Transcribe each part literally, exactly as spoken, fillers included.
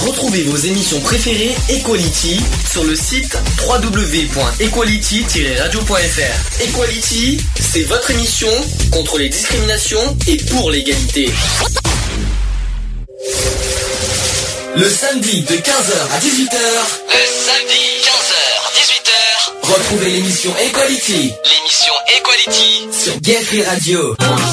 Retrouvez vos émissions préférées Equality sur le site w w w point equality tiret radio point f r. Equality, c'est votre émission contre les discriminations et pour l'égalité. Le samedi de quinze heures à dix-huit heures. Le samedi quinze heures dix-huit heures. Retrouvez l'émission Equality. L'émission Equality sur Gay Free Radio.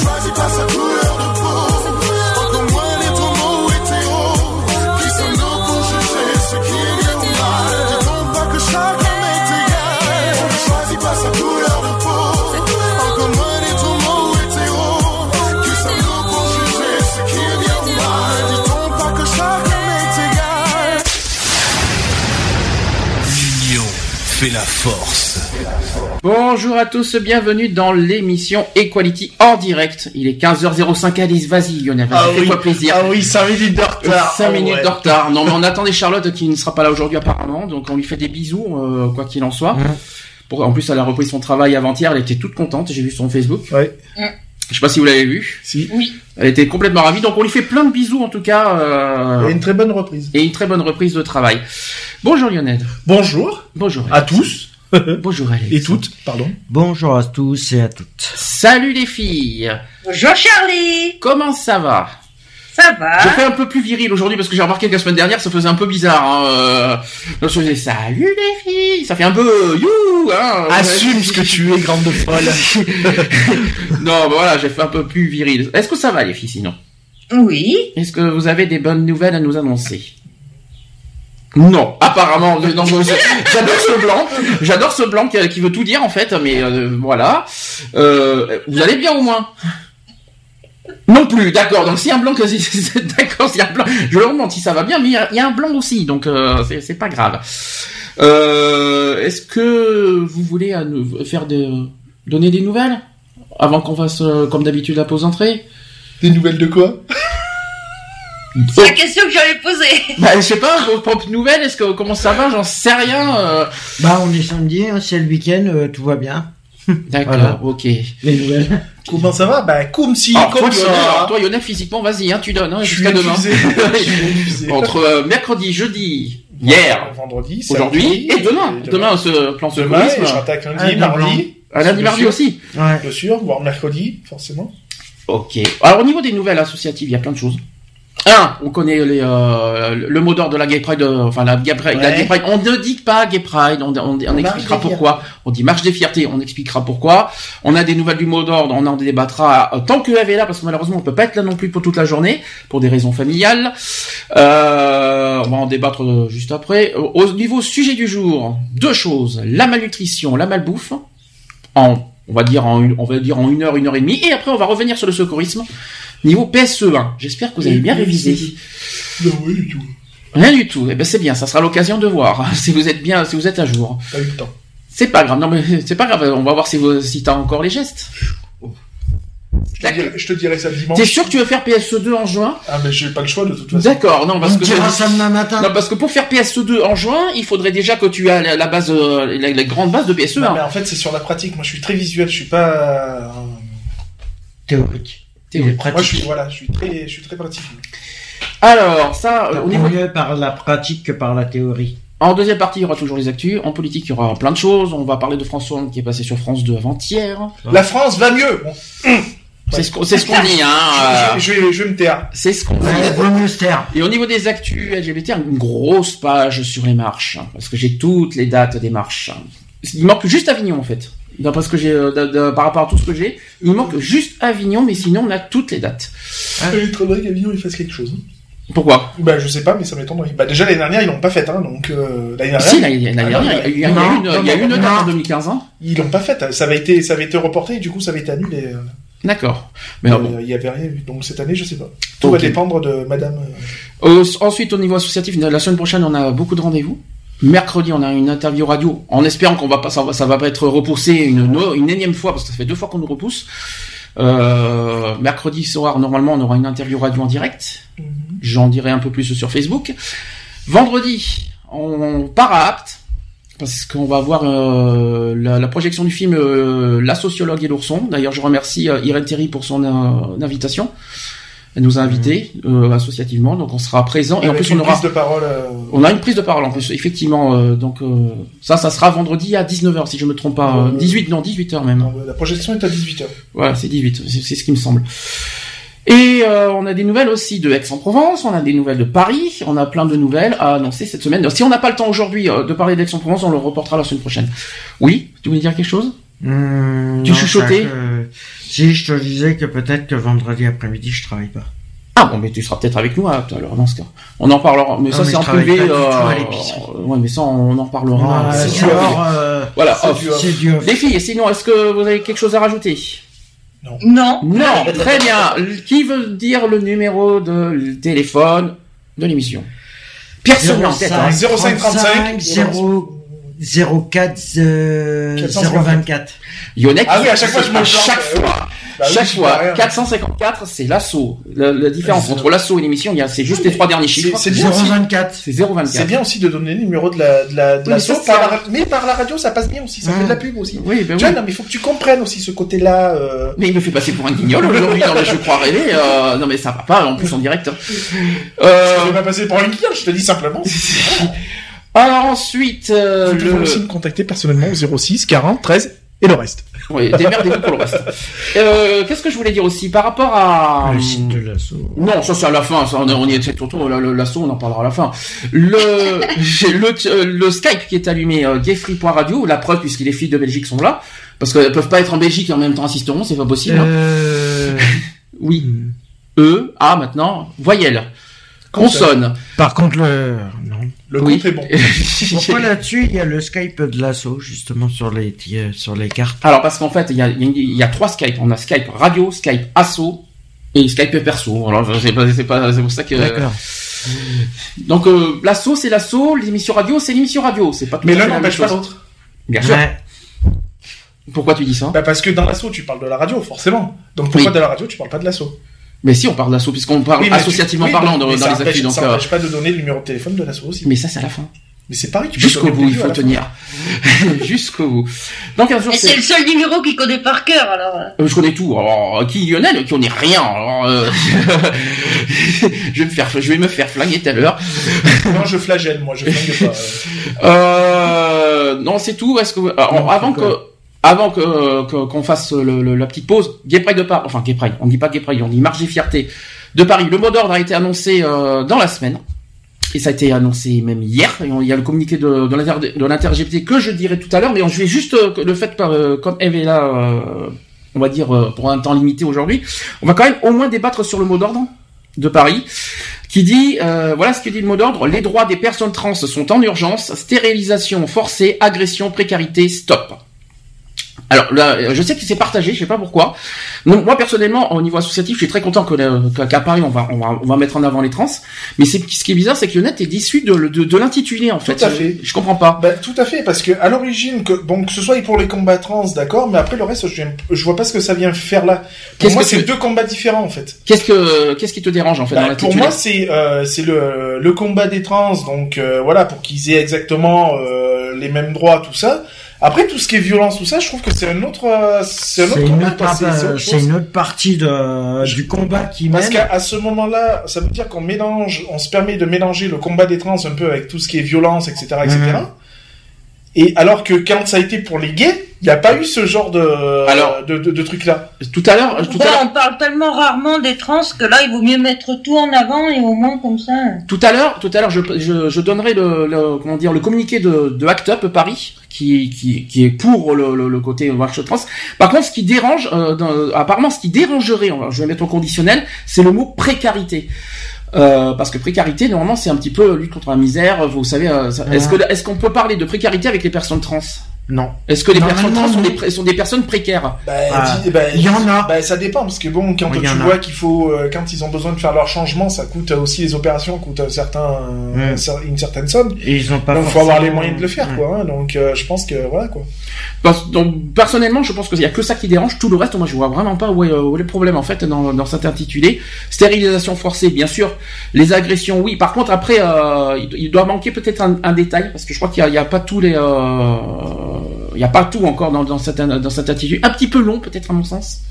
Fait la force. Bonjour à tous, bienvenue dans l'émission Equality en direct. Il est quinze heures cinq à Nice. Vas-y Lionel, vas-y, ah fais-toi oui. plaisir. Ah oui, cinq minutes de retard. cinq oh minutes ouais. de retard. Non mais on attendait Charlotte qui ne sera pas là aujourd'hui apparemment, donc on lui fait des bisous, euh, quoi qu'il en soit. Mmh. Pour, en plus elle a repris son travail avant-hier, elle était toute contente, j'ai vu sur son Facebook. Ouais. Mmh. Je sais pas si vous l'avez vu. Si. Oui. Elle était complètement ravie, donc on lui fait plein de bisous en tout cas. Euh... Et une très bonne reprise. Et une très bonne reprise de travail. Bonjour Lionel. Bonjour. Bonjour. À tous. Bonjour Alex. Et toutes, pardon. Bonjour à tous et à toutes. Salut les filles. Bonjour Charlie. Comment ça va? Ça va. Je fais un peu plus viril aujourd'hui parce que j'ai remarqué que la semaine dernière ça faisait un peu bizarre. Hein. Euh, je faisais salut les filles. Ça fait un peu euh, you. Hein. Assume ce que tu es, grande folle. Non, bah voilà, j'ai fait un peu plus viril. Est-ce que ça va les filles sinon? Oui. Est-ce que vous avez des bonnes nouvelles à nous annoncer? Non, apparemment, non, j'adore ce blanc, j'adore ce blanc qui, qui veut tout dire en fait, mais euh, voilà. Euh, vous allez bien au moins? Non plus, d'accord. Donc s'il y a un blanc, que d'accord, s'il y a un blanc, je leur demande si ça va bien, mais il y a, il y a un blanc aussi, donc euh, c'est, c'est pas grave. Euh, est-ce que vous voulez à nous faire des, donner des nouvelles avant qu'on fasse euh, comme d'habitude la pause entrée? Des nouvelles de quoi? C'est la question que j'allais poser. Bah, je sais pas, vos propres nouvelles, est-ce que, comment ça va, j'en sais rien, euh... Bah, on est samedi, hein, c'est le week-end, euh, tout va bien. D'accord, voilà. Ok. Les nouvelles. Comment ça va? Bah, comme si, alors, comme toi, ça. Lionel, alors, toi, Lionel, physiquement, vas-y, hein, tu donnes, hein, jusqu'à demain. Entre euh, mercredi, jeudi, hier, vendredi, aujourd'hui, et demain. Et demain, ce plan demain, secourisme. Et j'attaque lundi, ah, mardi. Ah, lundi, mardi sûr. aussi. Ouais. Bien sûr, voire mercredi, forcément. Ok. Alors, au niveau des nouvelles associatives, il y a plein de choses. Un, on connaît les, euh, le mot d'ordre de la Gay Pride, euh, enfin la Gay Pride, ouais. la Gay Pride. On ne dit pas Gay Pride, on, on, on expliquera pourquoi. On dit marche des fiertés, on expliquera pourquoi. On a des nouvelles du mot d'ordre, on en débattra euh, tant que Eve est là, parce que malheureusement on peut pas être là non plus pour toute la journée, pour des raisons familiales. Euh, on va en débattre euh, juste après. Au niveau sujet du jour, deux choses: la malnutrition, la malbouffe. En, on va dire en une, on va dire en une heure, une heure et demie, et après on va revenir sur le secourisme. Niveau P S E un, j'espère que vous avez bien révisé. Non, oui, du tout. Rien du tout. Eh ben c'est bien, ça sera l'occasion de voir si vous êtes bien, si vous êtes à jour. Pas eu le temps. C'est pas grave, non mais c'est pas grave. On va voir si vous, si t'as encore les gestes. Je te, dirai, je te dirai ça dimanche. T'es sûr que tu veux faire P S E deux en juin? Ah mais j'ai pas le choix de toute façon. D'accord, non parce on que dira ça demain matin. Non parce que pour faire P S E deux en juin, il faudrait déjà que tu aies la, la base, la, la grande base de P S E un. Non, mais en fait c'est sur la pratique. Moi je suis très visuel, je suis pas euh... théorique. Pratique. Moi, je suis, voilà, je suis très, je suis très pratique. Alors, ça, au niveau mieux par la pratique que par la théorie. En deuxième partie, il y aura toujours les actus. En politique, il y aura plein de choses. On va parler de François Hollande qui est passé sur France deux avant-hier. La France va mieux. Bon. C'est ce qu'on, c'est ce qu'on dit, hein. Je, je, je, je vais me taire. C'est ce qu'on dit. Vaut mieux se taire. Et au niveau des actus L G B T, une grosse page sur les marches. Parce que j'ai toutes les dates des marches. Il manque juste Avignon, en fait. D'après ce que j'ai, de, de, par rapport à tout ce que j'ai, il manque juste Avignon, mais sinon on a toutes les dates. Ah. Il faudrait qu'Avignon il fasse quelque chose. Pourquoi? Bah je sais pas, mais ça m'étonnerait. Bah déjà l'année dernière ils l'ont pas faite, hein, donc euh, l'année dernière. Si l'année dernière, ah, il y a eu une, il y a eu une date en deux mille quinze. Hein. Ils l'ont pas faite. Ça avait été, ça avait été reporté et du coup ça avait été annulé. D'accord. Mais il bon. y avait rien. Donc cette année je sais pas. Tout okay. va dépendre de Madame. Euh, ensuite au niveau associatif, la semaine prochaine on a beaucoup de rendez-vous. Mercredi, on a une interview radio, en espérant qu'on va pas, ça va, ça va pas être repoussé une, une énième fois, parce que ça fait deux fois qu'on nous repousse. Euh, mercredi soir, normalement, on aura une interview radio en direct. Mm-hmm. J'en dirai un peu plus sur Facebook. Vendredi, on part à Apt, parce qu'on va voir euh, la, la projection du film euh, La sociologue et l'ourson. D'ailleurs, je remercie euh, Irène Théry pour son euh, invitation. Elle nous a invités euh, associativement, donc on sera présent et Avec en plus une on aura prise de parole. Euh... On a une prise de parole en plus, effectivement. Euh, donc euh, ça, ça sera vendredi à dix-neuf heures si je me trompe pas. Euh, dix-huit, non, dix-huit heures même. Non, la projection est à dix-huit heures. Voilà, c'est dix-huit, c'est, c'est ce qui me semble. Et euh, on a des nouvelles aussi de Aix-en-Provence, on a des nouvelles de Paris, on a plein de nouvelles à annoncer cette semaine. Si on n'a pas le temps aujourd'hui euh, de parler d'Aix-en-Provence, on le reportera la semaine prochaine. Oui, tu voulais dire quelque chose? Mmh, Tu non, chuchotais ça, que... Si, je te disais que peut-être que vendredi après-midi, je travaille pas. Ah bon, mais tu seras peut-être avec nous à tout à l'heure dans ce cas. On en parlera, mais non, ça mais c'est en travaille privé. pas du tout Euh... à l'épicerie. Ouais, mais ça on en reparlera. Ah, c'est c'est sûr. hors, euh, Voilà, c'est off. du off. c'est du off. Les filles, sinon, est-ce que vous avez quelque chose à rajouter? Non. Non, très bien. Qui veut dire le numéro de téléphone de l'émission? Personne en tête. Hein. zéro cinq trente-cinq zéro quatre zéro vingt-quatre. Yonex. Ah oui, à chaque fois, je me à plante. chaque fois. Bah oui, chaque je fois. sais pas rien. quatre cent cinquante-quatre, c'est l'assaut. La, la différence Euh, entre l'assaut et l'émission, il y a, c'est juste les trois derniers chiffres. C'est bien zéro aussi. vingt-quatre. C'est zéro vingt-quatre. C'est bien aussi de donner le numéro de la, de la, de Oui, la mais ça, sauce c'est par un- la, mais par la radio, ça passe bien aussi, ça Mmh. fait de la pub aussi. Oui, ben Tu oui. vois, non, mais il faut que tu comprennes aussi ce côté-là, euh... Mais il me fait passer pour un guignol aujourd'hui dans les Je crois rêver. Euh, non mais ça va pas, en plus en direct. Euh, Je vais pas passer pour un guignol, je te dis simplement. alors ensuite, euh, Vous pouvez le... aussi me contacter personnellement au zéro six quarante treize et le reste. Oui, démerdez-vous pour le reste. Euh, qu'est-ce que je voulais dire aussi par rapport à... Le site de l'assaut. Non, ça c'est à la fin, ça, on, on y est surtout, le- le- l'assaut, on en parlera à la fin. Le, j'ai le, euh, le Skype qui est allumé, euh, gayfree point radio, la preuve puisque les filles de Belgique sont là, parce qu'elles peuvent pas être en Belgique et en même temps assisteront, c'est pas possible. hein. Euh... Oui. E, A maintenant, voyelle. Consonne. Par contre, le... Non. Le Oui. compte est bon. Pourquoi là-dessus, il y a le Skype de l'assaut, justement, sur les, euh, sur les cartes. Alors parce qu'en fait, il y a, il y a, il y a trois Skype. On a Skype radio, Skype asso et Skype perso. Alors c'est pas, c'est pas, c'est pour ça que. D'accord. Donc euh, l'asso c'est l'asso, l'émission radio c'est l'émission radio. C'est pas tout Mais à fait l'un la même n'empêche pas chose. l'autre. Bien sûr. Ouais. Pourquoi tu dis ça? Bah parce que dans l'assaut, tu parles de la radio, forcément. Donc pourquoi Oui. de la radio, tu parles pas de l'assaut? Mais si on parle d'asso puisqu'on parle Oui, mais tu- associativement oui, parlant mais dans, ça dans les empêche- actus. Donc, ça euh, n'empêche pas de donner le numéro de téléphone de l'assaut aussi. mais ça c'est à la fin. Mais c'est pareil, tu peux Jusqu'au donner bout, le il début faut à la fin. tenir. Jusqu'au bout. Donc un jour Et c'est c'est. le seul numéro qu'il connaît par cœur, alors. Euh, je connais tout. Alors qui Lionel, qui connaît rien. Alors, euh... je vais me faire, je vais me faire flinguer tout à l'heure. Non, je flagelle, moi, je flingue pas. euh. Euh, non, c'est tout. Est-ce que alors, Non, avant c'est que quoi avant que que- qu'on fasse le, le- la petite pause, Gay Pride de Paris, enfin Gay Pride, on dit pas Gay Pride, on dit Marche et Fierté de Paris. Le mot d'ordre a été annoncé euh, dans la semaine et ça a été annoncé même hier. Et on- il y a le communiqué de de l'inter de l'inter-G P T que je dirai tout à l'heure, mais je vais juste euh, le fait par euh, comme Eve est là, euh, on va dire euh, pour un temps limité aujourd'hui, on va quand même au moins débattre sur le mot d'ordre de Paris. Qui dit, euh, voilà ce que dit le mot d'ordre, les droits des personnes trans sont en urgence, stérilisation forcée, agression, précarité, stop. Alors là, je sais que c'est partagé, je sais pas pourquoi. Donc moi personnellement, au niveau associatif, je suis très content que le- qu'à qu'à Paris on va, on va on va mettre en avant les trans. Mais c'est ce qui est bizarre, c'est que le net est issu de, de, de l'intitulé en fait. Tout à fait. Je comprends pas. Bah, tout à fait, parce que à l'origine, que bon, que ce soit pour les combats trans, d'accord, mais après le reste, je, je vois pas ce que ça vient faire là. Pour Qu'est-ce moi, que c'est tu- deux combats différents en fait. Qu'est-ce que qu'est-ce qui te dérange en fait dans Bah, pour l'intitulé? moi, c'est euh, c'est le le combat des trans, donc euh, voilà, pour qu'ils aient exactement euh, les mêmes droits, tout ça. Après, tout ce qui est violence, tout ça, je trouve que c'est un autre, euh, c'est un autre C'est une, combat, autre quoi, part- c'est- c'est autre c'est chose. une autre partie de, du combat qui Parce mène. qu'à à ce moment-là, ça veut dire qu'on mélange, on se permet de mélanger le combat des trans un peu avec tout ce qui est violence, et cetera, et cetera. Mhm. Et alors que quand ça a été pour les gays, il n'y a pas eu ce genre de, Alors- de, de, de truc-là. Tout à l'heure, tout à Pourquoi l'heure, on parle tellement rarement des trans que là, il vaut mieux mettre tout en avant et au moins comme ça. tout à l'heure, tout à l'heure, je, je, je donnerai le, le comment dire le communiqué de, de Act Up Paris qui qui qui est pour le, le, le côté marche trans. Par contre, ce qui dérange, euh, dans- apparemment, ce qui dérangerait, je vais mettre au conditionnel, c'est le mot précarité. Euh, parce que précarité, normalement, c'est un petit peu lutte contre la misère. Vous savez, euh, ça- est-ce que est-ce qu'on peut parler de précarité avec les personnes trans? Non. Est-ce que les personnes Normalement, trans sont non. des, pré- sont des personnes précaires? Bah, Ah, dis- bah, il y en a. Bah, ça dépend, parce que bon, quand Oui, il tu y en a. vois qu'il faut, euh, quand ils ont besoin de faire leur changement, ça coûte euh, aussi les opérations, coûtent un certain, Ouais. un cer- une certaine somme. Et ils ont pas Donc, faut avoir les forcément- moyens de le faire, Ouais. quoi. Hein, donc, euh, je pense que voilà, quoi. Parce- donc, personnellement, je pense qu'il y a que ça qui dérange. Tout le reste, moi, je vois vraiment pas où est, où est le problème en fait dans, dans cet intitulé. Stérilisation forcée, bien sûr. Les agressions, oui. Par contre, après, euh, il, il doit manquer peut-être un, un détail parce que je crois qu'il y a, il y a pas tous les, euh, il y a pas tout encore dans, dans cette dans cet intitulé. Un petit peu long, peut-être à mon sens.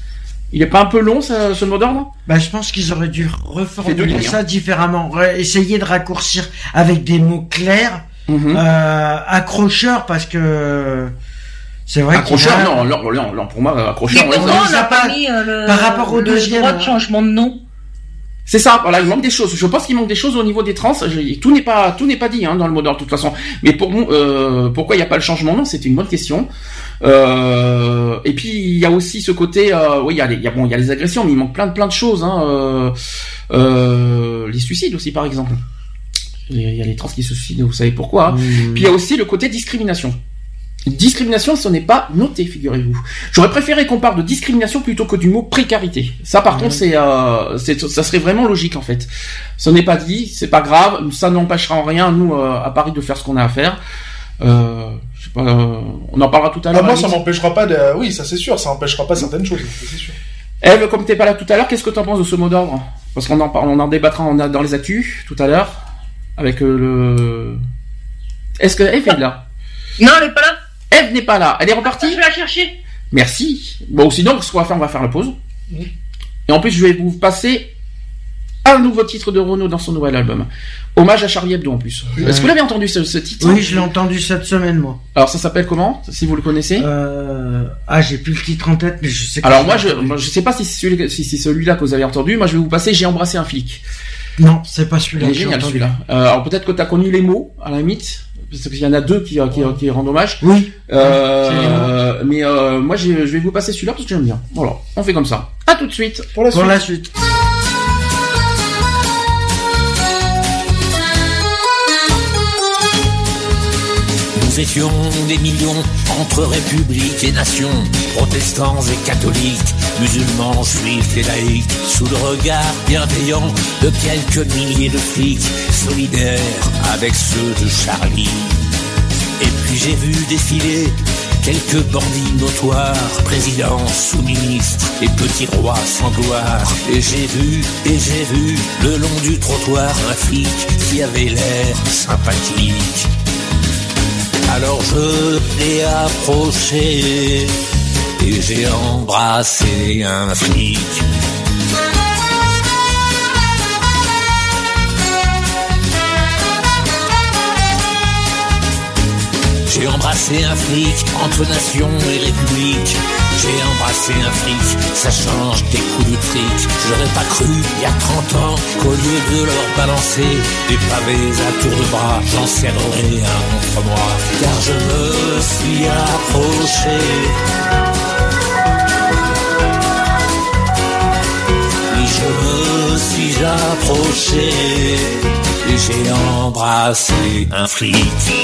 Il est pas un peu long, ce, ce mot d'ordre? Bah, je pense qu'ils auraient dû reformuler lignes, ça hein. différemment. Essayer de raccourcir avec des mots clairs, mm-hmm. euh, accrocheurs, parce que c'est vrai accrocheur, qu'il y a... non, non, non, non, pour moi, accrocheur, mais on, pourquoi on on n'a pas mis euh, le, par rapport au le deuxième droit de changement de nom? C'est ça, voilà, il manque des choses. Je pense qu'il manque des choses au niveau des trans. Je, tout n'est pas, tout n'est pas dit hein, dans le mot d'ordre de toute façon. Mais pour euh, pourquoi il n'y a pas le changement? Non, c'était une bonne question. Euh, et puis il y a aussi ce côté, euh, oui, il y a, les, il y a bon, il y a les agressions, mais il manque plein de plein de choses. Hein, euh, euh, les suicides aussi, par exemple. Il y a les trans qui se suicident, vous savez pourquoi. Hein. Mmh. Puis il y a aussi le côté discrimination. Discrimination, ce n'est pas noté, figurez-vous. J'aurais préféré qu'on parle de discrimination plutôt que du mot précarité. Ça, par mmh. contre, c'est, euh, c'est, ça serait vraiment logique en fait. Ce n'est pas dit, c'est pas grave, ça n'empêchera en rien nous euh, à Paris de faire ce qu'on a à faire. Euh, je sais pas, euh, on en parlera tout à l'heure. Ah, moi, ça m'empêchera pas de, oui, ça c'est sûr, ça empêchera pas certaines choses, c'est sûr. Eve, comme t'es pas là tout à l'heure, qu'est-ce que t'en penses de ce mot d'ordre? Parce qu'on en parle, on en débattra dans les actus tout à l'heure avec euh, le. Est-ce que Eve est là? Non, elle est pas là. Eve n'est pas là. Elle est repartie? Je vais la chercher. Merci. Bon, sinon, ce qu'on va faire, on va faire la pause. Mmh. Et en plus, je vais vous passer un nouveau titre de Renaud dans son nouvel album. Hommage à Charlie Hebdo, en plus. Mmh. Est-ce que vous l'avez entendu, ce, ce titre? Oui, je l'ai entendu cette semaine, moi. Alors, ça s'appelle comment, si vous le connaissez? Euh... Ah, j'ai plus le titre en tête, mais je sais que Alors, moi, je, moi, je sais pas si c'est, celui, si c'est celui-là que vous avez entendu. Moi, je vais vous passer J'ai embrassé un flic. Non, c'est pas celui-là. Il est génial, celui-là. Euh, alors, peut-être que t'as connu les mots, à la limite. Parce qu'il y en a deux qui, qui, qui rendent hommage. Oui. Euh, mais euh, moi, je vais vous passer celui-là parce que j'aime bien. Voilà, on fait comme ça. À tout de suite. Pour la Pour suite. La suite. Nous étions des millions entre républiques et nations, protestants et catholiques, musulmans, juifs et laïcs, sous le regard bienveillant de quelques milliers de flics, solidaires avec ceux de Charlie. Et puis j'ai vu défiler quelques bandits notoires, présidents, sous-ministres et petits rois sans gloire. Et j'ai vu, et j'ai vu, le long du trottoir, un flic qui avait l'air sympathique. Alors je l'ai approché et j'ai embrassé un flic. J'ai embrassé un flic entre nation et république. J'ai embrassé un flic, ça change des coups de fric. J'aurais pas cru, il y a trente ans, qu'au lieu de leur balancer des pavés à tour de bras, j'en serrerais un contre moi. Car je me suis approché. Oui, je me suis approché et j'ai embrassé un flic.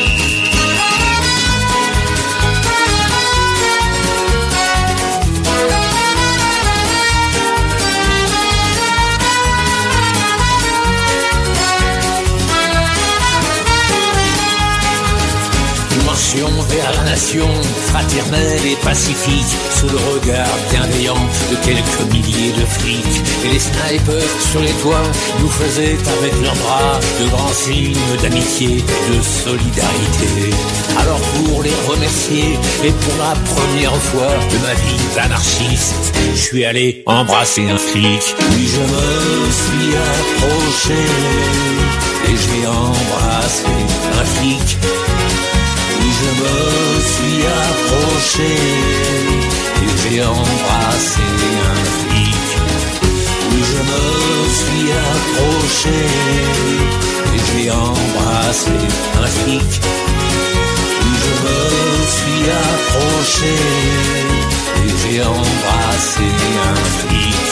Vers la nation, fraternelle et pacifique, sous le regard bienveillant de quelques milliers de flics. Et les snipers sur les toits nous faisaient avec leurs bras de grands signes d'amitié, de solidarité. Alors pour les remercier, et pour la première fois de ma vie d'anarchiste, je suis allé embrasser un flic. Oui, je me suis approché et j'ai embrassé un flic. Oui, je me suis approché et j'ai embrassé un flic. Oui, je me suis approché et j'ai embrassé un flic. Oui, je me suis approché et j'ai embrassé un flic.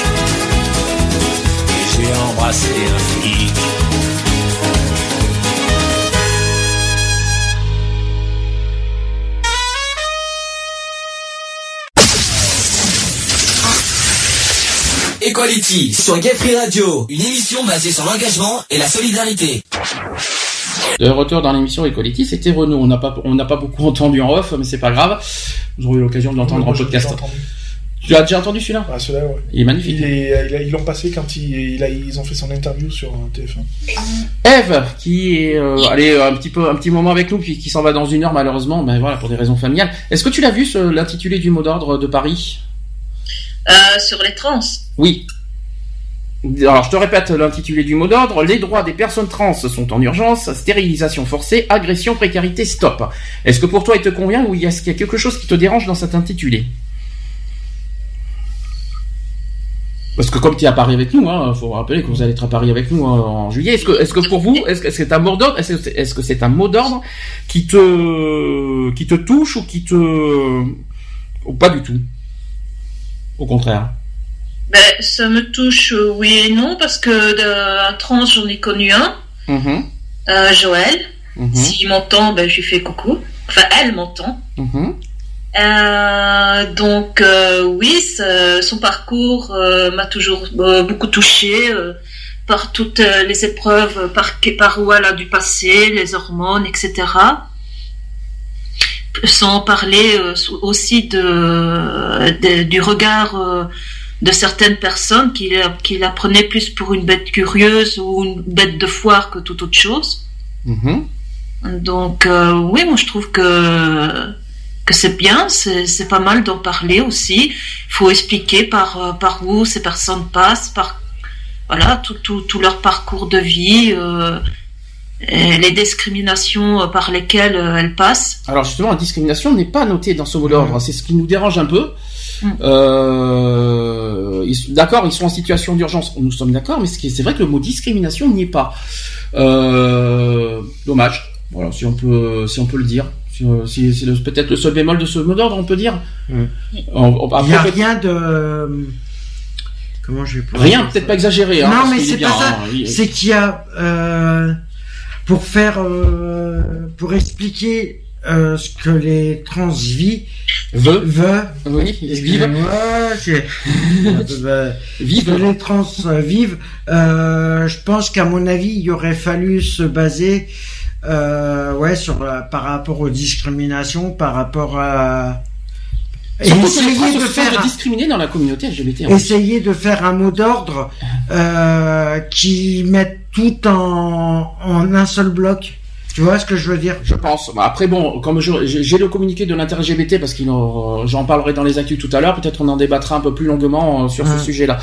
Et j'ai embrassé un flic. Equality sur Gay Free Radio, une émission basée sur l'engagement et la solidarité. De retour dans l'émission Equality, c'était Renaud. On n'a pas, on n'a pas beaucoup entendu en off, mais c'est pas grave. Vous aurez eu l'occasion de l'entendre oui, en podcast. Tu l'as déjà entendu celui-là? Ah, celui-là, ouais. Il est magnifique. Il est, il a, ils l'ont passé quand il, il a, ils ont fait son interview sur T F un. Eve, qui est, euh, allez, un petit peu, un petit moment avec nous, puis qui s'en va dans une heure malheureusement, ben voilà, pour des raisons familiales. Est-ce que tu l'as vu, ce, l'intitulé du mot d'ordre de Paris? Euh, sur les trans. Oui. Alors, je te répète l'intitulé du mot d'ordre. Les droits des personnes trans sont en urgence. Stérilisation forcée, agression, précarité, stop. Est-ce que pour toi, il te convient ou est-ce qu'il y a quelque chose qui te dérange dans cet intitulé? Parce que comme tu es à Paris avec nous, hein, faut rappeler que vous allez être à Paris avec nous hein, en juillet. Est-ce que, est-ce que pour vous, est-ce que c'est un mot d'ordre, est-ce que c'est, est-ce que c'est un mot d'ordre qui te, qui te touche ou qui te, ou pas du tout? Au contraire. Ben, ça me touche euh, oui et non, parce que d'un trans, j'en ai connu un, mm-hmm. euh, Joël. Mm-hmm. S'il m'entend, ben, je lui fais coucou. Enfin, elle m'entend. Mm-hmm. Euh, donc, euh, oui, ça, son parcours euh, m'a toujours euh, beaucoup touchée euh, par toutes euh, les épreuves, par, par où elle a dû passer, les hormones, et cetera. Sans parler euh, aussi de, de, du regard... Euh, de certaines personnes qui, qui la prenaient plus pour une bête curieuse ou une bête de foire que toute autre chose. Mmh. Donc euh, oui, moi je trouve que que c'est bien, c'est, c'est pas mal d'en parler aussi. Il faut expliquer par par où ces personnes passent, par voilà tout tout, tout leur parcours de vie, euh, et les discriminations par lesquelles elles passent. Alors justement, la discrimination n'est pas notée dans ce mot d'ordre. Mmh. C'est ce qui nous dérange un peu. Mmh. Euh, ils, d'accord, ils sont en situation d'urgence, nous sommes d'accord, mais c'est vrai que le mot discrimination n'y est pas. Euh, dommage. Voilà, si on peut, si on peut le dire. Si, c'est le, peut-être le seul bémol de ce mot d'ordre, on peut dire. Mmh. On, on, après, il n'y a rien de. Comment je vais pouvoir rien, peut-être ça. Pas exagéré. Hein, non, mais c'est bien, pas ça. Hein, il... C'est qu'il y a euh, pour faire, euh, pour expliquer. Euh, ce que les trans vivent, veut, veut, oui, vivent, vivent, que les trans vivent. Euh, je pense qu'à mon avis, il aurait fallu se baser, euh, ouais, sur par rapport aux discriminations, par rapport à. Et essayer de faire discriminer dans la communauté L G B T. Essayer de faire un mot d'ordre euh, qui mette tout en en un seul bloc. Tu vois ce que je veux dire? Je pense. Après bon, comme je, j'ai le communiqué de l'inter-L G B T parce qu'il en, j'en parlerai dans les actus tout à l'heure. Peut-être on en débattra un peu plus longuement sur mmh. ce sujet-là.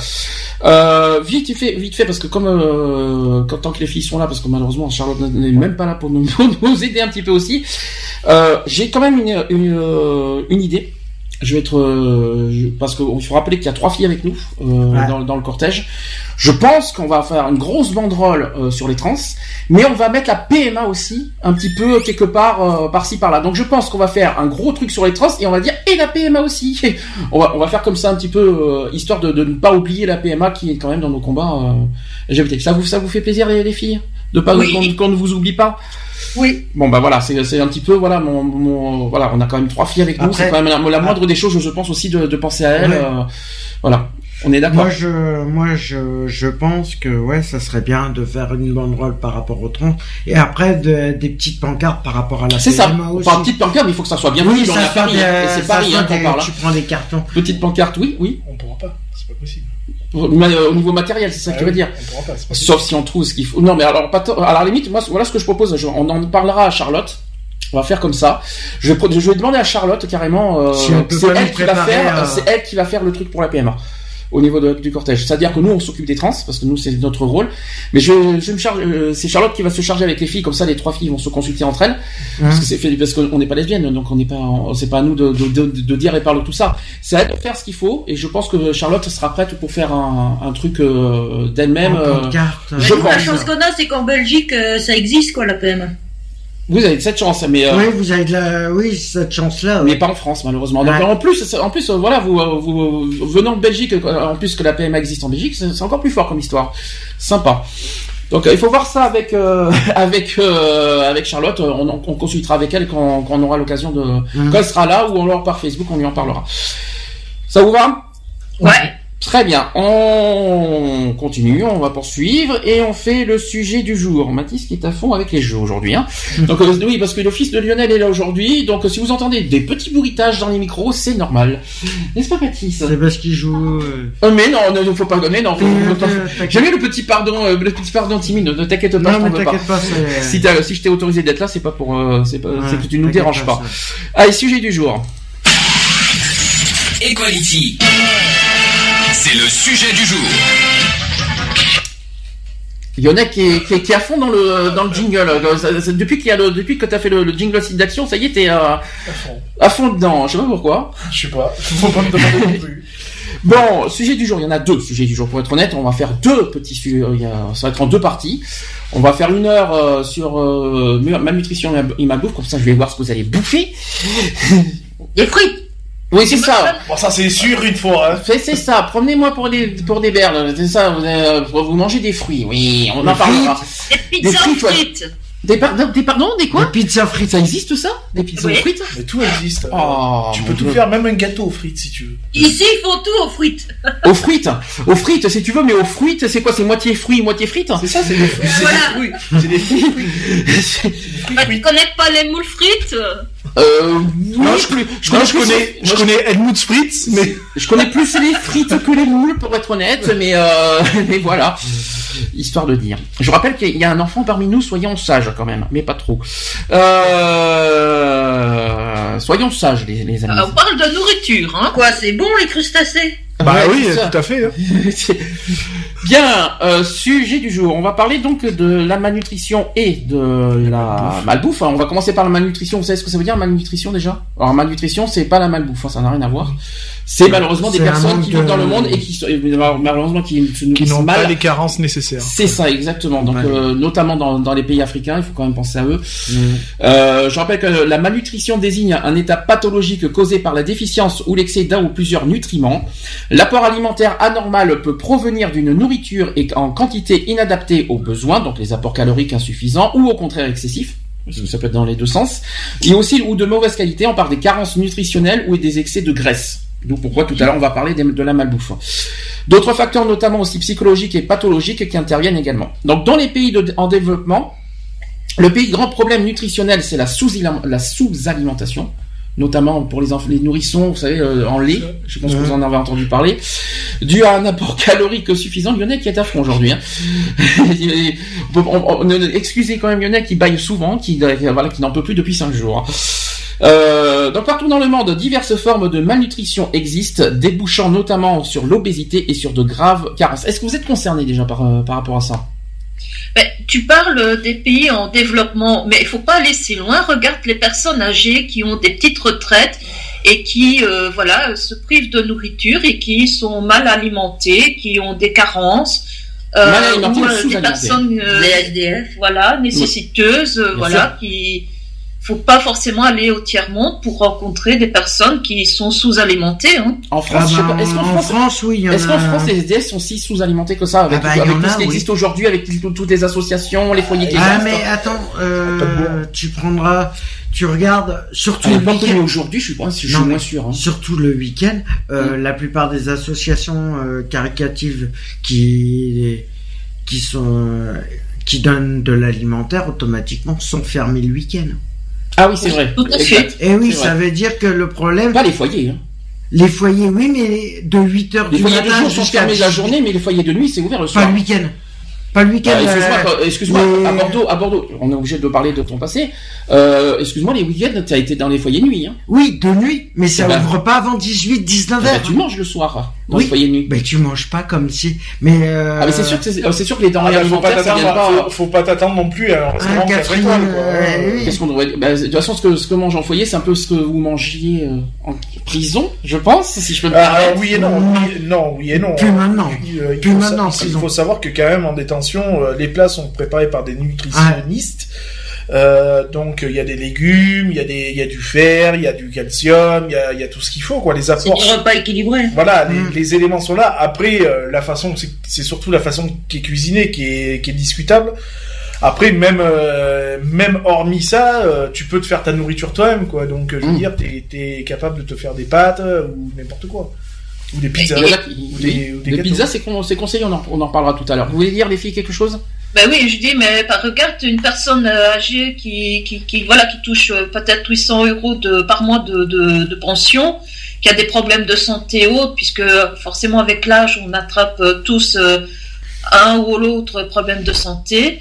Euh, vite fait, vite fait parce que comme euh, quand tant que les filles sont là, parce que malheureusement Charlotte n'est même pas là pour nous, pour nous aider un petit peu aussi. Euh, j'ai quand même une une, une idée. Je vais être euh, je, parce qu'il faut rappeler qu'il y a trois filles avec nous euh, ouais. dans, dans le cortège. Je pense qu'on va faire une grosse banderole euh, sur les trans, mais on va mettre la P M A aussi un petit peu quelque part euh, par-ci par-là. Donc je pense qu'on va faire un gros truc sur les trans et on va dire et la P M A aussi. on va on va faire comme ça un petit peu euh, histoire de, de ne pas oublier la P M A qui est quand même dans nos combats euh, L G B T. Ça vous ça vous fait plaisir les, les filles de pas oui. qu'on, qu'on ne vous oublie pas? Oui. Bon bah voilà, c'est c'est un petit peu voilà mon, mon voilà, on a quand même trois filles avec nous, après, c'est quand même la, la moindre des choses, je pense aussi de, de penser à elles. Ouais. Euh, voilà, on est d'accord. Moi je moi je je pense que ouais, ça serait bien de faire une banderole par rapport au trans et après de, des petites pancartes par rapport à la c'est P M A ça. aussi. Pas petite pancarte, mais il faut que ça soit bien oui, visible. On a Paris, des, et c'est Paris hein, qu'on parle. Tu prends des cartons. Petite pancarte, oui, oui. On pourra pas, c'est pas possible. Au niveau matériel, c'est ça ah que tu oui, veux dire. Pas, sauf si on trouve ce qu'il faut. Non, mais alors, pas t- à la limite, moi, voilà ce que je propose. Je, on en parlera à Charlotte. On va faire comme ça. Je vais, je vais demander à Charlotte carrément. Euh, si c'est elle qui va faire. Euh... C'est elle qui va faire le truc pour la P M A. Au niveau de, du cortège. C'est-à-dire que nous, on s'occupe des trans, parce que nous, c'est notre rôle. Mais je, je me charge, euh, c'est Charlotte qui va se charger avec les filles, comme ça, les trois filles vont se consulter entre elles. Mmh. Parce que c'est fait, parce qu'on n'est pas lesbiennes, donc on n'est pas, c'est pas à nous de, de, de, de dire et parler tout ça. C'est à elle de faire ce qu'il faut, et je pense que Charlotte sera prête pour faire un, un truc, euh, d'elle-même, euh, je pense. La chance qu'on a, c'est qu'en Belgique, euh, ça existe, quoi, la P M A. Vous avez cette chance, mais euh, oui, vous avez de la, oui, cette chance-là. Mais ouais. pas en France, malheureusement. Donc, ouais. en plus, en plus, voilà, vous, vous, vous venant de Belgique, en plus que la P M A existe en Belgique, c'est, c'est encore plus fort comme histoire. Sympa. Donc, il faut voir ça avec, euh, avec, euh, avec Charlotte. On, on consultera avec elle quand, quand on aura l'occasion de, mmh. quand elle sera là, ou alors par Facebook, on lui en parlera. Ça vous va? Ouais. Très bien, on continue, on va poursuivre et on fait le sujet du jour. Mathis qui est à fond avec les jeux aujourd'hui. Hein. Donc euh, oui, parce que le fils de Lionel est là aujourd'hui, donc si vous entendez des petits bruitages dans les micros, c'est normal. N'est-ce pas Mathis? C'est parce qu'il joue... Euh... Oh, mais non, il ne faut pas... Mais non, faut, euh, faut, faut, j'aime bien le petit pardon, euh, le petit pardon timide, ne t'inquiète pas. Non, mais t'inquiète pas, pas c'est... Si, t'as, si je t'ai autorisé d'être là, c'est pas pour... Euh, c'est, pas, ouais, c'est que tu nous déranges pas. pas. Allez, sujet du jour. Equality. c'est le sujet du jour. Yonel qui est, qui est, qui est à fond dans le, dans le jingle. Depuis qu'il y a le, depuis que t'as fait le, le jingle site d'action, ça y est, t'es, euh, à fond. À fond dedans. Je sais pas pourquoi. Je sais pas. Faut pas me demander non plus. Bon, sujet du jour. Il y en a deux sujets du jour. Pour être honnête, on va faire deux petits sujets. Il y a, ça va être en deux parties. On va faire une heure euh, sur euh, malnutrition et malbouffe. Comme ça, je vais voir ce que vous allez bouffer. Des frites. Oui, c'est ça. Bon, ça c'est sûr une fois. Hein. C'est, c'est ça. Promenez-moi pour des pour des berles. C'est ça. Vous, euh, vous mangez des fruits. Oui, on des en parlera. Des pizzas frites. frites. Ouais. Des, par... des pardon, des quoi? Des pizzas frites. Ça existe ça? Des pizzas oui. frites? Mais tout existe. Oh, tu peux tout Dieu. faire, même un gâteau aux frites si tu veux. Ici, ils font tout aux frites. Aux frites, aux frites, si tu veux, mais aux frites, c'est quoi? C'est moitié fruits, moitié frites? C'est ça, c'est des fruits. Voilà. C'est des fruits. C'est des fruits. C'est des fruits. Bah, tu connais pas les moules frites? Euh, oui, non, je, je, je, non, connais, je connais, je connais Helmut Fritz, mais je connais plus les frites que les moules, pour être honnête, mais euh, mais voilà, histoire de dire. Je rappelle qu'il y a un enfant parmi nous, soyons sages quand même, mais pas trop. Euh, soyons sages, les, les amis. Ah, on parle de nourriture, hein? Quoi, c'est bon les crustacés? Bah ouais, oui, tout à fait. Hein. Bien, euh, sujet du jour. On va parler donc de la malnutrition et de la malbouffe. On va commencer par la malnutrition. Vous savez ce que ça veut dire, malnutrition déjà? Alors, malnutrition, c'est pas la malbouffe, hein, ça n'a rien à voir. C'est malheureusement des c'est personnes qui vivent de... dans le monde et qui sont, malheureusement qui se nourrissent qui n'ont mal. pas les carences nécessaires. C'est ça, exactement. Donc, ouais. euh, notamment dans, dans les pays africains, il faut quand même penser à eux. Mmh. Euh, je rappelle que la malnutrition désigne un état pathologique causé par la déficience ou l'excès d'un ou plusieurs nutriments. L'apport alimentaire anormal peut provenir d'une nourriture et en quantité inadaptée aux besoins, donc les apports caloriques insuffisants ou au contraire excessifs. Parce que ça peut être dans les deux sens. Et aussi, ou de mauvaise qualité, on parle des carences nutritionnelles ou des excès de graisse. D'où pourquoi tout à l'heure on va parler de la malbouffe. D'autres facteurs, notamment aussi psychologiques et pathologiques, qui interviennent également. Donc dans les pays de, en développement, le pays grand problème nutritionnel, c'est la, sous, la sous-alimentation, notamment pour les, enfants, les nourrissons, vous savez, euh, en lait. Je pense que vous en avez entendu parler. Dû à un apport calorique suffisant. Lionel qui est à fond aujourd'hui. Hein. on, on, on, excusez quand même Lionel qui baille souvent, qui, voilà, qui n'en peut plus depuis cinq jours. Euh, donc partout dans le monde, diverses formes de malnutrition existent, débouchant notamment sur l'obésité et sur de graves carences. Est-ce que vous êtes concerné déjà par, euh, par rapport à ça? Ben, tu parles des pays en développement, mais il faut pas aller si loin. Regarde les personnes âgées qui ont des petites retraites et qui euh, voilà se privent de nourriture et qui sont mal alimentées, qui ont des carences. Euh, mal alimentées ou, euh, des personnes euh, des S D F, voilà, nécessiteuses, euh, voilà, sûr. qui faut pas forcément aller au tiers-monde pour rencontrer des personnes qui sont sous-alimentées. Hein. En France, ah je sais ben, pas, est-ce qu'en en France, France, oui, il y en est-ce a... qu'en France les S D F sont si sous-alimentés que ça avec, ah bah, avec tout a, ce qui oui. existe aujourd'hui, avec tout, toutes les associations, les foyers qui ah, existent? mais attends, euh, tu prendras, tu regardes, surtout ah, le week-end. Mais aujourd'hui, je suis pas, je suis non, moins sûr. Hein. Surtout le week-end, euh, mmh. la plupart des associations euh, caritatives qui, qui sont, euh, qui donnent de l'alimentaire automatiquement sont fermées le week-end. Ah oui, c'est vrai. Tout à fait. Et oui, ça veut dire que le problème... Pas les foyers, hein. Les foyers, oui, mais de huit heures les du matin... Les foyers de jour sont fermés la journée, mais les foyers de nuit, c'est ouvert le soir. Pas le week-end. Pas le week-end. Euh, excuse-moi, euh, excuse-moi les... à Bordeaux, à Bordeaux, on est obligé de parler de ton passé. Euh, excuse-moi, les week-ends, tu as été dans les foyers de nuit, hein. Oui, de nuit, mais ça ben, ouvre pas avant dix-huit, dix-neuf heures. Ben, tu manges le soir, dans oui. les foyers de nuit. Ben, tu manges pas comme si, mais euh... Ah, mais c'est sûr que c'est, c'est sûr que les denrées ah, ben, alimentaires, ça vient pas. Faut, faut pas t'attendre non plus à un restaurant quatre étoiles, quoi. Euh, oui. Qu'est-ce qu'on devrait, ben, de toute façon, ce que, ce que mange en foyer, c'est un peu ce que vous mangiez euh, en prison, je pense, si je peux me permettre. Ah, oui et non, oui, non, oui et non. Plus maintenant. Puis, euh, il Plus faut maintenant, sa- il faut savoir que quand même en détention, euh, les plats sont préparés par des nutritionnistes. Ah. Euh, donc il y a des légumes, il y a des, il y a du fer, il y a du calcium, il y a, il y a tout ce qu'il faut, quoi. Les apports. C'est des repas équilibrés. Voilà, Mm. les, les éléments sont là. Après, euh, la façon, c'est, c'est surtout la façon qui est cuisinée qui est, qui est discutable. Après, même, euh, même hormis ça, euh, tu peux te faire ta nourriture toi-même, quoi. Donc, je veux Mm. dire, t'es, t'es capable de te faire des pâtes euh, ou n'importe quoi. Ou des pizzas. Et là, ou des, ou des les gâteaux. pizzas, c'est, con, c'est conseillé, on en, on en reparlera tout à l'heure. Vous voulez dire, les filles, quelque chose? Ben oui, je dis, mais bah, regarde une personne euh, âgée qui, qui, qui, voilà, qui touche euh, peut-être huit cents euros de, par mois de, de, de pension, qui a des problèmes de santé et autres, puisque forcément avec l'âge, on attrape euh, tous euh, un ou l'autre problème de santé.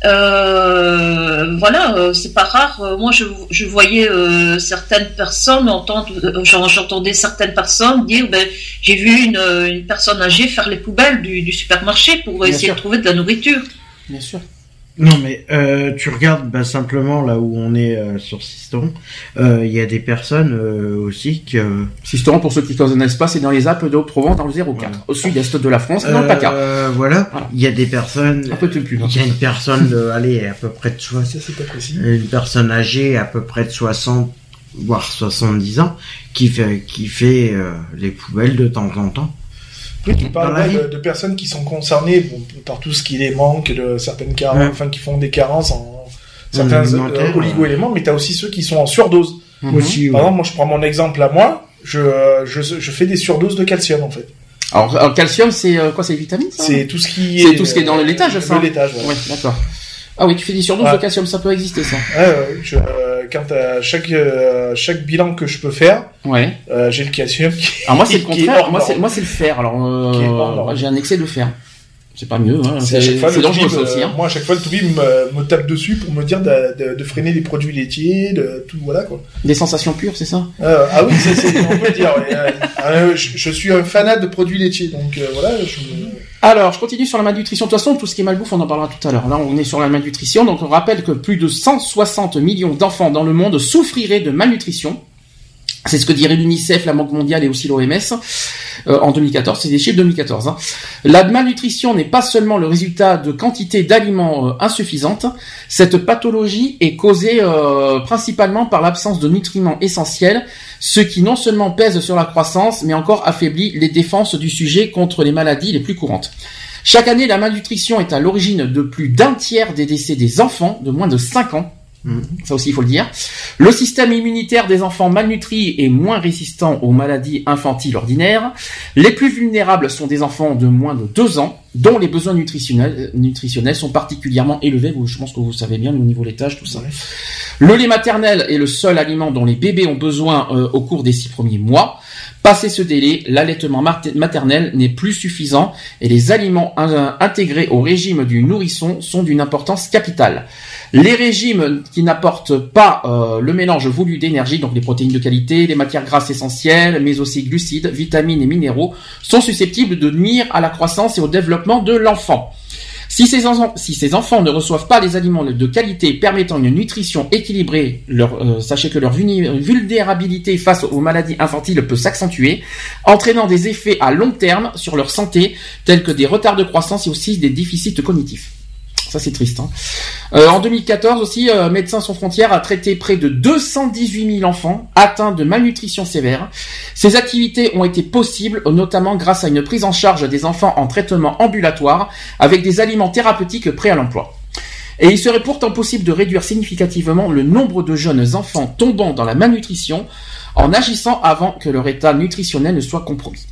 Euh, voilà, euh, c'est pas rare. Euh, moi, je, je voyais euh, certaines personnes entendre, euh, j'entendais certaines personnes dire, ben, j'ai vu une, une personne âgée faire les poubelles du, du supermarché pour Bien essayer sûr. de trouver de la nourriture. Bien sûr. Non, mais euh, tu regardes bah, simplement là où on est euh, sur Sisteron, il euh, y a des personnes euh, aussi qui... Euh... Sisteron, pour ceux qui ne connaissent pas, c'est dans les Alpes de Haute-Provence, dans le zéro quatre, voilà. Au sud-est de la France, et dans euh, le PACA. Euh, voilà, il voilà. y a des personnes... Un peu de pub. Il y a une personne, de, allez, à peu près de soixante... Ça, c'est pas précis. Une personne âgée à peu près de soixante, voire soixante-dix ans, qui fait, qui fait euh, les poubelles de temps en temps. Oui, tu parles de, de personnes qui sont concernées bon, par tout ce qui les manque, de certaines carences, ouais. enfin qui font des carences en certains euh, oligo-éléments, mais tu as aussi ceux qui sont en surdose. Mm-hmm. Aussi, par ouais. exemple, moi je prends mon exemple à moi, je, je, je fais des surdoses de calcium en fait. Alors, alors calcium, c'est euh, quoi? C'est les vitamines ça? C'est tout ce qui c'est est... tout ce qui est dans le laitage, ça? Le laitage, ouais. ouais d'accord. Ah oui, tu fais des surdoses ouais. de calcium, ça peut exister, ça. Ouais, ouais, je, euh, quand à chaque euh, chaque bilan que je peux faire, ouais. euh, j'ai le calcium qui. Alors moi c'est le contraire, moi c'est moi c'est le fer. Alors euh, j'ai un excès de fer. C'est pas mieux, hein. C'est, c'est, c'est dangereux ça aussi. Hein. Moi à chaque fois le Toubib me, me tape dessus pour me dire de, de, de freiner les produits laitiers, de tout voilà quoi. Des sensations pures, c'est ça? euh, Ah oui, c'est, c'est on peut dire. Ouais. Euh, je, je suis un fanat de produits laitiers, donc euh, voilà. Je... Alors, je continue sur la malnutrition. De toute façon, tout ce qui est malbouffe, on en parlera tout à l'heure. Là, on est sur la malnutrition. Donc, on rappelle que plus de cent soixante millions d'enfants dans le monde souffriraient de malnutrition. C'est ce que dirait l'UNICEF, la Banque mondiale et aussi l'O M S euh, en deux mille quatorze. C'est des chiffres deux mille quatorze. Hein. La malnutrition n'est pas seulement le résultat de quantités d'aliments euh, insuffisantes. Cette pathologie est causée euh, principalement par l'absence de nutriments essentiels, ce qui non seulement pèse sur la croissance, mais encore affaiblit les défenses du sujet contre les maladies les plus courantes. Chaque année, la malnutrition est à l'origine de plus d'un tiers des décès des enfants de moins de cinq ans. Ça aussi, il faut le dire. Le système immunitaire des enfants malnutris est moins résistant aux maladies infantiles ordinaires. Les plus vulnérables sont des enfants de moins de deux ans, dont les besoins nutritionnels, nutritionnels sont particulièrement élevés. Je pense que vous savez bien, au niveau laitage, tout ça. Ouais. Le lait maternel est le seul aliment dont les bébés ont besoin euh, au cours des six premiers mois. Passé ce délai, l'allaitement maternel n'est plus suffisant et les aliments in- intégrés au régime du nourrisson sont d'une importance capitale. Les régimes qui n'apportent pas euh, le mélange voulu d'énergie, donc les protéines de qualité, les matières grasses essentielles, mais aussi glucides, vitamines et minéraux, sont susceptibles de nuire à la croissance et au développement de l'enfant. Si ces, enfants, si ces enfants ne reçoivent pas les aliments de qualité permettant une nutrition équilibrée, leur, euh, sachez que leur vulnérabilité face aux maladies infantiles peut s'accentuer, entraînant des effets à long terme sur leur santé, tels que des retards de croissance et aussi des déficits cognitifs. Ça, c'est triste. Hein. Euh, en deux mille quatorze aussi, euh, Médecins sans frontières a traité près de deux cent dix-huit mille enfants atteints de malnutrition sévère. Ces activités ont été possibles, notamment grâce à une prise en charge des enfants en traitement ambulatoire avec des aliments thérapeutiques prêts à l'emploi. Et il serait pourtant possible de réduire significativement le nombre de jeunes enfants tombant dans la malnutrition en agissant avant que leur état nutritionnel ne soit compromis.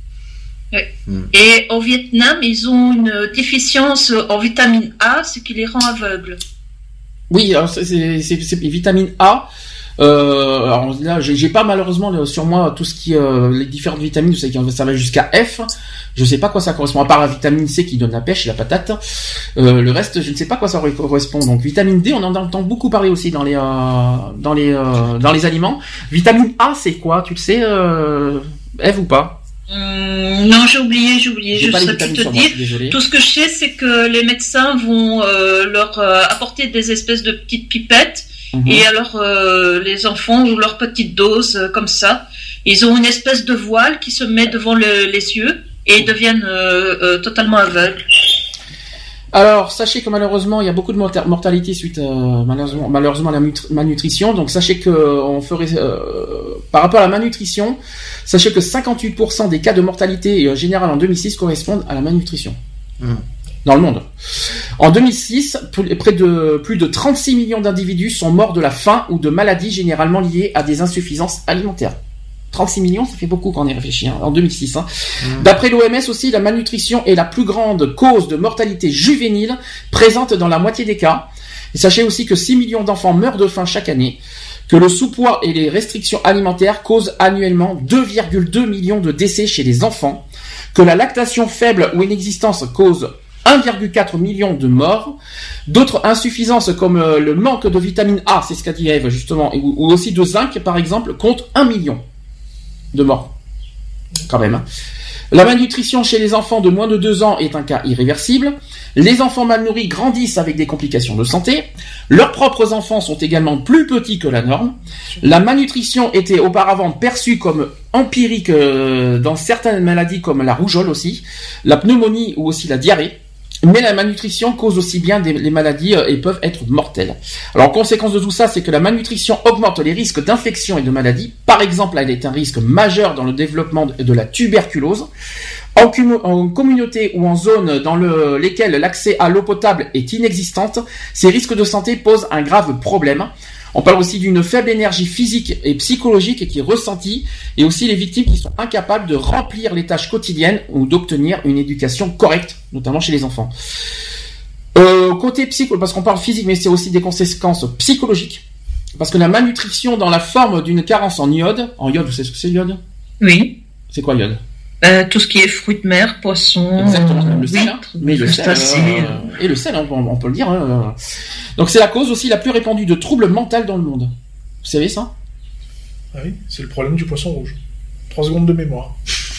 Oui. Mm. Et au Vietnam, ils ont une déficience en vitamine A, ce qui les rend aveugles. Oui, alors c'est, c'est, c'est, c'est vitamine A. Euh, alors là, j'ai, j'ai pas malheureusement sur moi tout ce qui, euh, les différentes vitamines, je sais que ça va jusqu'à F. Je sais pas quoi ça correspond, à part la vitamine C qui donne la pêche, la patate. Euh, le reste, je ne sais pas quoi ça correspond. Donc vitamine D, on en entend beaucoup parler aussi dans les, euh, dans les, euh, dans les aliments. Vitamine A, c'est quoi? Tu le sais, euh, F ou pas? Hum, non, j'ai oublié, j'ai oublié. J'ai je sais plus te dire. Moi, tout ce que je sais, c'est que les médecins vont euh, leur euh, apporter des espèces de petites pipettes, mmh. et alors euh, les enfants ont leur petite dose euh, comme ça. Ils ont une espèce de voile qui se met devant le, les yeux et ils deviennent euh, euh, totalement aveugles. Alors, sachez que malheureusement, il y a beaucoup de mortalité suite euh, malheureusement, malheureusement à la malnutrition. Donc, sachez que on ferait euh, par rapport à la malnutrition, sachez que cinquante-huit pour cent des cas de mortalité euh, générale en deux mille six correspondent à la malnutrition mmh. dans le monde. En deux mille six, près de plus de trente-six millions d'individus sont morts de la faim ou de maladies généralement liées à des insuffisances alimentaires. trente-six millions, ça fait beaucoup quand on y réfléchit, hein, en deux mille six. Hein. Mmh. D'après l'O M S aussi, la malnutrition est la plus grande cause de mortalité juvénile, présente dans la moitié des cas. Et sachez aussi que six millions d'enfants meurent de faim chaque année, que le sous-poids et les restrictions alimentaires causent annuellement deux virgule deux millions de décès chez les enfants, que la lactation faible ou inexistence cause un virgule quatre million de morts. D'autres insuffisances comme euh, le manque de vitamine A, c'est ce qu'a dit Eve justement, ou, ou aussi de zinc par exemple, comptent un million de morts. Quand même. Hein. La malnutrition chez les enfants de moins de deux ans est un cas irréversible. Les enfants mal nourris grandissent avec des complications de santé. Leurs propres enfants sont également plus petits que la norme. La malnutrition était auparavant perçue comme empirique euh, dans certaines maladies comme la rougeole aussi, la pneumonie ou aussi la diarrhée. Mais la malnutrition cause aussi bien des les maladies euh, et peuvent être mortelles. Alors, en conséquence de tout ça, c'est que la malnutrition augmente les risques d'infection et de maladies. Par exemple, elle est un risque majeur dans le développement de la tuberculose. En, cum- en communauté ou en zone dans le, lesquelles l'accès à l'eau potable est inexistante, ces risques de santé posent un grave problème. On parle aussi d'une faible énergie physique et psychologique qui est ressentie, et aussi les victimes qui sont incapables de remplir les tâches quotidiennes ou d'obtenir une éducation correcte, notamment chez les enfants. Euh, côté psycho, parce qu'on parle physique, mais c'est aussi des conséquences psychologiques, parce que la malnutrition dans la forme d'une carence en iode, en iode, vous savez ce que c'est l'iode ? Oui. C'est quoi l'iode ? Euh, tout ce qui est fruits de mer, poissons, exactement, le sel, hein. Mais le sel, euh, et le sel, on, on peut le dire. Hein. Donc c'est la cause aussi la plus répandue de troubles mentaux dans le monde. Vous savez ça ? Ah oui, c'est le problème du poisson rouge. Trois secondes de mémoire.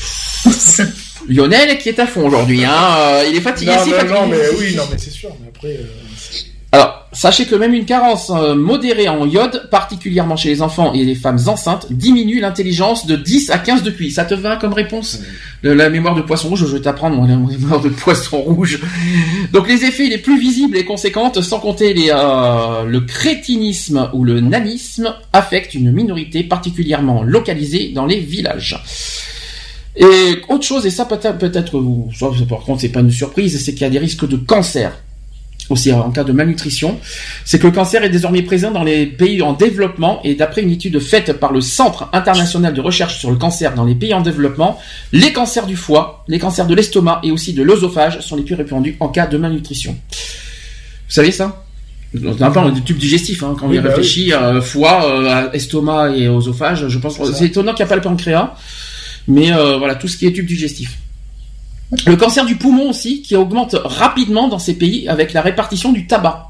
Lionel qui est à fond aujourd'hui, hein. Il est fatigué. Non, si mais, fatigué. non, mais oui, non, mais c'est sûr. Mais après. Euh, c'est... Alors, sachez que même une carence euh, modérée en iode, particulièrement chez les enfants et les femmes enceintes, diminue l'intelligence de dix à quinze de Q I. Ça te va comme réponse ? De la mémoire de poisson rouge, je vais t'apprendre moi, la mémoire de poisson rouge. Donc les effets les plus visibles et conséquentes, sans compter les, euh, le crétinisme ou le nanisme, affectent une minorité particulièrement localisée dans les villages. Et autre chose, et ça peut-être, peut-être, ça, par contre c'est pas une surprise, c'est qu'il y a des risques de cancer. Aussi en cas de malnutrition, c'est que le cancer est désormais présent dans les pays en développement, et d'après une étude faite par le Centre international de recherche sur le cancer dans les pays en développement, les cancers du foie, les cancers de l'estomac et aussi de l'œsophage sont les plus répandus en cas de malnutrition. Vous savez ça ? On parle du tube digestif, hein, quand oui, on y bah réfléchit, oui. euh, foie, euh, estomac et œsophage, je pense c'est, c'est étonnant qu'il n'y a pas le pancréas, mais euh, voilà, tout ce qui est tube digestif. Le cancer du poumon aussi, qui augmente rapidement dans ces pays avec la répartition du tabac.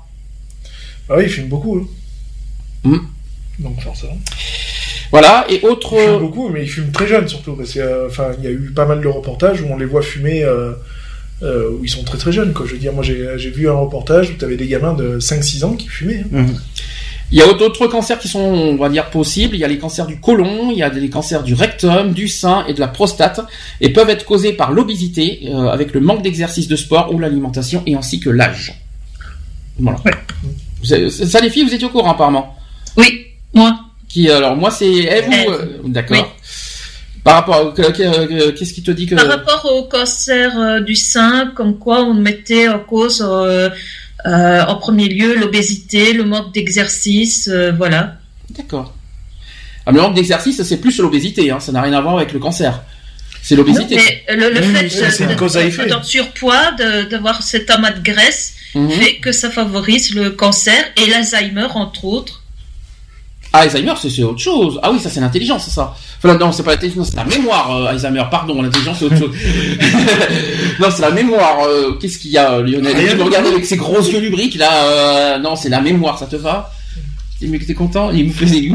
Ah oui, il fume beaucoup. Hein. Mmh. Donc forcément. Voilà, et autre... Il fume beaucoup, mais il fume très jeune surtout, parce qu'il euh, y a eu pas mal de reportages où on les voit fumer, euh, euh, où ils sont très très jeunes, quoi. Je veux dire, moi j'ai, j'ai vu un reportage où tu avais des gamins de cinq six ans qui fumaient. Hein. Mmh. Il y a d'autres cancers qui sont, on va dire, possibles. Il y a les cancers du côlon, il y a les cancers du rectum, du sein et de la prostate, et peuvent être causés par l'obésité, euh, avec le manque d'exercice de sport ou l'alimentation, et ainsi que l'âge. Voilà. Ouais. Ça, les filles, vous étiez au courant, apparemment ? Oui, moi. Qui, alors, moi, c'est Eve ou... Euh, d'accord. Oui. Par rapport, à, euh, qu'est-ce qui te dit que... Par rapport au cancer euh, du sein, comme quoi on mettait en cause... Euh, Euh, en premier lieu, l'obésité, le manque d'exercice, euh, voilà. D'accord. Ah, mais le manque d'exercice, c'est plus l'obésité, hein, ça n'a rien à voir avec le cancer. C'est l'obésité. Non, mais le, le mmh, fait c'est de, une cause à effet. d'être surpoids, de, d'avoir cet amas de graisse, mmh. fait que ça favorise le cancer et l'Alzheimer, entre autres. Ah, Alzheimer, c'est, c'est autre chose. Ah oui, ça c'est l'intelligence, c'est ça. Enfin, non, c'est pas l'intelligence, c'est la mémoire, euh, Alzheimer, pardon, l'intelligence c'est autre chose. Non, c'est la mémoire. Euh, qu'est-ce qu'il y a, Lionel ? Tu me regardes avec ses gros yeux lubriques, là, euh, non, c'est la mémoire, ça te va ? T'es content ? Il me faisait...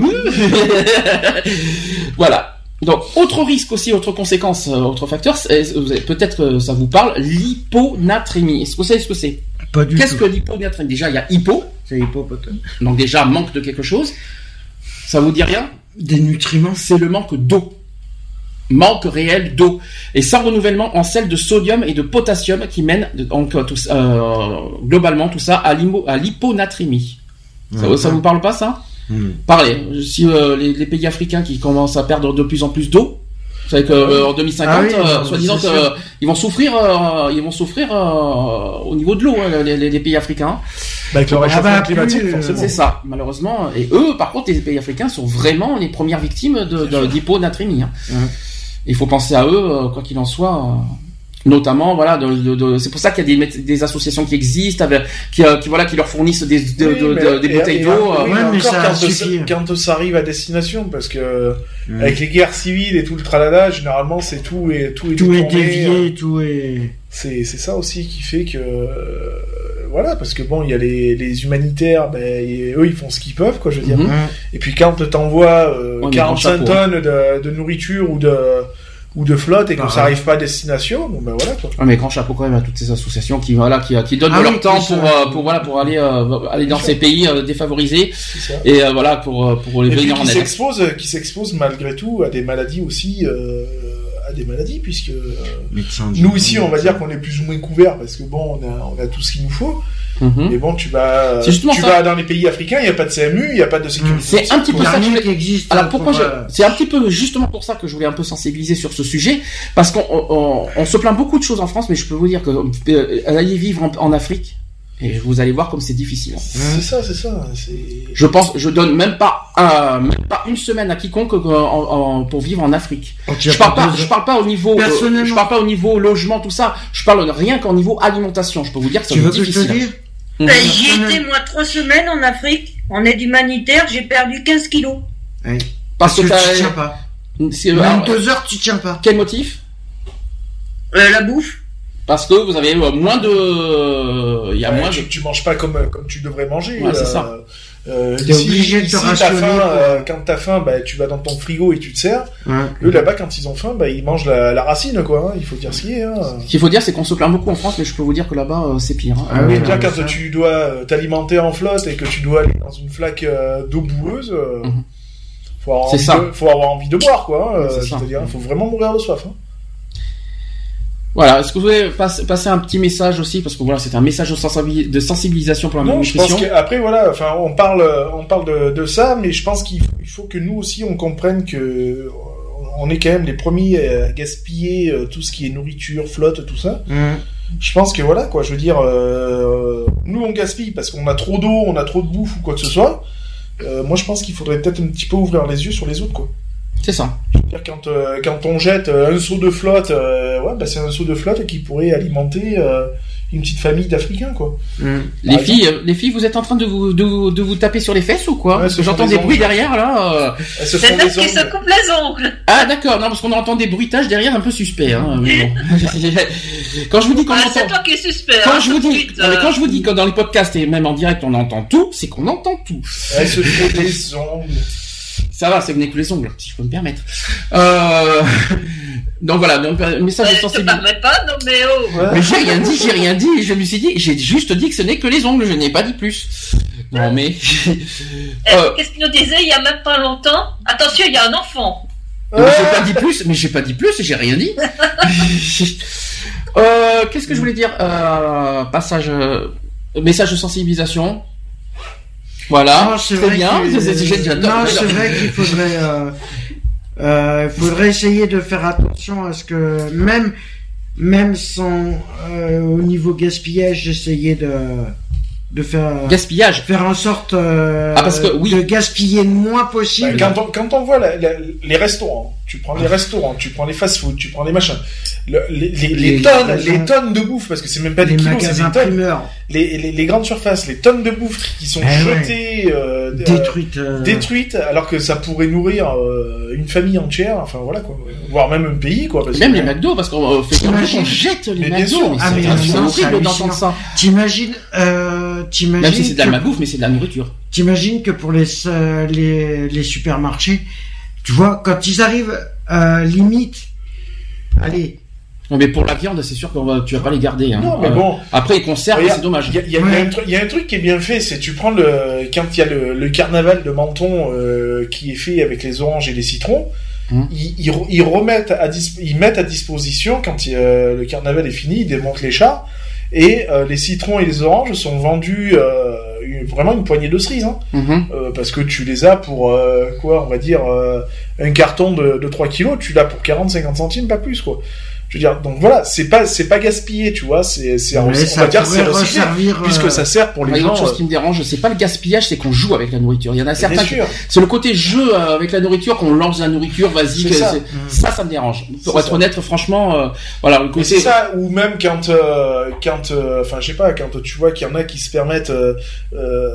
Voilà. Donc, autre risque aussi, autre conséquence, autre facteur, c'est, peut-être que ça vous parle, l'hyponatrémie. Est-ce que vous savez ce que c'est ? Pas du Qu'est-ce tout. que l'hyponatrémie ? Déjà, il y a hypo. C'est hippopotame. Donc déjà, manque de quelque chose. Ça vous dit rien ? Des nutriments. C'est le manque d'eau. Manque réel d'eau. Et sans renouvellement en sels de sodium et de potassium qui mène donc, tout, euh, globalement tout ça à, l'hypo, à l'hyponatrémie. Ça, mmh. ça vous parle pas ça ? mmh. Parlez. Si euh, les, les pays africains qui commencent à perdre de plus en plus d'eau, vous savez qu'en euh, deux mille cinquante, ah oui, euh, soi-disant qu'ils euh, vont souffrir, euh, ils vont souffrir euh, au niveau de l'eau, hein, les, les, les pays africains. Bah, avec le réchauffement ah bah, climatique, plus, forcément. C'est ça, malheureusement. Et eux, par contre, les pays africains sont vraiment les premières victimes de, de, d'hyponatrémie. Hein. Mmh. Il faut penser à eux, quoi qu'il en soit. Euh, notamment, voilà, de, de, de, c'est pour ça qu'il y a des, des associations qui existent, avec, qui, euh, qui voilà, qui leur fournissent des, de, oui, de, de, des et, bouteilles et, d'eau. Oui, euh, mais ça quand, ça, quand ça arrive à destination, parce que mmh. avec les guerres civiles et tout le tralala, généralement, c'est tout et tout est tout est dévié, tout est. C'est, c'est ça aussi qui fait que, euh, voilà, parce que bon, il y a les, les humanitaires, ben, et eux, ils font ce qu'ils peuvent, quoi, je veux dire. Mhm. Et puis quand t'envoies euh, Ouais, quarante-cinq tonnes de, de nourriture ou de, ou de flotte et que Ah, ça ouais. arrive pas à destination, bon ben voilà, quoi. Ah, mais grand chapeau quand même à toutes ces associations qui voilà qui, qui donnent Ah de oui, leur temps qui pour, sont- euh, pour voilà pour aller euh, aller dans ces pays euh, défavorisés C'est ça. et euh, voilà pour euh, pour les Et puis venir en qui aide. s'expose, qui s'expose malgré tout à des maladies aussi, euh, à des maladies, puisque euh, Médecin du- nous ici, on va dire qu'on est plus ou moins couverts parce que bon, on a, on a tout ce qu'il nous faut. Mhm. Mais bon, tu vas, C'est justement tu ça. vas dans les pays africains, il y a pas de C M U, il y a pas de sécurité. C'est un petit peu Il y a ça que je rien voulais- qui existe. Alors pourquoi pour, je... euh, c'est un petit peu justement pour ça que je voulais un peu sensibiliser sur ce sujet parce qu'on on, on se plaint beaucoup de choses en France, mais je peux vous dire que euh, aller vivre en, en Afrique et vous allez voir comme c'est difficile. C'est ça, c'est ça. C'est... Je pense, je donne même pas un, même pas une semaine à quiconque euh, en- en- pour vivre en Afrique. tu as Je parle pas pas, besoin- je parle pas au niveau, euh, Personnellement- je parle pas au niveau logement tout ça. Je parle rien qu'au niveau alimentation. Je peux vous dire que c'est Tu veux que je difficile. te dise Mhm. Ben, j'y étais, moi, trois semaines en Afrique, en aide humanitaire, j'ai perdu quinze kilos. Oui. Parce que tu t'as, tiens pas. c'est, Même alors, deux heures, tu tiens pas. quel motif? Euh, la bouffe. Parce que vous avez euh, moins de, il y a Ouais, moins tu, de, tu manges pas comme, comme tu devrais manger. Ouais, c'est euh, ça. Euh, T'es ici- obligé de te ici, t'as rationner, faim, quoi. euh, quand t'as faim, bah, tu vas dans ton frigo et tu te sers. Ouais. Eux, là-bas, quand ils ont faim, bah, ils mangent la, la racine, quoi. Hein. Il faut dire ce qui est. Hein. Ce qu'il faut dire, c'est qu'on se plaint beaucoup en France, mais je peux vous dire que là-bas, euh, c'est pire. Hein. Ah oui, Euh, Déjà, ouais, quand ça. tu dois euh, t'alimenter en flotte et que tu dois aller dans une flaque euh, d'eau boueuse, euh, Mhm. faut, avoir C'est envie ça. de, faut avoir envie de boire, quoi. Hein. Ouais, c'est Euh, ça. C'est-à-dire, il faut vraiment mourir de soif. Hein. Voilà. Est-ce que vous voulez passe- passer un petit message aussi, parce que voilà, c'est un message de, sensibilis- de sensibilisation pour la Non, je pense nutrition. qu'après, voilà, enfin, on parle, on parle de, de ça, mais je pense qu'il faut, il faut que nous aussi, on comprenne que euh, on est quand même les premiers à gaspiller euh, tout ce qui est nourriture, flotte, tout ça. Mmh. Je pense que voilà, quoi, je veux dire, euh, nous on gaspille parce qu'on a trop d'eau, on a trop de bouffe ou quoi que ce soit. Euh, moi, je pense qu'il faudrait peut-être un petit peu ouvrir les yeux sur les autres, quoi. C'est ça. Je veux dire, quand, euh, quand on jette euh, un seau de flotte, euh, ouais, bah, c'est un seau de flotte qui pourrait alimenter euh, une petite famille d'Africains, quoi. Mmh. Les Par filles, euh, les filles, vous êtes en train de vous, de, vous- de vous taper sur les fesses ou quoi? Ouais, Parce que ce sont j'entends des des bruits ongles. derrière là. euh. Elles se C'est font parce des qu'il se ongles. coupe les ongles. Ah d'accord, non parce qu'on entend des bruitages derrière un peu suspects. Hein, mais bon. Quand je vous dis qu'on Ah, c'est entend, toi qui es suspect. quand hein, je vous tout de dis, suite, non, mais euh. quand je vous dis que dans les podcasts et même en direct on entend tout, c'est qu'on entend tout. Elles se font des ongles. Ça va, c'est venez que les ongles, si je peux me permettre. Euh... donc voilà, donc, un message de Ouais, je te sensibilité. permets pas, non mais oh. Ouais. Mais j'ai rien dit, j'ai rien dit. Je me suis dit, j'ai juste dit que ce n'est que les ongles, je n'ai pas dit plus. Non mais. Eh, Euh, Qu'est-ce qu'il nous disait il y a même pas longtemps? Attention, il y a un enfant. mais j'ai pas dit plus, mais j'ai pas dit plus, j'ai rien dit. euh, Qu'est-ce que je voulais dire euh, Passage, euh, message de sensibilisation. Voilà, Non, c'est très vrai bien. que- C'est- c'est- j'ai- j'adore. Non, c'est vrai qu'il faudrait, euh, euh, faudrait essayer de faire attention à ce que même, même sans, euh, au niveau gaspillage, essayer de, de faire, Gaspillage. faire en sorte euh, Ah, parce que, oui. de gaspiller le moins Bah, possible. quand, on, quand on voit la- la- les restaurants, tu prends les restaurants, tu prends les fast-food, tu prends les machins, le- les, les, les, Les tonnes, magasins- les tonnes de bouffe, parce que c'est même pas les des kilos, c'est magasins des tonnes. primeurs Les, les, les grandes surfaces, les tonnes de bouffe qui sont Eh ouais. jetées, euh, euh, détruites. euh, détruites, alors que ça pourrait nourrir euh, une famille entière, enfin voilà quoi, voire même un pays quoi. Parce Même que, les McDo, parce qu'on euh, fait T'imagines on jette les Mais bien McDo. sûr. Mais Ah, c'est mais c'est non, c'est horrible d'entendre hallucinant. ça. T'imagines, euh, t'imagines Même si c'est de la que- malbouffe, mais c'est de la nourriture. T'imagines que pour les, euh, les, les supermarchés, tu vois, quand ils arrivent, euh, limite, allez, Non, mais pour la viande, c'est sûr que tu vas pas les garder. Hein. Non mais Euh, bon, Après, ils conservent, Regarde, c'est dommage. il y a, il y a- il y a un truc- il y a un truc qui est bien fait, c'est tu prends le quand il y a le, le carnaval de Menton euh, qui est fait avec les oranges et les citrons, Hum. ils, ils, re- ils remettent à dis- ils mettent à disposition quand il, euh, le carnaval est fini, ils démontent les chars et euh, les citrons et les oranges sont vendus euh, une- vraiment une poignée de cerises, hein, Mhm. euh, parce que tu les as pour euh, quoi, on va dire euh, un carton de, de trois kilos, tu l'as pour quarante à cinquante centimes, pas plus quoi. Je veux dire, donc voilà, c'est pas c'est pas gaspillé, tu vois, c'est c'est mais on ça va dire c'est pourrait recyclé, resservir, puisque euh, ça sert pour Il y les a une autre gens. chose qui me dérange, c'est pas le gaspillage, c'est qu'on joue avec la nourriture. Il y en a euh, certains bien qui... sûr. C'est le côté jeu euh, avec la nourriture, qu'on lance la nourriture, vas-y. C'est que ça. c'est- Mm. ça, ça me dérange. Pour C'est être ça. honnête, franchement, euh, voilà, le Mais côté... c'est ça, ou même quand, euh, quand, euh, enfin, je sais pas, quand tu vois qu'il y en a qui se permettent euh, euh,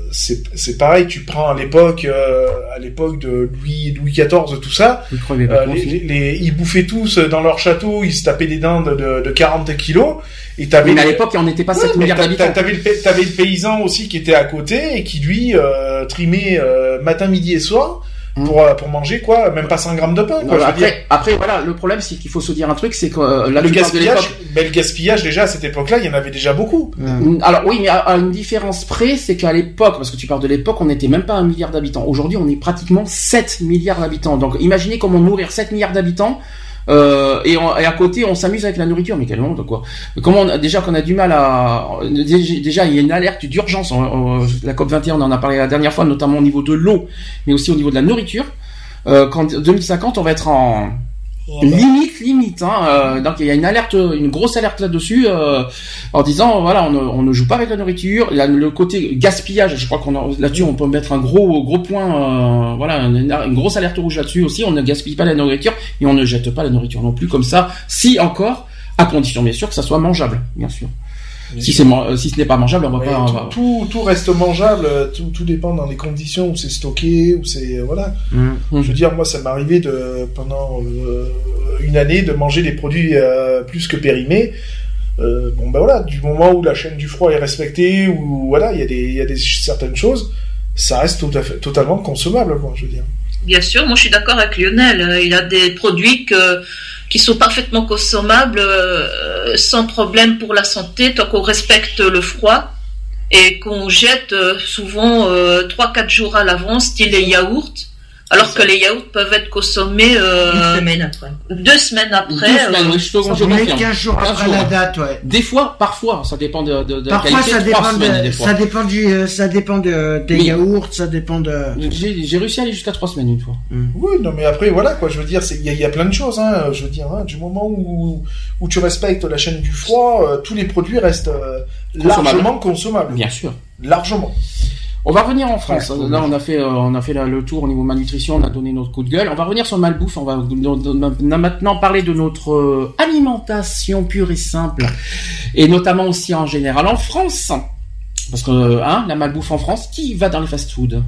c'est c'est pareil. Tu prends à l'époque, euh, à l'époque de Louis Louis quatorze, tout ça. Euh, les, les, les, ils bouffaient tous dans leur château. Ils se tapaient des dindes de, de quarante kilos. Et t'avais. Mais à l'époque, on n'était pas ouais, sept milliards d'habitants. T'avais le t'avais le paysan aussi qui était à côté et qui lui euh, trimait euh, matin, midi et soir. Pour, pour manger quoi, même pas cent grammes de pain. Quoi, non, je après, veux dire. après voilà, le problème c'est qu'il faut se dire un truc, c'est que euh, la le plupart de gaspillage, l'époque. Mais le gaspillage déjà à cette époque-là, il y en avait déjà beaucoup. Mmh. Alors oui, mais à, à une différence près, c'est qu'à l'époque, parce que tu parles de l'époque, on n'était même pas un milliard d'habitants. Aujourd'hui, on est pratiquement sept milliards d'habitants. Donc imaginez comment nourrir sept milliards d'habitants. Euh, et, on, et à côté, on s'amuse avec la nourriture, mais quel monde quoi. Comment on, déjà qu'on a du mal à déjà il y a une alerte d'urgence. On, on, la COP vingt et un, on en a parlé la dernière fois, notamment au niveau de l'eau, mais aussi au niveau de la nourriture. Euh, qu'en deux mille cinquante, on va être en oh, limite, limite. Hein, euh, donc il y a une alerte, une grosse alerte là-dessus, euh, en disant voilà, on ne, on ne joue pas avec la nourriture. Il y a le côté gaspillage. Je crois qu'on a, là-dessus, on peut mettre un gros, gros point. Euh, voilà, une, une grosse alerte rouge là-dessus aussi. On ne gaspille pas la nourriture et on ne jette pas la nourriture non plus comme ça. Si encore, à condition bien sûr que ça soit mangeable, bien sûr. Mais si c'est si ce n'est pas mangeable, on va pas. Tout, va... tout tout reste mangeable. Tout tout dépend dans les conditions où c'est stocké, où c'est voilà. Mmh. Je veux dire, moi, ça m'est arrivé de pendant euh, une année de manger des produits euh, plus que périmés. Euh, bon ben voilà, du moment où la chaîne du froid est respectée, où voilà, il y a des il y a des certaines choses, ça reste tout à fait totalement consommable, quoi. Je veux dire. Bien sûr, moi je suis d'accord avec Lionel. Il y a des produits que qui sont parfaitement consommables euh, sans problème pour la santé tant qu'on respecte le froid et qu'on jette euh, souvent euh, trois quatre jours à l'avance, style les yaourts, alors que les yaourts peuvent être consommés euh, une semaine après. Deux semaines après. Deux semaines, euh, oui, je te confirme. quinze jours après la date, ouais. Des fois, parfois, ça dépend de, de, de parfois, la qualité. Ça dépend, semaines, de, ça dépend du, euh, ça dépend de, des mais yaourts, ça dépend de. J'ai, j'ai réussi à aller jusqu'à trois semaines une fois. Mmh. Oui, non, mais après, voilà, quoi, je veux dire, il y, y a plein de choses, hein, je veux dire, hein, du moment où, où tu respectes la chaîne du froid, euh, tous les produits restent euh, largement consommables. Bien sûr. Largement. On va revenir en France. Ouais, là, on a fait, euh, on a fait la, le tour au niveau malnutrition, on a donné notre coup de gueule. On va revenir sur le malbouffe. On va on a maintenant parler de notre euh, alimentation pure et simple, et notamment aussi en général en France. Parce que hein, la malbouffe en France, qui va dans les fast-foods?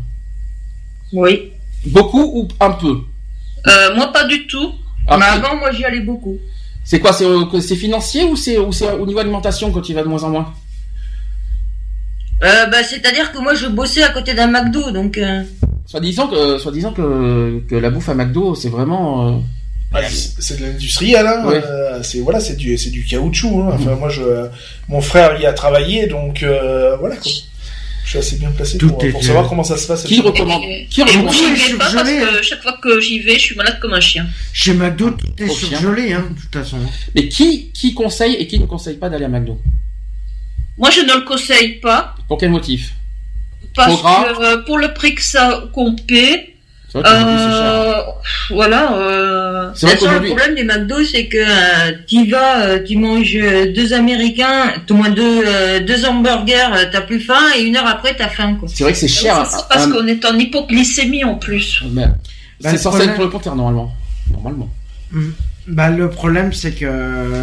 Oui. Beaucoup ou un peu? euh, Moi, pas du tout. Ah, mais avant, moi, j'y allais beaucoup. C'est quoi? C'est, c'est financier ou c'est, ou c'est au niveau alimentation quand tu y vas de moins en moins? Euh, bah, c'est-à-dire que moi, je bossais à côté d'un McDo, donc. Euh... Soit disant que, soit disant que, que la bouffe à McDo, c'est vraiment. Euh... Ouais, c'est, c'est de l'industriel, hein. Ouais. Euh, c'est voilà, c'est du, c'est du caoutchouc. Hein. Enfin, mmh. moi, je, mon frère y a travaillé, donc euh, voilà quoi. Je suis assez bien placé pour, pour savoir comment ça se passe. Qui recommande? Et, Qui recommande? recommande? Et moi, j'y vais pas parce que chaque fois que j'y vais, je suis malade comme un chien. Chez McDo, tout est surgelé, hein, de toute façon. Mais qui, qui conseille et qui ne conseille pas d'aller à McDo? Moi, je ne le conseille pas. Pour quel motif? Parce que euh, pour le prix que ça qu'on paie, c'est vrai euh, c'est cher. Voilà. Euh... C'est vrai ça, le problème des McDo, c'est que euh, tu vas, euh, tu manges deux Américains, au moins deux, euh, deux hamburgers, euh, t'as plus faim, et une heure après, t'as faim, quoi. C'est vrai que c'est cher. Donc, c'est parce un... qu'on est en hypoglycémie en plus. Mais, bah, c'est censé problème... être pour le compteur normalement. Normalement. Mmh. Bah le problème, c'est que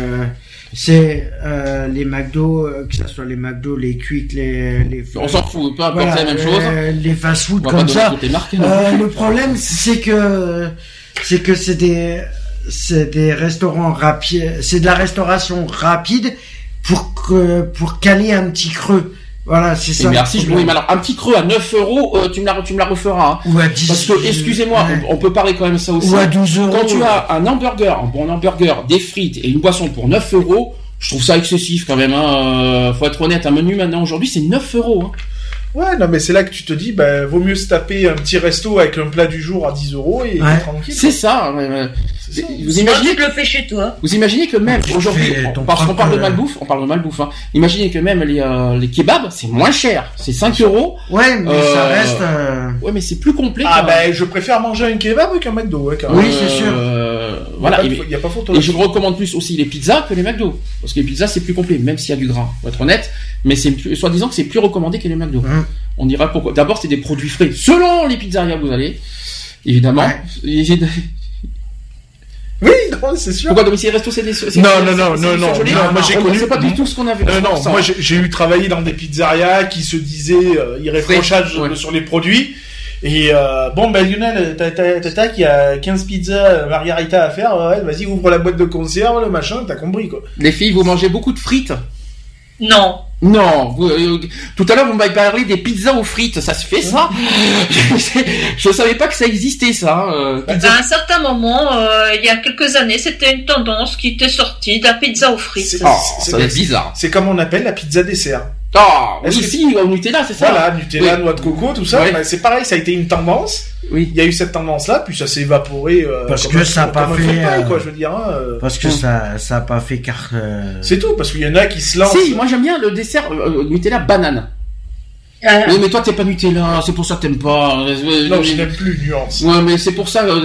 c'est euh, les McDo, euh, que ce soit les McDo, les Quick, les, les on s'en fout, peu importe, voilà, la même chose. Euh, les fast-food comme ça. Marques, euh, le problème, c'est que c'est que c'est des c'est des restaurants rapides, c'est de la restauration rapide pour que pour caler un petit creux. Voilà, c'est ça. Et merci, je oui, mais alors, un petit creux à neuf euros, euh, tu me la, tu me la referas, hein. Ou à dix. Parce que, excusez-moi, ouais. on, on peut parler quand même ça aussi. Ou à douze euros. Quand tu as un hamburger, un bon hamburger, des frites et une boisson pour neuf euros, je trouve ça excessif quand même, hein. Faut être honnête, un menu maintenant aujourd'hui, c'est neuf euros, hein. Ouais, non, mais c'est là que tu te dis, ben, vaut mieux se taper un petit resto avec un plat du jour à dix euros et ouais. tranquille. C'est ça, ouais, ouais. C'est ça. Vous imaginez que le fais chez toi. Vous imaginez que même aujourd'hui, on, parce qu'on parle de malbouffe, on parle de malbouffe, hein. Imaginez que même les, euh, les kebabs, c'est moins cher. C'est cinq euros. Ouais, mais euh, ça reste, euh... ouais, mais c'est plus complet. Ah, ben, je préfère manger un kebab qu'un McDo, ouais, quand même. Oui, c'est sûr. Euh, voilà. Il n'y a, a pas photo. Et je recommande plus aussi les pizzas que les McDo. Parce que les pizzas, c'est plus complet, même s'il y a du gras. Faut être honnête. Mais c'est plus, soit disant que c'est plus recommandé que les McDo. Mmh. On dira pourquoi. D'abord, c'est des produits frais. Selon les pizzerias où vous allez. Évidemment. Ouais. Oui, c'est sûr. Pourquoi domicile resto c'est des c'est, Non, c'est, non, non, c'est, non, c'est non, surgelé non, moi j'ai on, connu. c'est pas du tout ce qu'on a vu. Euh, non, moi j'ai, j'ai eu travaillé dans des pizzerias qui se disaient euh, irréprochables ouais. sur les produits. Et euh, bon, ben Lionel, t'as, t'as, t'as, t'as, qu'il y a quinze pizzas margarita à faire, ouais, vas-y, ouvre la boîte de conserve, le machin, t'as compris, quoi. Les filles, vous mangez beaucoup de frites? Non. Non, vous, euh, tout à l'heure vous m'avez parlé des pizzas aux frites, ça se fait ça? je, je savais pas que ça existait ça. Euh, à un certain moment, euh, il y a quelques années, c'était une tendance qui était sortie de la pizza aux frites. C'est, oh, c'est, ça c'est bizarre. C'est comme on appelle la pizza dessert. Ah, oui, si, au Nutella, c'est ça. Voilà, Nutella, oui. noix de coco, tout ça. Oui. Ben, c'est pareil, ça a été une tendance. Oui. Il y a eu cette tendance-là, puis ça s'est évaporé. Euh, parce que ça n'a pas fait. Paille, quoi, je veux dire. Hein, euh... Parce que ça, ça a pas fait car. Euh... C'est tout, parce qu'il y en a qui se lancent. Si, moi j'aime bien le dessert euh, Nutella banane. Euh... Oui, mais toi t'es pas Nutella, c'est pour ça que t'aimes pas. Non, je n'aime plus nuance. Ouais, mais c'est pour ça, euh,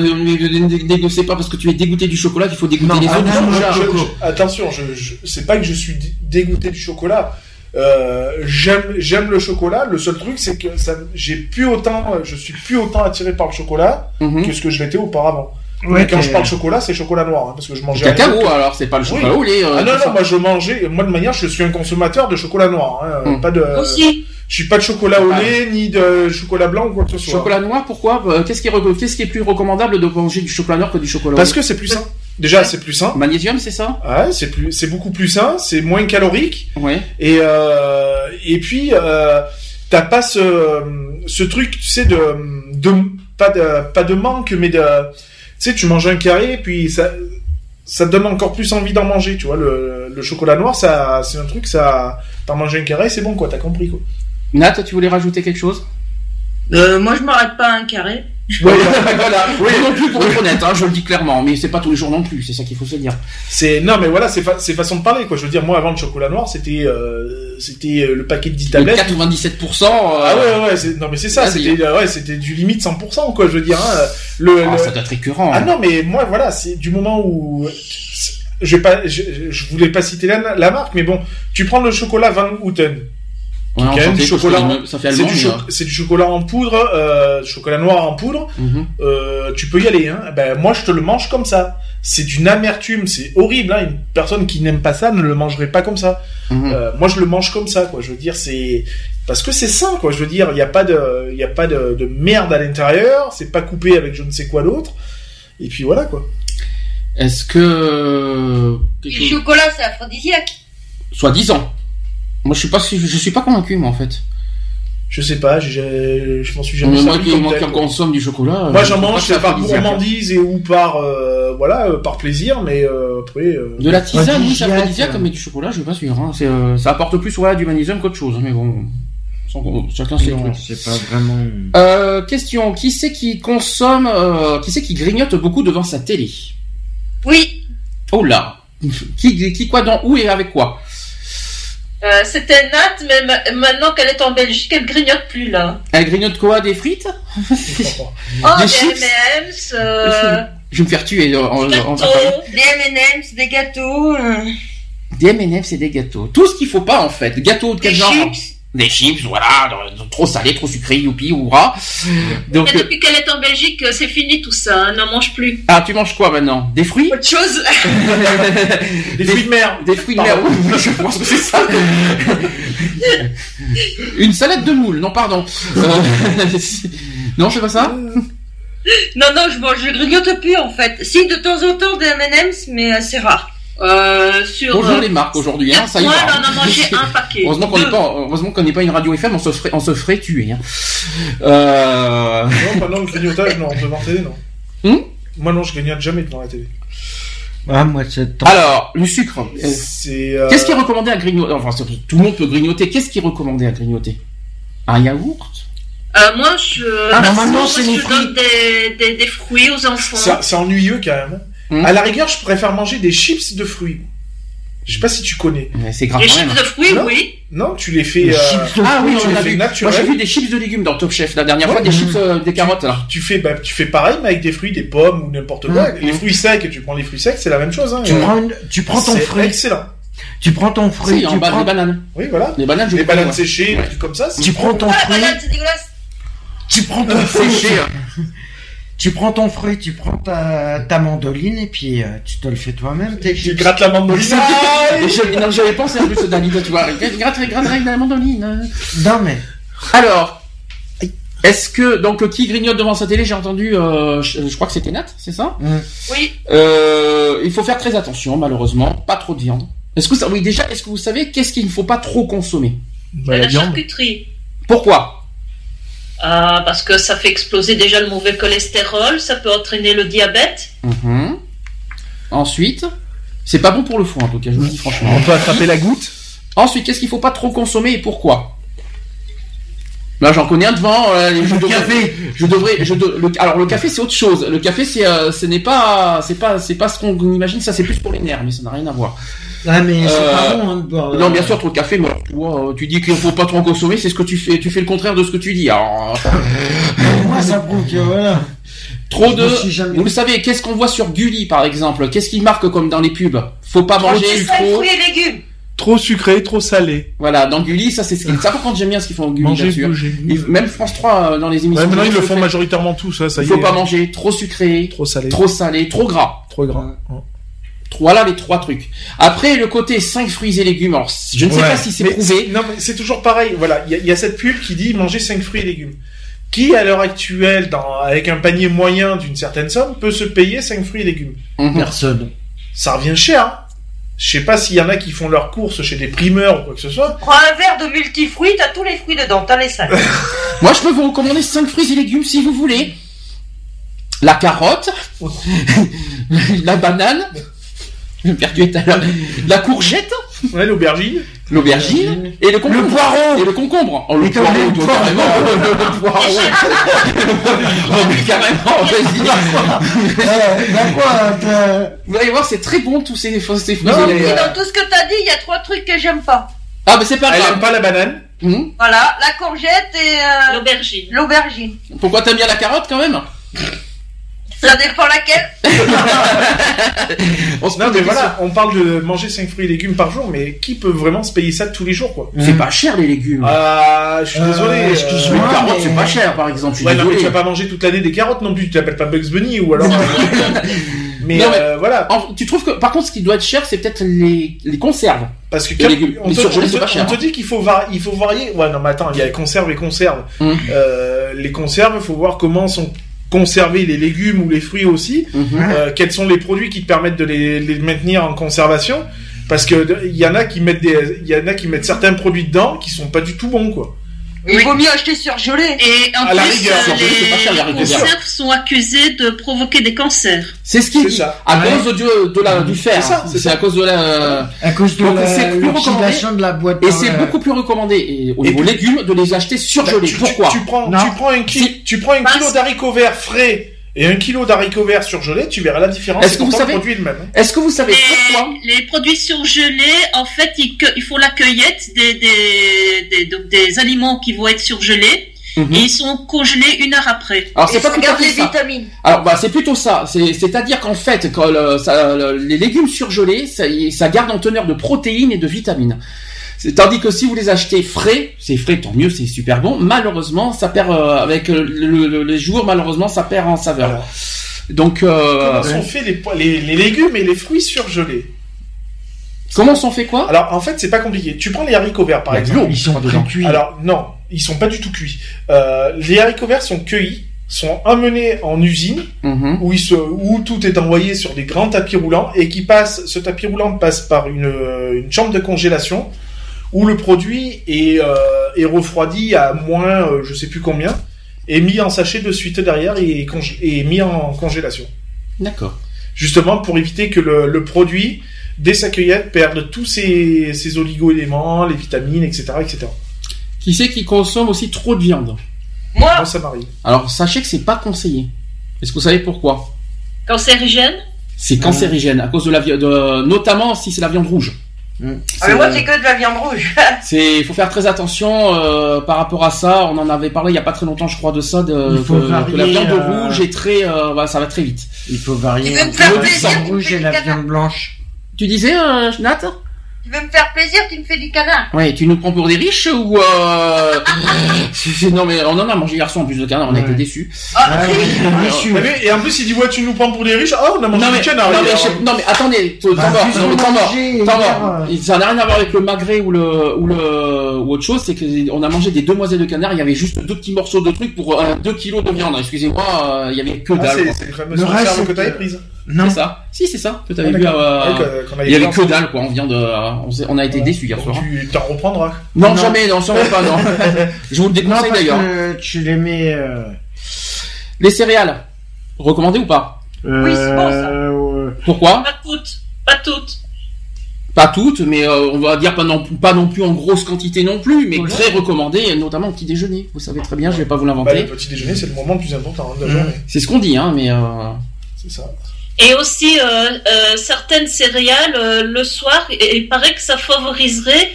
ne négociez pas parce que tu es dégoûté du chocolat qu'il faut dégoûter non, les autres. Non, je, je, je, attention, je, je, c'est pas que je suis dégoûté du chocolat. Euh, j'aime j'aime le chocolat. Le seul truc, c'est que ça, j'ai plus autant, je suis plus autant attiré par le chocolat mm-hmm. que ce que je l'étais auparavant. Ouais, mais quand je parle chocolat, c'est chocolat noir, hein, parce que je mangeais. Cacao, que... alors c'est pas le chocolat oui. au lait. Euh, ah non non, moi je mangeais. Moi de manière, je suis un consommateur de chocolat noir. Hein, mm. Pas de. Aussi. Je suis pas de chocolat au lait ni de chocolat blanc ou quoi que ce soit. Chocolat noir, pourquoi euh, Qu'est-ce qui est re... qu'est-ce qui est plus recommandable de manger du chocolat noir que du chocolat au lait? Parce que c'est plus sain. Déjà, c'est plus sain. Magnésium, c'est ça? Ouais, c'est plus, c'est beaucoup plus sain, c'est moins calorique. Ouais. Et euh, et puis euh, t'as pas ce ce truc, tu sais, de de pas de pas de manque, mais de, tu sais, tu manges un carré, puis ça ça te donne encore plus envie d'en manger, tu vois. Le le chocolat noir, ça, c'est un truc, ça, t'en manges un carré, c'est bon, quoi. T'as compris, quoi. Nat, tu voulais rajouter quelque chose? Euh, moi, je m'arrête pas à un carré. Oui, voilà. Oui, non plus pour être honnête, hein, je le dis clairement, mais c'est pas tous les jours non plus, c'est ça qu'il faut se dire. C'est non, mais voilà, c'est fa... c'est façon de parler, quoi. Je veux dire, moi avant le chocolat noir, c'était euh... c'était le paquet de dix tablettes. quatre-vingt-dix-sept pour cent. Euh... Ah ouais, ouais, c'est... non mais c'est ça, Vas-y. c'était ouais, c'était du limite cent pour cent, quoi. Je veux dire, hein, le, ah, le... ça doit être récurrent. Ah hein. Non, mais moi, voilà, c'est du moment où je vais pas, je, je voulais pas citer la, la marque, mais bon, tu prends le chocolat Van Houten. Ouais, quand même du chocolat, en... ça fait allemand, c'est, du cho- c'est du chocolat en poudre, euh, chocolat noir en poudre. Mm-hmm. Euh, tu peux y aller, hein. Ben moi, je te le mange comme ça. C'est d'une amertume, c'est horrible. Hein. Une personne qui n'aime pas ça ne le mangerait pas comme ça. Mm-hmm. Euh, moi, je le mange comme ça, quoi. Je veux dire, c'est parce que c'est sain, quoi. Je veux dire, il y a pas de, il y a pas de, de merde à l'intérieur. C'est pas coupé avec je ne sais quoi d'autre. Et puis voilà, quoi. Est-ce que le chocolat, c'est aphrodisiaque. Soi-disant. Moi, je suis pas, je suis pas convaincu, moi, en fait. Je sais pas, j'ai, je m'en suis jamais. Mais moi, qui, moi qui consomme du chocolat. Moi, j'en mange, c'est par gourmandise et ou par, euh, voilà, euh, par plaisir, mais euh, après. Euh, de la tisane, oui, c'est aphrodisiaque, mais du chocolat, je suis pas sûr. Hein. C'est, euh, ça apporte plus, ouais, du magnésium qu'autre chose, mais bon. Chacun ses trucs. C'est pas vraiment. Euh, question, qui c'est qui consomme, euh, qui c'est qui grignote beaucoup devant sa télé? Oui. Oh là. Qui, qui quoi dans où et avec quoi? Euh, c'était Nat, mais ma- maintenant qu'elle est en Belgique, elle grignote plus là. Elle grignote quoi? Des frites? Oh, des, des M and M's. Euh... Je vais me faire tuer en, en, en, en des M and M's, des gâteaux. Euh... Des M and M's et des gâteaux. Tout ce qu'il faut pas en fait. Gâteaux de quel des genre? Chips. Des chips, voilà, trop salé, trop sucré, youpi, oura. Donc, mais depuis qu'elle est en Belgique, c'est fini tout ça, hein, n'en mange plus. Ah, tu manges quoi maintenant? Des fruits? Autre chose. des, des fruits de mer. Des fruits de mer, oui, je pense que c'est ça. Une salade de moule, non, pardon. Euh... non, c'est pas ça? Non, non, je mange, je grignote plus en fait. Si, de temps en temps des M and M's, mais c'est rare. Euh, sur, Bonjour les marques aujourd'hui, hein, ça y va. Moi, on en a mangé un paquet. Heureusement qu'on n'est pas, heureusement qu'on n'est pas une radio F M, on se ferait, on se ferait tuer, hein. Euh... Non, pas non, le grignotage, non, devant la télé, non. Hmm Moi, non, je grignote jamais devant la télé. Ah, moi, c'est temps. Alors, le sucre. C'est, euh... Qu'est-ce qui est recommandé à grignoter? Enfin, tout le monde peut grignoter. Qu'est-ce qui est recommandé à grignoter? Un yaourt? Euh, moi, je, ah, normalement, c'est je donne des, des, des fruits aux enfants. C'est, c'est ennuyeux, quand même. Mmh. À la rigueur, je préfère manger des chips de fruits. Je sais pas si tu connais. Mais c'est grave. Les chips même. de fruits, non oui. Non, tu les fais. Les euh... chips de ah fruits, oui, on a vu. Naturel. Moi, j'ai vu des chips de légumes dans Top Chef la dernière ouais, fois, des mmh. chips, euh, des carottes là. Tu fais, bah, tu fais pareil, mais avec des fruits, des pommes ou n'importe quoi. Mmh. Les fruits secs, tu prends les fruits secs, c'est la même chose. Hein, tu, prends une... tu prends ton c'est fruit. Excellent. Tu prends ton fruit. Si, tu en bas prends des bananes. Oui, voilà. Les bananes, je les bananes ouais. séchées, ouais. des trucs comme ça. Tu prends ton ah, fruit. Banane, c'est dégueulasse. Tu prends ton fruit. Tu prends ton fruit, tu prends ta, ta mandoline et puis euh, tu te le fais toi-même. T'es Tu grattes la mandoline. Et je, non, j'avais pensé en plus Danilo, tu vois, gratte, gratte la mandoline. Non mais. Alors, est-ce que donc qui grignote devant sa télé, j'ai entendu, euh, je, je crois que c'était Nat, c'est ça? Mm. Oui. Euh, il faut faire très attention, malheureusement, pas trop de viande. Est-ce que ça, oui déjà, est-ce que vous savez qu'est-ce qu'il ne faut pas trop consommer? Bah, la la viande. charcuterie. Pourquoi? Ah, parce que ça fait exploser déjà le mauvais cholestérol, ça peut entraîner le diabète. Mmh. Ensuite, c'est pas bon pour le foie en tout cas, je vous le dis franchement. On peut attraper la goutte. Ensuite, qu'est-ce qu'il faut pas trop consommer et pourquoi? Là, j'en connais un devant. Euh, je devrais, café. Je devrais. Je de, le, alors, le café, c'est autre chose. Le café, c'est, euh, ce n'est pas, c'est pas, c'est pas ce qu'on imagine. Ça, c'est plus pour les nerfs, mais ça n'a rien à voir. Ah mais c'est Euh, pas bon hein, de boire. Non, bien sûr, trop de café. Mais tu vois, tu dis qu'il faut pas trop en consommer, c'est ce que tu fais. Tu fais le contraire de ce que tu dis. Alors, Moi, ça prouve que voilà. trop de. Jamais... Vous le savez, qu'est-ce qu'on voit sur Gulli, par exemple? Qu'est-ce qui marque comme dans les pubs? Faut pas Trop manger de trop. fruits et légumes. Trop sucré, trop salé. Voilà, dans Gulli, ça c'est ce qui. Ça par contre, j'aime bien ce qu'ils font en Gulli, Manger, bien sûr. bouger. Et même France trois euh, dans les émissions. Ouais, maintenant ils le se font fait. majoritairement tous, ça, ça Il y faut est. pas manger trop sucré, Trop salé. trop salé, trop gras. Trop gras. Voilà les trois trucs. Après, le côté cinq fruits et légumes. Alors, je ne sais Ouais. pas si c'est Mais prouvé. Non, mais c'est toujours pareil. Voilà, il y, a- il y a cette pub qui dit manger cinq fruits et légumes. Qui, à l'heure actuelle, dans, avec un panier moyen d'une certaine somme, peut se payer cinq fruits et légumes? Mhm. Personne. Ça revient cher. Hein. Je sais pas s'il y en a qui font leurs courses chez des primeurs ou quoi que ce soit. Prends un verre de multifruits, t'as tous les fruits dedans, t'as les cinq. Moi, je peux vous recommander cinq fruits et légumes si vous voulez. La carotte, la banane, je me perds tout à l'heure. La courgette, Ouais, l'aubergine. l'aubergine et le concombre. Le poireau. Et le concombre. Oh, le Et comme poireau, le toi, poireau. carrément. Le poireau. Oh, mais carrément, vas-y. Euh, bah quoi t'as- Vous allez voir, c'est très bon tous ces, ces fruits Non, et Et légumes. dans tout ce que t'as dit, il y a trois trucs que j'aime pas. Ah, mais c'est pas Elle grave. aime pas la banane. Hum. Voilà, la courgette et euh, L'aubergine. l'aubergine. Pourquoi t'aimes bien la carotte quand même? Ça dépend laquelle. On se Non, pose mais des voilà, on parle de manger cinq fruits et légumes par jour, mais qui peut vraiment se payer ça tous les jours, quoi? questions. C'est pas cher les légumes. Ah, je suis Euh, désolé. excuse-moi. Les euh, carottes, mais- c'est pas cher par exemple. Je suis Ouais, non, mais désolé. tu vas pas manger toute l'année des carottes non plus. Tu t'appelles pas Bugs Bunny ou alors. mais Non, mais- euh, voilà, En- tu trouves que par contre ce qui doit être cher c'est peut-être les, les conserves. parce que les comme- légumes. on Les te, surgelés, on te- c'est pas cher, on te hein. dit qu'il faut, vari- il faut varier. Ouais, non, mais attends, il y a les conserves et conserves. Hum. Euh, les conserves, il faut voir comment sont conservés les légumes ou les fruits aussi. Euh, quels sont les produits qui te permettent de les, les maintenir en conservation? Parce que de- il y en a qui mettent des, il y en a qui mettent certains produits dedans qui sont pas du tout bons, quoi. Il Oui. vaut mieux acheter surgelé. Et en À la plus, rigueur, euh, surgelé, c'est pas cher, la les rigueur. conserves sont accusées de provoquer des cancers. C'est ce qu'il C'est dit. ça. À Ouais. cause du, de la, du fer. C'est ça, c'est C'est ça. à cause de la. À cause de Donc, la- c'est plus l'oxydation de la boîte. Et euh, c'est beaucoup plus recommandé et, au Et niveau puis- légumes de les acheter surgelés. Bah, tu, Pourquoi tu, tu prends, Non. tu prends un kilo, Si. tu prends un Parce- kilo d'haricots verts frais et un kilo d'haricots verts surgelés, tu verras la différence. Est-ce Et que vous pourtant, savez- le produit est le même. hein. Est-ce que vous savez pourquoi Les, les produits surgelés, en fait, ils, que- ils font la cueillette des, des, des, donc des aliments qui vont être surgelés Mhm. et ils sont congelés une heure après. Alors Et c'est pas ça tout à garde fait les ça. vitamines. Alors bah c'est plutôt ça. C'est c'est-à-dire qu'en fait quand le- ça- le- les légumes surgelés, ça, ça garde en teneur de protéines et de vitamines. C'est- Tandis que si vous les achetez frais, c'est frais, tant mieux, c'est super bon. Malheureusement, ça perd euh, avec euh, le- le- les jours. Malheureusement, ça perd en saveur. Alors, Donc euh, comment sont faits les, po- les, les légumes et les fruits surgelés? comment s'en fait quoi? Alors, en fait, c'est pas compliqué. Tu prends les haricots verts, par Il y a de exemple. l'eau. Ils sont dedans. cuits. Alors, non, ils sont pas du tout cuits. Euh, les haricots verts sont cueillis, sont amenés en usine, Mhm. où, ils se, où tout est envoyé sur des grands tapis roulants, et qui passe, ce tapis roulant passe par une, euh, une chambre de congélation, où le produit est, euh, est refroidi à moins, euh, je sais plus combien, et mis en sachet de suite derrière, et, congé- et mis en congélation. D'accord. Justement pour éviter que le, le produit, dès sa cueillette, perde tous ses, ses oligo-éléments, les vitamines, et cetera, et cetera. Qui c'est qui consomme aussi trop de viande? Moi, Moi, ça m'arrive. Alors sachez que c'est pas conseillé. Est-ce que vous savez pourquoi? Cancérigène. C'est cancérigène à cause de la viande, notamment si c'est la viande rouge. Mm. ah, mais moi c'est que de la viande rouge. C'est, il faut faire très attention euh, par rapport à ça. On en avait parlé il y a pas très longtemps, je crois, de ça, de, Il faut que, varier, que la viande euh, rouge est très, euh, bah, ça va très vite. Il faut varier. Tu veux me entre faire le plaisir, sang tu rouge fais et du la caca. viande blanche. Tu disais, euh, Nat? Tu veux me faire plaisir, tu me fais du canard. Ouais, tu nous prends pour des riches ou euh... c'est, non mais on en a mangé hier soir en plus de canard, on a ouais. été déçus. Ah, oui. Oui. Et en plus il dit ouais tu nous prends pour des riches. Ah on a mangé non, mais, du canard. Non mais, je, non mais attendez, t'en bah, mort, non mais t'en mort, t'en mort. Ça n'a rien à voir avec le magret ou le ou le ou autre chose, c'est que on a mangé des demoiselles de canard, il y avait juste deux petits morceaux de trucs pour euh, deux kilos de viande. Excusez-moi, euh, il y avait que dalle. Ah, c'est, c'est les fameuses conserves que t'avais prises. Non. C'est ça. Si, c'est ça. Que t'avais vu, euh, il y avait que dalle, quoi. On vient de, on, on a été ouais. déçus hier soir. Tu t'en reprendras. Non, non. jamais, non, sûrement pas, non. Je vous le déconseille non, d'ailleurs. Que tu les mets, euh... Les céréales. Recommandé ou pas? Euh... Oui, c'est bon, ça. Euh... Pourquoi? Pas toutes. Pas toutes. Pas toutes, mais euh, on va dire pas non, pas non plus en grosse quantité non plus, mais oui. très recommandé, notamment au petit déjeuner. Vous savez très bien, je vais pas vous l'inventer. Bah, le petit déjeuner, c'est le moment le plus important de la journée. C'est ce qu'on dit, hein, mais... Euh... C'est ça. Et aussi, euh, euh, certaines céréales, euh, le soir, il paraît que ça favoriserait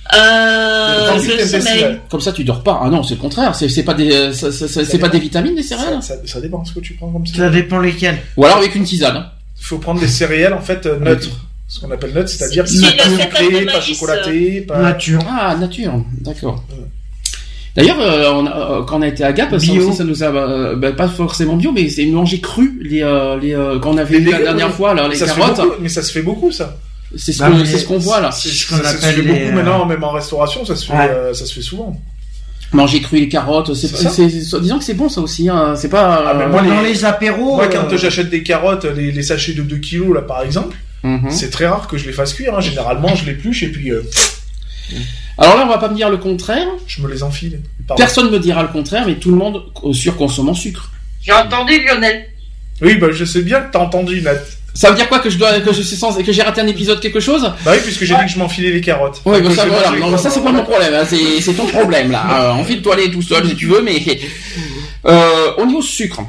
euh, le sommeil. Comme ça, tu dors pas. Ah non, c'est le contraire. C'est, c'est pas des, ça, ça, ça, c'est pas des vitamines, des céréales. Ça, ça, ça dépend ce que tu prends comme ça. Ça dépend lesquelles. Ou alors avec une tisane. Il faut prendre des céréales, en fait, euh, neutres. Ce qu'on appelle neutre, c'est-à-dire si pas sucré, pas chocolaté, pas... Nature. Ah, nature. D'accord. Ouais. D'ailleurs, euh, on a, euh, quand on a été à Gap, ça aussi, ça nous a, euh, bah, pas forcément bio, mais c'est manger cru, les, euh, les, euh, quand on avait vu la dernière oui. fois, là, les ça carottes. Beaucoup, mais ça se fait beaucoup, ça. C'est ce, bah, qu'on, c'est ce qu'on voit, là. C'est ce qu'on ça, appelle ça se fait les... beaucoup maintenant, même en restauration, ça se fait, ouais. euh, ça se fait souvent. Manger cru les carottes, c'est, c'est, c'est, c'est, disons que c'est bon, ça aussi, hein. C'est pas, ah, mais moi, dans les, les apéros. Moi, quand euh... j'achète des carottes, les, les sachets de deux kilos, là, par exemple, mm-hmm. c'est très rare que je les fasse cuire, hein. Généralement, je l'épluche et puis, euh... Alors là, on va pas me dire le contraire. Je me les enfile. Pardon. Personne me dira le contraire, mais tout le monde surconsomme en sucre. J'ai entendu Lionel. Oui, bah je sais bien que t'as entendu, Nat. Ça veut dire quoi que je dois, que je suis sans, que j'ai raté un épisode quelque chose? Bah oui, puisque j'ai ouais. dit que je m'enfilais les carottes. Oui, bah ça, voilà. Non, ça c'est pas mon problème. Hein. C'est, c'est ton problème là. Euh, enfile-toi les tout seul si tu veux, mais euh, au niveau sucre.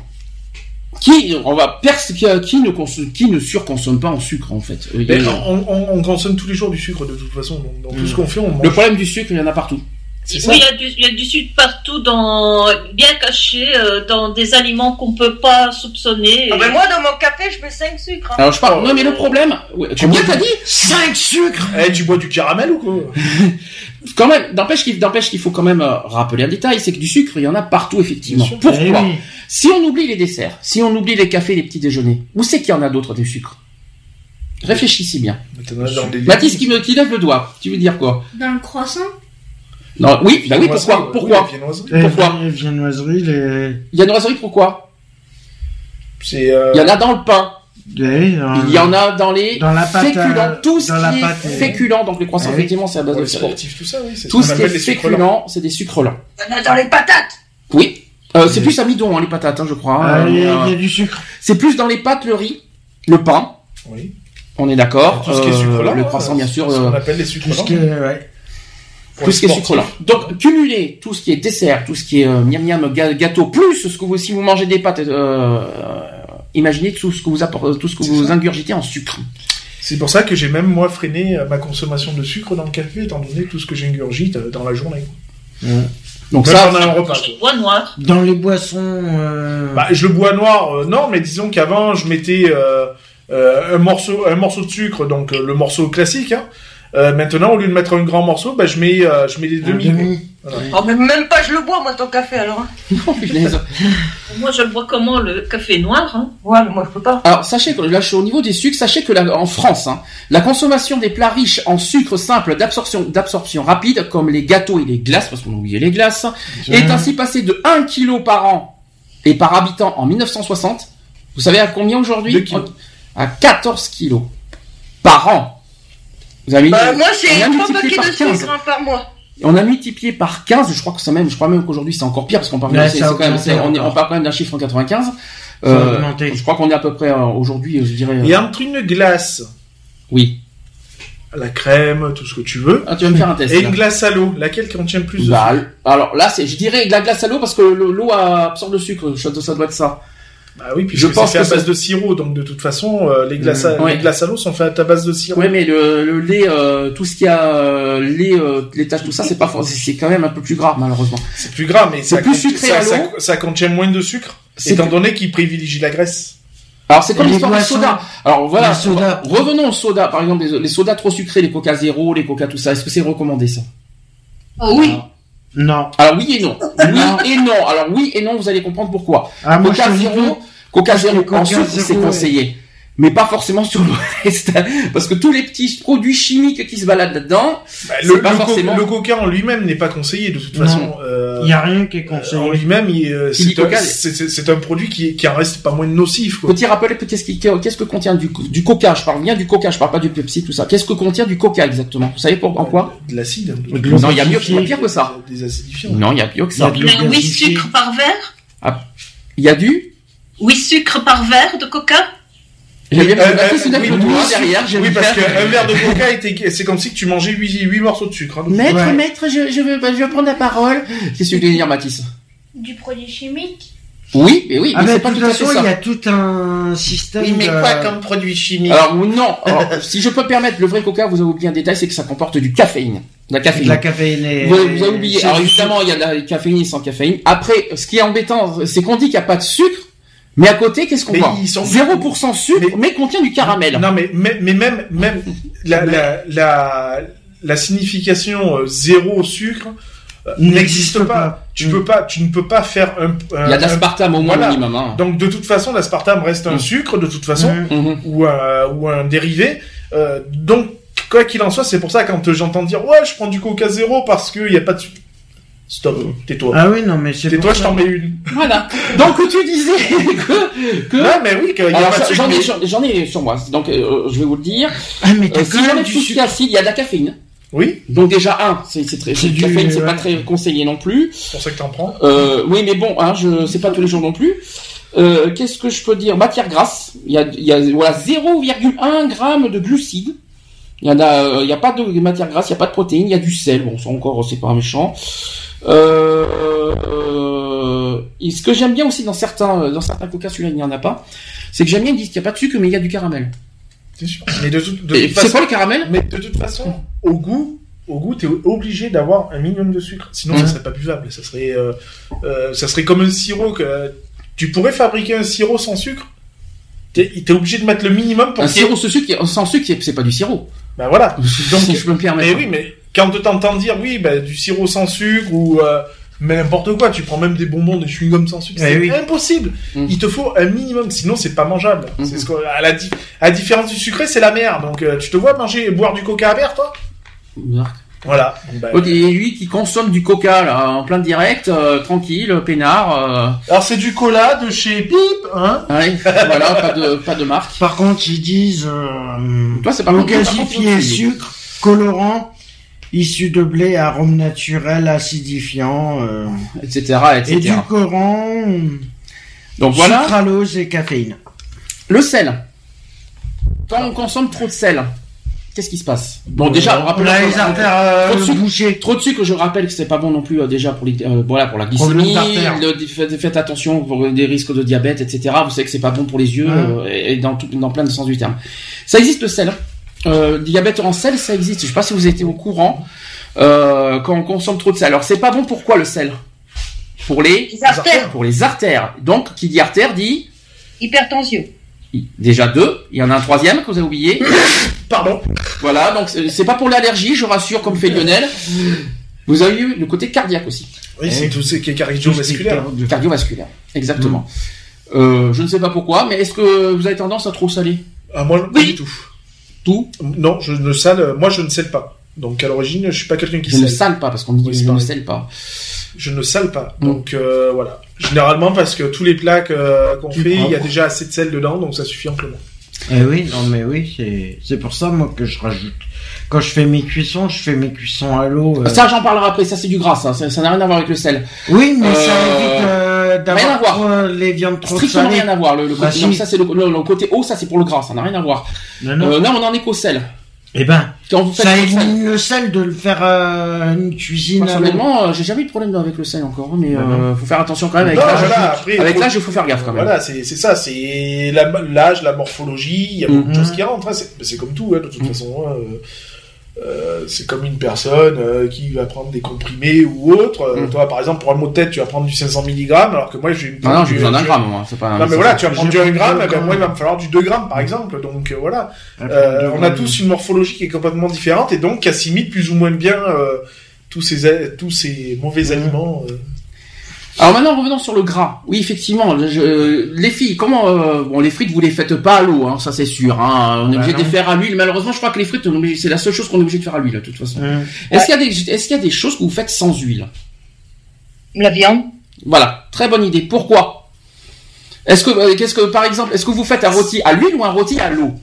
Qui, on va pers- qui ne consomme, qui ne surconsomme pas en sucre en fait. Mais on, on, on consomme tous les jours du sucre de toute façon. Dans, dans mmh. tout ce qu'on fait, on mange. Le problème du sucre, il y en a partout. C'est oui, il y a du, il y a du sucre partout, dans, bien caché, euh, dans des aliments qu'on peut pas soupçonner. Ah ben moi, dans mon café, je mets cinq sucres. Hein. Alors je parle. Non mais le problème, ouais, tu combien t'as dit? cinq sucres. Eh, tu bois du caramel ou quoi? Quand même, d'empêche qu'il, d'empêche qu'il faut quand même euh, rappeler un détail, c'est que du sucre, il y en a partout effectivement. Pourquoi? Eh oui. Si on oublie les desserts, si on oublie les cafés, les petits déjeuners, où c'est qu'il y en a d'autres des sucres? Réfléchissez bien. Mathis qui me, qui lève le doigt. Tu veux dire quoi? Dans le croissant? Non, oui, bah oui, pourquoi? Pourquoi? Oui, pourquoi? Les viennoiseries, les... Viennoiseries, pourquoi? C'est, euh... Il y en a dans le pain. Oui, dans il y en a dans les dans la pâte, féculents, euh, tout ce qui est pâte, féculent, donc les croissants, oui. effectivement, c'est à base ouais, de sportif, tout ça, oui. C'est tout ce, ce qui est féculent, c'est des sucres lents. Il y en a dans les patates. Oui. Euh, c'est oui. plus amidon, hein, les patates, hein, je crois. Ah, euh, il y a, il y a du sucre. C'est plus dans les pâtes, le riz, le pain. Oui. On est d'accord. Tout ce qui est sucre lent. Le croissant, bien sûr. Ce euh, qu'on appelle les sucres lents. Ouais. Tout ce qui est sucre lent. Donc, cumuler tout ce qui est dessert, tout ce qui est euh, miam miam gâteau, plus ce que vous, si vous mangez des pâtes, euh, euh, imaginez tout ce que vous apportez, tout ce que c'est vous ça. ingurgitez en sucre. C'est pour ça que j'ai même moi freiné ma consommation de sucre dans le café, étant donné tout ce que j'ingurgite dans la journée. Mmh. Donc même ça, on a un repas. Je bois noir. Dans les boissons. Euh... Bah, je le bois noir, euh, non, mais disons qu'avant je mettais euh, euh, un morceau, un morceau de sucre, donc euh, le morceau classique. Hein. Euh, maintenant, au lieu de mettre un grand morceau, bah, je mets, euh, je mets des demi. demi. Voilà. Oh, mais même pas je le bois, moi, ton café, alors. Non, punaise. Moi, je le bois comment, le café noir, hein. Ouais, mais moi, je peux pas. Alors, sachez que, là, je suis au niveau des sucres, sachez que là, en France, hein, la consommation des plats riches en sucre simple d'absorption, d'absorption rapide, comme les gâteaux et les glaces, parce qu'on a oublié les glaces, Bien. est ainsi passée de un kilo par an et par habitant en dix-neuf cent soixante. Vous savez à combien aujourd'hui? deux kilos. À quatorze kilos. Par an. Vous avez bah, moi, c'est trois paquets de sucre hein, par mois. On a multiplié par quinze, je crois que ça même, je crois même qu'aujourd'hui c'est encore pire parce qu'on parle, ouais, c'est, c'est quand même, c'est, on, est, on parle quand même d'un chiffre en quatre-vingt-quinze. Euh, je crois qu'on est à peu près euh, aujourd'hui, je dirais. Euh... Et entre une glace. Oui. La crème, tout ce que tu veux. Ah, tu vas me faire un test. Et là. Une glace à l'eau, laquelle contient plus de bah, sucre? Alors là, c'est, je dirais la glace à l'eau parce que l'eau absorbe le sucre, ça doit être ça. Bah oui, puis je pense c'est fait à base de sirop, donc de toute façon, euh, les glaces à, mmh, ouais. les glaces à l'eau sont faites à base de sirop. Oui, mais le, le lait, euh, tout ce qu'il y a, euh, lait, euh, laitage, tout ça, c'est pas fort, c'est, c'est quand même un peu plus gras, malheureusement. C'est plus gras, mais c'est ça, plus contient, sucré ça, à l'eau. Ça, ça contient moins de sucre, c'est étant plus... donné qu'il privilégie la graisse. Alors c'est comme Les l'histoire du boissons, soda. Alors voilà, les sodas. revenons au soda, par exemple les, les sodas trop sucrés, les Coca zéro, les Coca tout ça. Est-ce que c'est recommandé ça? Oh oui. Non. Alors oui et non. Oui et non. Alors oui et non, vous allez comprendre pourquoi. Ah, moi, Coca je te dis zéro, non. Coca Parce que zéro Coca en sucre, zéro, c'est ouais. conseillé. Mais pas forcément sur le reste. Parce que tous les petits produits chimiques qui se baladent là-dedans, Bah, c'est le, pas le, co- forcément... le coca en lui-même n'est pas conseillé de toute Non. façon. Euh, Il y a rien qui est euh, en conseillé. lui-même, il, euh, Qui dit c'est, un, coca, c'est, c'est, c'est un produit qui, qui en reste pas moins nocif. Quoi. Faut-il rappeler qu'est-ce, qui, qu'est-ce que contient du, du coca? Je parle bien du coca, je parle pas du Pepsi, tout ça. Qu'est-ce que contient du coca exactement? Vous savez pour, en quoi? De l'acide. De, De Non, il y a mieux, il y a pire que ça. Des acidifiants. Non, il y a mieux que ça. Il y a de Mais l'eau huit gasifiée. sucres par verre. Il y a du... huit sucres par verre de coca. J'ai bien Euh, vu, euh, c'est une oui, le oui, doigt oui, derrière, j'ai Oui, vu parce faire. qu'un verre de coca, était, c'est comme si tu mangeais huit morceaux de sucre. Hein, donc. Maître, Ouais. maître, je, je veux, je veux prendre la parole. Qu'est-ce que tu veux dire, Mathis? Du produit chimique. Oui, mais oui, Ah, mais mais c'est de pas toute tout à fait façon, il y ça. a tout un système de... produit chimique? Alors, non. Alors, si je peux me permettre, le vrai coca, vous avez oublié un détail, c'est que ça comporte du caféine. De la de caféine. la caféine et... Vous, vous avez oublié. c'est Alors du évidemment, il y a de la caféine et sans caféine. Après, ce qui est embêtant, c'est qu'on dit qu'il n'y a pas de sucre, mais à côté, qu'est-ce qu'on Mais voit? ils sont- zéro pour cent sucre, mais, Mais- contient du caramel. Non, mais, mais, mais même, même la, la, la, la signification euh, zéro sucre euh, n'existe pas. Tu Mm. peux pas, tu ne peux pas faire un. un- Il y a de un- l'aspartame au moins voilà. minimum. Hein. Donc de toute façon, l'aspartame reste un Mm. sucre de toute façon Mm. Mhm. ou un ou un dérivé. Euh, donc quoi qu'il en soit, c'est pour ça quand j'entends dire ouais, je prends du Coca zéro parce que il y a pas de sucre. Stop, tais-toi. Ah oui, non, mais c'est Tais-toi, pour je ça. t'en mets une. Voilà. Donc tu disais que... que... Non, mais oui, qu'il y a Alors, pas de sucre. j'en ai, mais- j'en- j'en ai sur moi. Donc euh, je vais vous le dire. Ah, mais Euh, t'as si quand même j'enlève du tout ce qui est sucre. acide, il y a de la caféine. Oui, Donc déjà un, c'est, c'est très, C'est la du- caféine, c'est pas ouais. très conseillé non plus. c'est pour ça que t'en prends. Euh, oui, mais bon, hein, je, c'est pas tous les jours non plus. Euh, qu'est-ce que je peux dire? Matière grasse. Il y a, il y a, voilà, zéro virgule un gramme de glucides. Il y en a, euh, il y a pas de matière grasse, il y a pas de protéines, il y a du sel. Bon, ça encore, c'est pas méchant. Euh, euh, et ce que j'aime bien aussi dans certains, dans certains coca, celui-là, il n'y en a pas. C'est que j'aime bien, ils disent qu'il n'y a pas de sucre, mais il y a du caramel. C'est sûr. Mais de, toute- de Et toute c'est façon, quoi le caramel? mais de toute façon, au goût, au goût, t'es obligé d'avoir un minimum de sucre. Sinon, Mhm. ça serait pas buvable. Ça serait, euh, euh, ça serait comme un sirop que tu pourrais fabriquer un sirop sans sucre. T'es, t'es obligé de mettre le minimum pour Un qu'il y ait- sirop sans sucre, sans sucre, c'est pas du sirop. Ben voilà. Donc, si je peux me permettre. Mais oui, mais quand t'entends dire oui, ben du sirop sans sucre ou euh, mais n'importe quoi, tu prends même des bonbons, des chewing-gums sans sucre, Eh c'est oui. impossible. Mm. Il te faut un minimum, sinon c'est pas mangeable. Mm. C'est ce que, à, la, di- à la différence du sucré, c'est la mer. Donc euh, tu te vois manger et boire du coca à verre, toi? Voilà. Bon, ben, Ok, et lui qui consomme du coca là, en plein direct, euh, tranquille, peinard. alors c'est du cola de chez Pip, hein? Euh... Ouais, voilà, pas de pas de marque. Par contre, ils disent euh, Toi, c'est pas eau contre- par contre, gasifiée, c'est- sucre, colorant, issu de blé, arôme naturel, acidifiant, euh, et cetera, et et du cetera. coran, Donc voilà, sucralose et caféine. le sel. Quand on consomme trop de sel, qu'est-ce qui se passe? Bon, déjà, on rappelons- a les artères trop de euh, sucre. bouchées. Trop de sucre, je rappelle que c'est pas bon non plus euh, déjà pour les, euh, voilà pour la Problème glycémie. d'artère. Le, faites, faites attention pour des risques de diabète, et cetera. Vous savez que c'est pas bon pour les yeux Ouais. euh, et, et dans tout, dans plein de sens du terme. Ça existe le sel. Euh, diabète en sel, ça existe. Je sais pas si vous étiez au courant. Euh, quand on consomme trop de sel. Alors c'est pas bon. Pourquoi le sel? Pour les Les artères, pour les artères. Donc qui dit artère dit hypertension. déjà deux. Il y en a un troisième que vous avez oublié. Pardon. Voilà. Donc c'est c'est pas pour l'allergie, je rassure, comme fait Lionel. Vous avez eu le côté cardiaque aussi. Oui, c'est tout ce qui est cardiovasculaire. Cardiovasculaire, exactement. Euh, je ne sais pas pourquoi, mais est-ce que vous avez tendance à trop saler? Ah, moi, pas Oui. du tout. Tout? Non, je ne sale, moi je ne sale pas. Donc à l'origine, je suis pas quelqu'un qui Je ne sale. sale pas, parce qu'on dit Oui, que c'est je ne pareil. sale pas. Je ne sale pas. Mm. Donc euh, voilà. Généralement parce que tous les plats que- qu'on Tu fait, il y a prends. déjà assez de sel dedans, donc ça suffit amplement. Eh oui, non mais oui, c'est c'est pour ça moi que je rajoute. Quand je fais mes cuissons, je fais mes cuissons à l'eau. euh. Ça, j'en parlerai après, ça c'est du gras, ça, ça ça n'a rien à voir avec le sel. Oui, mais ça Euh, évite euh, rien à d'avoir voir. trop, euh, les viandes trop Strictement salées. rien à voir, le, le Bah, côté, si. donc ça c'est le, le- le côté eau, ça c'est pour le gras, ça n'a rien à voir. Non, non. Euh, là, on en est qu'au sel. Eh ben, Quand vous faites ça le sel- élimine le sel de le faire euh, une cuisine à l'eau. Personnellement, euh, j'ai jamais eu de problème avec le sel encore, mais Bah, euh, faut faire attention quand même avec Non, l'âge. voilà, après, Avec faut- l'âge, il faut faire gaffe quand même. Voilà, c'est c'est ça, c'est la- l'âge, la morphologie, il y a beaucoup Mhm. de choses qui rentrent. hein, C'est c'est comme tout, hein, de toute Mhm. façon. hein, euh, Euh, c'est comme une personne euh, qui va prendre des comprimés ou autre. Euh, mmh. Toi, par exemple, pour un mot de tête, tu vas prendre du cinq cents milligrammes, alors que moi, je vais me prendre non, non, du... j'ai besoin d'un gramme, moi. C'est pas... Non, mais voilà, tu vas prendre du un gramme, ben moi, il va me falloir du deux grammes, par exemple. Donc, euh, voilà. Euh, on a tous une morphologie qui est complètement différente et donc qui assimile plus ou moins bien euh, tous ces tous ces mauvais mmh. aliments. Euh... Alors maintenant, revenons sur le gras. Oui, effectivement, je, les filles, comment euh, bon, les frites, vous les faites pas à l'eau, hein, ça c'est sûr. Hein, on est bah obligé non. de les faire à l'huile. Malheureusement, je crois que les frites, c'est la seule chose qu'on est obligé de faire à l'huile, de toute façon. Mmh. Est-ce qu'il y a des, est-ce qu'il y a des choses que vous faites sans huile? La viande. Voilà, très bonne idée. Pourquoi? Est-ce que, qu'est-ce que, par exemple, est-ce que vous faites un rôti à l'huile ou un rôti à l'eau?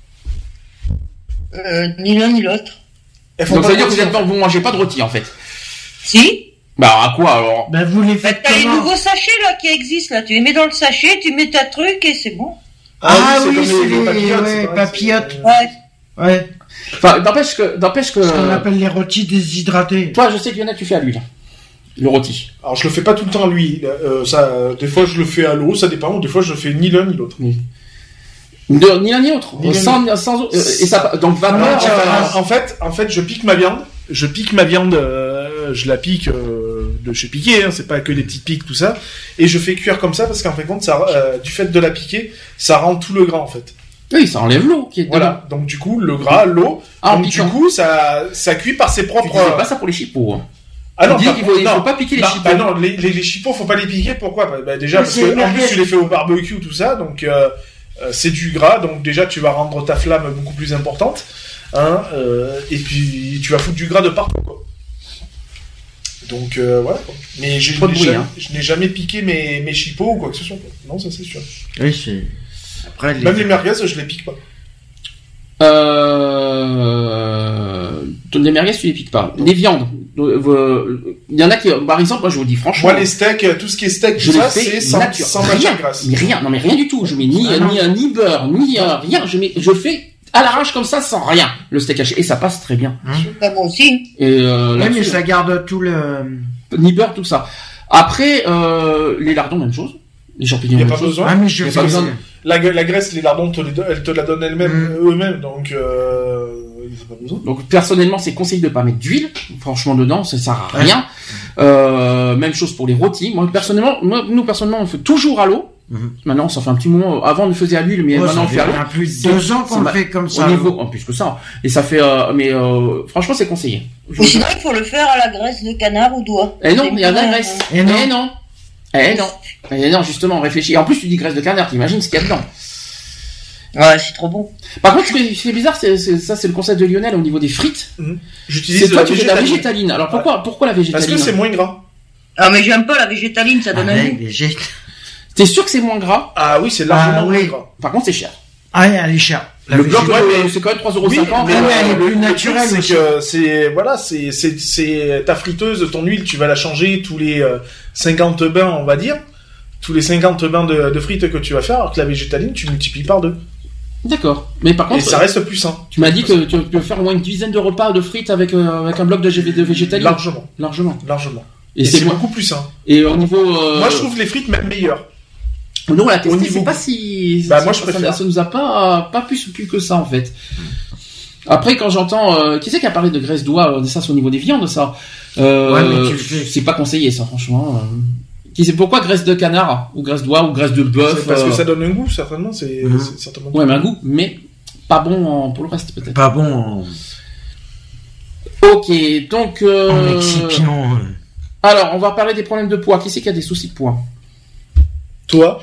euh, Ni l'un ni l'autre. Donc ça veut dire que vous êtes, vous mangez pas de rôti en fait. Si. Bah à quoi alors? Bah vous les faites bah, t'as comment? les nouveaux sachets là qui existent là, tu les mets dans le sachet, tu mets ta truc et c'est bon. Ah, ah oui, c'est les, les papillotes, ouais, papillotes. Ouais. Ouais. Enfin, n'empêche que, n'empêche que. Ce qu'on appelle les rôtis déshydratés. Toi, je sais que Lionel, tu fais à l'huile. Le rôti. Alors je le fais pas tout le temps à l'huile. Euh, ça, des fois je le fais à l'eau, ça dépend. Des fois je le fais ni l'un ni l'autre. Oui. De, ni l'un ni l'autre. Ni sans, ni... sans, euh, et ça, donc vapeur. Euh... En fait, en fait, je pique ma viande. Je pique ma viande. Euh, je la pique euh, de chez Piqué. Hein, c'est pas que des petites piques, tout ça. Et je fais cuire comme ça parce qu'en fin de compte, ça, euh, du fait de la piquer, ça rend tout le gras en fait. Oui, ça enlève l'eau qui est dedans. Voilà. Donc du coup, le gras, l'eau. Ah, donc du coup, ça, ça cuit par ses propres. Tu disais pas ça pour les chipots. Hein. Ah non, pas, il faut, non, faut pas piquer les bah, chipots. Bah non, les, les, les chipots, faut pas les piquer. Pourquoi? Bah, bah déjà, mais parce que en plus, tu les fais au barbecue, tout ça, donc euh, euh, c'est du gras, donc déjà, tu vas rendre ta flamme beaucoup plus importante, hein, euh, et puis tu vas foutre du gras de partout, quoi. Donc euh, voilà. Quoi. Mais je, Trop de bruit, jamais, hein. je n'ai jamais piqué mes, mes chipots ou quoi que ce soit. Quoi. Non, ça c'est sûr. Oui, c'est. Après, les... Même les merguez, je les pique pas. Euh... Les merguez, tu les piques pas. Les viandes. Il y en a qui, par exemple, moi je vous dis franchement. Moi les steaks, tout ce qui est steak, je tout ça, fais c'est sans, nature. sans rien, matière grasse. Mais rien, non mais rien du tout. Je mets ni, ah, ni, ni, ni beurre, ni euh, rien. Je mets, je fais à l'arrache comme ça, sans rien. Le steak haché et ça passe très bien. Mmh. Bah, moi aussi. Et euh, oui, mais ça garde tout le. Ni beurre, tout ça. Après, euh, les lardons, même chose. Les champignons, même chose. Pas besoin. Ah, mais je fais pas besoin. La, la graisse, les lardons, te, elles te la donnent elles-mêmes, mmh. eux-mêmes, donc. Euh... Pas besoin. Donc personnellement, c'est conseillé de pas mettre d'huile. Franchement, dedans, ça sert à rien. Ouais. Euh, même chose pour les rôtis. Moi personnellement, moi, nous personnellement, on fait toujours à l'eau. Mm-hmm. Maintenant, ça fait un petit moment. Avant, on le faisait à l'huile, mais ouais, maintenant, on fait à l'eau. Ça fait plus de deux ans qu'on le fait comme ça. Au niveau, en plus que ça. Et ça fait, euh, mais euh, franchement, c'est conseillé. Ou sinon, il faut le faire à la graisse de canard ou d'oie. Eh non, il y a de la graisse. Eh non. Eh non. Eh non. Eh non, justement, réfléchis. En plus, tu dis graisse de canard. T'imagines ce qu'il y a dedans. Ouais, c'est trop bon. Par contre, c'est bizarre, c'est, c'est, ça c'est le concept de Lionel au niveau des frites. Mmh. J'utilise c'est toi la qui fais de la végétaline. Alors pourquoi, ouais. pourquoi la végétaline? Parce que c'est moins gras. Ah mais j'aime pas la végétaline, ça donne ah, un goût. Végét... T'es sûr que c'est moins gras? Ah oui, c'est largement ah, moins oui. gras. Par contre, c'est cher. Ah, elle est chère. La le bloc, ouais, mais c'est quand même trois euros cinquante. Oui, mais elle est plus naturelle. C'est que c'est voilà, c'est c'est c'est ta friteuse, ton huile, tu vas la changer tous les euh, cinquante bains, on va dire, tous les cinquante bains de, de frites que tu vas faire, alors que la végétaline, tu multiplies par deux. D'accord. Mais par contre, et ça reste plus sain. Tu m'as dit que tu peux faire au moins une dizaine de repas de frites avec euh, avec un bloc de, de végétaline. Largement. Largement. Largement. Et, et c'est, c'est moi... beaucoup plus sain. Et au niveau. Euh... Moi, je trouve les frites même meilleures. Nous, on l'a testé, niveau... c'est pas si. Bah, ça, moi, je ça, préfère. Ça, ça nous a pas pas plus plus que ça en fait. Après, quand j'entends, euh, qui c'est qui a parlé de graisse d'oie, ça c'est au niveau des viandes, ça. Euh, ouais, mais tu fais... c'est pas conseillé, ça, franchement. Euh... Qui c'est pourquoi graisse de canard ou graisse d'oie ou graisse de bœuf? C'est parce euh... que ça donne un goût, certainement. C'est, mmh. c'est certainement. Ouais, mais un goût, mais pas bon en... pour le reste peut-être. Pas bon. En... Ok, donc. Euh... En excipient. Alors, on va parler des problèmes de poids. Qui c'est qui a des soucis de poids? Toi.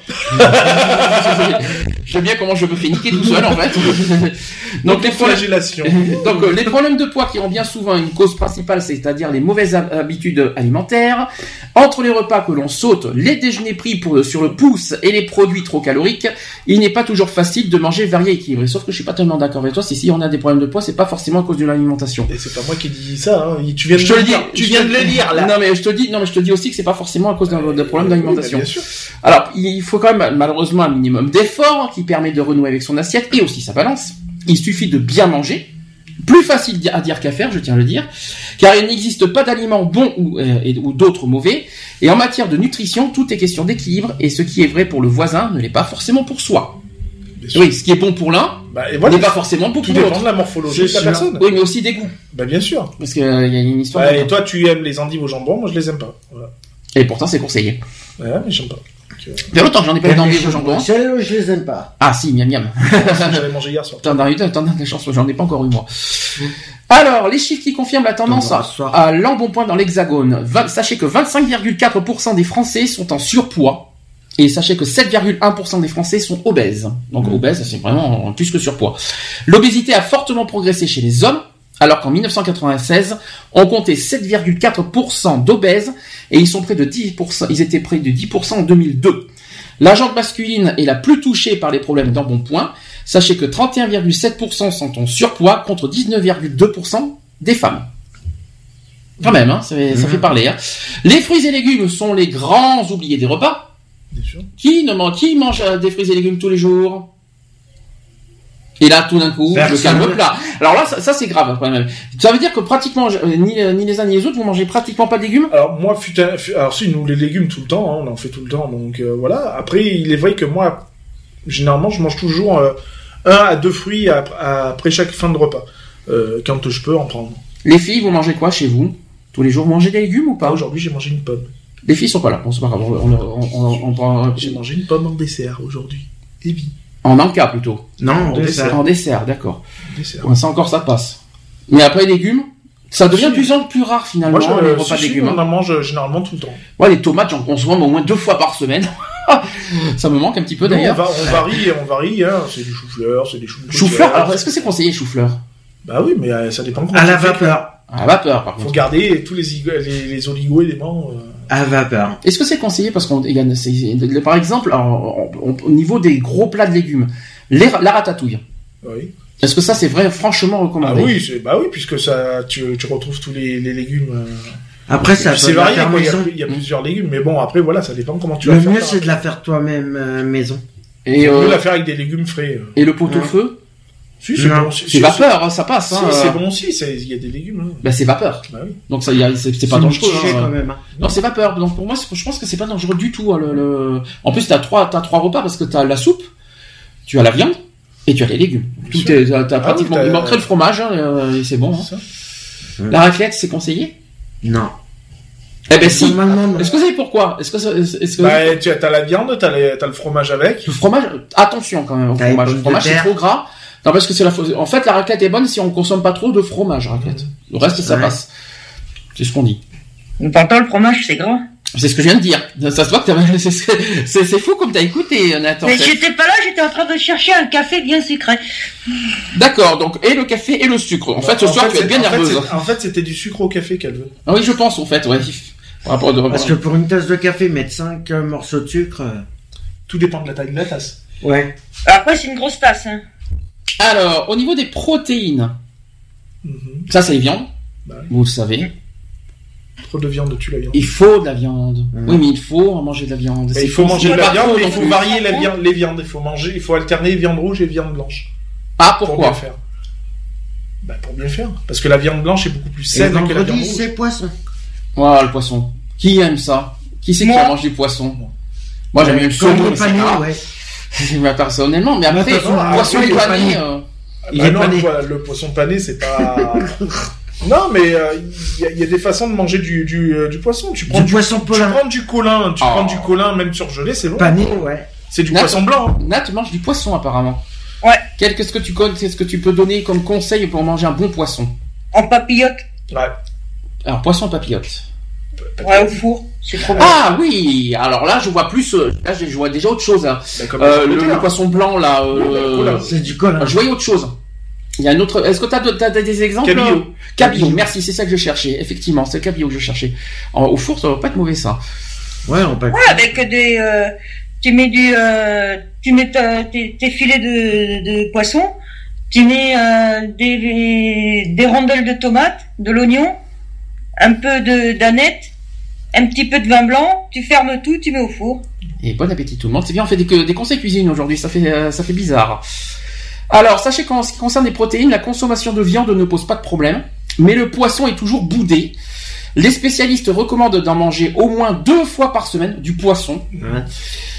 J'aime bien comment je me fais niquer tout seul en fait. Donc les problèmes, donc les problèmes de poids qui ont bien souvent une cause principale, c'est-à-dire les mauvaises habitudes alimentaires. Entre les repas que l'on saute, les déjeuners pris pour, sur le pouce et les produits trop caloriques, il n'est pas toujours facile de manger varié et équilibré. Sauf que je suis pas tellement d'accord avec toi. Si si on a des problèmes de poids, c'est pas forcément à cause de l'alimentation. Et c'est pas moi qui dis ça. Hein. Tu viens de je le le dire. dis. Tu viens de le dire là. Non mais je te dis, non mais je te dis aussi que c'est pas forcément à cause d'un de problème d'alimentation. Oui, bien sûr. Alors il faut quand même malheureusement un minimum d'effort qui permet de renouer avec son assiette et aussi sa balance. Il suffit de bien manger. Plus facile à dire qu'à faire, je tiens à le dire, car il n'existe pas d'aliments bons ou, euh, et, ou d'autres mauvais. Et en matière de nutrition, tout est question d'équilibre, et ce qui est vrai pour le voisin ne l'est pas forcément pour soi. Oui, ce qui est bon pour l'un bah, et voilà, n'est pas forcément bon pour tout l'autre. dépend de la morphologie de la personne. Oui, mais aussi des goûts. Bah bien sûr. Parce qu'il euh, y a une histoire. Bah, et toi, tu aimes les endives au jambon, moi je les aime pas. Voilà. Et pourtant, c'est conseillé. Ouais, mais j'aime pas. Il y a longtemps que j'en ai pas eu d'endives au jambon. Celles-là, je les aime pas. Ah si, miam miam. J'avais mangé hier soir. T'en as eu, t'en as des chances, j'en ai pas encore eu moi. Alors, les chiffres qui confirment la tendance à, à l'embonpoint dans l'Hexagone. vingt, sachez que vingt-cinq virgule quatre pour cent des Français sont en surpoids. Et sachez que sept virgule un pour cent des Français sont obèses. Donc mmh. obèses, c'est vraiment plus que surpoids. L'obésité a fortement progressé chez les hommes, alors qu'en dix-neuf cent quatre-vingt-seize, on comptait sept virgule quatre pour cent d'obèses, et ils sont près de dix pour cent, ils étaient près de dix pour cent en deux mille deux. La jante masculine est la plus touchée par les problèmes d'embonpoint. Sachez que trente et un virgule sept pour cent sont en surpoids contre dix-neuf virgule deux pour cent des femmes. Quand même, hein, ça, mmh. ça fait parler. Hein. Les fruits et légumes sont les grands oubliés des repas. Bien sûr. Qui, ne mange, qui mange des fruits et légumes tous les jours? Et là, tout d'un coup, le calme plat. Alors là, ça, ça c'est grave quand même. Ça veut dire que pratiquement, ni, ni les uns ni les autres, vous mangez pratiquement pas de légumes? Alors moi, fut un, fut, alors si, nous les légumes tout le temps, hein, on en fait tout le temps, donc euh, voilà. Après, il est vrai que moi, généralement, je mange toujours euh, un à deux fruits à, à, après chaque fin de repas, euh, quand je peux en prendre. Les filles, vous mangez quoi chez vous? Tous les jours, vous mangez des légumes ou pas? Ah, aujourd'hui, j'ai mangé une pomme. Les filles sont pas là, bon c'est pas grave, on, on, on, on, on, j'ai mangé une pomme en dessert aujourd'hui. Et oui. En encas plutôt. Non, en, en dessert. dessert. En dessert, d'accord. Dessert. Ouais, ça encore ça passe. Mais après les légumes, ça devient de plus en plus rare finalement. Moi, je, les repas si, de légumes. On en mange généralement tout le temps. Ouais, les tomates, j'en consomme au moins deux fois par semaine. Ça me manque un petit peu Nous, d'ailleurs. On, va, on varie, on varie. Hein. C'est du chou-fleur, c'est des choux. Chou-fleur. Alors est-ce que c'est conseillé chou-fleur? Bah oui, mais euh, ça dépend. À la vapeur. À la vapeur, par contre. Faut garder tous les les, les oligo-éléments. Euh... À vapeur. Est-ce que c'est conseillé parce qu'on il y a, c'est, par exemple, alors, on, on, au niveau des gros plats de légumes, les, la ratatouille. Oui. Est-ce que ça c'est vrai, franchement recommandé? Ah oui, c'est, bah oui, puisque ça, tu, tu retrouves tous les, les légumes. Euh... Après, ça c'est varié, quoi, il, y a, il y a plusieurs légumes, mais bon, après voilà, ça dépend comment tu vas le faire. Le mieux, c'est de la faire toi-même euh, maison. Et on euh, peut la faire avec des légumes frais. Euh. Et le pot-au-feu? Si, c'est non. bon. C'est, c'est vapeur, hein, ça passe. Si, hein, c'est euh... bon aussi, il y a des légumes. Hein. Bah c'est vapeur. Bah oui. Donc ça, y a, c'est, c'est pas c'est dangereux. Hein, quand même. Hein. Non, c'est vapeur. Donc pour moi, c'est, je pense que c'est pas dangereux du tout. Hein, le, le... En plus, t'as trois, t'as trois repas parce que t'as la soupe, tu as la viande et tu as les légumes. Tout est, t'as, t'as ah pratiquement. Oui, t'as... Il manquerait le fromage hein, euh, et c'est bon. Hein. Ouais. La raclette, c'est conseillé? Non. Eh ben si. Est-ce que vous savez pourquoi? Est-ce que, est-ce que... Bah, tu as, t'as la viande, t'as, les, t'as le fromage avec. Le fromage, attention quand même au fromage. Le fromage c'est trop gras. Non, parce que c'est la, en fait, la raclette est bonne si on consomme pas trop de fromage, raclette. Le reste, ça ouais. passe. C'est ce qu'on dit. Pourtant, le fromage, c'est gras. C'est ce que je viens de dire. Ça se voit que t'as, c'est, c'est, c'est fou comme t'as écouté, Nathan. Mais j'étais pas là, j'étais en train de chercher un café bien sucré. D'accord, donc, et le café et le sucre. En fait, ce en soir, fait, tu vas être bien en nerveuse. Fait, en fait, c'était du sucre au café qu'elle veut. Ah oui, je pense, en fait, ouais. Par rapport à Parce que pour une tasse de café, mettre cinq euh, morceaux de sucre. Euh... Tout dépend de la taille de la tasse. Ouais. Après, c'est une grosse tasse, hein. Alors, au niveau des protéines, mm-hmm. ça c'est les viandes, bah oui. Vous le savez. Trop de viande, tu la viande. Il faut de la viande. Mmh. Oui, mais il faut manger de la viande. Il faut manger de la viande, mais il faut varier la viande, les viandes. Il faut manger, il faut alterner viande rouge et viande blanche. Ah, pourquoi? Pour bien faire. Bah, pour bien faire. Parce que la viande blanche est beaucoup plus saine que la viande rouge. C'est poisson. Voilà, le poisson. Qui aime ça? Qui c'est qui mange du poisson? Moi, j'aime bien le saumon, le pané, ouais. Moi, personnellement, mais après, le poisson est pané. Il est pané. Le poisson pané, c'est pas... Non, mais il euh, y, y a des façons de manger du, du, euh, du poisson. Tu prends du, du poisson polin. Tu prends du colin, tu oh. prends du colin même surgelé, c'est bon. Pané, ouais. C'est du Nat, poisson blanc. Hein. Nat mange du poisson apparemment. Ouais. Quel, qu'est-ce que tu connais, qu'est-ce que tu peux donner comme conseil pour manger un bon poisson? En papillote. Ouais. Alors poisson papillote. Ouais, au four. C'est trop bon. Ah oui. Alors là, je vois plus. Euh, là, je vois déjà autre chose. Hein. Euh, le, le poisson blanc là. Euh, c'est du colin. Je voyais autre chose. Il y a un autre. Est-ce que t'as, t'as, t'as des exemples? Cabillaud. Cabillaud. Merci, c'est ça que je cherchais. Effectivement, c'est le cabillaud que je cherchais. En, au four, ça va pas être mauvais ça. Ouais, on peut. Ouais, avec des. Euh, tu mets du. Euh, tu mets ta, tes, tes filets de, de poisson. Tu mets euh, des, des rondelles de tomates, de l'oignon, un peu de d'aneth, un petit peu de vin blanc. Tu fermes tout, tu mets au four. Et bon appétit tout le monde. C'est bien, on fait des, des conseils cuisine aujourd'hui. Ça fait, ça fait bizarre. Alors, sachez qu'en ce qui concerne les protéines, la consommation de viande ne pose pas de problème, mais le poisson est toujours boudé. Les spécialistes recommandent d'en manger au moins deux fois par semaine, du poisson. Ouais.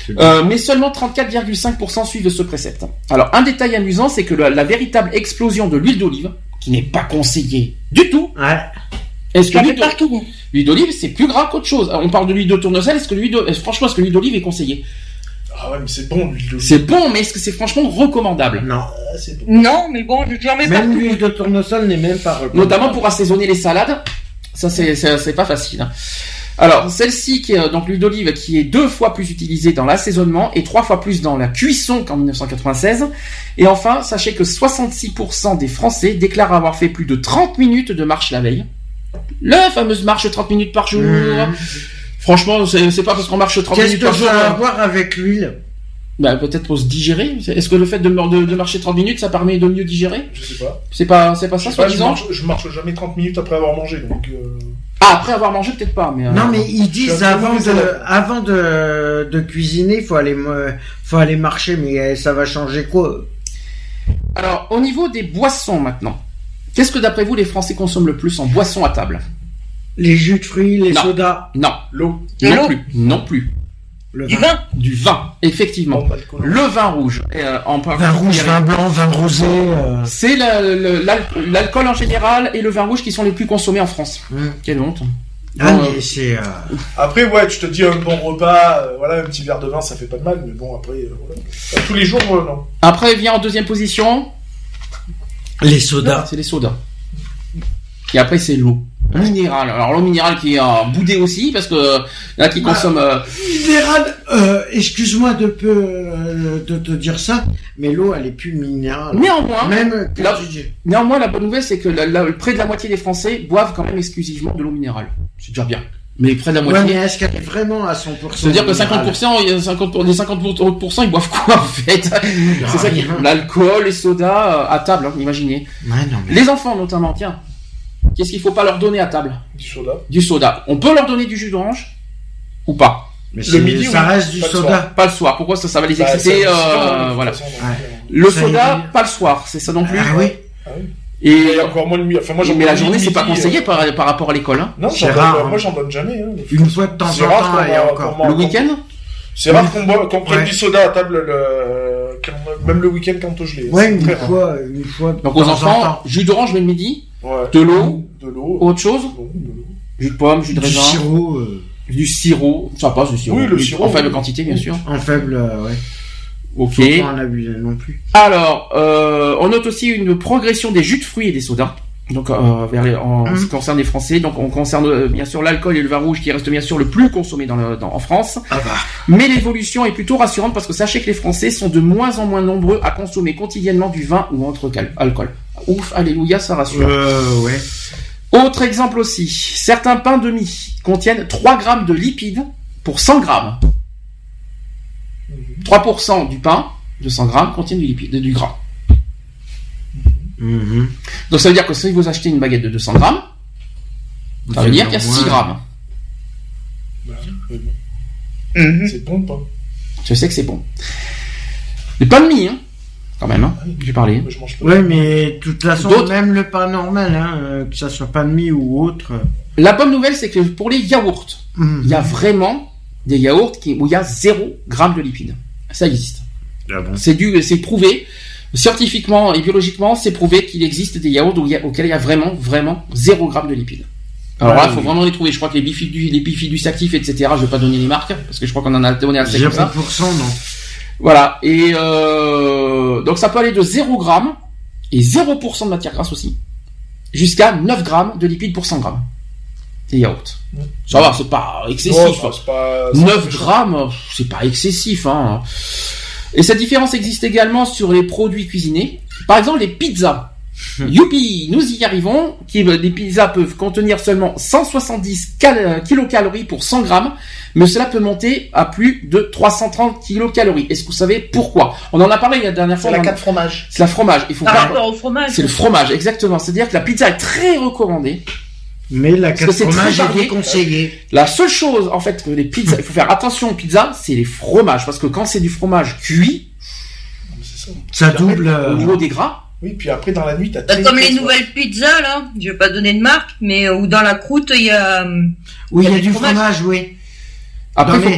Euh, mais seulement trente-quatre virgule cinq pour cent suivent ce précepte. Alors, un détail amusant, c'est que la, la véritable explosion de l'huile d'olive, qui n'est pas conseillée du tout. Ouais. Est-ce que l'huile, partout. l'huile d'olive, c'est plus gras qu'autre chose. On parle de l'huile de tournesol, est-ce que l'huile de, franchement, est-ce que l'huile d'olive est conseillée? Ah ouais, mais c'est bon, l'huile d'olive. C'est bon, mais est-ce que c'est franchement recommandable? Non. Ah, c'est bon. Non, mais bon, je ne mets pas. Même l'huile de tournesol n'est même pas recommandable. Notamment pour assaisonner les salades. Ça, c'est, c'est, c'est pas facile. Hein. Alors, celle-ci, qui est, donc l'huile d'olive, qui est deux fois plus utilisée dans l'assaisonnement et trois fois plus dans la cuisson qu'en dix-neuf cent quatre-vingt-seize. Et enfin, sachez que soixante-six pour cent des Français déclarent avoir fait plus de trente minutes de marche la veille. La fameuse marche trente minutes par jour. Mmh. Franchement, c'est, c'est pas parce qu'on marche trente Qu'est-ce minutes que par jour. ça a à voir avec l'huile? Bah, peut-être pour se digérer. Est-ce que le fait de, de, de marcher trente minutes, ça permet de mieux digérer? Je sais pas. C'est pas, c'est pas ça, soi-disant? Je marche, je marche jamais trente minutes après avoir mangé, donc, euh... Ah, après avoir mangé, peut-être pas, mais... Euh... Non, mais ils disent avant de, avant de, de cuisiner, il faut aller, faut aller marcher, mais ça va changer quoi? Alors, au niveau des boissons, maintenant. Qu'est-ce que, d'après vous, les Français consomment le plus en boissons à table? Les jus de fruits, les non. sodas. Non. L'eau. Non l'eau. plus. Non plus. Le Du vin. vin. Du vin, effectivement. Bon, le vin rouge. Euh, en vin rouge, vin blanc, vin rosé. Euh... C'est la, la, la, l'alcool en général et le vin rouge qui sont les plus consommés en France. Mmh. Quelle honte. Ah, bon, mais c'est... Euh... Après, ouais, tu te dis un bon repas, euh, voilà, un petit verre de vin, ça fait pas de mal, mais bon, après, euh, voilà. Enfin, tous les jours, euh, non. Après, vient en deuxième position... Les sodas. C'est les sodas. Et après, c'est l'eau. Minérale. Alors, l'eau minérale qui est en boudé aussi, parce que là, qui consomme... Euh... Minérale, euh, excuse-moi de, peu, euh, de te dire ça, mais l'eau, elle est plus minérale. Néanmoins, même la, néanmoins, la bonne nouvelle, c'est que la, la, près de la moitié des Français boivent quand même exclusivement de l'eau minérale. C'est déjà bien. Mais près de la moitié. Ouais, mais est-ce qu'elle est vraiment à cent pour cent? C'est-à-dire que cinquante pour cent, il y a cinquante pour cent, les cinquante pour cent, ils boivent quoi, en fait? Non, c'est ça qui, l'alcool, les sodas, à table, hein, imaginez. Ouais, non, mais... Les enfants, notamment, tiens. Qu'est-ce qu'il faut pas leur donner à table? Du soda. Du soda. On peut leur donner du jus d'orange? Ou pas? Mais le midi, ça oui, reste du soda. Pas le soir. Pourquoi ça, ça va les exciter? bah, euh, voilà. Façon, ouais. Le ça soda, est... pas le soir. C'est ça non plus? Ah oui. Ah oui. Et, et encore moins le nuit. Enfin, moi, j'en mais la journée, c'est pas conseillé euh... par, par rapport à l'école. Hein. Non, c'est rare. Donne, moi, j'en donne jamais. Hein, une fois de temps en temps, et encore. Le week-end? C'est rare qu'on, boit, qu'on prenne ouais. du soda à table, le... même le week-end quand on gelé. Ouais, une fois, une fois. Donc, aux enfants, jus d'orange le midi? Ouais. De l'eau? De l'eau. Autre chose? Non, de l'eau. Jus de pomme, jus de raisin. Du sirop. Euh... Du sirop. Ça passe, du sirop. Oui, le sirop. En faible quantité, bien sûr. En faible, euh, ouais. Ok. Faut pas en abuser non plus. Alors, euh, on note aussi une progression des jus de fruits et des sodas. Donc, euh, vers les, en mmh. ce qui concerne les Français. Donc, on concerne euh, bien sûr l'alcool et le vin rouge qui reste bien sûr le plus consommé dans le, dans, en France. Ah bah. Mais l'évolution est plutôt rassurante parce que sachez que les Français sont de moins en moins nombreux à consommer quotidiennement du vin ou autre cal- alcool. Ouf, alléluia, ça rassure. Euh, ouais. Autre exemple aussi. Certains pains de mie contiennent trois grammes de lipides pour cent grammes. Mmh. trois pour cent du pain de cent grammes contient du lipide, du gras. Mmh. Donc ça veut dire que si vous achetez une baguette de deux cents grammes, ça veut dire qu'il y a six grammes. Bah, c'est bon. Mmh. C'est bon le pain. Je sais que c'est bon. Les pains de mie, hein, quand même, hein, j'ai parlé. Moi, je mange pas. Ouais, mais de toute façon, d'autres... même le pain normal, hein, euh, que ça soit pain de mie ou autre. La bonne nouvelle, c'est que pour les yaourts, mmh. il y a vraiment des yaourts qui, où il y a zéro gramme de lipides. Ça existe. Ah bon. C'est dû, c'est prouvé. Scientifiquement et biologiquement, c'est prouvé qu'il existe des yaourts où il y a, auxquels il y a vraiment, vraiment zéro gramme de lipides. Alors là, il faut oui. vraiment les trouver. Je crois que les bifidus, les bifidus actifs, et cetera, je vais pas donner les marques, parce que je crois qu'on en a donné assez comme ça. zéro pour cent, non. Voilà. Et, euh, donc ça peut aller de zéro gramme, et zéro pour cent de matière grasse aussi, jusqu'à neuf grammes de lipides pour cent grammes. Des yaourts. Mmh. Ça va, c'est pas excessif. Non, c'est pas, neuf grammes, c'est pas excessif, hein. Et cette différence existe également sur les produits cuisinés. Par exemple, les pizzas. Youpi, nous y arrivons. Les pizzas peuvent contenir seulement cent soixante-dix cal- kilocalories pour cent grammes, mais cela peut monter à plus de trois cent trente kilocalories. Est-ce que vous savez pourquoi? On en a parlé la dernière fois. C'est la a... quatre fromage. C'est la fromage. Il faut Par pas... rapport au fromage. C'est le fromage, exactement. C'est-à-dire que la pizza est très recommandée. Mais la quatre fromage est déconseillée. La seule chose, en fait, que les pizzas, il faut faire attention aux pizzas, c'est les fromages. Parce que quand c'est du fromage cuit, c'est ça. ça double au niveau des gras. Oui, puis après, dans la nuit, t'as bah, comme les nouvelles pizzas, là. Je vais pas donner de marque, mais où dans la croûte, il y a. Oui, il y a du fromage, fromage oui. Après, mais, faut...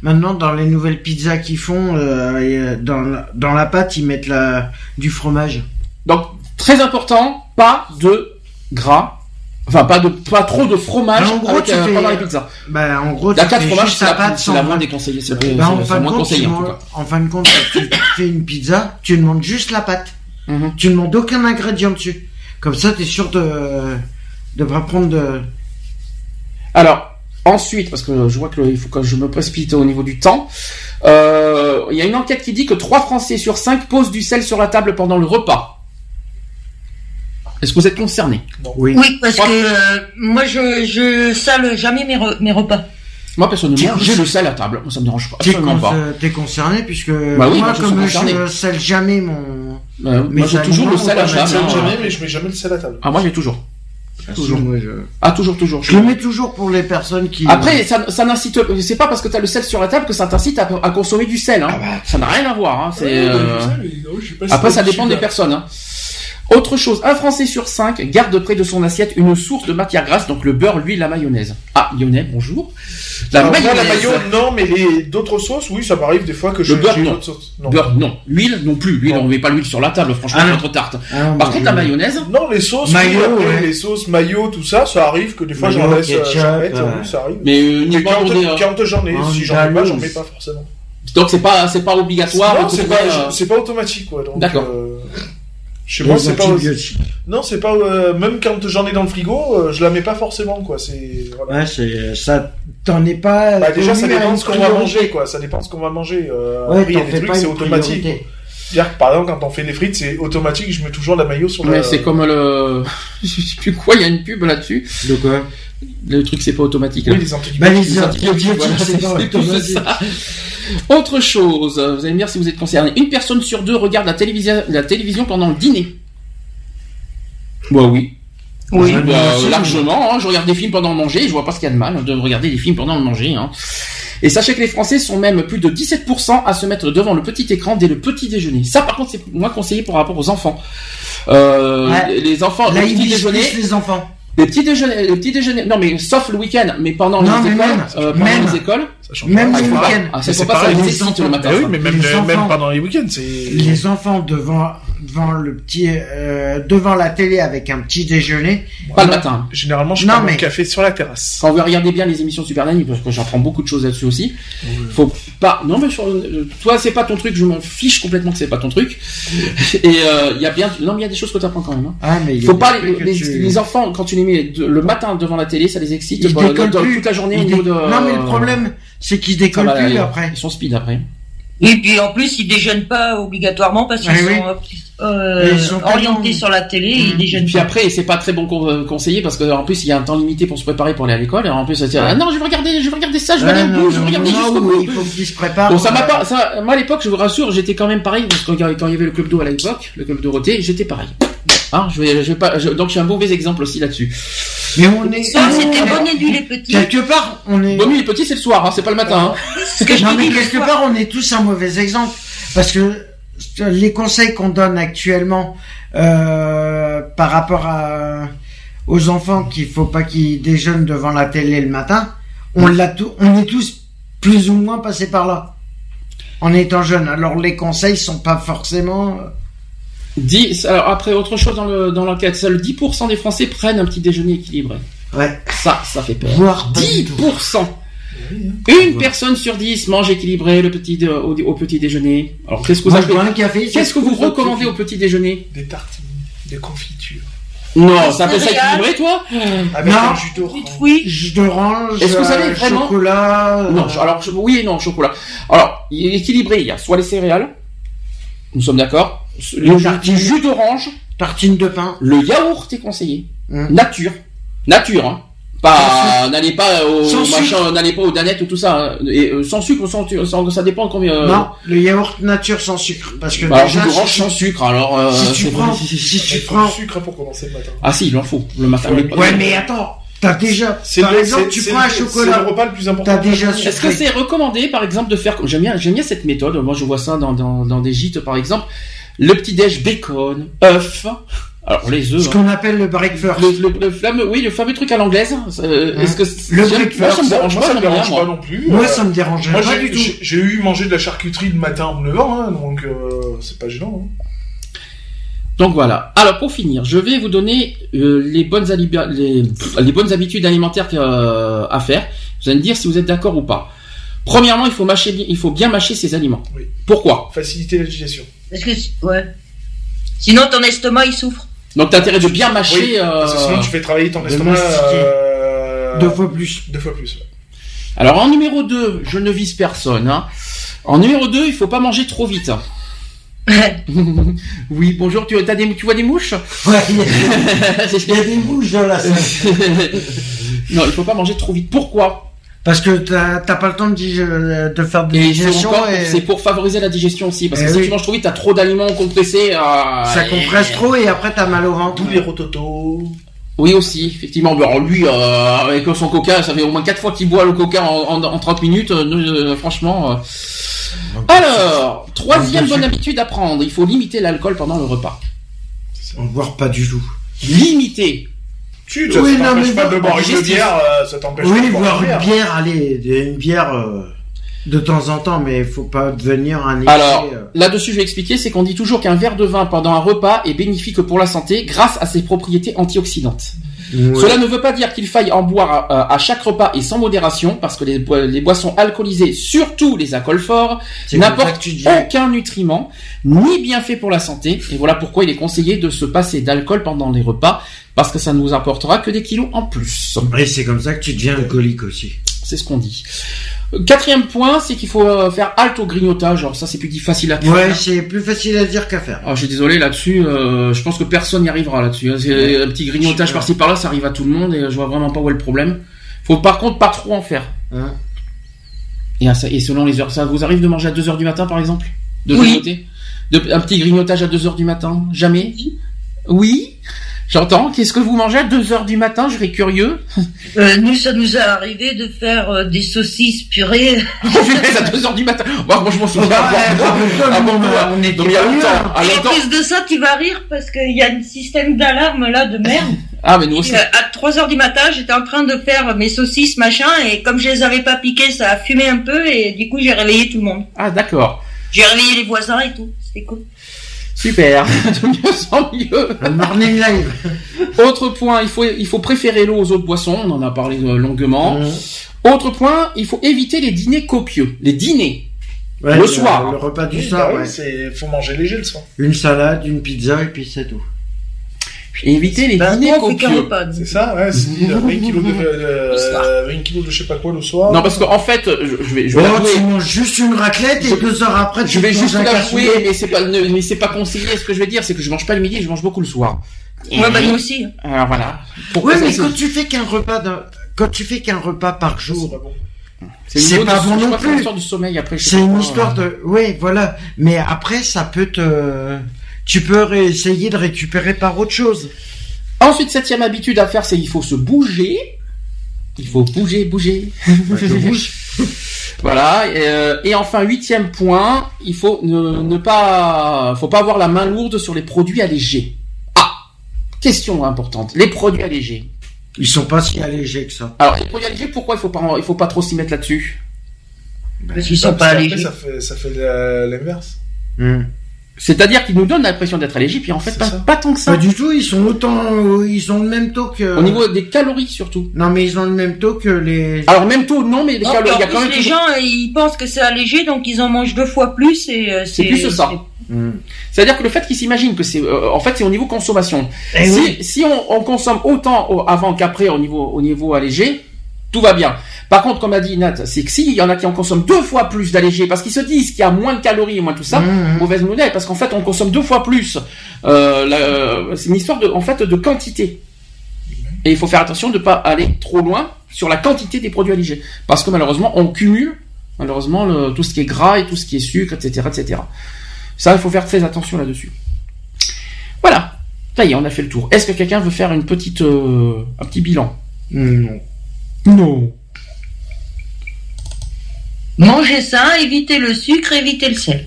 maintenant dans les nouvelles pizzas qu'ils font, euh, dans la, dans la pâte ils mettent la du fromage. Donc très important, pas de gras. Enfin, pas de, pas trop de fromage en gros, avec, tu euh, fais... pendant les pizzas. Bah, en gros, la tu quatre fais fromages, juste c'est la la, pâte c'est sans la moins déconseillée. C'est, c'est, bah, en c'est fin de moins compte, conseillé, tu en tout man- cas. en fin de compte, tu fais une pizza, tu demandes juste la pâte. Mm-hmm. Tu ne demandes aucun ingrédient dessus. Comme ça, t'es sûr de, de pas prendre de... Alors, ensuite, parce que je vois que le, il faut que je me précipite au niveau du temps, euh, il y a une enquête qui dit que trois Français sur cinq posent du sel sur la table pendant le repas. Est-ce que vous êtes concerné? Oui. Oui, parce que euh, moi, je, je sale jamais mes, re- mes repas. Moi, personnellement, T'es j'ai con- le sel à table. Moi, ça me dérange pas. T'es, Absolument con- pas. t'es concerné puisque Bah oui, moi, moi, je suis comme concerné. je sale jamais mon... Euh, Mais moi, j'ai ça, toujours moi, le sel on à va Je table. le hein. sel jamais, mais je mets jamais le sel à table. Ah, moi, j'ai toujours. Toujours. Moi, je... Ah, toujours, toujours. je le mets toujours pour les personnes qui... Après, ça, ça n'incite, c'est pas parce que t'as le sel sur la table que ça t'incite à, à consommer du sel, hein. Ah bah. Ça n'a rien à voir, hein. C'est, Ouais, euh, je sais, mais non, je sais pas si Après, c'est ça dépend des super. personnes, hein. Autre chose, un Français sur cinq garde près de son assiette une source de matière grasse, donc le beurre, l'huile, la mayonnaise. Ah, Lionel, bonjour. La Alors, moi, mayonnaise. la mayo, non, mais les d'autres sauces, oui, ça m'arrive des fois que je Le beurre, j'ai non. d'autres sauces. Non. Beurre, non. L'huile, non plus. L'huile, Non. on met pas l'huile sur la table, franchement, Ah, non. notre tarte. Ah, Par moi, contre, je- la mayonnaise, Non, les sauces, Mayo, oui, après, ouais. les sauces mayo, tout ça, ça arrive que des fois Mayo, j'en laisse, euh, ketchup, j'en mette, euh, oui, ça arrive. mais euh, Mais uniquement quand, pour des, euh, quand j'en ai, si j'en ai pas, j'en mets Andalous. pas forcément. donc c'est pas, c'est pas obligatoire. Non, de c'est trouver, pas, euh, c'est pas automatique, quoi. Donc, D'accord. euh, chez moi, Les c'est pas. antibiotiques. Non, c'est pas. euh, même quand j'en ai dans le frigo, euh, je la mets pas forcément, quoi. C'est. Voilà. Ouais, c'est... Ça... T'en es pas... Bah, déjà, ça tenu à dépend une de ce qu'on va priorité. manger, quoi. Ça dépend de ce qu'on va manger. Euh, Ouais, après, il y a t'en des fais trucs, pas c'est une automatique. priorité. C'est-à-dire que, par exemple, quand on fait des frites, c'est automatique, je mets toujours la mayo sur Mais la. c'est comme le, je sais plus quoi, il y a une pub là-dessus. De quoi? Le truc, c'est pas automatique. Oui, là. les Bah, antibiotiques. les antibiotiques, Voilà, c'est c'est pas c'est tout automatique. ça. Autre chose, vous allez me dire si vous êtes concerné. Une personne sur deux regarde la télévision, la télévision pendant le dîner. Bah oui. Oui. Bah, Moi aussi, largement, hein, je regarde des films pendant le manger, je vois pas ce qu'il y a de mal de regarder des films pendant le manger. Hein. Et sachez que les Français sont même plus de dix-sept pour cent à se mettre devant le petit écran dès le petit déjeuner. Ça, par contre, c'est moins conseillé par rapport aux enfants. Euh, Ouais. Les enfants, Là, le ils petit visent déjeuner, plus les enfants. les petits déjeuners, les petits déjeuners, non mais sauf le week-end, mais pendant Non, les mais écoles, même, euh, pendant même. les écoles, Ça change Même pas. le il faut pas- week-end. ah, Mais ça c'est faut pas pareil, ça les les excite le enfants. matin. Bah oui, ça. mais même, Les le- enfants. même pendant les week-ends, c'est. Les enfants devant devant le petit euh, devant la télé avec un petit déjeuner. Pas le Non. matin. Généralement, je Non, prends mon mais- café sur la terrasse. Quand vous regardez bien les émissions de Super Nanny, parce que j'apprends beaucoup de choses là-dessus aussi, faut pas. Non mais sur, euh, toi c'est pas ton truc, je m'en fiche complètement que c'est pas ton truc. Et il y a bien, non mais il y a des choses que tu apprends quand même. Hein. Ah mais il y a Faut des pas trucs les, que les, tu- les enfants quand tu les mets de- le matin devant la télé, ça les excite Ils bah, décollent dans- plus. toute la journée Ils au niveau dé- de. Non mais le problème c'est qu'ils ça décollent va, plus ils- après. Ils sont speed après. Et puis en plus, ils déjeunent pas obligatoirement parce qu'ils Ah oui. sont euh, Ils sont orientés tellement- sur la télé et Mmh. ils déjeunent Et puis pas. après, c'est pas très bon con- euh, conseiller parce que en plus il y a un temps limité pour se préparer pour aller à l'école. Et en plus, ça tient, ah non, je vais regarder, je vais regarder ça, je vais Ouais, aller au non, bout, je vais non, regarder non, jusqu'au oui, bout. il faut qu'ils se préparent. Bon, ça m'a euh, pas, ça, moi à l'époque, je vous rassure, j'étais quand même pareil parce que quand, quand il y avait le club d'eau à l'époque, le club Dorothée, j'étais pareil. Hein, je vais, je vais pas, je- donc je suis un mauvais exemple aussi là-dessus. Mais on est. Ça, on c'était est- bonne nuit les petits. Quelque part, on est. Bon, lui, les petits, c'est le soir, hein, c'est pas le matin. Hein. Ce que je Non te mais dis, le quelque soir. part, on est tous un mauvais exemple parce que les conseils qu'on donne actuellement euh, par rapport à, aux enfants qu'il faut pas qu'ils déjeunent devant la télé le matin, on l'a tout, on est tous plus ou moins passés par là en étant jeunes. Alors les conseils sont pas forcément. dix, alors après, autre chose dans le, dans l'enquête, seuls dix pour cent des Français prennent un petit déjeuner équilibré. Ouais. Ça, ça fait peur. Voire pas du dix tout. pour cent. Une personne sur dix mange équilibré le petit de- au, au petit déjeuner. Alors, qu'est-ce que vous Moi, avez je bois un café. Qu'est-ce que vous c'est- recommandez au petit déjeuner? Des tartines, des confitures. Non, ça appelle ça céréales. équilibré, toi? Avec Non. un jus d'orange. Oui. Jus d'orange, Est-ce que vous savez euh, vraiment- chocolat. euh, Non, je- alors je- oui et non, chocolat. Alors, il est équilibré, il y a soit les céréales, nous sommes d'accord, le jus, tartines. du jus d'orange, tartine de pain. le yaourt est conseillé, Hum. nature, nature, hein. Pas, n'allez pas au Sans machin, sucre. n'allez pas aux danettes ou tout ça, hein. Et euh, sans sucre, sans, sans, ça dépend de combien. euh, Non, le yaourt nature sans sucre parce que bah, alors, jus déjà d'orange si, sans sucre, alors. Euh, si tu c'est- prends, si Il tu faut prends. du sucre pour commencer le matin. Ah si, il en faut le matin. Ouais, Mais- Ouais, mais attends, t'as déjà. C'est Par le- exemple, c'est- tu c'est prends un le- C'est chocolat. le repas le plus important. T'as déjà de la journée. Est-ce que c'est recommandé, par exemple, de faire, j'aime bien, j'aime bien cette méthode, moi je vois ça dans, dans, dans des gîtes, par exemple, le petit déj bacon, œuf, Alors les œufs. Ce qu'on appelle le breakfast. Le, le, le fameux, oui, le fameux truc à l'anglaise. Euh, est-ce que le breakfast, moi, ça me dérange, moi, ça me dérange pas non plus. Moi, euh, ça me dérange moi, pas j'ai, du tout. J'ai, j'ai eu mangé de la charcuterie le matin en me levant, hein, donc euh, c'est pas gênant. Hein. Donc voilà. Alors pour finir, je vais vous donner euh, les bonnes alibi- les, pff, les bonnes habitudes alimentaires euh, à faire. Vous allez me dire si vous êtes d'accord ou pas. Premièrement, il faut mâcher, il faut bien mâcher ses aliments. Oui. Pourquoi ? Faciliter la digestion. Parce que, ouais. Sinon, ton estomac, il souffre. Donc t'as intérêt de bien mâcher. Oui, parce que sinon euh... tu fais travailler ton de estomac mastiquer. euh... Deux fois plus. Deux fois plus. Ouais. Alors en numéro deux, je ne vise personne. Hein. En numéro deux, il faut pas manger trop vite. Oui, bonjour, tu, as des, tu vois des mouches ? Ouais, il y, y a des mouches dans la salle. Non, il faut pas manger trop vite. Pourquoi ? Parce que t'as, t'as pas le temps de, dig- de faire des Et c'est, digestions encore, et c'est pour favoriser la digestion aussi. Parce que Eh si oui. tu manges trop vite, t'as trop d'aliments compressés. Euh, ça compresse et... trop et après t'as mal au ventre. Tous les rototos. Oui aussi, effectivement. Alors lui, euh, avec son coca, ça fait au moins quatre fois qu'il boit le coca en, en, en trente minutes. Euh, euh, franchement. Euh... Alors, troisième bonne habitude à prendre, il faut limiter l'alcool pendant le repas. On voit pas du tout. Limiter. Tu, ça, Oui, ça non, t'empêche mais pas bon, de boire une digestif. bière, euh, ça t'empêche Oui, pas de boire boire une bière. une bière, allez, une bière euh, de temps en temps, mais il faut pas devenir un excès. Alors, euh. là-dessus, je vais expliquer, c'est qu'on dit toujours qu'un verre de vin pendant un repas est bénéfique pour la santé grâce à ses propriétés antioxydantes. Ouais. Cela ne veut pas dire qu'il faille en boire à, à chaque repas et sans modération, parce que les, bo- les boissons alcoolisées, surtout les alcools forts, C'est comme ça n'apportent que tu dis. aucun nutriment, ni bienfait pour la santé, et voilà pourquoi il est conseillé de se passer d'alcool pendant les repas, parce que ça ne nous apportera que des kilos en plus. Et c'est comme ça que tu deviens alcoolique aussi. C'est ce qu'on dit. Quatrième point, c'est qu'il faut euh, faire halte au grignotage. Alors ça, c'est plus facile à faire. Ouais, c'est plus facile à dire qu'à faire. Alors, je suis désolé là-dessus. Euh, je pense que personne n'y arrivera là-dessus. C'est Ouais. un petit grignotage Je- par-ci par-là, ça arrive à tout le monde et je vois vraiment pas où est le problème. Faut par contre pas trop en faire. Hein. Et, à ça- et selon les heures, ça vous arrive de manger à deux heures du matin, par exemple, de Oui. grignoter, de, un petit grignotage à deux heures du matin, jamais. Oui. J'entends. Qu'est-ce que vous mangez à deux heures du matin? Je serais curieux. Euh, nous, ça nous est arrivé de faire euh, des saucisses purées. On fait à deux heures du matin. Moi, moi je m'en souviens. Ouais, Ah, bon, rappelle-toi, ah, bon, nous, bon, on était donc, il y a pas longtemps. là. À Et en longtemps. plus de ça, tu vas rire parce qu'il y a un système d'alarme là de merde. Ah, mais nous aussi. Et, euh, à trois heures du matin, j'étais en train de faire mes saucisses, machin, et comme je les avais pas piquées, ça a fumé un peu, et du coup, j'ai réveillé tout le monde. Ah, d'accord. J'ai réveillé les voisins et tout. C'était cool. Super. De mieux en mieux. Le morning live. Autre point, il faut, il faut préférer l'eau aux autres boissons. On en a parlé euh, longuement. Mmh. Autre point, il faut éviter les dîners copieux. Les dîners. Ouais, Le soir. Le repas du Oui, soir, bah oui, ouais. c'est, faut manger léger le soir. Une salade, une pizza et puis c'est tout. Éviter les Ben, dîners on fait qu'un copieux. repas. C'est ça, ouais, c'est dit, vingt kilos de, de, Le soir. euh, vingt kilos de je sais pas quoi le soir. Non, parce qu'en fait, je, je vais, je vais Oh, l'avouer. tu manges juste une raclette et Je- deux heures après, tu Je vais te juste manges un l'avouer, cassoulet. mais c'est pas, ne- mais c'est pas conseillé. Ce que je vais dire, c'est que je mange pas le midi, je mange beaucoup le soir. Ouais, bah, nous aussi. Alors voilà. Pourquoi Ouais, mais ça, quand tu fais qu'un repas d'un- quand tu fais qu'un repas par c'est jour, pas bon. c'est, c'est une pas autre- bon je non crois que c'est une plus. histoire du sommeil après. je sais c'est pas une quoi. histoire de, oui, voilà. Mais après, ça peut te, tu peux ré- essayer de récupérer par autre chose. Ensuite, septième habitude à faire, c'est il faut se bouger. Il faut bouger, bouger. Voilà. Et, euh, et enfin, huitième point, il faut ne, ne pas, faut pas avoir la main lourde sur les produits allégés. Ah, question importante. Les produits allégés. Ils sont pas si allégés que ça. Alors, les produits allégés, pourquoi il faut pas, il faut pas trop s'y mettre là-dessus? Parce qu'ils sont Parce pas qu'après, allégés. Ça fait, ça fait la- l'inverse. Hmm. C'est-à-dire qu'ils nous donnent l'impression d'être allégés, puis en fait, C'est pas, ça. pas tant que ça. Pas du tout, ils sont autant, ils ont le même taux que. Au niveau des calories, surtout. Non, mais ils ont le même taux que les. Alors, même taux, non, mais les Non, calories, puis il y a en quand plus, même les toujours- gens, euh, ils pensent que c'est allégé, donc ils en mangent deux fois plus, et euh, C'est plus ça. Hmm. C'est-à-dire que le fait qu'ils s'imaginent que c'est, euh, en fait, c'est au niveau consommation. Eh si oui. si on, on consomme autant au- avant qu'après au niveau, au niveau allégé, tout va bien. Par contre, comme a dit Nat, c'est que s'il y en a qui en consomment deux fois plus d'allégé, parce qu'ils se disent qu'il y a moins de calories et moins tout ça, Mmh. mauvaise nouvelle, parce qu'en fait, on consomme deux fois plus. Euh, la- euh, c'est une histoire de, en fait, de quantité. Et il faut faire attention de ne pas aller trop loin sur la quantité des produits allégés, parce que malheureusement, on cumule, malheureusement, le, tout ce qui est gras et tout ce qui est sucre, et cetera, et cetera. Ça, il faut faire très attention là-dessus. Voilà. Ça y est, on a fait le tour. Est-ce que quelqu'un veut faire une petite, euh, un petit bilan? Non. Non. Manger sain, éviter le sucre, éviter le sel.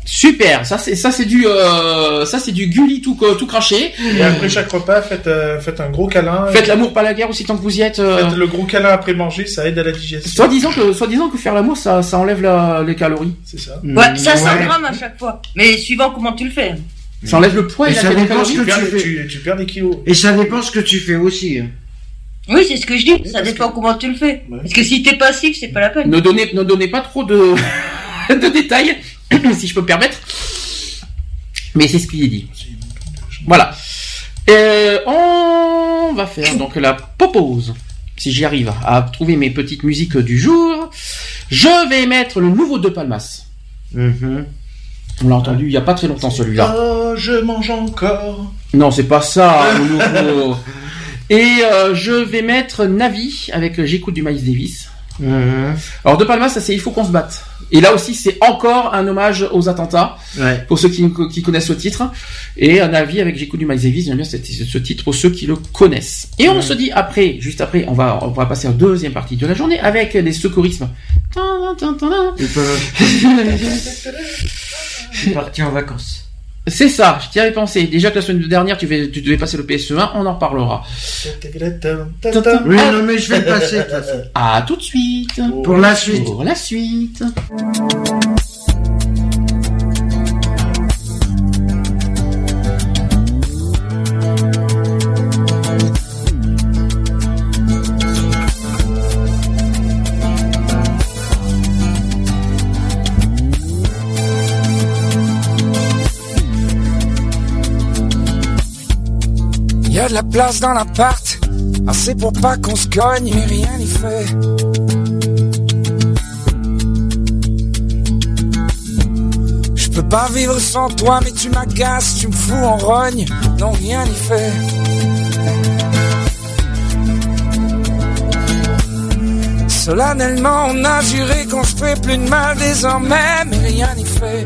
Super, ça c'est ça c'est du euh, ça c'est du Gulli tout tout craché. Et après chaque repas, faites euh, faites un gros câlin. Faites l'amour pas la guerre aussi tant que vous y êtes. Euh... Faites le gros câlin après manger, ça aide à la digestion. Soit disant que soit disant que faire l'amour ça ça enlève la, les calories. C'est ça. Ouais, ça cent Ouais. grammes à chaque fois. Mais suivant comment tu le fais. Ça enlève le poids et, Et la ça les dépend ce calories. que Tu, tu perds, fais. tu, tu perds des kilos. Et ça dépend ce que tu fais aussi. Oui, c'est ce que je dis. Ça parce dépend que- comment tu le fais. Ouais. Parce que si t'es passif, c'est pas la peine. Ne donnez ne donnez pas trop de de détails si je peux me permettre. Mais c'est ce qu'il est dit. Voilà. Euh, on va faire donc la pause. Si j'y arrive à trouver mes petites musiques du jour, je vais mettre le nouveau De Palmas. Mm-hmm. On l'a entendu il y a pas très longtemps celui-là. Oh, je mange encore. Non, c'est pas ça. Le nouveau. Et euh, je vais mettre Navi avec J'écoute du Miles Davis. Mm-hmm. Alors De Palmas, ça c'est Il faut qu'on se batte. Et là aussi c'est encore un hommage aux attentats. Ouais. Pour ceux qui, qui connaissent ce titre, et un avis avec J'écoute du Miles Davis, j'aime bien ce, ce titre pour ceux qui le connaissent. Et on Ouais. se dit après, juste après, on va, on va passer en deuxième partie de la journée avec les secourismes. Ils peuvent... Je suis parti en vacances. C'est ça, je t'y avais pensé. Déjà que la semaine dernière, tu, vais, tu devais passer le P S E un, on en parlera. Oui, non, mais je vais le passer, de toute façon. À tout de suite. Pour la suite. Pour la suite. Y a de la place dans l'appart, assez pour pas qu'on se cogne, mais rien n'y fait. Je peux pas vivre sans toi, mais tu m'agaces, tu me fous en rogne, non rien n'y fait. Solennellement on a juré qu'on se ferait plus de mal désormais, mais rien n'y fait.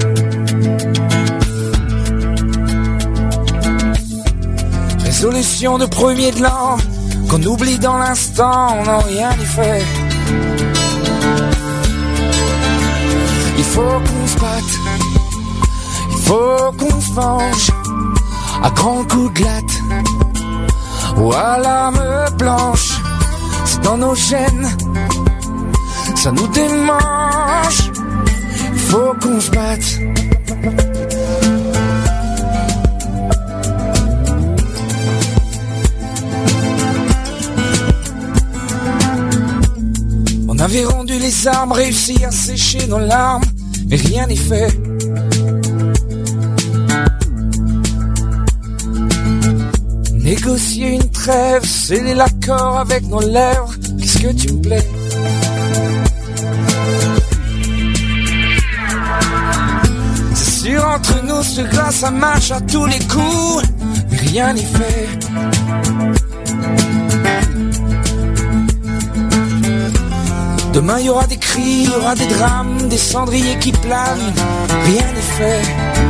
Résolution de premier de l'an, qu'on oublie dans l'instant, non rien n'y fait. Il faut qu'on se batte, il faut qu'on se venge, à grands coups de latte, ou à l'arme blanche, c'est dans nos gènes, ça nous démange, il faut qu'on se batte. On avait rendu les armes, réussi à sécher nos larmes, mais rien n'est fait. Négocier une trêve, sceller l'accord avec nos lèvres, qu'est-ce que tu me plais? C'est sûr entre nous, ce gars ça marche à tous les coups, mais rien n'y fait. Demain y aura des cris, y aura des drames, des cendriers qui planent, rien n'est fait.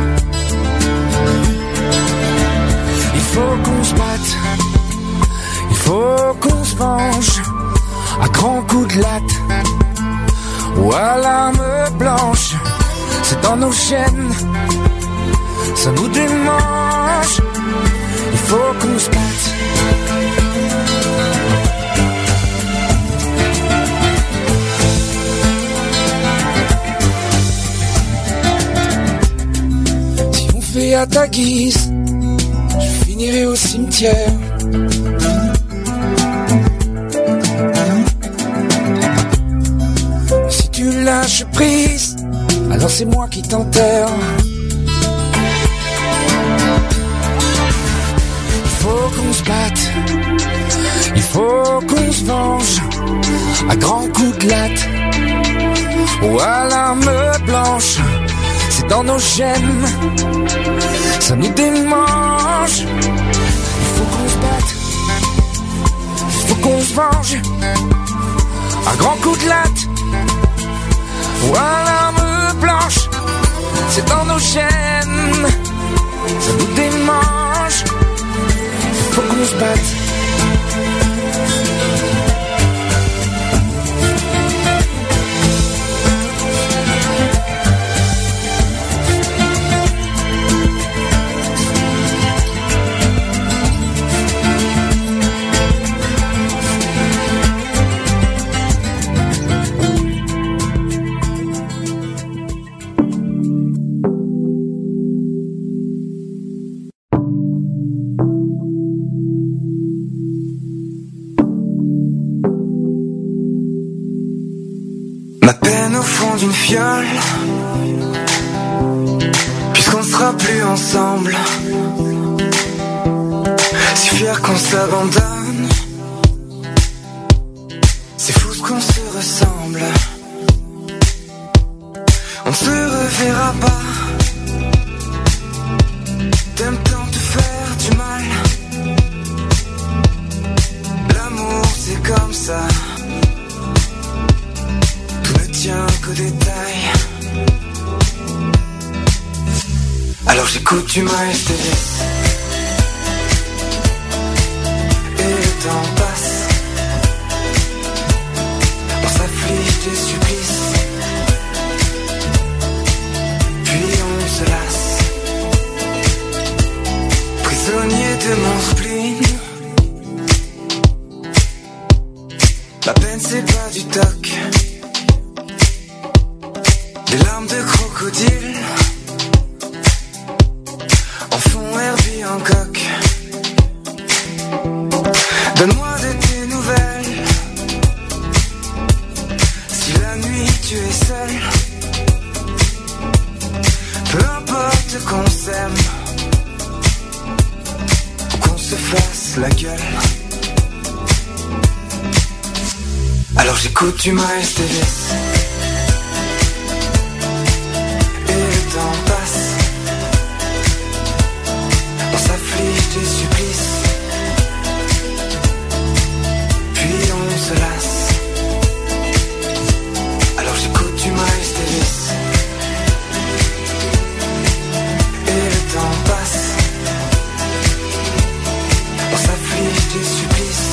Il faut qu'on se batte, il faut qu'on se venge, à grands coups de latte, ou à l'arme blanche, c'est dans nos chaînes, ça nous démange, il faut qu'on se batte. Si à ta guise, je finirai au cimetière. Si tu lâches prise, alors c'est moi qui t'enterre. Il faut qu'on se batte, il faut qu'on se venge, à grands coups de latte, ou à l'arme blanche, c'est dans nos gènes, ça nous démange. Il faut qu'on se batte, il faut qu'on se venge, à grands coups de latte, ou à l'arme blanche, c'est dans nos chaînes, ça nous démange. Il faut qu'on se batte. fiole, puisqu'on sera plus ensemble. Si fier qu'on s'abandonne, c'est fou ce qu'on se ressemble. On ne se reverra pas. T'aimes tant te faire du mal. L'amour c'est comme ça. Tout ne tient qu'aux détails. Alors j'écoute du Miles Davis. Et le temps passe. On s'afflige des supplices. Puis on se lasse. Prisonnier de mon spleen. La peine c'est pas du toc. Des larmes de crocodile en fond Herbie Hancock. Donne-moi de tes nouvelles. Si la nuit tu es seul, peu importe qu'on s'aime, qu'on se fasse la gueule. Alors j'écoute du Miles Davis. Et le temps passe. On s'afflige des supplices. Puis on se lasse. Alors j'écoute du Miles Davis. Et le temps passe. On s'afflige des supplices.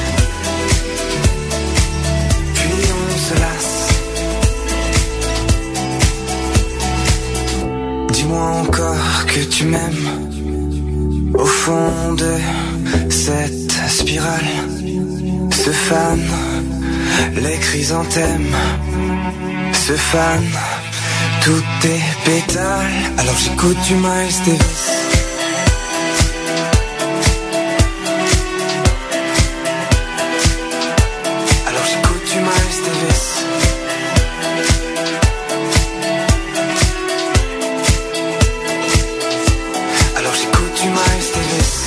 Puis on se lasse. Dis-moi encore que tu m'aimes. Au fond de cette spirale se fanent les chrysanthèmes, se fanent tous tes pétales. Alors j'écoute du Miles Davis. Alors j'écoute du Miles Davis. Alors j'écoute du Miles Davis.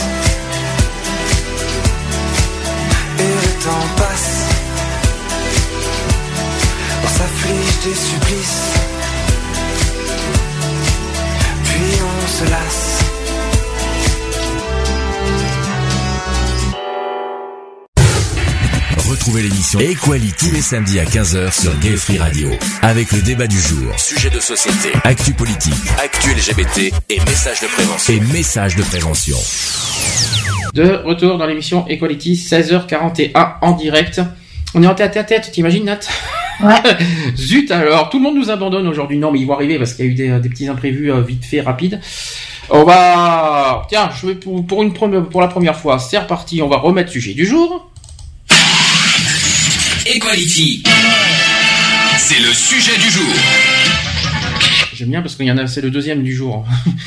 Et le temps passe. On s'afflige des supplices. Puis on se lasse. Retrouvez l'émission Equality tous les samedis à quinze heures sur Gay Free Radio. Avec le débat du jour, sujet de société, actu politique, actu L G B T et messages de prévention. Et messages de prévention. De retour dans l'émission Equality, seize heures quarante et un en direct. On est en tête à tête, t'imagines Nat? Ouais. Zut alors, tout le monde nous abandonne aujourd'hui. Non mais ils vont arriver parce qu'il y a eu des, des petits imprévus euh, vite fait, rapides. On va... Tiens, je vais pour, pour, une première, pour la première fois, c'est reparti, on va remettre le sujet du jour. Equality, c'est le sujet du jour. J'aime bien parce qu'il y en a, c'est le deuxième du jour.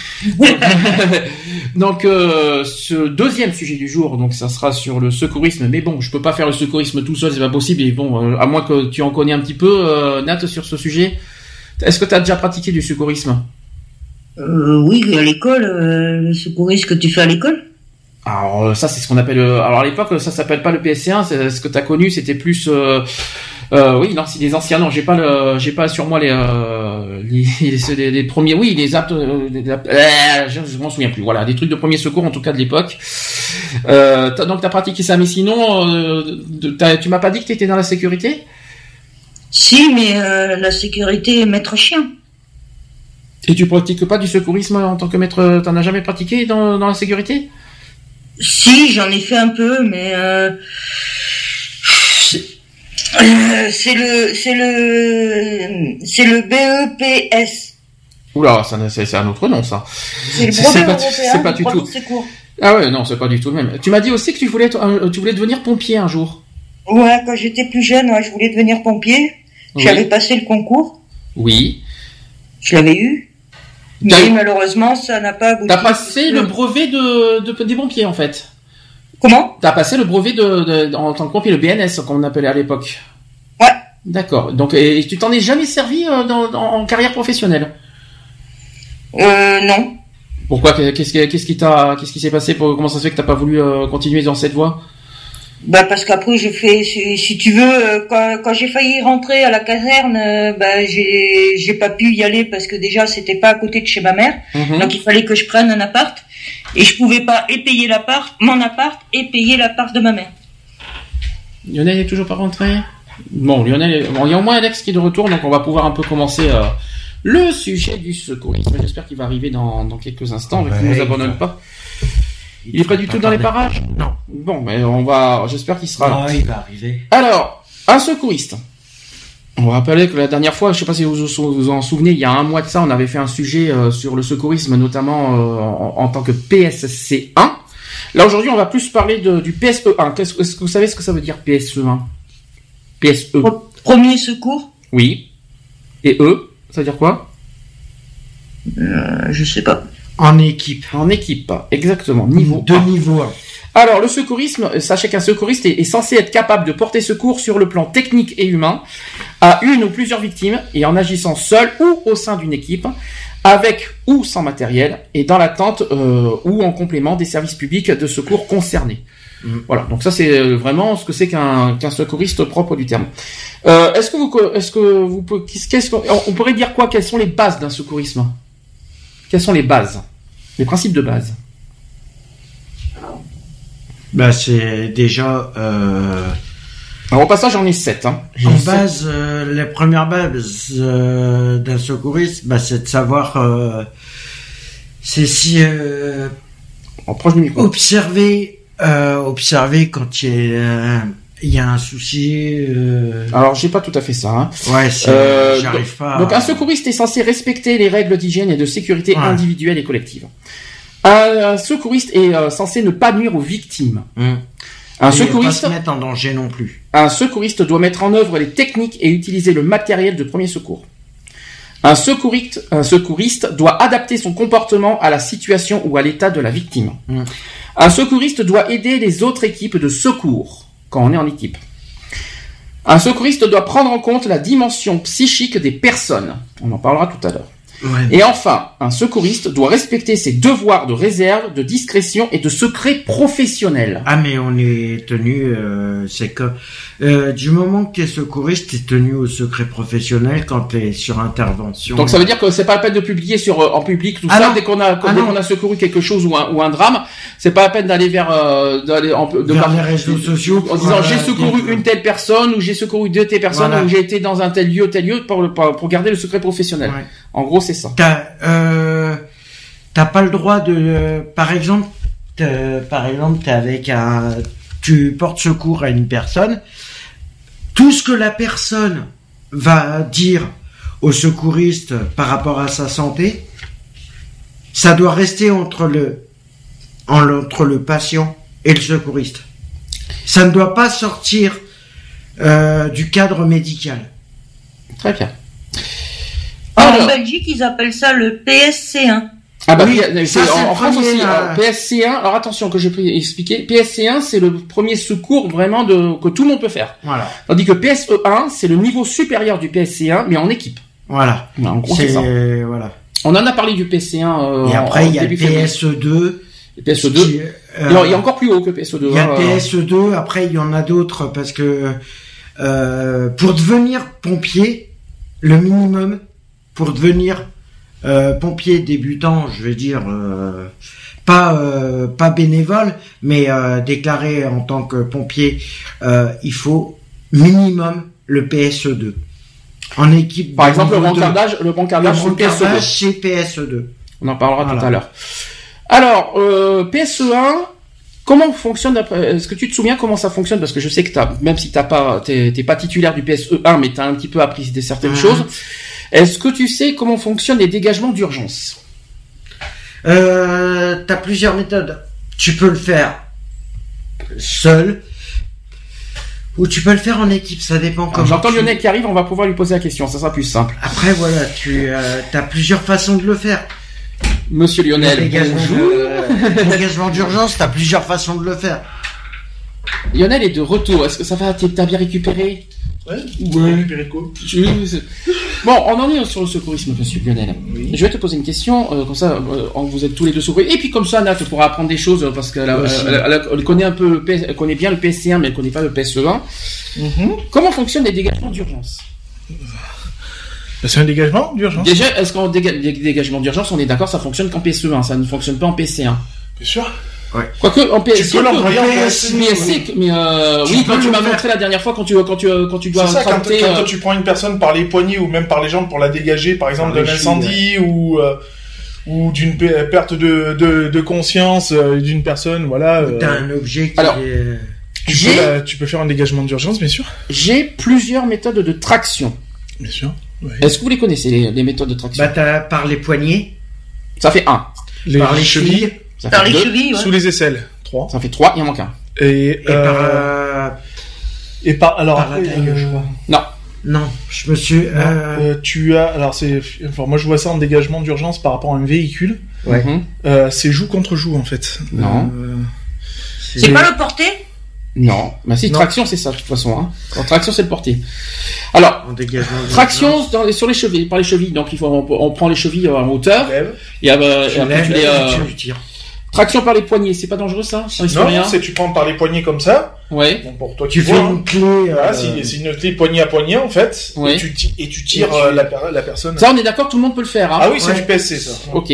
Donc, euh, ce deuxième sujet du jour, donc ça sera sur le secourisme. Mais bon, je peux pas faire le secourisme tout seul, c'est pas possible. Et bon, euh, à moins que tu en connais un petit peu, euh, Nat, sur ce sujet. Est-ce que tu as déjà pratiqué du secourisme? Euh, oui, à l'école, euh, le secourisme que tu fais à l'école. Alors ça, c'est ce qu'on appelle. Euh, alors à l'époque, ça s'appelle pas le P S C un. C'est, ce que tu as connu, c'était plus. Euh, euh, oui, non, c'est des anciens. Non, j'ai pas le, j'ai pas sur moi les, euh, les, les, les, les premiers. Oui, les aptes. Euh, les, euh, je, je m'en souviens plus. Voilà, des trucs de premier secours, en tout cas de l'époque. Euh, t'as, donc t'as pratiqué ça, mais sinon, euh, t'as, tu m'as pas dit que t'étais dans la sécurité? Si, mais euh, la sécurité est maître chien. Et tu pratiques pas du secourisme en tant que maître? T'en as jamais pratiqué dans, dans la sécurité? Si, j'en ai fait un peu, mais euh, c'est, euh, c'est le c'est le c'est le B E P S. Oula, ça, c'est, c'est un autre nom ça. C'est le brevet c'est pas, européen c'est pas du tout. de secours. Ah ouais, non, c'est pas du tout le même. Tu m'as dit aussi que tu voulais être, tu voulais devenir pompier un jour. Ouais, quand j'étais plus jeune, ouais, je voulais devenir pompier. Oui. J'avais passé le concours. Oui. Je l'avais eu. Mais malheureusement, ça n'a pas abouti. T'as passé le brevet de, de, des pompiers, en fait. Comment? T'as passé le brevet de, de, en tant que pompier, le B N S, qu'on appelait à l'époque. Ouais. D'accord. Donc, et tu t'en es jamais servi euh, dans, dans, en carrière professionnelle? Euh, non. Pourquoi? Qu'est-ce qui, qu'est-ce qui t'a, qu'est-ce qui s'est passé? Pour, comment ça se fait que t'as pas voulu euh, continuer dans cette voie? Bah parce qu'après j'ai fait, si, si tu veux, euh, quand, quand j'ai failli rentrer à la caserne, euh, bah j'ai j'ai pas pu y aller parce que déjà c'était pas à côté de chez ma mère, mmh. donc il fallait que je prenne un appart et je pouvais pas et payer l'appart, mon appart et payer l'appart de ma mère. Lionel est toujours pas rentré? Bon, Lionel, bon, il y a au moins Alex qui est de retour, donc on va pouvoir un peu commencer euh, le sujet du secourisme. J'espère qu'il va arriver dans dans quelques instants, ouais, qu'il ne nous abandonne va... pas. Il est pas du tout dans les parages? Non. Bon, mais on va, j'espère qu'il sera là. Non, il va arriver. Alors, un secouriste. On va rappeler que la dernière fois, je sais pas si vous vous en souvenez, il y a un mois de ça, on avait fait un sujet euh, sur le secourisme, notamment euh, en, en tant que P S C un. Là, aujourd'hui, on va plus parler de, du P S E un. Qu'est-ce, est-ce que vous savez ce que ça veut dire, P S E un? P S E. Premier secours? Oui. Et E, ça veut dire quoi? euh, Je sais pas. En équipe. En équipe, exactement. Niveau De niveau un. Alors, le secourisme, sachez qu'un secouriste est, est censé être capable de porter secours sur le plan technique et humain à une ou plusieurs victimes et en agissant seul ou au sein d'une équipe, avec ou sans matériel et dans l'attente euh, ou en complément des services publics de secours concernés. Mmh. Voilà, donc ça c'est vraiment ce que c'est qu'un, qu'un secouriste propre du terme. Euh, est-ce que vous, est-ce que vous, qu'est-ce qu'on, on pourrait dire quoi? Quelles sont les bases d'un secourisme? Quelles sont les bases? Les principes de base? Bah, c'est déjà... Euh... Alors, au passage, j'en ai sept. Hein. En base, euh, les premières bases euh, d'un secouriste, bah, c'est de savoir... Euh, c'est si... Euh, en proche du micro. Observer, euh, observer quand il y a... Euh, il y a un souci. Euh... Alors, j'ai pas tout à fait ça. Hein. Ouais, c'est, euh, j'arrive donc, pas. Donc, à... un secouriste est censé respecter les règles d'hygiène et de sécurité ouais. individuelle et collective. Un secouriste est euh, censé ne pas nuire aux victimes. Mmh. Un et secouriste pas se mettre en danger non plus. Un secouriste doit mettre en œuvre les techniques et utiliser le matériel de premier secours. Un secouriste, un secouriste doit adapter son comportement à la situation ou à l'état de la victime. Mmh. Un secouriste doit aider les autres équipes de secours quand on est en équipe. Un secouriste doit prendre en compte la dimension psychique des personnes. On en parlera tout à l'heure. Ouais. Et enfin, un secouriste doit respecter ses devoirs de réserve, de discrétion et de secret professionnel. Ah mais on est tenu, euh, c'est que euh, du moment que t'es secouriste, t'es tenu au secret professionnel quand t'es sur intervention. Donc ça veut dire que c'est pas la peine de publier sur euh, en public tout ah ça non. dès qu'on a ah dès non. qu'on a secouru quelque chose ou un ou un drame, c'est pas la peine d'aller vers euh, d'aller en, de vers les réseaux sociaux en disant voilà, j'ai secouru une telle personne ou j'ai secouru deux telles personnes voilà. ou j'ai été dans un tel lieu tel lieu pour pour, pour garder le secret professionnel. Ouais. En gros, c'est ça. T'as, euh, t'as pas le droit de, euh, par exemple, par exemple, t'es avec un, tu portes secours à une personne. Tout ce que la personne va dire au secouriste par rapport à sa santé, ça doit rester entre le, entre le patient et le secouriste. Ça ne doit pas sortir euh, du cadre médical. Très bien. Alors, en Belgique, ils appellent ça le P S C un. Ah bah, oui, c'est, c'est en, en France aussi. Alors, P S C un, alors attention que j'ai expliqué. P S C un, c'est le premier secours vraiment de que tout le monde peut faire. Voilà. Tandis que P S E un, c'est le niveau supérieur du P S C un, mais en équipe. Voilà. Ouais, en gros, c'est, c'est ça. Voilà. On en a parlé du P S C un. Euh, Et après, il y a le P S E deux. Le P S E deux. Qui, euh, alors, il y a encore plus haut que P S E deux. Il y a le P S E deux. Après, il y en a d'autres parce que euh, pour devenir pompier, le minimum. Pour devenir euh, pompier débutant, je veux dire euh, pas euh, pas bénévole, mais euh, déclaré en tant que pompier, euh, il faut minimum le P S E deux. En équipe. Par exemple, le brancardage, le brancardage, le brancardage chez P S E deux. On en parlera voilà. tout à l'heure. Alors, euh, P S E un. Comment fonctionne d'après, est-ce que tu te souviens comment ça fonctionne? Parce que je sais que t'as, même si t'as pas, t'es, t'es pas titulaire du P S E un, mais t'as un petit peu appris des certaines mmh. choses. Est-ce que tu sais comment fonctionnent les dégagements d'urgence? Euh, t'as plusieurs méthodes. Tu peux le faire seul, ou tu peux le faire en équipe, ça dépend comment. J'entends tu... Lionel qui arrive, on va pouvoir lui poser la question, ça sera plus simple. Après voilà, tu euh, t'as plusieurs façons de le faire. Monsieur Lionel. Dégagement, de... dégagement d'urgence, t'as plusieurs façons de le faire. Lionel est de retour. Est-ce que ça va? T'as bien récupéré? Ouais. Ouais. Récupérer quoi? Bon, on en est sur le secourisme, monsieur Lionel. Oui. Je vais te poser une question, euh, comme ça, euh, vous êtes tous les deux secouristes. Et puis comme ça, Nat pourra apprendre des choses, parce qu'elle a, elle, elle, elle connaît un peu le P S, elle connaît bien le P S C un, mais elle connaît pas le P S E un. Mm-hmm. Comment fonctionnent les dégagements d'urgence? C'est un dégagement d'urgence. Déjà, est-ce qu'en déga- dégagement d'urgence, on est d'accord, ça fonctionne qu'en P S E un, ça ne fonctionne pas en P S C un. Bien sûr. Ouais. Quoique en P S C, tu peux l'employer en P S C, mais euh, oui, quand tu m'as montré la dernière fois, quand tu quand tu quand tu dois c'est ça, tracter, quand, quand euh... tu prends une personne par les poignets ou même par les jambes pour la dégager, par exemple d'un incendie ou euh, ou d'une p- perte de, de de conscience euh, d'une personne, voilà. Euh... T'as un objet qui Alors, est... tu peux la, tu peux faire un dégagement d'urgence, bien sûr. J'ai plusieurs méthodes de traction. Bien sûr. Ouais. Est-ce que vous les connaissez les, les méthodes de traction? Bah t'as par les poignets. Ça fait un. Les par les chevilles. chevilles. Ça par fait les deux. chevilles. Ouais. Sous les aisselles. Trois. Ça fait trois. Il en manque un. Et, Et euh... par. Euh... Et par alors. Par la taille, euh... je crois. Non. Non, je me suis. Euh... Euh, tu as alors c'est enfin moi je vois ça en dégagement d'urgence par rapport à un véhicule. Ouais. Mm-hmm. Euh, c'est joue contre joue en fait. Non. Euh... C'est, c'est pas le porté? Non, bah si, non. Traction c'est ça de toute façon. Hein. En traction c'est le porté. Alors, traction dans les, sur les chevilles, par les chevilles. Donc il faut on, on prend les chevilles en hauteur et, euh, et après tu les euh, tu tires. Traction par les poignets, c'est pas dangereux ça? ça Non, non c'est tu prends par les poignets comme ça. Ouais. Bon, pour toi tu tu fais vois, une clé. Voilà, euh... c'est, c'est une clé poignet à poignet en fait. Ouais. Et tu tires, et tu tires et tu... La, la personne. Ça on est d'accord, tout le monde peut le faire. Hein. Ah oui, c'est ouais. du P S C ça. Ok.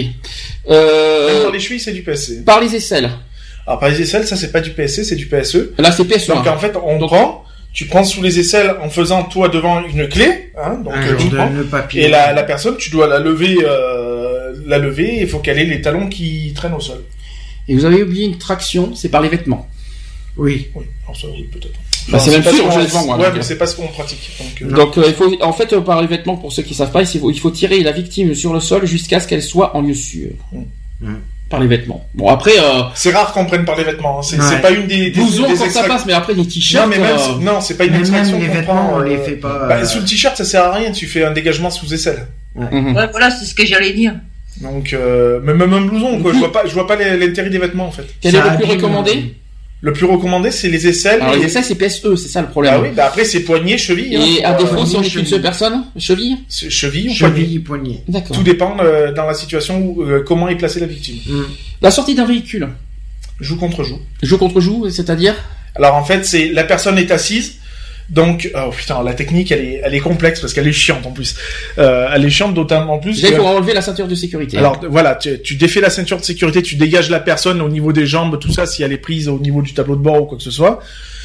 Euh... Même par les chevilles c'est du P S C. Par les aisselles. Alors par les aisselles ça c'est pas du P S C, c'est du P S E. Là c'est P S E. Donc en fait on donc, prend. Tu prends sous les aisselles en faisant toi devant une clé, hein, donc un euh, tu prends, papier, et la, la personne tu dois la lever, euh, la lever, il faut qu'elle ait les talons qui traînent au sol. Et vous avez oublié une traction, c'est par les vêtements. Oui. Oui, alors ça oui peut-être. Bah, c'est, c'est même sûr, je les vends, moi. Ouais, donc, mais c'est pas ce qu'on pratique. Donc, euh... donc euh, il faut, en fait, euh, par les vêtements, pour ceux qui savent pas, il faut, il faut tirer la victime sur le sol jusqu'à ce qu'elle soit en lieu sûr. Mmh. Mmh. Par les vêtements. Bon après, euh... c'est rare qu'on prenne par les vêtements. Hein. C'est, ouais. c'est pas une des. des Blousons des quand extra... ça passe, mais après les t-shirts. Non mais même, euh... non, c'est pas une même extraction les qu'on vêtements, prend. on euh... les fait pas. Bah, euh... sous le t-shirt, ça sert à rien. Tu fais un dégagement sous aisselle. Ouais. Mmh. Ouais, voilà, c'est ce que j'allais dire. Donc, euh... même un blouson, quoi. Je vois pas, je vois pas l'intérêt des vêtements en fait. Quel ça est le plus recommandé? Le plus recommandé, c'est les aisselles. Alors, et... les aisselles, c'est P S E, c'est ça le problème. Ah oui, bah après, c'est poignet, cheville. Et hein, à défaut, euh, si on est qu'une seule personne, cheville? Cheville ou cheville, poignet. poignet. D'accord. Tout dépend euh, dans la situation où, euh, comment est placée la victime. Mmh. La sortie d'un véhicule. Joue contre joue. Joue contre joue, c'est-à-dire? Alors, en fait, c'est, la personne est assise. Donc, oh putain, la technique, elle est, elle est complexe parce qu'elle est chiante en plus. Euh, elle est chiante d'autant en plus. Déjà, il faut enlever la ceinture de sécurité. Alors, voilà, tu, tu défais la ceinture de sécurité, tu dégages la personne au niveau des jambes, tout ça, si elle est prise au niveau du tableau de bord ou quoi que ce soit.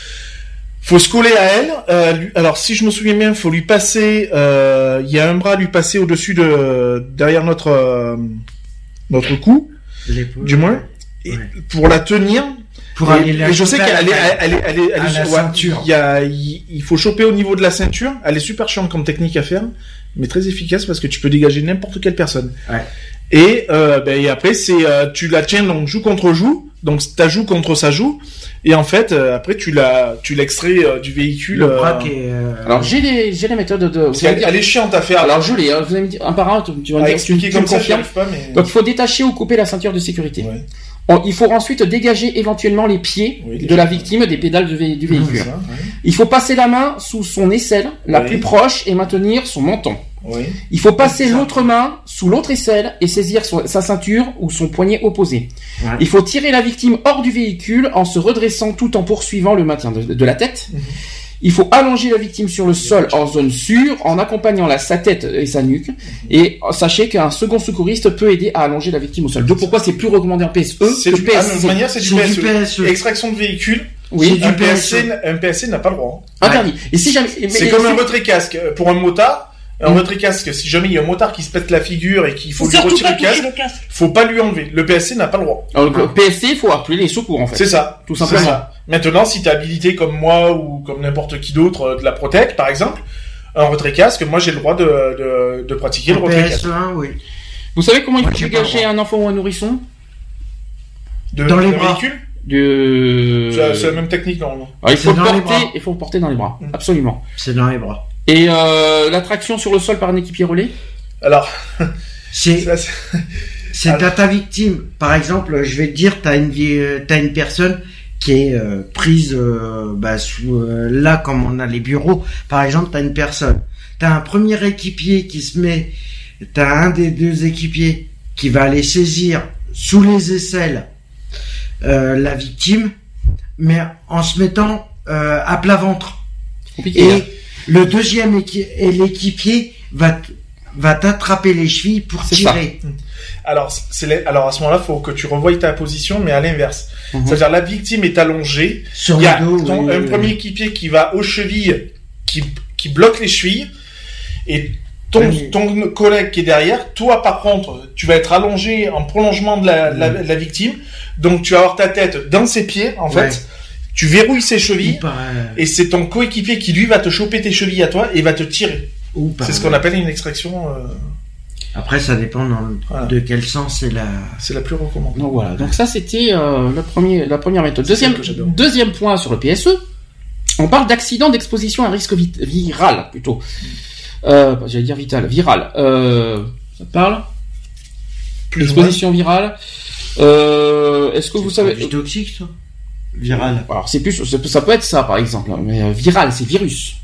Faut se coller à elle. Euh, lui, alors, si je me souviens bien, faut lui passer. Il euh, y a un bras à lui passer au-dessus de derrière notre euh, notre cou, l'épaule, du moins, et ouais. pour la tenir. Pour et, aller la et je sais qu'elle est, elle est, elle est, elle est, à la ouais, ceinture. Il y a, il, il faut choper au niveau de la ceinture. Elle est super chiante comme technique à faire, mais très efficace parce que tu peux dégager n'importe quelle personne. Ouais. Et, euh, ben, et après, c'est, euh, tu la tiens donc joue contre joue, donc ta joue contre sa joue, et en fait, euh, après tu la, tu l'extrais euh, du véhicule. Le bras euh... qui est, euh... Alors j'ai les, j'ai les méthodes de. Vous elle, dire... elle est chiante à faire. Alors je l'ai. Hein, vous allez me dire un par un, tu, tu vas me dire. Tu, tu comme ça, pas, mais... Donc il faut détacher ou couper la ceinture de sécurité. Ouais. On, il faut ensuite dégager éventuellement les pieds oui, de la victime des pédales du, vé- du véhicule. Ça, ouais. Il faut passer la main sous son aisselle la oui. plus proche et maintenir son menton. Oui. Il faut passer l'autre main sous l'autre aisselle et saisir son, sa ceinture ou son poignet opposé. Ouais. Il faut tirer la victime hors du véhicule en se redressant tout en poursuivant le maintien de, de la tête. Mm-hmm. Il faut allonger la victime sur le sol en zone sûre, en accompagnant la, sa tête et sa nuque. Et sachez qu'un second secouriste peut aider à allonger la victime au sol. Donc pourquoi c'est plus recommandé en P S E c'est que du, P S C? ah, de toute manière, c'est du, c'est P S E. du P S E. Extraction de véhicule. Oui, un P S C, un P S C n'a pas le droit. Interdit. Et si jamais, c'est mais, comme mais, un retrait casque pour un motard. Un mmh. retrait casque, si jamais il y a un motard qui se pète la figure et qu'il faut lui retirer le casque, le casque, faut pas lui enlever. Le P S C n'a pas le droit. Alors, le P S C, il faut appeler les secours, en fait. C'est ça. Tout simplement. Ça. Maintenant, si t'es habilité comme moi ou comme n'importe qui d'autre de la Protec, par exemple, un retrait casque, moi j'ai le droit de, de, de pratiquer le retrait casque. Oui. Vous savez comment il faut dégager un enfant ou un nourrisson? De, dans les de bras. véhicule de... C'est, c'est la même technique, normalement. Alors, il faut le porter, il faut le porter dans les bras. Mmh. Absolument. C'est dans les bras. Et euh, la traction sur le sol par un équipier relais? Alors, c'est, ça, c'est, c'est Alors... ta victime. Par exemple, je vais te dire, t'as une, t'as une personne qui est euh, prise euh, bah, sous, euh, là comme on a les bureaux. Par exemple, t'as une personne, t'as un premier équipier qui se met, t'as un des deux équipiers qui va aller saisir sous les aisselles euh, la victime, mais en se mettant euh, à plat ventre. Compliqué, et hein. le deuxième équi- et l'équipier va t- va t'attraper les chevilles pour C'est tirer. Ça. Alors, c'est les... Alors à ce moment-là, faut que tu revoies ta position, mais à l'inverse. Mhm. C'est-à-dire la victime est allongée. Sur Il y a le dos, ton- oui, un oui, premier oui. équipier qui va aux chevilles, qui, qui bloque les chevilles, et ton, Oui. ton collègue qui est derrière, toi par contre, tu vas être allongé en prolongement de la, la, la victime, donc tu vas avoir ta tête dans ses pieds, en fait. Ouais. Tu verrouilles ses chevilles, Ou par, euh, et c'est ton coéquipier qui lui va te choper tes chevilles à toi et va te tirer. ou par- C'est ce qu'on appelle une extraction. Euh... Après, ça dépend dans le- Voilà. de quel sens c'est la. C'est la plus recommandée. Donc voilà. Donc ça c'était euh, le premier, la première méthode. C'est Deuxième, celle que j'adore. deuxième point sur le P S E. On parle d'accident d'exposition à risque vi- viral plutôt. Euh, j'allais dire vital, viral. Euh, ça te parle? Plus ou Exposition virale. Euh, est-ce que vous savez? Du toxique, ça. Viral. Alors c'est plus, ça peut- ça peut être ça par exemple, hein, mais euh, viral c'est virus.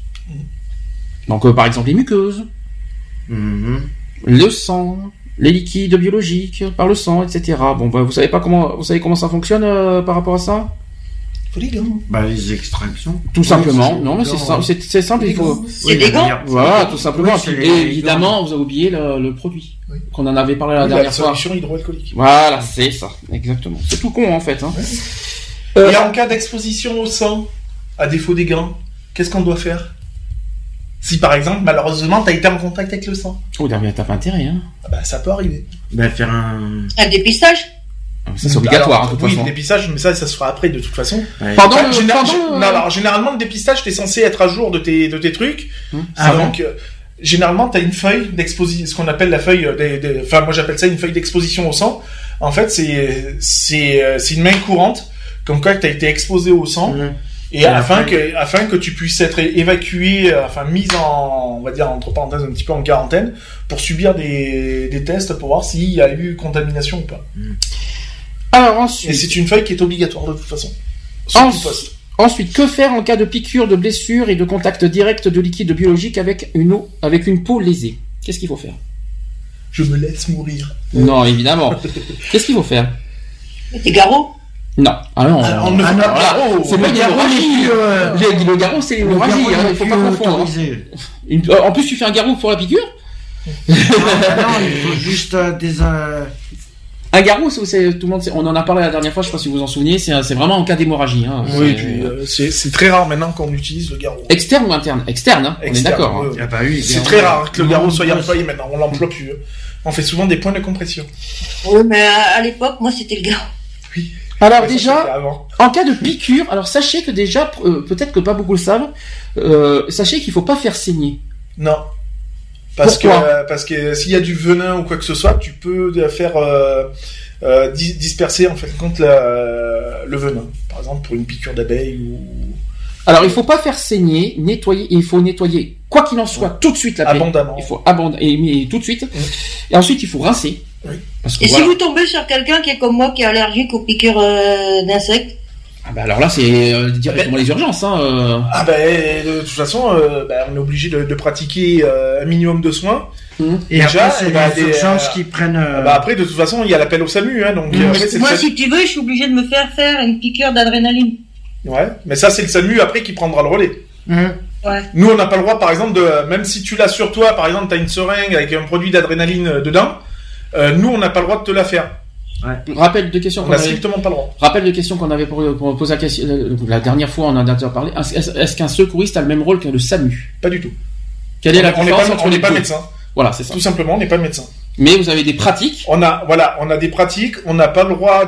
Donc euh, par exemple les muqueuses, Mhm. le sang, les liquides biologiques par le sang, et cetera. Bon bah vous savez pas comment, vous savez comment ça fonctionne euh, par rapport à ça? Faut les gants. Bah, les extractions. Tout simplement. c'est Non mais c'est gants. simple, c'est c'est simple, il faut. C'est des gants. Voilà, tout simplement. Oui, c'est Et les- évidemment, vous avez oublié le, le produit Oui. qu'on en avait parlé la Oui, la dernière fois. solution hydroalcoolique. Voilà, c'est ça, exactement. C'est tout con en fait. Hein. Ouais. Euh, Et en cas d'exposition au sang, à défaut des gants, qu'est-ce qu'on doit faire? Si par exemple, malheureusement, t'as été en contact avec le sang, Oh, David, t'as pas intérêt. Hein. ah bah, ça peut arriver. Bah, faire un. Un dépistage. Ça c'est obligatoire, Alors, hein, de toute oui, façon. le dépistage, mais ça, ça se fera après de toute façon. Ouais. Pendant Enfin, le, général- pendant gé- le- non, alors, généralement, le dépistage, t'es censé être à jour de tes, de tes trucs. Hum. Ah donc, euh, généralement, t'as une feuille d'exposition, ce qu'on appelle la feuille des, des- enfin, moi, j'appelle ça une feuille d'exposition au sang. En fait, c'est, c'est, euh, c'est une main courante, comme quoi t'as été exposé au sang. Mhm. Et Et afin après- que, afin que tu puisses être évacué, euh, enfin mise en, on va dire entre parenthèses, un petit peu en quarantaine, pour subir des, des tests pour voir s'il y a eu contamination ou pas. Alors Et ensuite, c'est une feuille qui est obligatoire de toute façon. En- Sur tout poste. ensuite, que faire en cas de piqûre, de blessure et de contact direct de liquide biologique avec une eau, avec une peau lésée? Qu'est-ce qu'il faut faire? Je me laisse mourir. Non, évidemment. Qu'est-ce qu'il faut faire? Des garrots. Non. Ah non. Alors, on ne ah fait non, pas- voilà. oh, c'est pas une hémorragie. euh, J'ai dit le garrot, c'est Le l'hémorragie. garrot Hein, est il faut plus pas confondre. hein. autorisé. Une- euh, En plus, tu fais un garrot pour la piqûre. Ah, non, il faut juste euh, des. euh, Un garrot, c'est, c'est- tout le monde, sait- on en a parlé la dernière fois, je sais pas si vous vous en souvenez, c'est, c'est vraiment en cas d'hémorragie. Hein. Oui, C'est- puis euh, c'est, c'est très rare maintenant qu'on utilise le garrot. Externe ou interne? Externe, hein. On est Externe, d'accord. hein. ouais, ouais. Ah bah oui, C'est garrot. très rare que le garrot Non, soit ouais, employé maintenant, on l'emploie plus. hein. On fait souvent des points de compression. Oui, mais à, à l'époque, moi, c'était le garrot. Alors Ouais, ça, déjà, c'était avant. en cas de piqûre, alors sachez que déjà, euh, peut-être que pas beaucoup le savent, euh, sachez qu'il faut pas faire saigner. Non. Parce que, Pourquoi euh, parce que s'il y a du venin ou quoi que ce soit, tu peux euh, faire euh, euh, dis- disperser en fait compte la, le venin. Par exemple pour une piqûre d'abeille ou Alors il faut pas faire saigner, nettoyer, et il faut nettoyer, quoi qu'il en soit, tout de suite la plaie. abondamment. Il faut abonder, et, et tout de suite. Et ensuite il faut rincer. Oui. Parce que Et voilà. si vous tombez sur quelqu'un qui est comme moi, qui est allergique aux piqûres euh, d'insectes, Ah bah alors là c'est euh, directement les urgences. Hein, euh. Ah ben de toute façon, euh, ben, on est obligé de, de pratiquer euh, un minimum de soins. Et Déjà, après, c'est eh ben, les des, urgences euh, qui prennent. euh, Ah bah après de toute façon, il y a l'appel au SAMU, hein, donc Mmh. euh, après, c'est le moi, SAMU. si tu veux, je suis obligé de me faire faire une piqûre d'adrénaline. Ouais, mais ça c'est le SAMU après qui prendra le relais. hum. Ouais. Nous, on n'a pas le droit, par exemple, de même si tu l'as sur toi, par exemple, t'as une seringue avec un produit d'adrénaline euh, dedans. Euh, nous, on n'a pas le droit de te la faire. Rappel de questions On qu'on n'a avait. strictement pas le droit. Rappel de questions qu'on avait pour, pour poser la, question, la dernière fois, on en a déjà parlé. Est-ce, est-ce qu'un secouriste a le même rôle que le SAMU? Pas du tout. Quelle est on la est- on n'est différence pas, entre on les n'est pas deux? médecin. Voilà, c'est ça. Tout simplement, on n'est pas médecin. Mais vous avez des pratiques. On a, voilà, on a des pratiques. On n'a pas le droit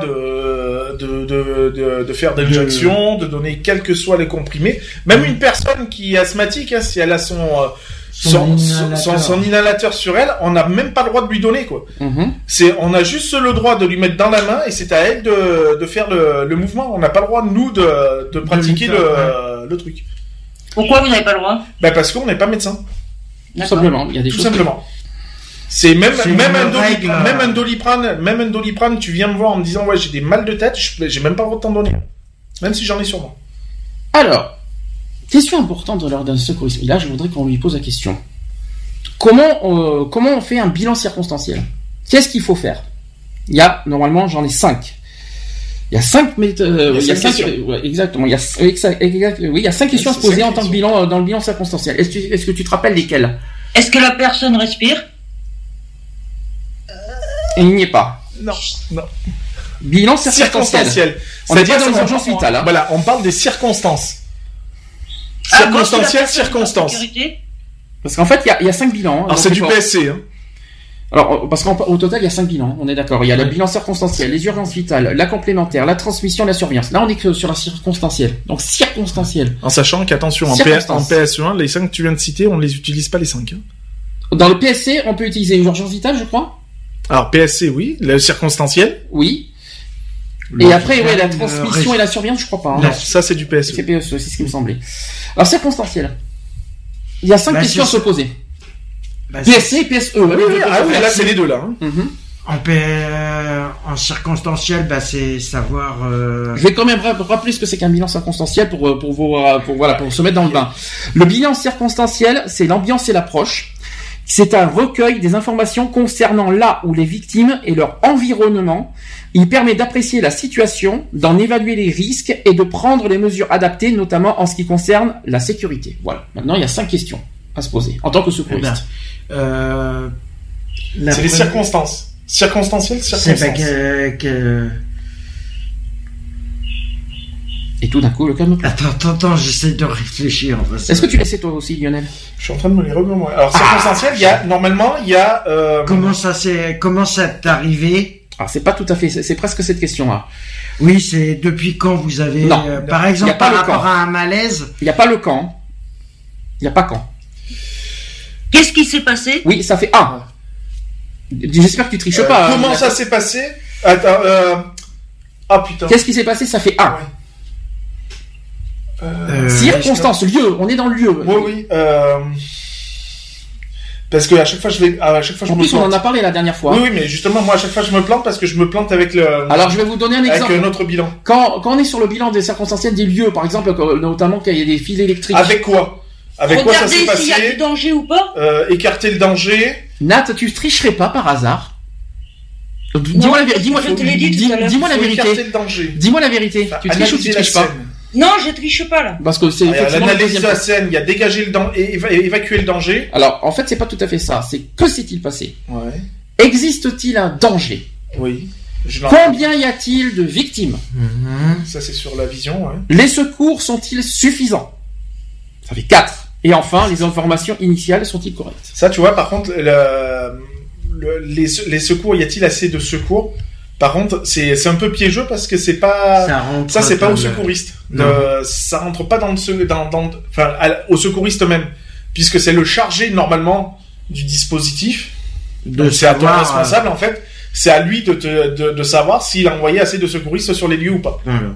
de de de de, de faire d'injections, de donner quels que soient les comprimés. Même une personne qui est asthmatique, hein, si elle a son euh, son, Son son, inhalateur. son- son inhalateur sur elle, on n'a même pas le droit de lui donner quoi. Mhm. C'est, on a juste le droit de lui mettre dans la main et c'est à elle de de faire le, le mouvement. On n'a pas le droit nous de de pratiquer faire, le le truc. Pourquoi vous n'avez pas le droit? Ben parce qu'on n'est pas médecin. Tout simplement, il y a des Tout choses. simplement. C'est même C'est même une un, doliprane, règle, même un doliprane, même un doliprane, tu viens me voir en me disant ouais j'ai des mal de tête, je- j'ai même pas le droit de t'en donner. Même si j'en ai sur moi. Alors, question importante lors d'un secourisme. Et là, je voudrais qu'on lui pose la question. Comment, euh, comment on fait un bilan circonstanciel ? Qu'est-ce qu'il faut faire ? Il y a, normalement, j'en ai cinq. Il y a cinq méthodes. Il y a cinq. Euh, ouais, exactement. Il y a, exact, exact, oui, il y a cinq questions à se poser en tant que bilan euh, dans le bilan circonstanciel. Est-ce que, est-ce que tu te rappelles lesquelles ? Est-ce que la personne respire ? Et il n'y est pas. Non, non. Bilan circonstanciel. On n'est pas dans les urgences vitales. Hein. Voilà, on parle des circonstances. Ah, circonstanciel, circonstances. Parce qu'en fait, il y a, il y a cinq bilans. Hein, alors c'est du P S C. Hein. Alors, parce qu'au total, il y a cinq bilans, on est d'accord. Il y a ouais. le bilan circonstanciel, les urgences vitales, la complémentaire, la transmission, la surveillance. Là, on est que sur la circonstancielle. Donc, circonstancielle. En sachant qu'attention, en, P- en P S E un, les cinq que tu viens de citer, on ne les utilise pas les cinq. Hein. Dans le P S C, on peut utiliser une urgence vitale, je crois. Alors, P S C, oui. Le circonstanciel. Oui. Le et après, ouais, la transmission ré... et la surveillance, je crois pas. Hein. Non, ça, c'est du P S E. C'est P S E, c'est ce qui me semblait. Alors, circonstanciel. Il y a cinq bah, questions à se poser. Bah, P S C et P S E. Oui, oui, ah, oui, là, c'est les deux, là. Hein. Mm-hmm. En, P... euh, en circonstanciel, bah, c'est savoir... Euh... Je vais quand même rappeler ce que c'est qu'un bilan circonstanciel pour, pour, vous, pour, voilà, pour se mettre dans le bain. Le bilan circonstanciel, c'est l'ambiance et l'approche. C'est un recueil des informations concernant là où les victimes et leur environnement. Il permet d'apprécier la situation, d'en évaluer les risques et de prendre les mesures adaptées, notamment en ce qui concerne la sécurité. Voilà. Maintenant, il y a cinq questions à se poser en tant que secouriste. Eh ben, euh, c'est première... les circonstances. Circonstancielles, circonstances. C'est pas que, que... Et tout d'un coup, le calme. Attends, attends, attends, j'essaie de réfléchir. Est-ce que tu laissais toi aussi, Lionel ? Je suis en train de me les remémorer. Alors, circonstanciel, il ah, y a, normalement, il y a, euh... Comment ça c'est, comment ça t'est arrivé ? Ah, c'est pas tout à fait, c'est, c'est presque cette question-là. Oui, c'est depuis quand vous avez, non, euh, par exemple, par rapport camp. à un malaise. Il n'y a pas le quand. Il n'y a pas quand. Qu'est-ce qui s'est passé ? Oui, ça fait un. J'espère que tu triches euh, pas. Comment hein, ça s'est passé ? Attends, euh... ah putain. Qu'est-ce qui s'est passé ? Ça fait un. Ouais. Euh, Circonstance, lieu, on est dans le lieu. Oui, oui. Euh... Parce que à chaque fois je vais, à chaque fois je en me plus, plante. On en a parlé la dernière fois. Oui, oui, mais justement, moi à chaque fois je me plante parce que je me plante avec le. Alors je vais vous donner un exemple. Avec notre bilan. Quand quand on est sur le bilan des circonstanciels des lieux, par exemple, notamment qu'il y a des fils électriques. Avec quoi ? Avec Regardez quoi ça s'est passé ? S'il y a du danger ou pas. Euh, écarter le danger. Nat, tu tricherais pas par hasard ? Dis-moi la, dis-moi, dis, dis-moi la vérité. Dis-moi la vérité. Enfin, tu triches ou tu triches pas ? Non, je triche pas là. Parce que c'est ah, l'analyse de la scène, il y a dégager le danger, évacuer le danger. Alors, en fait, c'est pas tout à fait ça. C'est que s'est-il passé ? Ouais. Existe-t-il un danger ? Oui. Combien y a-t-il de victimes ? Mmh. Ça, c'est sur la vision. Ouais. Les secours sont-ils suffisants ? Ça fait quatre. Et enfin, les informations initiales sont-ils correctes ? Ça, tu vois, par contre, le, le, les, les secours, y a-t-il assez de secours ? Par contre, c'est c'est un peu piégeux parce que c'est pas ça, ça c'est pas au secouriste. Euh, ça rentre pas dans le dans dans enfin au secouriste même puisque c'est le chargé normalement du dispositif. Donc c'est à toi responsable euh... en fait. C'est à lui de te de, de savoir s'il a envoyé assez de secouristes sur les lieux ou pas. Voilà.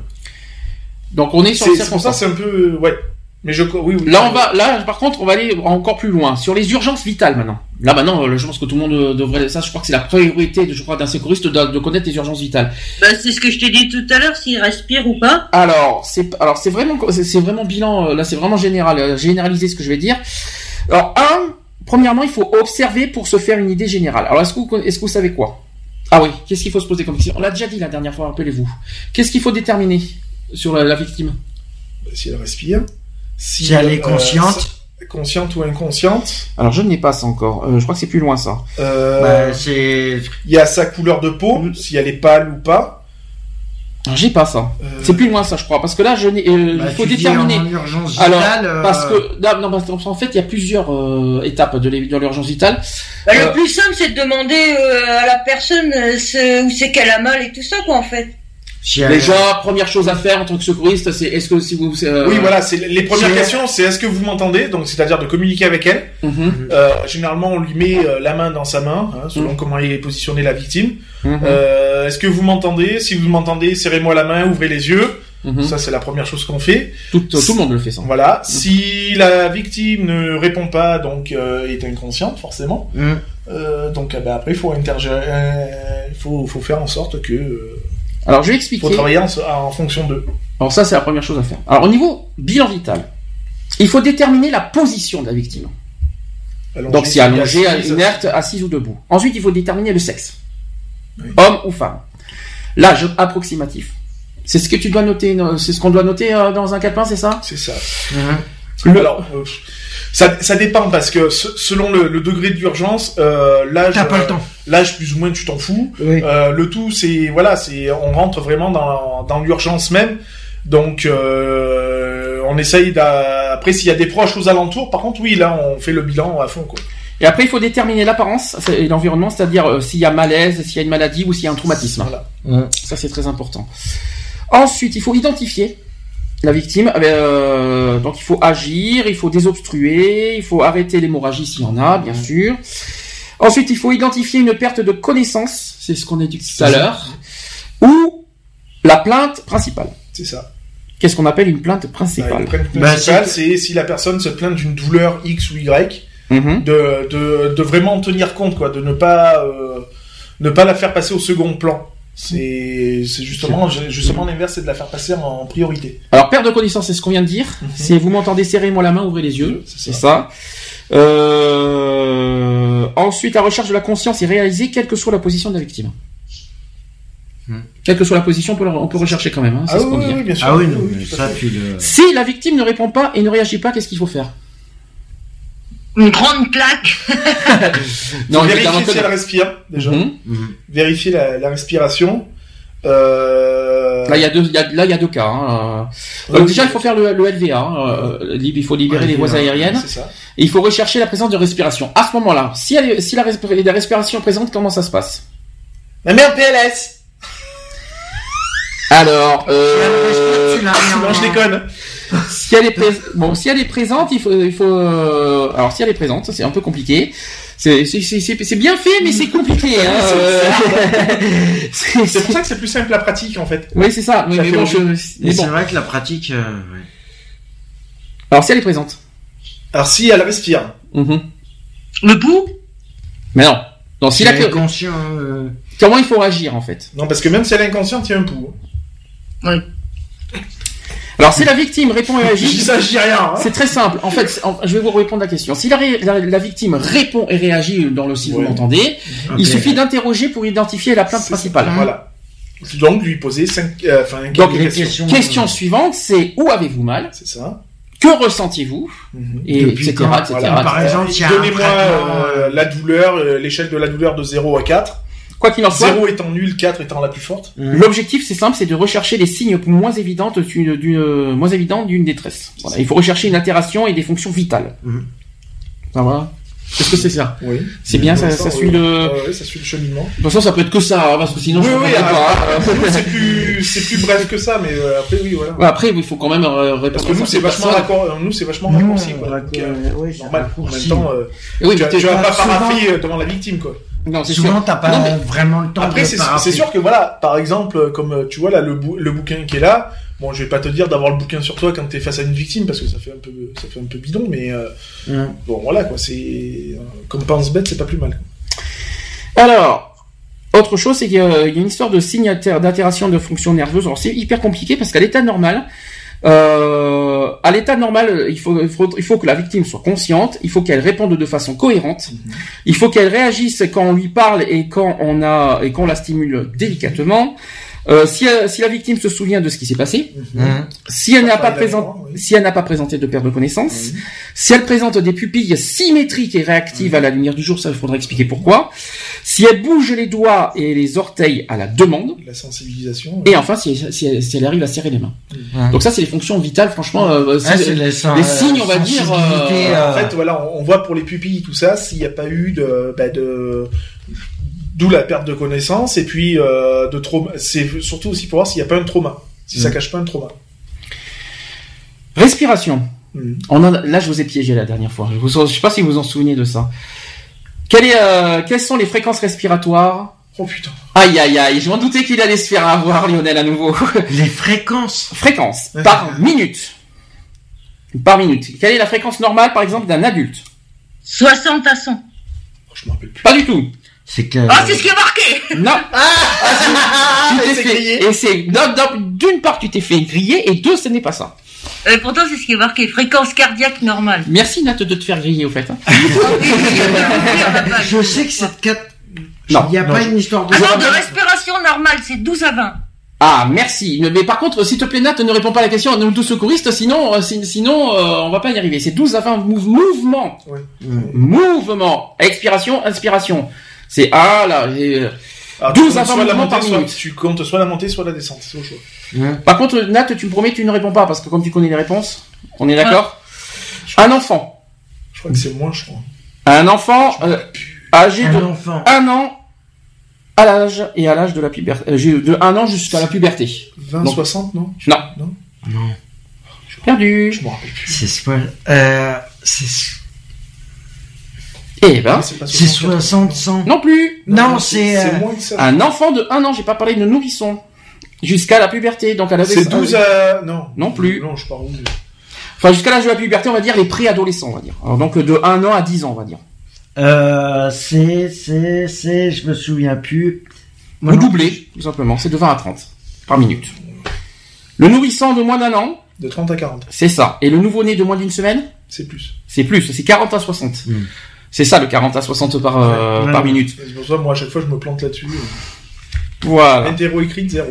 Donc on est sur c'est, c'est pour ça c'est un peu ouais. Mais je oui, oui là on va là par contre on va aller encore plus loin sur les urgences vitales maintenant. Là maintenant je pense que tout le monde devrait ça je crois que c'est la priorité de je crois d'un secouriste de, de connaître les urgences vitales. Bah c'est ce que je t'ai dit tout à l'heure s'il respire ou pas. Alors c'est alors c'est vraiment c'est, c'est vraiment bilan là c'est vraiment général généralisé ce que je vais dire. Alors un premièrement il faut observer pour se faire une idée générale. Alors est-ce que vous est-ce que vous savez quoi ? Ah oui, qu'est-ce qu'il faut se poser comme question ? On l'a déjà dit la dernière fois, rappelez-vous. Qu'est-ce qu'il faut déterminer sur la, la victime ? Si elle respire. Si, si elle est consciente, euh, consciente ou inconsciente. Alors je n'ai pas ça encore. Euh, je crois que c'est plus loin ça. Euh, bah, c'est. Il y a sa couleur de peau, si elle est pâle ou pas. Alors, j'ai pas ça. Euh... C'est plus loin ça, je crois, parce que là je n'ai. Euh, bah, il faut déterminer. En urgence vitale, alors euh... parce que non, non, parce qu'en fait il y a plusieurs euh, étapes de, de l'urgence vitale. Bah, euh... Le plus simple c'est de demander euh, à la personne euh, ce, où c'est qu'elle a mal et tout ça quoi en fait. Si Déjà, elle... première chose à faire en tant que secouriste, c'est est-ce que si vous... Euh... Oui, voilà, c'est les premières si questions, c'est est-ce que vous m'entendez ? Donc, c'est-à-dire de communiquer avec elle. Mm-hmm. Euh, généralement, on lui met euh, la main dans sa main, hein, selon mm-hmm. comment est positionnée la victime. Mm-hmm. Euh, est-ce que vous m'entendez ? Si vous m'entendez, serrez-moi la main, ouvrez les yeux. Mm-hmm. Ça, c'est la première chose qu'on fait. Tout, tout le monde le fait, ça. Voilà. Mm-hmm. Si la victime ne répond pas, donc euh, est inconsciente, forcément. Mm-hmm. Euh, donc, euh, bah, après, il faut intergérer, il faut, faut faire en sorte que... Euh, Alors je vais expliquer. Il faut travailler en, en fonction d'eux. Alors ça, c'est la première chose à faire. Alors au niveau bilan vital, il faut déterminer la position de la victime. Allongé, donc si allongé, inerte, assise ou debout. Ensuite, il faut déterminer le sexe. Oui. Homme ou femme. L'âge approximatif. C'est ce que tu dois noter, c'est ce qu'on doit noter dans un calepin, c'est ça ? C'est ça. Mmh. Le... Alors, euh, ça, ça dépend parce que selon le, le degré d'urgence, euh, l'âge, t'as pas le temps. L'âge plus ou moins tu t'en fous. Oui. Euh, le tout, c'est voilà, c'est on rentre vraiment dans dans l'urgence même. Donc, euh, on essaye d'a... après s'il y a des proches aux alentours. Par contre, oui, là, on fait le bilan à fond, quoi. Et après, il faut déterminer l'apparence et l'environnement, c'est-à-dire euh, s'il y a malaise, s'il y a une maladie ou s'il y a un traumatisme. Voilà. Mmh. Ça, c'est très important. Ensuite, il faut identifier la victime. Euh, donc, il faut agir, il faut désobstruer, il faut arrêter l'hémorragie s'il y en a, bien mmh. sûr. Ensuite, il faut identifier une perte de connaissance, c'est ce qu'on a dit tout à l'heure, ou la plainte principale. C'est ça. Qu'est-ce qu'on appelle une plainte principale ? Ouais, Une plainte principale, bah, c'est... c'est si la personne se plaint d'une douleur X ou Y. Mmh. De, de, de vraiment en tenir compte, quoi, de ne pas, euh, ne pas la faire passer au second plan. C'est, c'est justement, justement l'inverse, c'est de la faire passer en, en priorité. Alors, perte de connaissance, c'est ce qu'on vient de dire. Mmh. C'est vous m'entendez, serrez-moi la main, ouvrez les yeux. C'est, c'est ça. ça. Euh... Ensuite, la recherche de la conscience est réalisée, quelle que soit la position de la victime. Mmh. Quelle que soit la position, on peut, on peut rechercher quand même. Hein, c'est ah ce qu'on oui, dit. Oui, bien sûr. Ah oui, non, mais ça, tu le... Si la victime ne répond pas et ne réagit pas, qu'est-ce qu'il faut faire ? Une grande claque. Non, vérifier si elle respire déjà. Mm-hmm. Mm-hmm. Vérifier la, la respiration. Euh... Là, il y a deux, y a, là, il y a deux cas. Hein. Euh, déjà, il faut faire le, le L V A. Hein. Euh, il faut libérer ouais, les voies aériennes. C'est ça. Et il faut rechercher la présence de respiration. À ce moment-là, si, elle, si la, resp- la respiration est présente, comment ça se passe ? La mère P L S. Alors, euh... non, je déconne. Si elle est pré... bon, si elle est présente, il faut, il faut. Euh... Alors, si elle est présente, c'est un peu compliqué. C'est, c'est, c'est, c'est, c'est bien fait, mais c'est compliqué. Hein. c'est, c'est pour ça que c'est plus simple la pratique, en fait. Oui, c'est ça. Oui, mais bon, je... mais mais c'est bon. vrai que la pratique. Euh... Ouais. Alors, si elle est présente. Alors, si elle respire. Mm-hmm. Le pouls. Mais non. Non, si, si elle la... est conscient. Euh... Comment il faut réagir, en fait ? Non, parce que même si elle est inconsciente, il y a un pouls. Oui. Alors, si la victime répond et réagit, je dis ça, je dis rien. Hein. C'est très simple. En fait, je vais vous répondre à la question. Si la, ré... la, la victime répond et réagit dans le si vous ouais. m'entendez, okay. il suffit d'interroger pour identifier la plainte c'est principale. Ça. Voilà. Donc, lui poser cinq, euh, enfin, donc, les questions. Question euh... suivante, c'est où avez-vous mal ? C'est ça. Que ressentiez-vous ? mmh. Et Depuis et cetera, et cetera. Voilà, par exemple, euh, donnez-moi euh, la douleur, euh, l'échelle de la douleur de zéro à quatre. Quoi qu'il en soit. zéro étant nul, quatre étant la plus forte. L'objectif, c'est simple, c'est de rechercher les signes moins évidents d'une, d'une, moins évidents d'une détresse. Voilà. Il faut rechercher une altération et des fonctions vitales. Mmh. Ça va ? Est-ce que c'est ça ? Oui. C'est bien, ça, ça, ça suit le... Euh, oui, ça suit le cheminement. De toute façon, ça peut être que ça, parce que sinon, oui, je oui, comprends ah, pas. Ah, c'est plus, c'est plus bref que ça, mais euh, après, oui, voilà. Ouais, après, il faut quand même euh, répondre. Parce que nous, c'est vachement raccourci, nous, c'est vachement raccourci, quoi. Donc, euh, oui, normal. En même temps, euh, oui, tu, tu vas pas paraffer devant la victime, quoi. Non, c'est souvent sûr. T'as pas mais... vraiment le temps. Après, de c'est, c'est sûr que voilà, par exemple, comme tu vois là, le, bou- le bouquin qui est là. Bon, je vais pas te dire d'avoir le bouquin sur toi quand t'es face à une victime parce que ça fait un peu, ça fait un peu bidon, mais euh, mmh. bon, voilà quoi. C'est euh, comme pense bête, c'est pas plus mal. Alors, autre chose, c'est qu'il y a, il y a une histoire de signe d'altération de fonction nerveuse. Alors, c'est hyper compliqué parce qu'à l'état normal. Euh, à l'état normal, il faut, il faut, il faut que la victime soit consciente, il faut qu'elle réponde de façon cohérente, mmh. il faut qu'elle réagisse quand on lui parle et quand on a, et quand on la stimule délicatement. Euh, si, elle, si la victime se souvient de ce qui s'est passé, mmh. si elle n'a pas présent, oui. si elle n'a pas présenté de perte de connaissance, mmh. si elle présente des pupilles symétriques et réactives mmh. à la lumière du jour, ça il faudra expliquer pourquoi. Si elle bouge les doigts et les orteils à la demande, la sensibilisation, et enfin si, si, elle, si elle arrive à serrer les mains. Mmh. Donc ça c'est les fonctions vitales, franchement. Euh, ah, c'est les, les signes, on va dire. Euh, euh... En fait, voilà, on, on voit pour les pupilles tout ça, s'il n'y a pas eu de, bah, de d'où la perte de connaissance et puis euh, de trauma. C'est surtout aussi pour voir s'il n'y a pas un trauma, si mmh. ça cache pas un trauma. Respiration. Mmh. On en a, là, je vous ai piégé la dernière fois. Je ne sais pas si vous vous en souvenez de ça. Quelle est, euh, quelles sont les fréquences respiratoires ? Oh putain. Aïe aïe aïe, je m'en doutais qu'il allait se faire avoir, Lionel, à nouveau. Les fréquences. Fréquences par minute. Par minute. Quelle est la fréquence normale, par exemple, d'un adulte ? soixante à cent. Oh, je m'en rappelle plus. Pas du tout. C'est que... Ah, c'est ce qui est marqué. Non. Ah, ah, tu, tu t'es fait griller. Et c'est non, non, d'une part tu t'es fait griller et deux ce n'est pas ça. Euh, pourtant, c'est ce qui est marqué, fréquence cardiaque normale. Merci Nat de te faire griller au fait. Hein. Je sais que cette quatre. Non, il n'y a non, pas je... une histoire de. Ah non, de respiration normale, c'est douze à vingt. Ah, merci. Mais par contre, s'il te plaît, Nat, ne réponds pas à la question à nous tous secouristes, sinon, euh, sinon, euh, on va pas y arriver. C'est douze à vingt mou- mouvements. Ouais. Mmh. Mouvement. Expiration, inspiration. C'est, ah, là, j'ai... Alors, douze à vingt soit la mouvements montée, par soit, minute. tu comptes soit la montée, soit la descente. C'est au choix. Mmh. Par contre, Nat, tu me promets que tu ne réponds pas, parce que comme tu connais les réponses, on est d'accord? Ouais. Un enfant. Je crois que c'est moins, je crois. Un enfant, euh, âgé Un de enfant. un an, à l'âge, et à l'âge de la puberté, euh, de un an jusqu'à la puberté. vingt, Donc, soixante, non? Non. Non. Non. Perdu. Je me rappelle plus. C'est soit. Euh. C'est. Eh ben, C'est pas C'est soixante, soixante, cent. non plus. Non, c'est. C'est euh, moins que ça. Un enfant de un an, j'ai pas parlé de nourrisson. Jusqu'à la puberté, donc à la C'est douze à... Non. Non plus. Non, je pars où? Enfin, jusqu'à l'âge de la puberté, on va dire les préadolescents, on va dire. Alors, donc de un an à dix ans, on va dire. Euh. C'est. C'est. C'est. Je me souviens plus. Moi Le non doublé, tout simplement, c'est de vingt à trente par minute. Le nourrisson de moins d'un an, De trente à quarante. c'est ça. Et le nouveau-né de moins d'une semaine, C'est plus. c'est plus, c'est quarante à soixante. Mm. C'est ça le quarante à soixante par, euh, Ouais, par ouais. minute. C'est pour ça, moi, à chaque fois, je me plante là-dessus. Voilà. Hétéro écrite, zéro.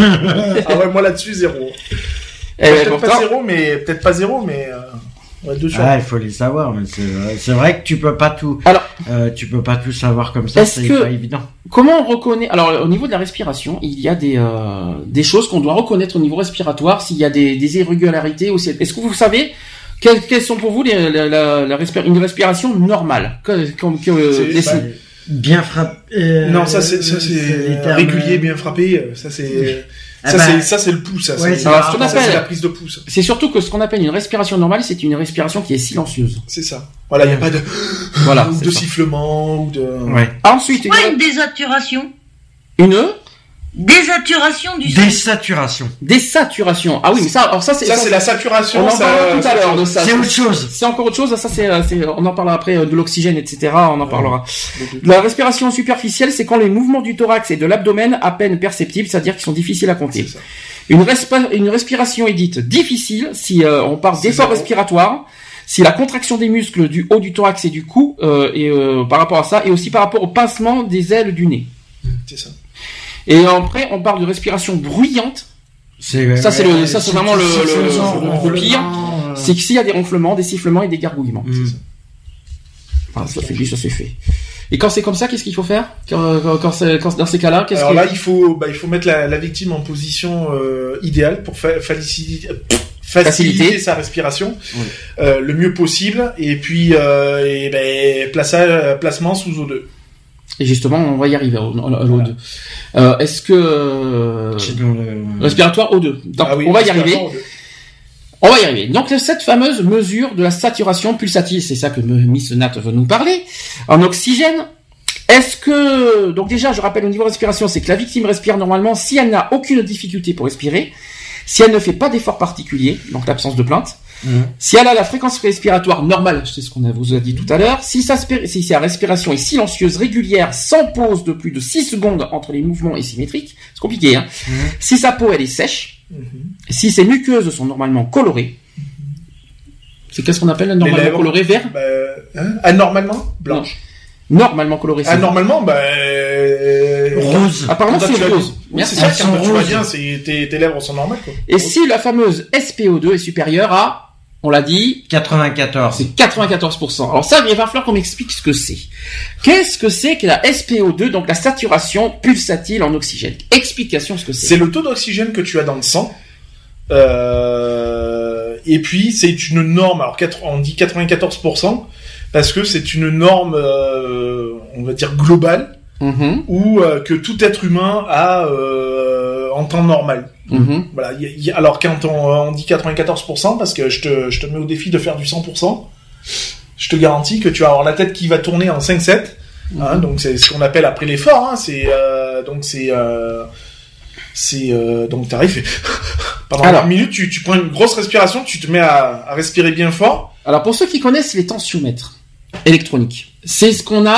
Ah ouais, moi là-dessus, zéro. Et ben, Peut-être pourtant, pas zéro, mais peut-être pas zéro, mais euh, ouais, deux sur. Ah, il faut les savoir, mais c'est vrai, c'est vrai que tu peux pas tout. Alors, euh, tu peux pas tout savoir comme ça, est-ce c'est que- pas évident. comment on reconnaît... Alors, au niveau de la respiration, il y a des, euh, des choses qu'on doit reconnaître au niveau respiratoire, s'il y a des, des irrégularités aussi. Est-ce que vous savez quelles, quelles sont pour vous les, la, la, la respir- une respiration normale que, comme que, C'est- des- bah, Bien frappé. euh, Non, ça c'est ça c'est les termes, régulier, euh, bien frappé. Ça c'est Ah ça bah, c'est ça c'est le pouce. Ça, ouais, c'est c'est alors, ce qu'on ça, c'est appelle- la prise de pouce. C'est surtout que ce qu'on appelle une respiration normale, c'est une respiration qui est silencieuse. C'est ça. Voilà, il y a pas de Voilà. ou c'est de ça. sifflement ou de. Ouais. Ensuite, une, Pas une désaturation. une Désaturation du son. Désaturation. désaturation. Ah oui, mais ça, alors ça c'est Ça c'est la saturation. On en ça- parlera tout à l'heure de ça. C'est autre chose. C'est encore autre chose. Ça c'est, euh, c'est on en parlera après euh, de l'oxygène, et cetera. On en parlera. La respiration superficielle, c'est quand les mouvements du thorax et de l'abdomen à peine perceptibles, c'est-à-dire qu'ils sont difficiles à compter. C'est ça. Une, respi- une respiration est dite difficile si euh, on parle C'est d'effort zéro. respiratoire, si la contraction des muscles du haut du thorax et du cou euh, et euh, par rapport à ça, et aussi par rapport au pincement des ailes du nez. C'est ça. Et après, on parle de respiration bruyante. C'est, Ça, c'est le- ça, c'est vraiment le- c'est- le- c'est- le- le pire. euh, C'est que s'il y a des ronflements, des sifflements et des gargouillements. Mm. Enfin, ça c'est dit, ça c'est fait. Et quand c'est comme ça, qu'est-ce qu'il faut faire quand, quand, quand c'est, quand, dans ces cas-là, qu'est-ce Alors que... là, il faut bah il faut mettre la, la victime en position euh, idéale pour fa- faciliter faciliter Faciliter. sa respiration Oui. euh, le mieux possible et puis euh, et ben plaçage, placement sous O deux. Et justement, on va y arriver au, au, au O deux. Euh, est-ce que... euh, c'est dans le- Respiratoire O deux. Donc, Ah oui, on va y respiratoire arriver. O deux. On va y arriver. Donc, cette fameuse mesure de la saturation pulsative, c'est ça que Miss Nat veut nous parler, en oxygène. Est-ce que... Donc déjà, je rappelle au niveau respiration, c'est que la victime respire normalement si elle n'a aucune difficulté pour respirer, si elle ne fait pas d'effort particulier, donc l'absence de plainte, Mhm. si elle a la fréquence respiratoire normale, c'est ce qu'on a- vous a dit tout à l'heure, si sa, spé- si sa respiration est silencieuse, régulière, sans pause de plus de six secondes entre les mouvements et symétriques, c'est compliqué, hein. Mhm. Si sa peau, elle est sèche, Mhm. si ses muqueuses sont normalement colorées, c'est qu'est-ce qu'on appelle Les normalement lèvres. coloré vert? Bah, hein, anormalement blanche. Normalement coloré, c'est Anormalement bah euh, Rose. Apparemment, quand c'est tu as- rose. Oui, Merci. c'est ça, Elles sont quand tu vois roses. bien, c'est tes, tes lèvres sont normales quoi. Et si la fameuse S P O deux est supérieure à, on l'a dit, quatre-vingt-quatorze. c'est quatre-vingt-quatorze pour cent. Alors ça, il va falloir qu'on m'explique ce que c'est. Qu'est-ce que c'est que la S P O deux, donc la saturation pulsatile en oxygène? Explication ce que c'est. C'est le taux d'oxygène que tu as dans le sang. Euh, et puis c'est une norme. Alors quatre- on dit quatre-vingt-quatorze pour cent parce que c'est une norme, euh, on va dire globale, Mhm, ou euh, que tout être humain a euh, en temps normal. mhm. Voilà. Y a- y a- alors quand on, on dit quatre-vingt-quatorze pour cent, parce que je te, je te mets au défi de faire du cent pour cent, je te garantis que tu vas avoir la tête qui va tourner en cinq sept. Hein, donc c'est ce qu'on appelle après l'effort. Hein, c'est euh, donc c'est euh, c'est euh, donc t'arrives et pendant Alors. une minute tu, tu prends une grosse respiration, tu te mets à, à respirer bien fort. Alors pour ceux qui connaissent les tensiomètres électroniques, c'est ce qu'on a,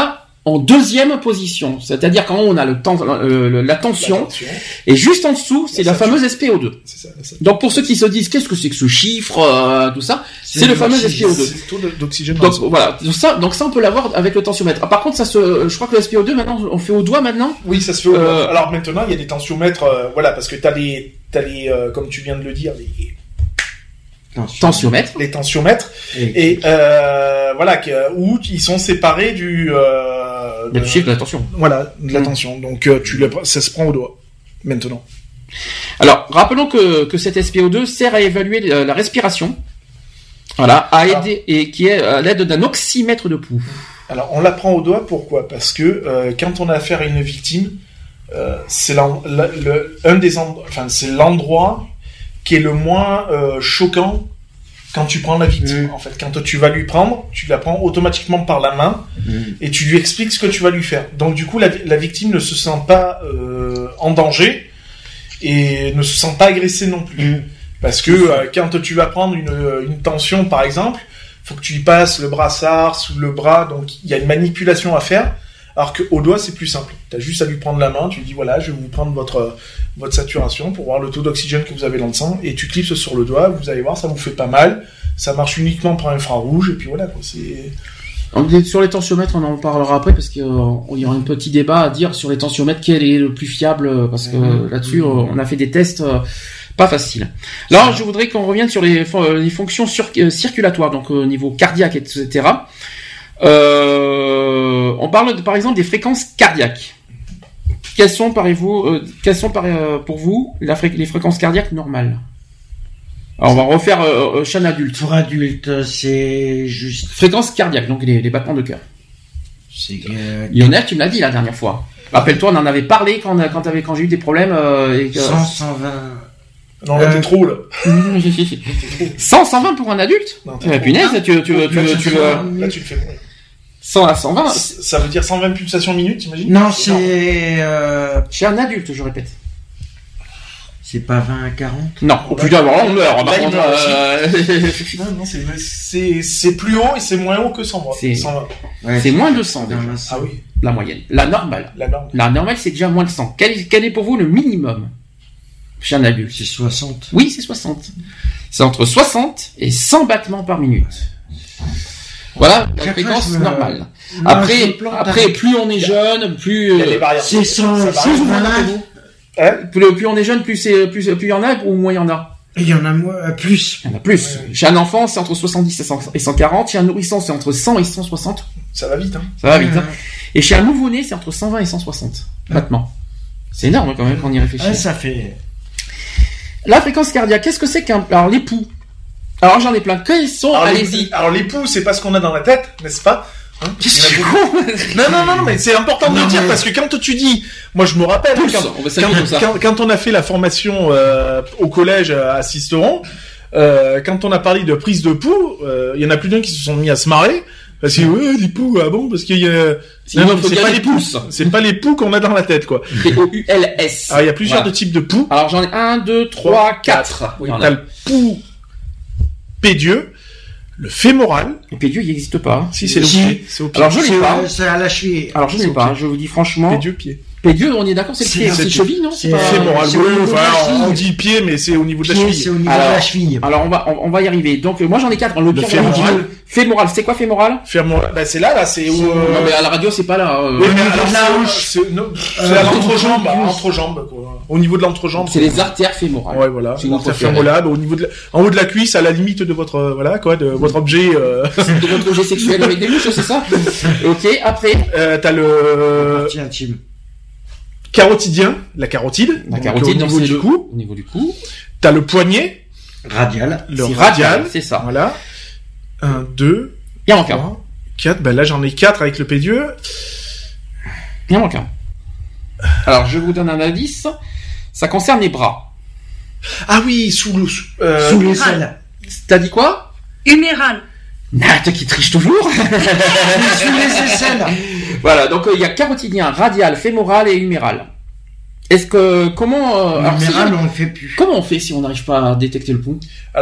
en deuxième position, c'est-à-dire quand on a le temps, euh, la, tension, la tension, et juste en dessous, c'est la, la fameuse S P O deux. C'est ça, ça. Donc pour ceux qui se disent qu'est-ce que c'est que ce chiffre, euh, tout ça, c'est, c'est le fameux S P O deux. C'est le taux d'oxygène. Donc voilà, donc ça, donc ça on peut l'avoir avec le tensiomètre. Ah, par contre, ça se, je crois que le S P O deux maintenant, on fait au doigt maintenant. Oui, ça se fait au doigt. Euh, Alors maintenant, il y a des tensiomètres, euh, voilà, parce que t'as les, t'as les, euh, comme tu viens de le dire, les tensiomètres, les tensiomètres, et, et euh, voilà, que, où ils sont séparés du euh, de, du chiffre de la tension. Voilà, de la mmh. tension. Donc euh, tu le, ça se prend au doigt maintenant. Alors rappelons que que cet S P O deux sert à évaluer la respiration, voilà, à aider et qui est à l'aide d'un oxymètre de pouls. Alors on la prend au doigt, pourquoi ? Parce que euh, quand on a affaire à une victime, euh, c'est la, la, le un des endroits, enfin c'est l'endroit qui est le moins euh, choquant quand tu prends la victime. Mmh. En fait, quand tu vas lui prendre, tu la prends automatiquement par la main mmh. et tu lui expliques ce que tu vas lui faire. Donc du coup, la, la victime ne se sent pas euh, en danger et ne se sent pas agressée non plus. Mmh. Parce que euh, quand tu vas prendre une, une tension, par exemple, faut que tu y passes le brassard sous le bras, donc il y a une manipulation à faire. Alors qu'au doigt, c'est plus simple. Tu as juste à lui prendre la main, tu lui dis voilà, je vais vous prendre votre, votre saturation pour voir le taux d'oxygène que vous avez dans le sang, et tu clipses sur le doigt, vous allez voir, ça vous fait pas mal, ça marche uniquement par infrarouge, et puis voilà, quoi, c'est... Sur les tensiomètres, on en parlera après, parce qu'il euh, y aura un petit débat à dire sur les tensiomètres, quel est le plus fiable, parce que mmh. là-dessus, mmh. on a fait des tests euh, pas faciles. Là, je voudrais qu'on revienne sur les, les fonctions sur, euh, circulatoires, donc au niveau cardiaque, et cetera. Euh, on parle de, par exemple des fréquences cardiaques. Quelles sont, parlez-vous, euh, quelles sont par, euh, pour vous la fré- les fréquences cardiaques normales ? Alors on va refaire euh, chez un adulte. Pour adulte, c'est juste fréquences cardiaques, donc les, les battements de cœur. C'est euh... Lionel, tu me l'as dit la dernière fois. Rappelle-toi, on en avait parlé quand quand, t'avais, quand j'ai eu des problèmes. Euh, et que... cent, cent vingt Non, là, euh... t'es trop, là. cent, cent vingt pour un adulte ? Non, eh, punaise, tu, tu, tu, tu, tu, tu, là, tu le fais bon. cent à cent vingt. Ça veut dire cent vingt pulsations minute, t'imagines ? Non, c'est... Euh... Chez un adulte, je répète. C'est pas vingt à quarante ? Non, oh, putain, bon, on meurt. Par contre, euh... non, non, c'est, c'est, c'est plus haut et c'est moins haut que cent. C'est, cent vingt. Ouais, c'est moins de cent, déjà. Ah oui. La moyenne. La normale. La normale. La normale, c'est déjà moins de cent. Quel, quel est pour vous le minimum chez un adulte ? C'est soixante. Oui, c'est soixante. C'est entre soixante et cent battements par minute. Voilà, la fréquence me... normale. Non, après, après, plus on est jeune, plus... Il y a des variantes. C'est cent, c'est Hein plus, plus on est jeune, plus c'est plus plus il y en a ou moins il y en a. Il y en a moins, plus. Il y en a plus. Ouais. Chez un enfant, c'est entre soixante-dix et cent quarante. Chez un nourrisson, c'est entre cent et cent soixante. Ça va vite, hein. Ça va vite. Hein. Et chez un nouveau-né, c'est entre cent vingt et cent soixante battements. C'est énorme quand même quand on y réfléchit. Ouais, ça fait. La fréquence cardiaque, qu'est-ce que c'est qu'un alors les poux? Alors j'en ai plein. Quels sont? Alors, allez-y. Les, alors les poux, c'est pas ce qu'on a dans la tête, n'est-ce pas? Hein, non, non, non, mais c'est important de le dire parce que quand tu dis, moi je me rappelle, Pousse, quand, on, quand, quand, quand on a fait la formation euh, au collège à Sisteron, euh, quand on a parlé de prise de pouls, il euh, y en a plus d'un qui se sont mis à se marrer parce que ouais, des poux, ah bon, parce qu'il y a, c'est, non, non, c'est pas les pouces, c'est pas les poux qu'on a dans la tête, quoi. P O U L S. Alors il y a plusieurs voilà. de types de poux. Alors j'en ai un, deux, trois, quatre. Oui, t'as le pouls pédieux. Le fémoral. Le pédieux, il n'existe pas. Si, c'est le pied. C'est au pied. Alors, je l'ai pas. C'est à la cheville. Alors, je l'ai pas. Je vous dis franchement. Pédieux, pied. Pédieux, on est d'accord, c'est le pied. C'est, c'est cheville, non? C'est pas... fémoral. Oui, enfin, on dit pied, mais c'est au niveau de la cheville. C'est au niveau alors, de la cheville. Alors, on va, on, on va y arriver. Donc, moi, j'en ai quatre. Le, le fémoral. Fémoral. C'est quoi fémoral? Fémoral. Bah, c'est là, là, c'est où, euh... Non, mais à la radio, c'est pas là. Euh... Oui, mais alors, c'est, c'est, non, c'est euh, à l'entrejambe, l'entrejambe, quoi. Au niveau de l'entrejambe. C'est les artères fémorales. Ouais, voilà. C'est l'artère fémorale. Au niveau de, la... en haut de la cuisse, à la limite de votre, voilà, quoi, de votre objet, euh... de votre objet sexuel avec des mouches, c'est ça? Ok, après. Euh, t'as le, partie intime. Carotidien, la carotide. La carotide, au niveau du cou. Au niveau du cou. T'as le poignet. Radial. Le c'est radial. radial. C'est ça. Voilà. Un, deux. Il y en manque un. Quatre. Ben là, j'en ai quatre avec le pédieux. Il y en manque un. Alors, je vous donne un indice. Ça concerne les bras. Ah oui, sous le, euh, sous l'aisselle. T'as dit quoi? Huméral. Nat qui triche toujours. Sous les aisselles. Voilà, donc il euh, y a carotidien, radial, fémoral et huméral. Est-ce que comment euh, huméral, si, on le fait plus. Comment on fait si on n'arrive pas à détecter le pouls? Alors,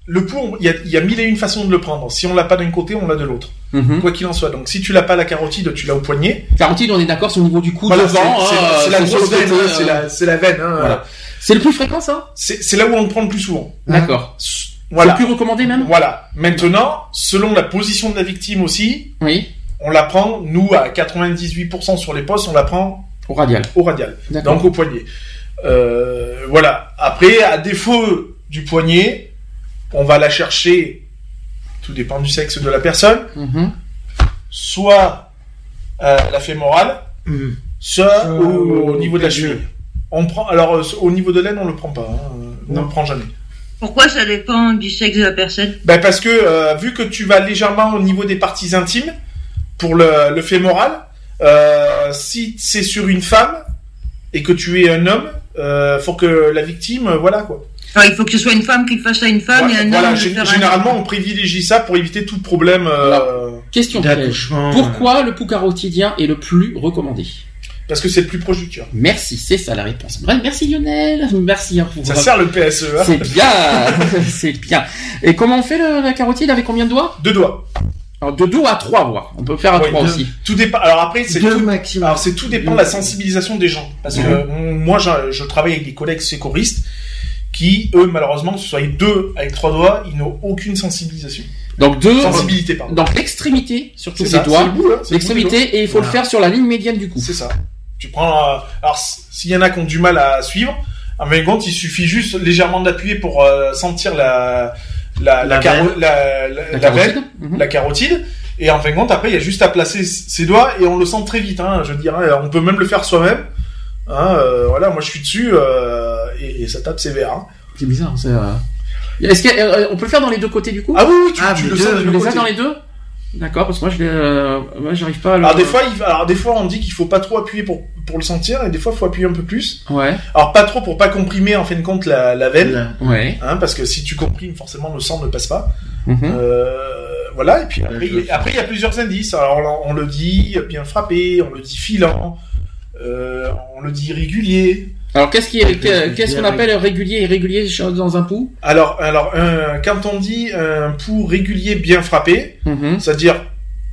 le pouls, il y a, il y a mille et une façons de le prendre. Si on l'a pas d'un côté, on l'a de l'autre. Mm-hmm. Quoi qu'il en soit. Donc, si tu l'as pas la carotide, tu l'as au poignet. Carotide, on est d'accord, c'est au niveau du cou, voilà, devant. C'est, hein, c'est, c'est la c'est grosse veine, côté, hein, c'est la, c'est la veine. Hein, voilà. C'est le plus fréquent, ça? C'est, c'est là où on le prend le plus souvent. D'accord. Voilà. C'est le plus recommandé même? Voilà. Maintenant, selon la position de la victime aussi. Oui. On la prend, nous, à quatre-vingt-dix-huit pour cent sur les postes, on la prend au radial. Au radial. D'accord. Donc au poignet. Euh, voilà. Après, à défaut du poignet, on va la chercher, tout dépend du sexe de la personne, mm-hmm. soit euh, la fémorale, mm. soit euh, au, au niveau de la cheville. On prend, alors euh, au niveau de l'aine, on le prend pas. Hein. On non. le prend jamais. Pourquoi ça dépend du sexe de la personne? Ben parce que euh, vu que tu vas légèrement au niveau des parties intimes, pour le, le fémoral, euh, si c'est sur une femme et que tu es un homme, euh, faut que la victime, euh, voilà quoi. Alors, il faut que ce soit une femme qui le fasse à une femme voilà, et un voilà, homme. G- généralement, on privilégie ça pour éviter tout problème. Euh, Alors, question piège. Pourquoi le pouls carotidien est le plus recommandé? Parce que c'est le plus proche du cœur. Merci, c'est ça la réponse. Bref, merci Lionel. Merci. Pour... Ça sert le P S E. Hein. C'est bien, c'est bien. Et comment on fait le, la carotide avec combien de doigts? Deux doigts. Alors de deux à trois voire. On peut faire à oui, trois deux, aussi. Tout dépend. Alors après c'est deux tout. Maximum. Alors c'est tout dépend de la sensibilisation des gens. Parce mmh. que moi je, je travaille avec des collègues sécuristes qui eux malheureusement que ce soit deux avec trois doigts ils n'ont aucune sensibilisation. Donc deux. Sensibilité pardon. Donc l'extrémité surtout c'est les doigts. C'est le bout, hein, c'est l'extrémité le bout et il faut voilà. le faire sur la ligne médiane du cou. C'est ça. Tu prends. Euh, alors s'il y en a qui ont du mal à suivre, en fin de compte il suffit juste légèrement d'appuyer pour euh, sentir la la la, la, caro- la, la, la, la veine, mmh. la carotide. Et en fin de compte, après, il y a juste à placer ses doigts et on le sent très vite. Hein, je dirais, on peut même le faire soi-même. Hein, euh, voilà, moi je suis dessus euh, et, et ça tape sévère. Hein. C'est bizarre. C'est, euh... Est-ce qu'on euh, peut le faire dans les deux côtés du coup? Ah oui, oui, tu, ah, tu le deux, sens des deux côtés. dans les deux. D'accord, parce que moi je l'ai, euh, moi j'arrive pas à le... Alors des fois, il, alors des fois on dit qu'il faut pas trop appuyer pour pour le sentir et des fois il faut appuyer un peu plus. Ouais. Alors pas trop pour pas comprimer en fin de compte la la veine. Ouais. Hein, parce que si tu comprimes, forcément le sang ne passe pas. Mm-hmm. Euh, voilà. Et puis après, il, après il y a plusieurs indices. Alors on, on le dit bien frappé, on le dit filant, euh, on le dit régulier. Alors qu'est-ce qui est, qu'est-ce qu'on appelle régulier et irrégulier dans un pouls? Alors, alors un, quand on dit un pouls régulier bien frappé, mm-hmm. c'est-à-dire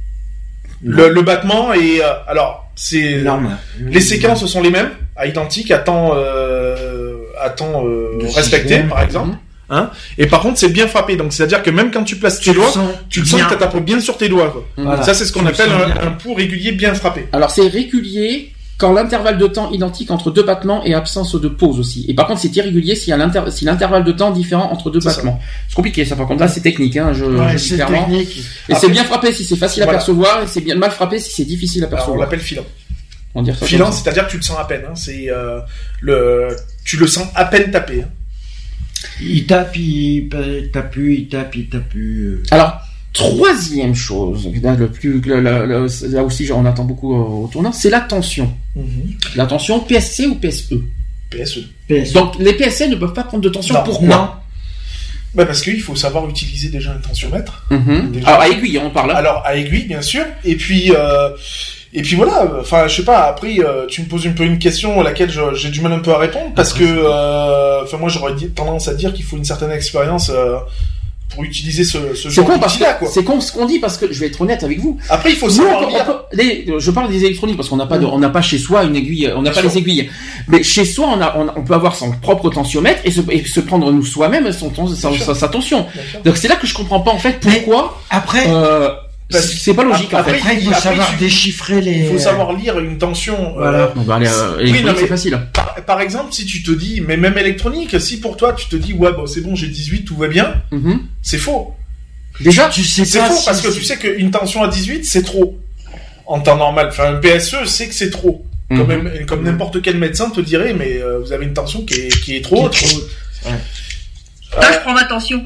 le, le battement et euh, alors c'est Normal. les séquences sont les mêmes, à identiques, à temps euh, à temps euh, respecté système. Par exemple. Mm-hmm. Hein et par contre, c'est bien frappé, donc c'est-à-dire que même quand tu places tes tu doigts, le tu le sens que tu tapes bien sur tes doigts. Quoi. Voilà. Ça, c'est ce qu'on tu appelle un, un pouls régulier bien frappé. Alors c'est régulier quand l'intervalle de temps identique entre deux battements et absence de pause aussi. Et par contre, c'est irrégulier si, l'inter... si l'intervalle de temps différent entre deux c'est battements. Ça. C'est compliqué ça. Par contre, là, c'est technique. Hein, je, ouais, je c'est clairement. technique. Et Après, c'est bien frappé si c'est facile voilà. à percevoir, et c'est bien mal frappé si c'est difficile à percevoir. Alors, on l'appelle filant. On dit ça filant, c'est-à-dire que tu le sens à peine. Hein. C'est euh, le, tu le sens à peine taper. Hein. Il tape, il tape plus, il tape, il tape plus. Alors. Troisième chose, là, le plus, là, là, là aussi on attend beaucoup au tournant, c'est la tension. Mm-hmm. La tension P S C ou P S E? P S E. P S E. Donc les P S C ne peuvent pas prendre de tension. Non. Pourquoi? Non. Bah parce qu'il faut savoir utiliser déjà un tensiomètre. Mm-hmm. Déjà. Alors à aiguille, on parle. Alors à aiguille, bien sûr. Et puis euh, et puis voilà. Enfin, je sais pas. Après, euh, tu me poses un peu une question à laquelle je, j'ai du mal un peu à répondre parce que, enfin, euh, moi j'aurais tendance à dire qu'il faut une certaine expérience. Euh, pour utiliser ce, ce genre d'outil-là, quoi. C'est con ce qu'on dit parce que je vais être honnête avec vous. Après, il faut savoir Nous, on, on, les, je parle des électroniques parce qu'on n'a pas de, on n'a pas chez soi une aiguille, on n'a pas sûr. les aiguilles. Mais chez soi, on a, on, on peut avoir son propre tensiomètre et se, et se prendre nous soi-même son, sa, sa, sa tension. Donc c'est là que je comprends pas en fait pourquoi. Mais après. Euh, Parce c'est pas logique après, en fait. Après, il faut après, savoir il, déchiffrer les. Il faut savoir lire une tension. Voilà. Euh, bah, allez, euh, oui, non, c'est facile. Par, par exemple, si tu te dis, mais même électronique, si pour toi tu te dis, ouais, bon, c'est bon, j'ai dix-huit, tout va bien, mm-hmm. c'est faux. Déjà, tu sais c'est faux si parce que tu sais qu'une tension à dix-huit, c'est trop. En temps normal. Enfin, un P S E sait que c'est trop. Mm-hmm. Comme, même, comme n'importe quel médecin te dirait, mais euh, vous avez une tension qui est, qui est trop haute. Ouais. Là, euh... je prends ma tension.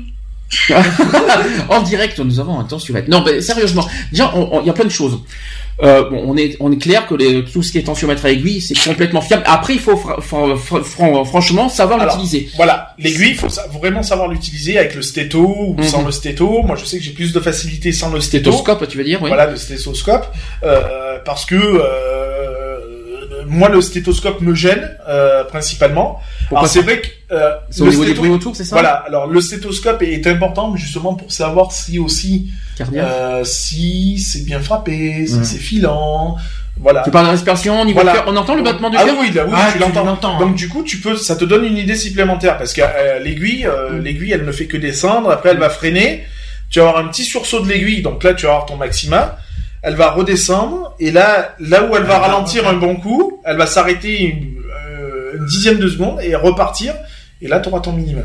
En direct, nous avons un tensiomètre. Non, mais sérieusement, déjà, il y a plein de choses. Euh, bon, on est, on est clair que les, tout ce qui est tensiomètre à aiguille, c'est complètement fiable. Après, il faut fra- fra- fra- fra- franchement savoir Alors, l'utiliser. Voilà, l'aiguille, il faut sa- vraiment savoir l'utiliser avec le stéto ou mm-hmm. sans le stéto. Moi, je sais que j'ai plus de facilité sans le stéto. Stéthoscope, tu veux dire, oui. Voilà, le stéthoscope, euh, parce que euh, moi, le stéthoscope me gêne euh, principalement. Pourquoi Alors, c'est vrai que Euh, c'est au niveau des bruits autour, c'est ça? Voilà. Alors le stéthoscope est important justement pour savoir si aussi euh, si c'est bien frappé, si mmh. c'est filant. Voilà. Tu parles de la respiration, au niveau voilà. du cœur, on entend le battement du ah cœur. Ah oui, là, oui, ah, tu, tu l'entends. l'entends. Donc du coup, tu peux, ça te donne une idée supplémentaire parce que euh, l'aiguille, euh, mmh. l'aiguille, elle ne fait que descendre. Après, elle va freiner. Tu vas avoir un petit sursaut de l'aiguille. Donc là, tu vas avoir ton maxima. Elle va redescendre et là, là où elle va ah, ralentir un bon coup, elle va s'arrêter une, euh, une dixième de seconde et repartir. Et là, tu auras ton minimum.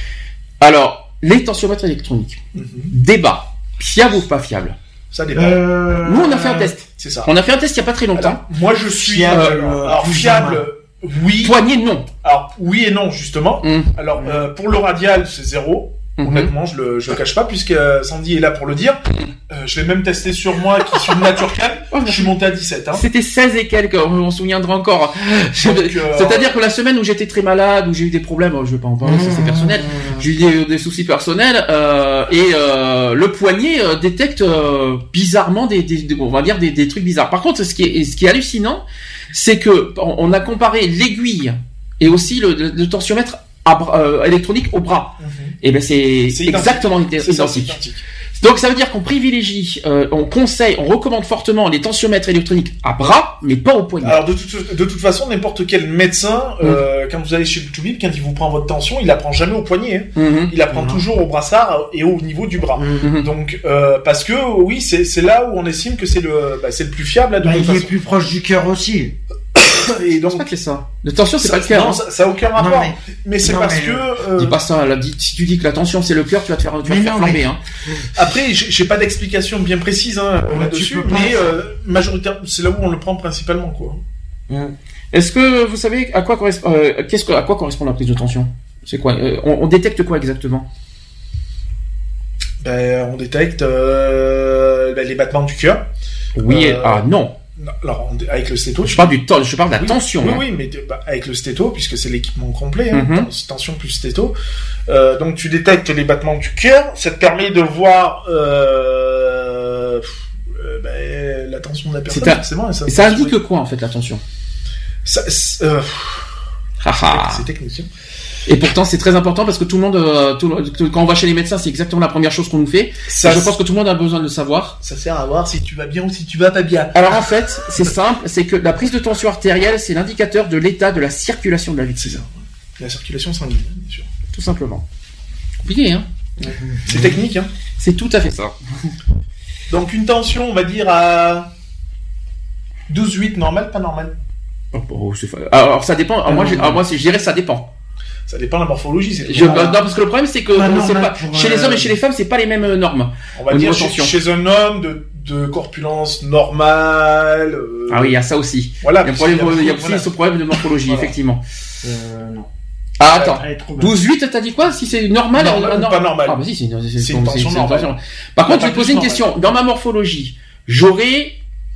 Alors, les tensiomètres électroniques. Mmh. Débat. Fiable ou pas fiable? Ça dépend. Euh... Nous, on a fait un test. C'est ça. On a fait un test il y a pas très longtemps. Alors, moi, je suis fiable. Euh, alors, fiable, oui. Poignée, non. Alors, oui et non, justement. Mmh. Alors, euh, pour le radial, c'est zéro. Mmh. Honnêtement, je le, je le cache pas, puisque Sandy est là pour le dire. Euh, je l'ai même testé sur moi, qui suis de nature calme. Oh, je suis monté à dix-sept, hein. C'était seize et quelques, on s'en souviendra encore. Donc, euh... C'est-à-dire que la semaine où j'étais très malade, où j'ai eu des problèmes, je vais pas en parler, mmh. ça c'est personnel. J'ai eu des, des soucis personnels, euh, et, euh, le poignet, euh, détecte, euh, bizarrement des, des, des, on va dire des, des trucs bizarres. Par contre, ce qui est, ce qui est hallucinant, c'est que, on a comparé l'aiguille et aussi le, le, le tensiomètre à, euh, électronique au bras. Mmh. Et ben c'est, c'est exactement identique. C'est ça, c'est identique. Donc ça veut dire qu'on privilégie, euh, on conseille, on recommande fortement les tensiomètres électroniques à bras, mais pas au poignet. Alors de toute, de toute façon, n'importe quel médecin, mmh. euh, quand vous allez chez le Toubib, quand il vous prend votre tension, il la prend jamais au poignet. Hein. Mmh. Il la prend mmh. toujours au brassard et au niveau du bras. Mmh. Donc euh, parce que oui, c'est, c'est là où on estime que c'est le, bah, c'est le plus fiable. Là, de bah, toute il façon. est plus proche du cœur aussi. Et donc, c'est pas que c'est ça. La tension, c'est ça, pas le cœur. Non, hein. ça, ça a aucun rapport. Non, mais, mais c'est non, parce mais, que. Euh... Dis pas ça. Là, dis, si tu dis que la tension c'est le cœur, tu vas te faire, tu vas te faire flamber. Mais... Hein. Après, j'ai, j'ai pas d'explication bien précise hein, ouais, là-dessus, mais euh, majoritairement, c'est là où on le prend principalement, quoi. Mmh. Est-ce que vous savez à quoi correspond, euh, qu'est-ce que, à quoi correspond la prise de tension? C'est quoi euh, on, on détecte quoi exactement? Ben, on détecte euh, ben, les battements du cœur. Oui. Euh... Ah non. Alors, avec le stéto, je parle du temps, je parle de la oui, tension. Oui, hein. oui, mais bah, avec le stéto, puisque c'est l'équipement complet, hein, mm-hmm. tension plus stéto. Euh, donc, tu détectes les battements du cœur. Ça te permet de voir euh, euh, bah, la tension de la personne. C'est forcément, et ça, et ça indique quoi en fait la tension? Ça, c'est, euh, c'est technique. Hein. Et pourtant, c'est très important parce que tout le monde, euh, tout, quand on va chez les médecins, c'est exactement la première chose qu'on nous fait. Ça, je pense que tout le monde a besoin de le savoir. Ça sert à voir si tu vas bien ou si tu vas pas bien. Alors en fait, c'est simple, c'est que la prise de tension artérielle, c'est l'indicateur de l'état de la circulation de la victime. La circulation sanguine, bien sûr. Tout simplement. Compliqué, hein. C'est technique, hein. C'est tout à fait ça. Donc une tension, on va dire à douze huit, normal, pas normal. Oh, oh, c'est... Alors ça dépend. Alors, moi, je... Alors, moi, je dirais ça dépend. Ça dépend de la morphologie. C'est je, non, parce que le problème, c'est que ah, non, c'est pas, chez euh... les hommes et chez les femmes, c'est pas les mêmes normes. On va dire chez, chez un homme de, de corpulence normale. Euh... Ah oui, il y a ça aussi. Voilà. Il y a, problème, il y a aussi voilà. ce problème de morphologie, voilà. effectivement. Euh, non. Ah, attends. douze huit, t'as dit quoi? Si c'est normal, normal ou non... pas normal? Ah, bah si, c'est, c'est, c'est, c'est une tension c'est, normale. C'est une Par contre, je vais te poser une question. Dans ma morphologie, j'aurais,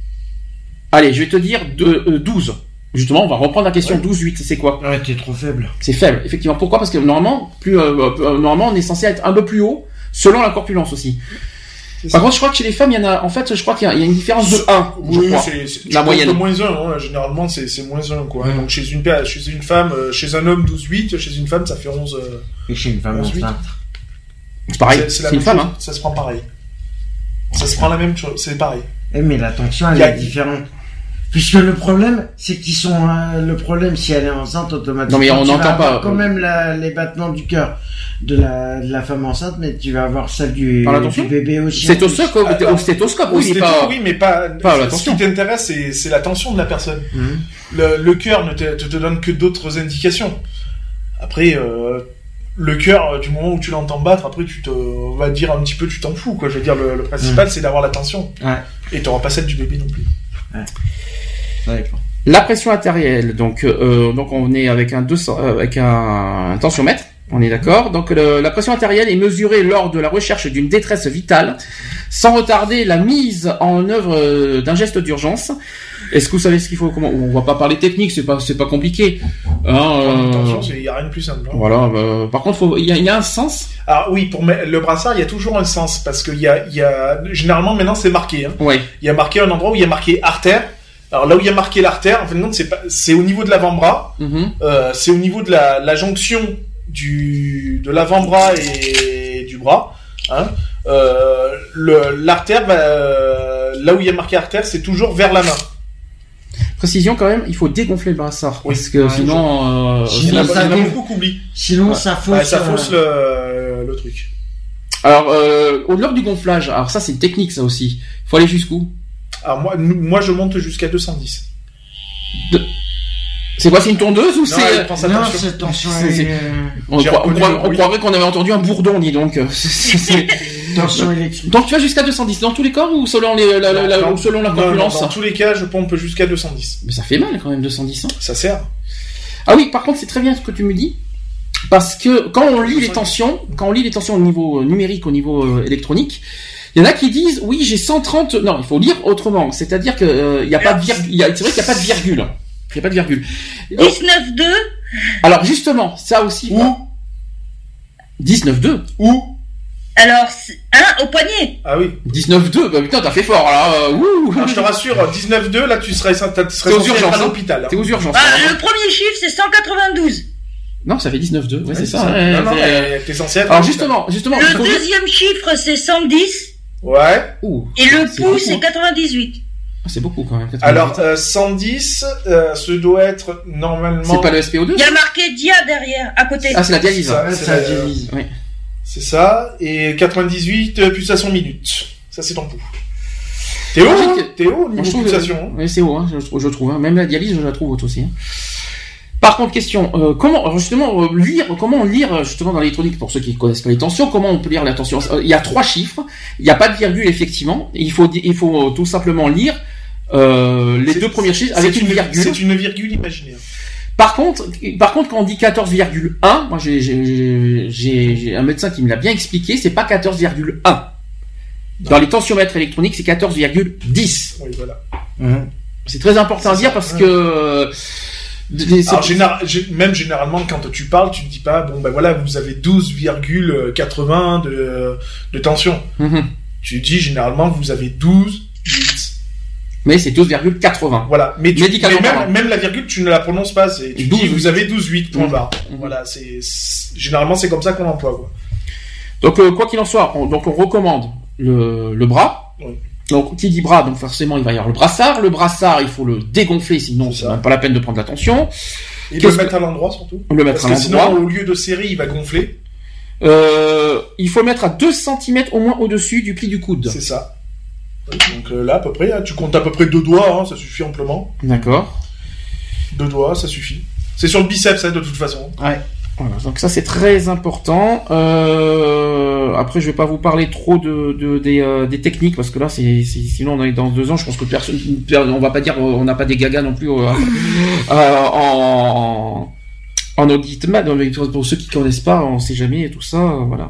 allez, je vais te dire de, euh, douze. Justement, on va reprendre la question. Ouais. douze huit, c'est quoi? Ouais, t'es trop faible. C'est faible, effectivement. Pourquoi? Parce que normalement, plus, euh, euh, normalement, on est censé être un peu plus haut, selon la corpulence aussi. C'est Par ça. contre, je crois que chez les femmes, il y en a, en fait, je crois qu'il y a, il y a une différence de un. Oui, c'est, c'est, la moyenne. De moins un, hein. Généralement, c'est, c'est moins un, quoi. Mmh. Donc, chez une, chez une femme, chez un homme, douze huit, chez une femme, ça fait onze, euh, et chez une femme, onze huit. C'est pareil. C'est, c'est, c'est une femme, hein. Ça se prend pareil. Ça se prend la même chose, c'est pareil. Eh, mais la tension, elle a... est différente. Puisque le problème, c'est qu'ils sont euh, le problème si elle est enceinte automatiquement. Non mais on n'entend pas. Quand même la, les battements du cœur de la de la femme enceinte, mais tu vas avoir celle du, du bébé aussi. Stéthoscope, ah, au stéthoscope, oui, stéto, pas. Oui, mais pas. pas la ce qui t'intéresse, c'est c'est la tension de la personne. Mmh. Le, le cœur ne te, te, te donne que d'autres indications. Après. Euh, le cœur, du moment où tu l'entends battre, après tu te, on va dire un petit peu, tu t'en fous, quoi. Je veux dire, le, le principal, mmh. c'est d'avoir la tension. Ouais. Et t'auras pas celle du bébé non plus. Ouais. D'accord. La pression artérielle, donc, euh, donc on est avec un deux cents, euh, avec un, un tensiomètre, on est d'accord. Donc le, la pression artérielle est mesurée lors de la recherche d'une détresse vitale, sans retarder la mise en œuvre d'un geste d'urgence. Est-ce que vous savez ce qu'il faut? Comment on va pas parler technique, c'est pas c'est pas compliqué. Hein, euh... Attention, il y a rien de plus simple. Hein. Voilà. Bah, par contre, faut il y a, y a un sens. Ah oui, pour le brassard, il y a toujours un sens parce qu'il y a il y a généralement maintenant c'est marqué. Hein. Ouais. Il y a marqué un endroit où il y a marqué artère. Alors là où il y a marqué l'artère, en fait non, c'est pas c'est au niveau de l'avant-bras. Mm-hmm. Euh, c'est au niveau de la la jonction du de l'avant-bras et du bras, hein, euh, le, l'artère, va, euh, là où il y a marqué artère, c'est toujours vers la main. Précision quand même, il faut dégonfler le brassard, oui, parce que ouais, sinon, euh, sinon, il y en a beaucoup qui oublient. Sinon, ouais. ça fausse, ouais, ça fausse euh... le, le truc. Alors, euh, au-delà du gonflage, alors ça c'est une technique ça aussi. Il faut aller jusqu'où? Alors moi, moi je monte jusqu'à deux cent dix. De... C'est quoi, c'est une tondeuse ou non, c'est... Non, c'est tension. C'est... C'est... On, croit, on, croit, on croirait qu'on avait entendu un bourdon, dis donc. C'est, c'est... tension électrique. Donc tu vas jusqu'à deux cent dix dans tous les corps ou selon, les, la, la, la, non, selon la corpulence? Dans tous les cas, je pompe jusqu'à deux cent dix. Mais ça fait mal quand même, deux cent dix. Hein. Ça sert. Ah oui, par contre, c'est très bien ce que tu me dis. Parce que quand on lit les tensions, quand on lit les tensions au niveau numérique, au niveau euh, électronique, il y en a qui disent, oui, j'ai cent trente... Non, il faut lire autrement. C'est-à-dire que euh, il y a pas de virgule. Il y a... C'est vrai qu'il n'y a pas de virgule. Il n'y a pas de virgule. dix-neuf deux. Alors justement, ça aussi. Où dix-neuf deux. Où Alors, hein, au poignet. Ah oui. dix-neuf deux, bah putain, t'as fait fort là. Euh, ouh. Alors, je te rassure, dix-neuf deux, là, tu serais, tu serais aux urgences, à l'hôpital. Hein. T'es aux urgences. Ah, hein. Le premier chiffre, c'est cent quatre-vingt-douze. Non, ça fait dix-neuf deux. Ouais, ouais, c'est, c'est ça. ça. Ouais, non, non, c'est... mais t'es censé être. Alors justement, justement. Le deuxième chiffre, c'est cent dix. Ouais. Ouh. Et le c'est pouce, beaucoup, c'est quatre-vingt-dix-huit. Ah, c'est beaucoup quand même. quatre-vingt-dix-huit. Alors, euh, cent dix, euh, ce doit être normalement. C'est pas le S P O deux? Il y a marqué dia derrière, à côté. Ah, c'est la dialyse. C'est ça, c'est, c'est la la dialyse. Oui. C'est ça. Et quatre-vingt-dix-huit, euh, pulsation minute. Ça, c'est ton pouls. T'es haut, hein T'es haut au niveau de pulsation. Oui, c'est haut, hein, je, je trouve. Hein. Même la dialyse, je la trouve haute aussi. Hein. Par contre, question, euh, comment justement euh, lire, comment lire justement dans l'électronique pour ceux qui connaissent pas les tensions, comment on peut lire la tension? euh, Il y a trois chiffres, il n'y a pas de virgule effectivement. Il faut, il faut tout simplement lire euh, les c'est, deux premiers chiffres avec une, une virgule. C'est une virgule imaginaire. Par contre, par contre, quand on dit quatorze virgule un, moi j'ai, j'ai, j'ai, j'ai un médecin qui me l'a bien expliqué, c'est pas quatorze virgule un. Dans les tensiomètres électroniques, c'est quatorze virgule dix. Oui, voilà. Mmh. C'est très important c'est à dire ça, parce ouais. que. Des, Alors, général, même généralement, quand tu parles, tu ne dis pas, bon ben voilà, vous avez douze virgule quatre-vingts de, de tension. Mm-hmm. Tu dis généralement que vous avez douze virgule huit. Mais c'est douze virgule quatre-vingts. Voilà. Mais, tu, mais même, même la virgule, tu ne la prononces pas. C'est, tu douze, dis, vous avez douze virgule huit, point barre. Mm-hmm. Voilà, c'est, c'est, généralement, c'est comme ça qu'on l'emploie, quoi. Donc, euh, quoi qu'il en soit, on, donc on recommande le, le bras. Oui. Donc, qui dit bras, donc forcément, il va y avoir le brassard. Le brassard, il faut le dégonfler, sinon c'est, c'est même pas la peine de prendre la tension. Et Qu'est-ce le mettre que... à l'endroit, surtout. Le mettre Parce à que l'endroit. Sinon, au lieu de série, il va gonfler. Euh, il faut le mettre à deux centimètres au moins au-dessus du pli du coude. C'est ça. Donc euh, là, à peu près, hein, tu comptes à peu près deux doigts, hein, ça suffit amplement. D'accord. Deux doigts, ça suffit. C'est sur le biceps, hein, de toute façon. Ouais. Voilà, donc ça c'est très important. Euh, après je vais pas vous parler trop de, de des, euh, des techniques parce que là c'est, c'est sinon on est dans deux ans. Je pense que personne, on va pas dire on n'a pas des gagas non plus euh, euh, en en audimat. Pour ceux qui connaissent pas, on sait jamais et tout ça. Voilà.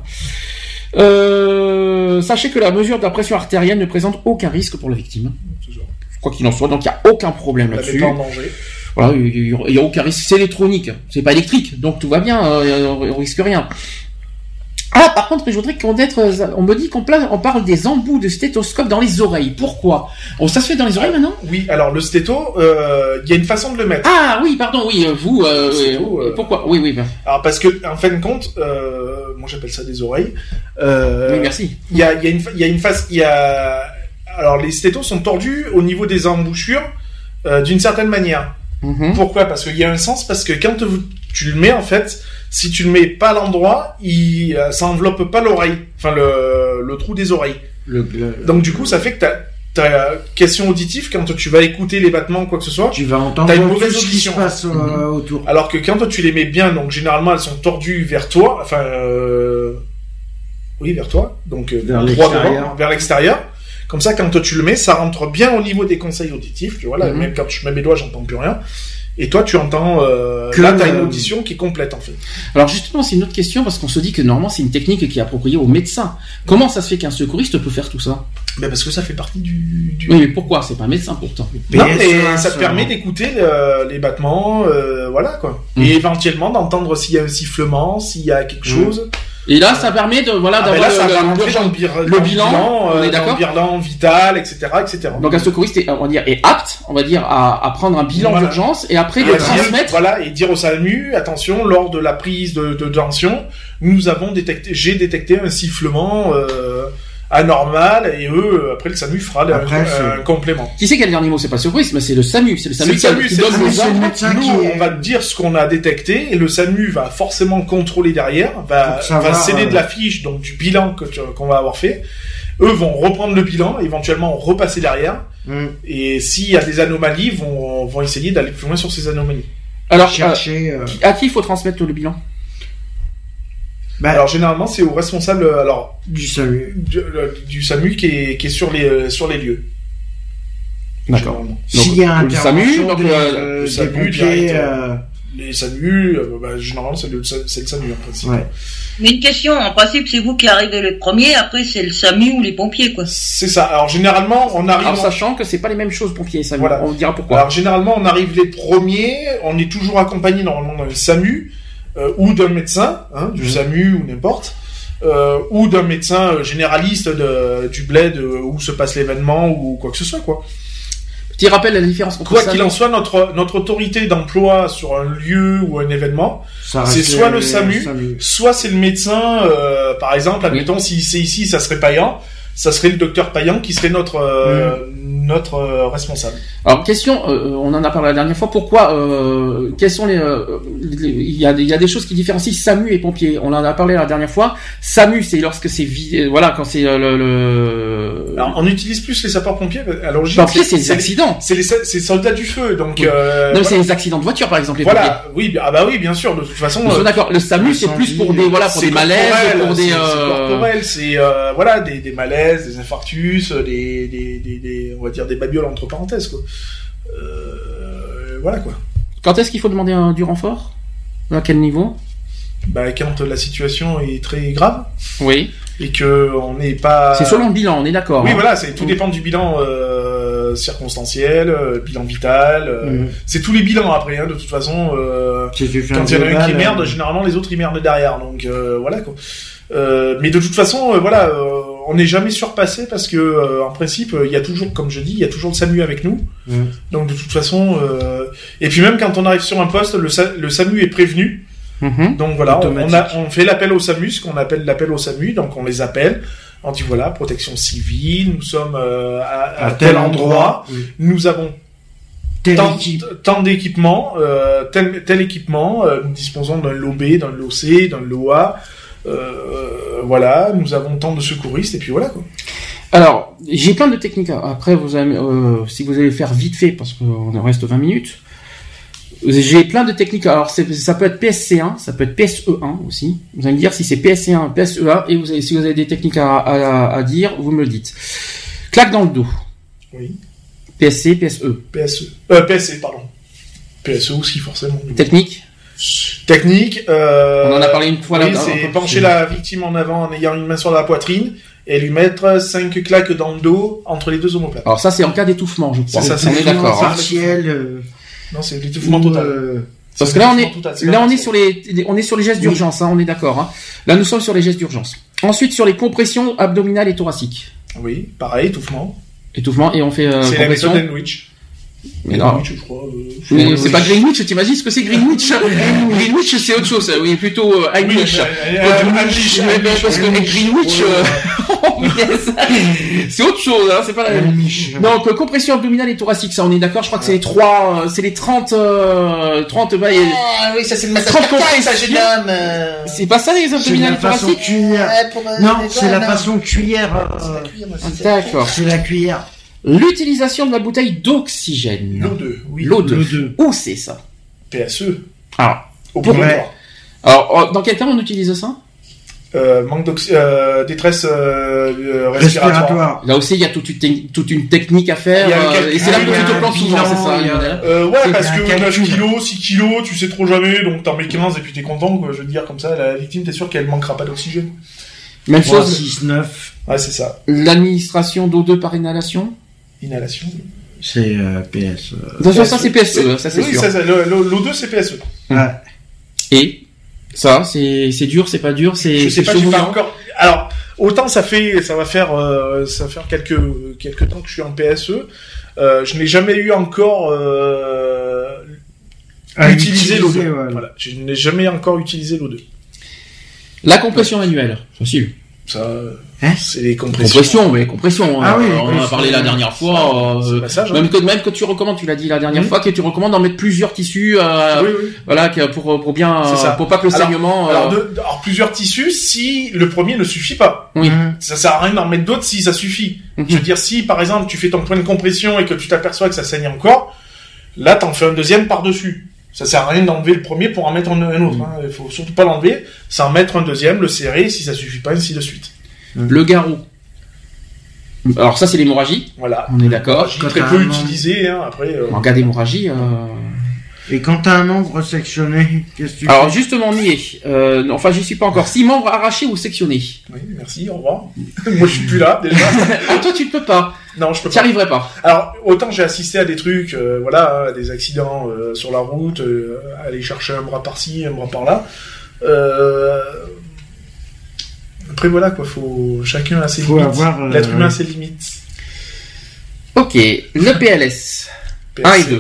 Euh, sachez que la mesure de la pression artérielle ne présente aucun risque pour la victime. Quoi qu'il en soit, donc il y a aucun problème on là-dessus. Pas en danger. Voilà, il y a aucun risque. C'est électronique, c'est pas électrique, donc tout va bien, euh, on risque rien. Ah, par contre, je voudrais qu'on être, on me dit qu'on, place, on parle des embouts de stéthoscope dans les oreilles. Pourquoi? Oh, ça se fait dans les oreilles maintenant? Oui, alors le stéto, il euh, y a une façon de le mettre. Ah oui, pardon, oui, vous, euh, stéto, euh, pourquoi? Oui, oui. Ben. Alors parce que, en fin de compte, euh, moi j'appelle ça des oreilles. Euh, oui, merci. Il y a, il y a une, il y a une face, il y a, alors les stétos sont tordus au niveau des embouchures euh, d'une certaine manière. Mmh. Pourquoi? Parce qu'il y a un sens, parce que quand tu le mets, en fait, si tu le mets pas à l'endroit, il, ça enveloppe pas l'oreille, enfin le, le trou des oreilles. Le, le, Donc du coup, ça fait que ta, ta question auditive, quand tu vas écouter les battements, quoi que ce soit, tu vas entendre t'as une mauvaise audition. Ce qui se passe, euh, mmh. autour. Alors que quand tu les mets bien, donc généralement elles sont tordues vers toi, enfin, euh, oui, vers toi, donc vers droit devant, vers l'extérieur. Comme ça, quand tu le mets, ça rentre bien au niveau des conseils auditifs. Tu vois, là, mm-hmm. même quand je mets mes doigts, j'entends plus rien. Et toi, tu entends... Euh, que là, tu as une audition qui est complète, en fait. Alors justement, c'est une autre question, parce qu'on se dit que normalement, c'est une technique qui est appropriée aux médecins. Comment ça se fait qu'un secouriste peut faire tout ça? Ben parce que ça fait partie du... du... Oui, mais pourquoi? C'est pas un médecin, pourtant. Non, mais ça te permet d'écouter le, les battements, euh, voilà, quoi. Mm. Et éventuellement, d'entendre s'il y a un sifflement, s'il y a quelque chose... Et là, ça permet de voilà ah, d'avoir là, ça le, va le, rentrer le, dans le, bir, le dans bilan, bilan, on est euh, d'accord. Dans le bilan vital, et cetera, et cetera. Donc un secouriste est, on va dire, est apte, on va dire, à, à prendre un bilan voilà. d'urgence et après et le dire, transmettre. Voilà, et dire au SAMU, attention, lors de la prise de, de tension, nous avons détecté, j'ai détecté un sifflement euh, anormal, et eux, après le SAMU fera après, un, un complément. Qui c'est qui a le dernier mot? C'est pas le secouriste, mais c'est le SAMU. C'est le SAMU, c'est le SAMU qui c'est donne le les SAMU, ordres. Nous, qui est... on va dire ce qu'on a détecté, et le SAMU va forcément contrôler derrière, va, va céder euh... de la fiche, donc du bilan que tu, qu'on va avoir fait. Eux vont reprendre le bilan, éventuellement repasser derrière, mm. et s'il y a des anomalies, vont, vont essayer d'aller plus loin sur ces anomalies. Alors, chercher, euh, euh... à qui il faut transmettre le bilan? Bah, alors généralement c'est au responsable alors du SAMU du, du SAMU qui est qui est sur les sur les lieux. D'accord. S'il y a un SAMU, donc le, euh, le SAMU, pompiers, euh... les SAMU, euh, bah, généralement c'est le c'est le SAMU en principe. Ouais. Mais une question, en principe c'est vous qui arrivez le premier, après c'est le SAMU ou les pompiers quoi. C'est ça. Alors généralement on arrive. Alors sachant que c'est pas les mêmes choses pompiers et SAMU. Voilà. On dira pourquoi. Alors généralement on arrive les premiers, on est toujours accompagné normalement dans le SAMU euh, ou d'un médecin, hein, du mmh. SAMU ou n'importe. Euh, ou d'un médecin généraliste de, du bled euh, où se passe l'événement ou quoi que ce soit quoi. Petit rappel la différence entre quoi qu'il en soit, notre notre autorité d'emploi sur un lieu ou un événement, c'est soit le SAMU, SAMU, soit c'est le médecin. Euh, par exemple, admettons oui. si c'est ici, ça serait Payan, ça serait le docteur Payan qui serait notre euh, mmh. notre euh, responsable. Alors question, euh, on en a parlé la dernière fois. Pourquoi euh, Quels sont les euh, il y a il y a des choses qui différencient SAMU et pompiers. On en a parlé la dernière fois. SAMU, c'est lorsque c'est vi- voilà quand c'est euh, le, le... Alors, on utilise plus les sapeurs-pompiers. À l'origine, pompiers, c'est, c'est les accidents. C'est les c'est soldats du feu. Donc oui. euh, non, mais c'est les accidents de voiture par exemple. Les voilà. Pompiers. Oui, ah bah oui, bien sûr. De toute façon. Nous sommes d'accord. Le SAMU, c'est plus pour des voilà pour des malaises, pour des. C'est, euh... c'est corporel. C'est euh, voilà des des malaises, des infarctus, des des des, des on va dire des babioles entre parenthèses quoi. Euh, voilà quoi. Quand est-ce qu'il faut demander un, du renfort? À quel niveau? Bah quand la situation est très grave. Oui. Et que on n'est pas. C'est selon le bilan, on est d'accord. Oui hein. voilà, c'est tout dépend du bilan euh, circonstanciel, euh, bilan vital. Euh, mmh. C'est tous les bilans après. Hein, de toute façon, euh, quand il y en a un qui merde, euh... généralement les autres ils merdent derrière. Donc euh, voilà quoi. Euh, mais de toute façon, euh, voilà, euh, on n'est jamais surpassé parce que euh, en principe, il y a toujours, comme je dis, il y a toujours le SAMU avec nous. Mmh. Donc de toute façon, euh... et puis même quand on arrive sur un poste, le, Sa- le SAMU est prévenu. Mmh. Donc voilà, on, on, a, on fait l'appel au SAMU, ce qu'on appelle l'appel au SAMU. Donc on les appelle. On dit voilà, protection civile, nous sommes euh, à, à, à tel, tel endroit, endroit oui. Nous avons tant, tant d'équipements, euh, tel, tel équipement, euh, nous disposons d'un lot B, d'un lot C, d'un lot A. Euh, voilà, nous avons tant de secouristes et puis voilà quoi. Alors, j'ai plein de techniques. Après, vous avez, euh, si vous allez faire vite fait parce qu'on reste vingt minutes, j'ai plein de techniques. Alors, c'est, ça peut être P S C un, ça peut être P S E un aussi. Vous allez me dire si c'est P S C un, P S E un, et vous avez, si vous avez des techniques à, à, à dire, vous me le dites. Claque dans le dos. Oui. P S C, P S E. P S E. Euh, P S C, pardon. P S E aussi forcément. Technique. Technique, euh, on en a parlé une fois oui, là. C'est pencher la victime en avant en ayant une main sur la poitrine et lui mettre cinq claques dans le dos entre les deux omoplates. Alors ça c'est en cas d'étouffement, je crois. C'est ça, c'est on est d'accord. Partiel. Euh... Non, c'est l'étouffement total. Euh... Parce que là on est, là on est sur les, on est sur les gestes oui. d'urgence, hein, on est d'accord. Hein. Là nous sommes sur les gestes d'urgence. Ensuite sur les compressions abdominales et thoraciques. Oui, pareil, étouffement. Étouffement et on fait euh, c'est compression. La méthode Greenwich. Mais non. Je crois, euh, oui, Greenwich. C'est pas Greenwich, t'imagines ce que c'est Greenwich? Greenwich, c'est autre chose, oui, plutôt euh, English. English, parce que Greenwich, c'est autre chose, hein, c'est pas la même. Donc, compression abdominale et thoracique, ça, on est d'accord, je crois que c'est les trois, c'est les trente, euh, trente, bah, ah, oui, ça, c'est le massage cardiaque, ça, jeune homme. C'est pas ça, les abdominales et thoraciques? Non, c'est la façon cuillère. D'accord. C'est la cuillère. L'utilisation de la bouteille d'oxygène. L'O deux, oui. L'O deux. Où c'est ça? P S E. Alors, obligatoire. Alors, dans quel cas on utilise ça? Euh, manque d'oxygène, euh, détresse euh, respiratoire. respiratoire. Là aussi, il y a toute une, te- toute une technique à faire. Euh, et c'est là que tu te plantes souvent, c'est ça. Euh, ouais, c'est parce que neuf kilos, six kilos, tu sais trop jamais, donc t'en mets quinze et puis t'es content, quoi. Je veux dire, comme ça, la victime, t'es sûr qu'elle manquera pas d'oxygène. Même chose. six, neuf. Ouais, c'est ça. L'administration d'O deux par inhalation. Inhalation. C'est euh, P S E. De toute façon, ça c'est P S E, ça c'est oui, sûr. Oui, l'O deux c'est P S E. Ouais. Et Ça, c'est c'est dur, c'est pas dur, c'est. Je sais c'est pas, j'ai pas chaud, encore. Alors autant ça fait, ça va faire, euh, ça va faire quelques quelques temps que je suis en P S E. Euh, je n'ai jamais eu encore euh, à utilisé l'O deux. Ouais. Voilà, je n'ai jamais encore utilisé l'O deux. La compression manuelle, facile. Ça, hein c'est les compressions. Compression, mais compression. Ah hein. oui, on en a parlé la dernière fois. Euh, massage, même hein. que même que tu recommandes, tu l'as dit la dernière mmh. fois, que tu recommandes d'en mettre plusieurs tissus. Euh, oui, oui. Voilà, pour pour bien, pour pas que le alors, saignement. Alors, euh... de, alors plusieurs tissus, si le premier ne suffit pas. Oui. Ça sert à rien d'en mettre d'autres si ça suffit. Mmh. Je veux dire, si par exemple tu fais ton point de compression et que tu t'aperçois que ça saigne encore, là t'en fais un deuxième par dessus. Ça sert à rien d'enlever le premier pour en mettre un, un autre. Hein. Il faut surtout pas l'enlever. C'est en mettre un deuxième, le serrer, si ça suffit pas, ainsi de suite. Le garrot. Alors ça c'est l'hémorragie. Voilà. On est d'accord. Très peu utilisé. Hein. Après. Euh... En cas d'hémorragie. Euh... Et quand t'as un membre sectionné, qu'est-ce que tu Alors fais? justement nié. Euh, enfin j'y suis pas encore. Si membre arraché ou sectionné. Oui, merci. Au revoir. Moi je suis plus là déjà. Ah toi tu ne peux pas. Non, je peux pas. Tu n'y arriverais pas. Alors, autant j'ai assisté à des trucs, euh, voilà, à des accidents euh, sur la route, euh, aller chercher un bras par-ci, un bras par-là. Euh... Après, voilà, quoi, faut... Chacun a ses faut limites. Avoir, euh... L'être humain a ses limites. Ok, le P L S. P S C. un et deux.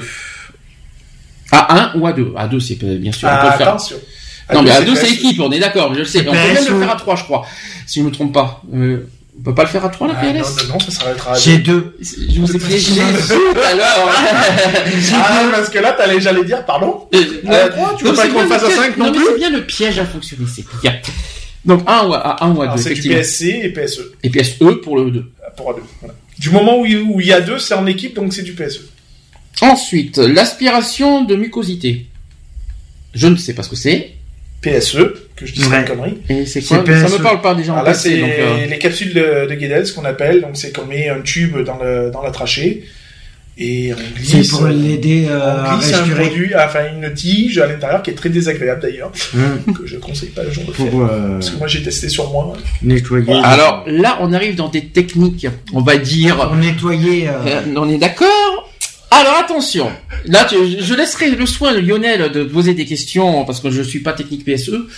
A un ou A deux. A deux, c'est bien sûr, on ah, peut le faire. Attention. Non, mais A deux, c'est équipe, on est d'accord, je le sais. On peut même le faire à trois, je crois. Si je me trompe pas. Euh... On peut pas le faire à trois, la ah, P L S? Non, non, non, ça s'arrêtera à J'ai deux. Je vous ai piégé tout à l'heure. Ah, parce que là, t'allais, j'allais dire, pardon? Euh, à trois, tu veux pas qu'on le fasse à cinq non plus? Non, mais c'est bien le piège à fonctionner, c'est bien. Donc, un ou à un ou à deux, c'est du P S C et P S E. Et P S E pour le deux. Pour A deux, voilà. Du moment où il y a deux, c'est en équipe, donc c'est du P S E. Ensuite, l'aspiration de mucosité. Je ne sais pas ce que c'est. P S E, que je dis ouais. une connerie. Et c'est quoi? Ça me parle pas déjà en ah, là, P S C, c'est donc, euh... les capsules de, de Guedel, ce qu'on appelle. Donc, c'est qu'on met un tube dans, le, dans la trachée et on glisse. C'est pour l'aider euh, on glisse à un respirer. produit, enfin une tige à l'intérieur qui est très désagréable d'ailleurs, mmh. que je conseille pas le jour de faire. Pour, euh... Parce que moi, j'ai testé sur moi. Nettoyer. Voilà. Alors là, on arrive dans des techniques, on va dire. Pour nettoyer. Euh... Euh, on est d'accord? Alors attention, là tu, je laisserai le soin de Lionel de poser des questions parce que je suis pas technique P S E.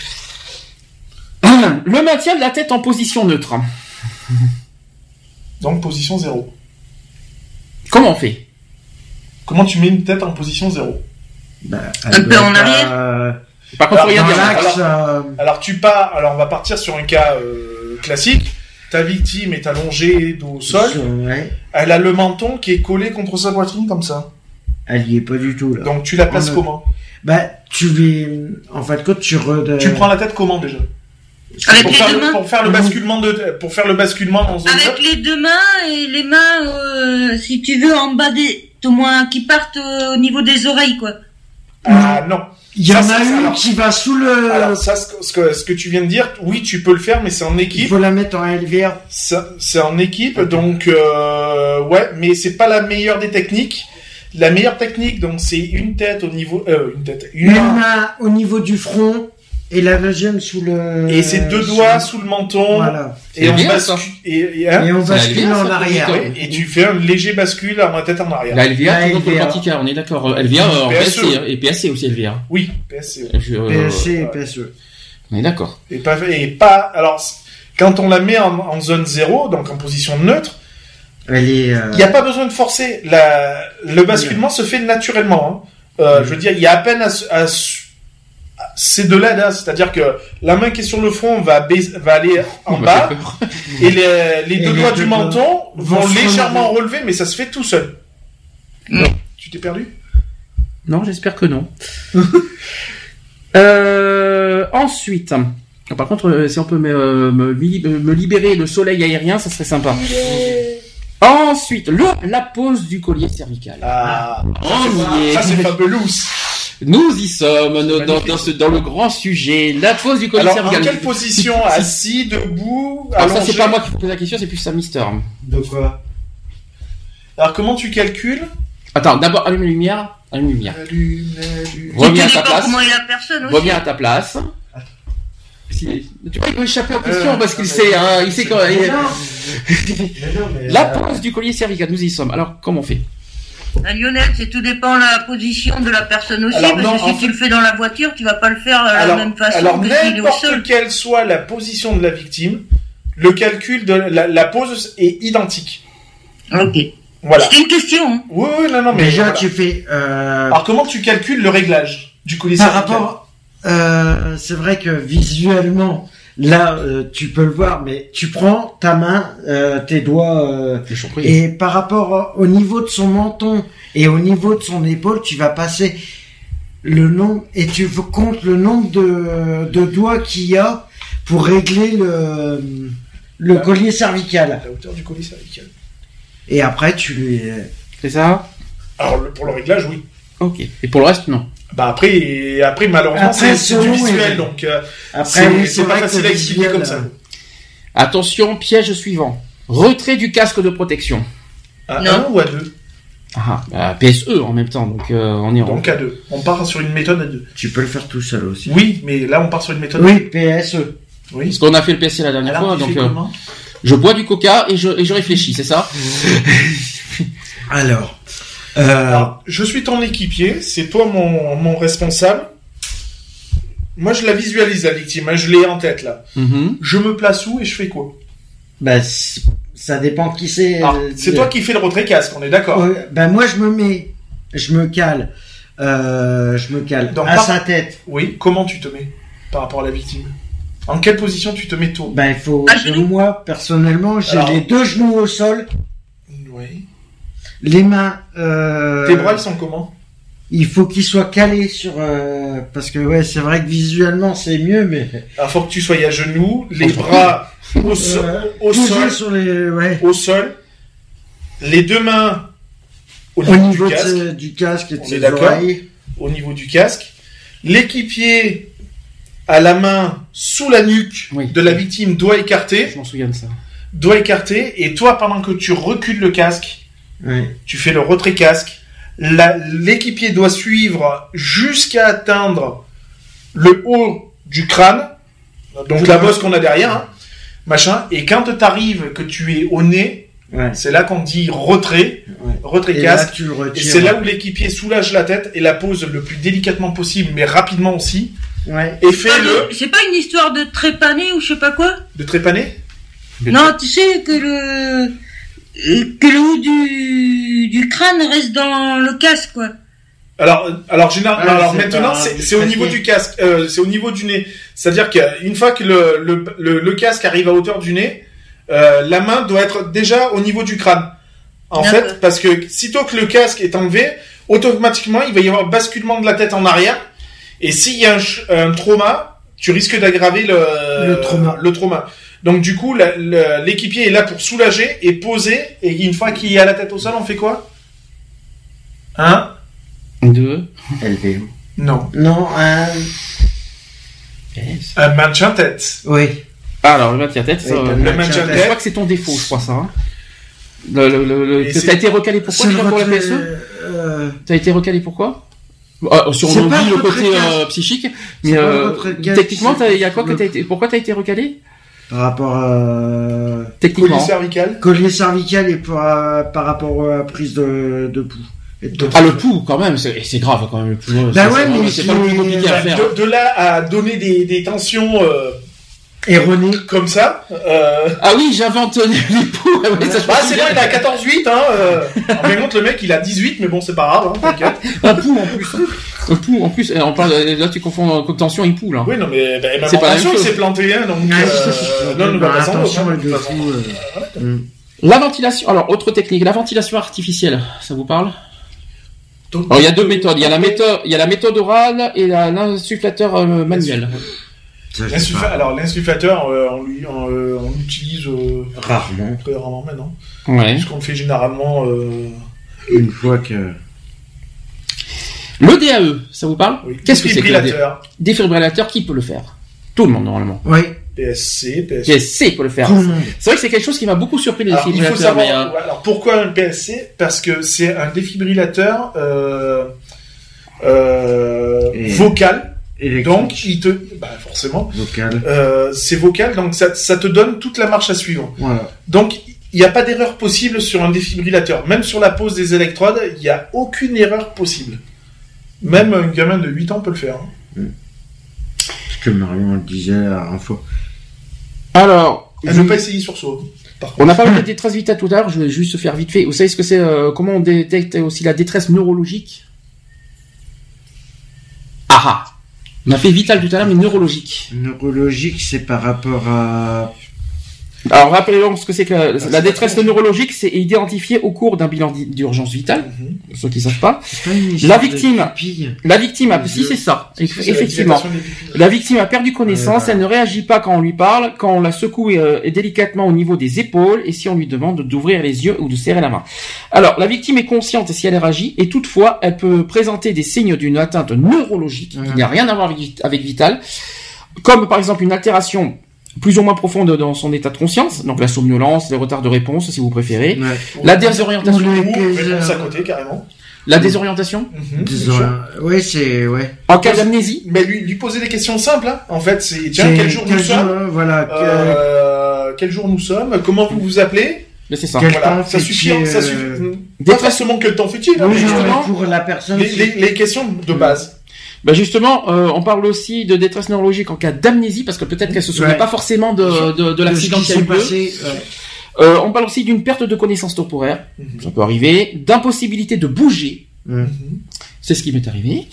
Le maintien de la tête en position neutre. Donc position zéro. Comment on fait? Comment tu mets une tête en position zéro? Bah, un peu en arrière. Euh... Par contre, rien dire. Alors, euh... alors tu pars. Alors on va partir sur un cas euh, classique. Ta victime est allongée au sol. Ouais. Elle a le menton qui est collé contre sa poitrine comme ça. Elle y est pas du tout là. Donc tu la places a... comment? Bah tu vais en fait quand tu re... Tu prends la tête comment déjà? Avec pour les faire deux le, mains. Pour faire le basculement de pour faire le basculement dans zone Avec neutre. les deux mains et les mains euh, si tu veux en bas des au moins qui partent euh, au niveau des oreilles quoi. Ah non. Il y en a une qui va sous le... Alors ça, ce que, ce que tu viens de dire, oui, tu peux le faire, mais c'est en équipe. Il faut la mettre en L V R. Ça, c'est en équipe, okay. donc euh, ouais, mais c'est pas la meilleure des techniques. La meilleure technique, donc c'est une tête au niveau... Euh, une tête... Une, une main au niveau du front et la deuxième sous le... Et ses deux doigts sous le menton. Voilà. Et on, bascule, et, et, hein, et on bascule en arrière. Et, et tu fais un léger bascule à la tête en arrière. La L V A, tout le monde peut le pratiquer, on est d'accord. L V A en P S C, et P S C aussi L V A. Oui, P S C. Je, euh, P S C et P S E. On est d'accord. Et pas, et pas, alors, quand on la met en, en zone zéro, donc en position neutre, elle est, euh... il n'y a pas besoin de forcer. La, le basculement oui. se fait naturellement. Hein. Euh, oui. Je veux dire, il y a à peine à, à c'est de l'aide, hein. C'est-à-dire que la main qui est sur le front va, baiser, va aller en bas et les, les deux et doigts les du deux menton vont légèrement relever, mais ça se fait tout seul. Mmh. Tu t'es perdu? Non, j'espère que non. euh, ensuite, par contre, si on peut me, me, me libérer le soleil aérien, ça serait sympa. Yeah. Ensuite, le, la pose du collier cervical. Ah, on y est. Ça c'est fabuleux. Nous y sommes dans, dans, dans, ce, dans le grand sujet, la pose du collier cervical. Alors, en quelle position? Assis, debout, allongé? Alors ça, c'est pas moi qui pose la question, c'est plus ça, Mister. De quoi? Alors, comment tu calcules? Attends, d'abord, allume la lumière. Allume la lumière. Allume la lumière. Reviens à ta place. Comment il a personne aussi. Reviens à ta place. Si, tu vois, il peut échapper aux questions euh, parce qu'il sait, hein, il sait quand même. La pose du collier cervical, nous y sommes. Alors, comment on fait? Ah, Lionel, c'est tout dépend de la position de la personne aussi, Alors, parce non, que si en tu fait- le fais dans la voiture, tu vas pas le faire de Alors, la même façon alors que s'il est au n'importe sol. quelle soit la position de la victime, le calcul de la, la pose est identique. Ok. Voilà. C'est une question. Hein. Oui, oui, non, non, mais Déjà, voilà. tu fais. Euh, Alors comment tu calcules le réglage du collier par cervical? rapport, euh, c'est vrai que visuellement, là, euh, tu peux le voir, mais tu prends ta main, euh, tes doigts, euh, et par rapport au niveau de son menton et au niveau de son épaule, tu vas passer le nombre et tu comptes le nombre de, de doigts qu'il y a pour régler le le Ah. collier cervical. La hauteur du collier cervical. Et après, tu lui. C'est ça? Alors le- pour le réglage, oui. Ok. Et pour le reste, non. Bah après, et après malheureusement, Après, c'est, c'est du selon, visuel, oui. donc euh, Après, c'est, oui, c'est c'est pas vrai facile que à expliquer visuel, comme ça. euh, Attention, piège suivant. Retrait du casque de protection. À Non. un ou à deux? Ah, bah, P S E en même temps, donc euh, on est en... Donc à deux. On part sur une méthode à deux. Tu peux le faire tout seul aussi. Oui, mais là on part sur une méthode. Oui, P S E. Oui. Parce qu'on a fait le P S C la dernière Alors, fois, tu donc fais euh, comment? je bois du coca et je, et je réfléchis, c'est ça? Alors, euh, Alors, je suis ton équipier, c'est toi mon, mon responsable. Moi, je la visualise, la victime, hein, je l'ai en tête, là. Mhm. Je me place où et je fais quoi? bah, c- ça dépend qui c'est. Alors, euh, c'est de- toi qui fais le retrait casque, on est d'accord? Ouais, ben moi je me mets, je me cale, euh, je me cale Donc, à par- sa tête. Oui, comment tu te mets par rapport à la victime? En quelle position tu te mets toi? Ben il faut. À genoux. Moi personnellement, j'ai Alors- les deux genoux au sol, Oui. les mains. Euh, Tes bras, ils sont comment? Il faut qu'ils soient calés sur, euh, parce que ouais, c'est vrai que visuellement c'est mieux, mais. Alors, faut que tu sois à genoux, les bras au, so- Euh, au toujours sol, sur les, ouais. au sol, les deux mains au Au niveau, niveau du casque, de- du casque et de On est ses d'accord. oreilles. au niveau du casque, l'équipier à la main sous la nuque Oui. de la victime, doigt écarté, Je m'en souviens de ça. doigt écarté, et toi, pendant que tu recules le casque, Ouais. tu fais le retrait casque, la- l'équipier doit suivre jusqu'à atteindre le haut du crâne, donc la bosse qu'on a derrière, hein, machin, et quand t'arrives que tu es au nez, Ouais. c'est là qu'on dit retrait, Ouais. retrait Et là, casque, tu le et retires. c'est là où l'équipier soulage la tête et la pose le plus délicatement possible, mais rapidement aussi, Ouais. et fait Ah, le... mais C'est pas une histoire de trépaner ou je sais pas quoi? De trépaner? Non, tu sais que le euh, que le haut du du crâne reste dans le casque, quoi. Alors, alors, général, Ah, alors c'est maintenant, pas c'est, du c'est au niveau traité. du casque, euh, c'est au niveau du nez. C'est-à-dire qu'une fois que le, le, le, le casque arrive à hauteur du nez, euh, la main doit être déjà au niveau du crâne. En D'accord. fait, parce que sitôt que le casque est enlevé, automatiquement, il va y avoir basculement de la tête en arrière. Et s'il y a un, ch- un trauma, tu risques d'aggraver le, Le trauma. le trauma. Donc du coup, la- le- l'équipier est là pour soulager et poser. Et une fois qu'il a la tête au sol, on fait quoi? Hein? Deux. L V. Non. Non, un. Un maintien tête. Oui. Ah, alors, le maintien tête, ça, Oui, euh, le maintien je tête. crois que c'est ton défaut, je crois, ça. Hein. Le, le, le, le- Et que c'est- t'as été recalé pourquoi C'est déjà le pour la retrait, P S E? euh, T'as été recalé pourquoi? Ah, si on C'est oublie pas le le côté retrait euh, casque. psychique, C'est mais pas le euh, retrait casque, techniquement, c'est t'as- il y a quoi que le- t'as été, pourquoi t'as été recalé? par rapport à Techniquement. Collier cervical. collier cervical et par, par rapport à la prise de, de pouls. Et de Ah, le pouls, quand même, c'est, c'est grave, quand même, le pouls. Bah c'est, ouais, c'est, mais c'est pas le plus c'est- compliqué à faire. De, de là à donner des, des tensions euh, erroné. comme ça. Euh... Ah oui, j'invente les pouls. Ouais, ça, je Bah me c'est souviens. bon, il a quatorze huit. Hein, euh... En même temps, le mec, il a dix-huit, mais bon, c'est pas grave, hein, t'inquiète. Un pouls, en plus. Un pouls, en plus. Et on parle, là, tu confonds euh, tension et pouls, là. Oui, non, mais bah, même C'est en pas la tension, même il chose. s'est planté, hein, donc... Ouais, Euh... non, non, bah, bah, pas sans doute, attention, hein, le de toute de façon. fou, euh, mm. La ventilation, alors, autre technique, la ventilation artificielle, ça vous parle? Donc, Alors, il y a deux méthodes. Il y a la méthode, il y a la méthode orale et la, l'insufflateur euh, manuel. Ça, je sais L'insuffla- pas. Alors, l'insufflateur, euh, on, lui, on, euh, on l'utilise euh, Rarement. très rarement maintenant. Ouais. Puisqu'on le fait généralement... Euh... Une fois que. Le D A E, ça vous parle? Oui. Qu'est-ce que c'est que le D A E? Défibrillateur. Défibrillateur, qui peut le faire? Tout le monde, normalement. Oui. P S C, P S P S C peut le faire. Tout le monde. C'est vrai que c'est quelque chose qui m'a beaucoup surpris, les Alors, il faut défibrillateurs. savoir, mais, euh, ouais, alors pourquoi un P S C? Parce que c'est un défibrillateur euh, euh, Et- vocal, Électrique. donc il te, bah forcément, Vocal. euh, c'est vocal, donc ça, ça te donne toute la marche à suivre. Voilà. Donc il n'y a pas d'erreur possible sur un défibrillateur. Même sur la pose des électrodes, il n'y a aucune erreur possible. Même un gamin de huit ans peut le faire. Hein. Ce que Marion le disait la dernière fois. Alors, elle ne veut pas essayer sur soi. On a parlé de détresse vitale tout à l'heure, je vais juste faire vite fait. Vous savez ce que c'est, euh, comment on détecte aussi la détresse neurologique? Ah ah. On a fait vital tout à l'heure, mais neurologique. Neurologique, c'est par rapport à... Alors, rappelez-nous ce que c'est que la, la détresse neurologique, c'est identifié au cours d'un bilan d'urgence vitale, mm-hmm. pour ceux qui ne savent pas. La victime, la victime, a, si c'est ça, si effectivement, la victime a perdu connaissance, euh... elle ne réagit pas quand on lui parle, quand on la secoue euh, et délicatement au niveau des épaules, et si on lui demande d'ouvrir les yeux ou de serrer la main. Alors, la victime est consciente si elle réagit, et toutefois, elle peut présenter des signes d'une atteinte neurologique, mmh. qui n'a rien à voir avec, avec vital, comme par exemple une altération plus ou moins profonde dans son état de conscience, donc la somnolence, les retards de réponse, si vous préférez, ouais. la désorientation, ou réponse à côté carrément, la désorientation, mm-hmm. Désori- oui c'est ouais. En cas d'amnésie, mais lui lui poser des questions simples, hein. En fait, c'est tiens c'est quel jour quel nous jour, sommes, voilà, euh, quel... quel jour nous sommes, comment vous vous appelez. Mais c'est ça. Quel voilà, ça suffit, euh... ça suffit. Pas forcément quel temps fait-il, hein, oui, justement pour la personne. Les, les, les questions de base. Bah justement, euh, on parle aussi de détresse neurologique en cas d'amnésie, parce que peut-être qu'elle se souvient ouais. pas forcément de, de, de l'accident qui s'est passé. Ouais. Euh, on parle aussi d'une perte de connaissance temporaire, mm-hmm. ça peut arriver, d'impossibilité de bouger, mm-hmm. c'est ce qui m'est arrivé.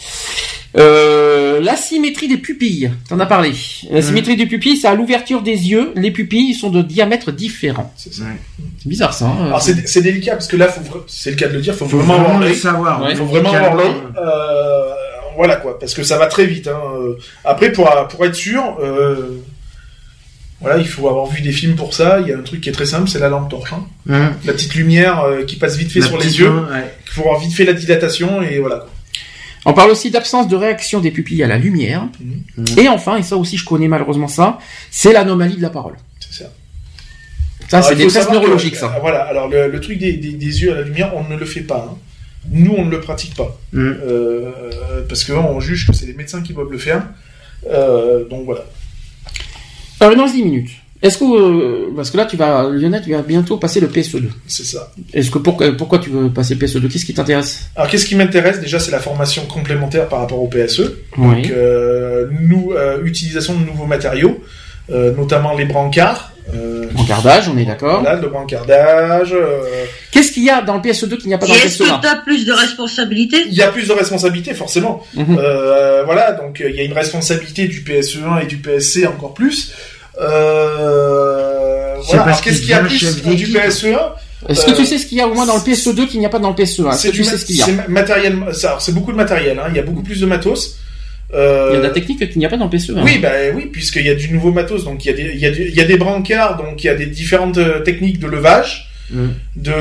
Euh, l'asymétrie des pupilles, t'en as parlé. L'asymétrie mm-hmm. des pupilles, c'est à l'ouverture des yeux, les pupilles sont de diamètres différents. C'est ça. Ouais. C'est bizarre ça. Hein. Alors c'est, c'est délicat, parce que là, faut, c'est le cas de le dire, faut, faut vraiment, vraiment avoir l'œil. Savoir. Ouais. Faut vraiment avoir l'œil. Euh, Voilà quoi, parce que ça va très vite. Hein. Après, pour pour être sûr, euh, voilà, il faut avoir vu des films pour ça. Il y a un truc qui est très simple, c'est la lampe torche, hein. Mmh. La petite lumière euh, qui passe vite fait la sur les yeux. Main, ouais. Il faut avoir vite fait la dilatation et voilà. On parle aussi d'absence de réaction des pupilles à la lumière. Mmh. Et enfin, et ça aussi je connais malheureusement ça, c'est l'anomalie de la parole. C'est ça. Ça, alors, c'est des tests neurologiques, ça. Euh, voilà. Alors le, le truc des, des, des yeux à la lumière, on ne le fait pas. Hein. Nous, on ne le pratique pas. Mmh. Euh, parce qu'on juge que c'est les médecins qui doivent le faire. Euh, donc voilà. Alors, dans dix minutes. Est-ce que, euh, parce que là, tu vas, Lionel, tu vas bientôt passer le P S E deux. C'est ça. Est-ce que, pourquoi, pourquoi tu veux passer le P S E deux? Qu'est-ce qui t'intéresse? Alors, qu'est-ce qui m'intéresse? Déjà, c'est la formation complémentaire par rapport au P S E. Oui. Donc, euh, nous, euh, utilisation de nouveaux matériaux, euh, notamment les brancards. Euh, brancardage, on est d'accord. Voilà, le brancardage. Euh... Qu'est-ce qu'il y a dans le P S E deux qu'il n'y a pas dans Et le P S E un? Est-ce que tu as plus de responsabilités? Il y a plus de responsabilités, forcément. Mm-hmm. Euh, voilà, donc il y a une responsabilité du P S E un et du P S C encore plus. Euh, voilà. Alors, qu'est-ce qu'il y a plus du P S E un? Est-ce que euh, tu sais ce qu'il y a au moins dans le P S E deux qu'il n'y a pas dans le P S E un? Est-ce que tu sais ce qu'il y a? C'est matériel, ça, c'est beaucoup de matériel, hein. Il y a beaucoup plus de matos. Euh... Il y a de la technique qu'il n'y a pas dans le P S E un. Oui, bah oui, puisqu'il y a du nouveau matos, donc il y a des, il y a, du, il y a des brancards, donc il y a des différentes techniques de levage, mm. de.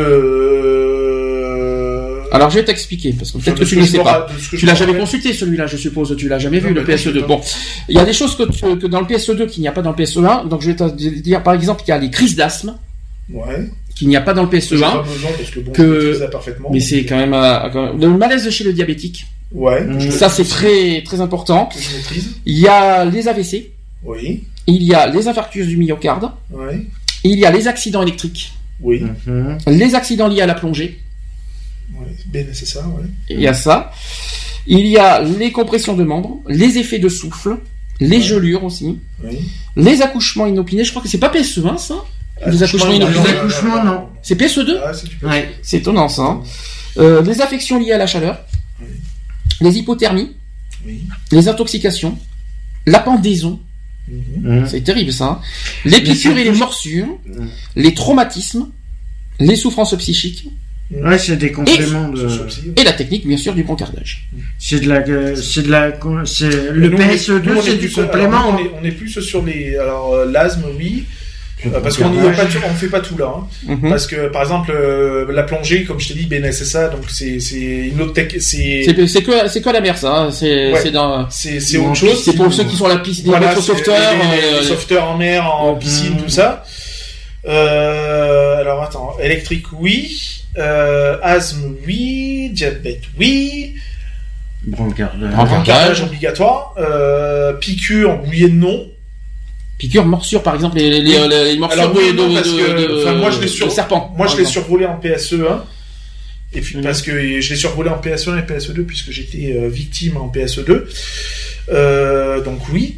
Alors je vais t'expliquer parce que peut-être que tu ne sais pas. Tu l'as jamais consulté celui-là, je suppose. Tu l'as jamais vu le P S E deux. Bon, il y a des choses que, tu, que dans le P S E deux qu'il n'y a pas dans le P S E un. Donc je vais te dire par exemple qu'il y a les crises d'asthme. Ouais. Qu'il n'y a pas dans le P S E un. J'ai pas besoin parce que bon, que... ça parfaitement. Mais c'est quand même, euh, quand même le malaise chez le diabétique. Ouais. Mmh. Ça c'est très très important. Que je maîtrise. Il y a les A V C. Oui. Il y a les infarctus du myocarde. Oui. Il y a les accidents électriques. Oui. Mmh. Les accidents liés à la plongée. Oui. Ben c'est ça. Ouais. Il y a ça. Il y a les compressions de membres, les effets de souffle, les ouais. gelures aussi. Oui. Les accouchements inopinés. Je crois que c'est pas P S E un ça. Les accouchements inopinés. Les accouchements non. C'est P S E deux. Ah, c'est, ouais. C'est étonnant ça. Hein. Euh, les affections liées à la chaleur. Oui. Les hypothermies, oui. Les intoxications, la pendaison, mmh. C'est terrible ça, hein. Les piqûres et les morsures, mmh. Les traumatismes, les souffrances psychiques. Ouais, c'est des compléments et, de. Et la technique, bien sûr, du brancardage. C'est de la, c'est de la, c'est le P S E deux, c'est du complément. Alors, on, est, on est plus sur les, alors euh, l'asthme, oui. Euh, parce qu'on ne fait pas tout là, hein. Mm-hmm. Parce que par exemple euh, la plongée, comme je t'ai dit, B N S S A, donc c'est c'est une autre tech, c'est c'est c'est que c'est que la mer ça, hein. c'est ouais. c'est dans c'est c'est autre chose. C'est pour ceux qui sont à la piscine, les voilà, sauveteurs, les, les, les sauveteurs en mer, en mm-hmm. piscine, tout ça. Euh, alors attends, électrique oui, euh, asthme oui, diabète oui. Brancardage. Brancardage obligatoire. Euh, piqûre oui et non. Piqûre, morsure, par exemple, les, les, oui. les, les morsures Alors, oui, de, non, de, parce de, que, de, enfin, moi, je l'ai sur... de serpent. Moi, je l'ai exemple. survolé en P S E un. Et puis, mmh. parce que je l'ai survolé en P S E un et P S E deux, puisque j'étais euh, victime en P S E deux. Euh, donc, oui.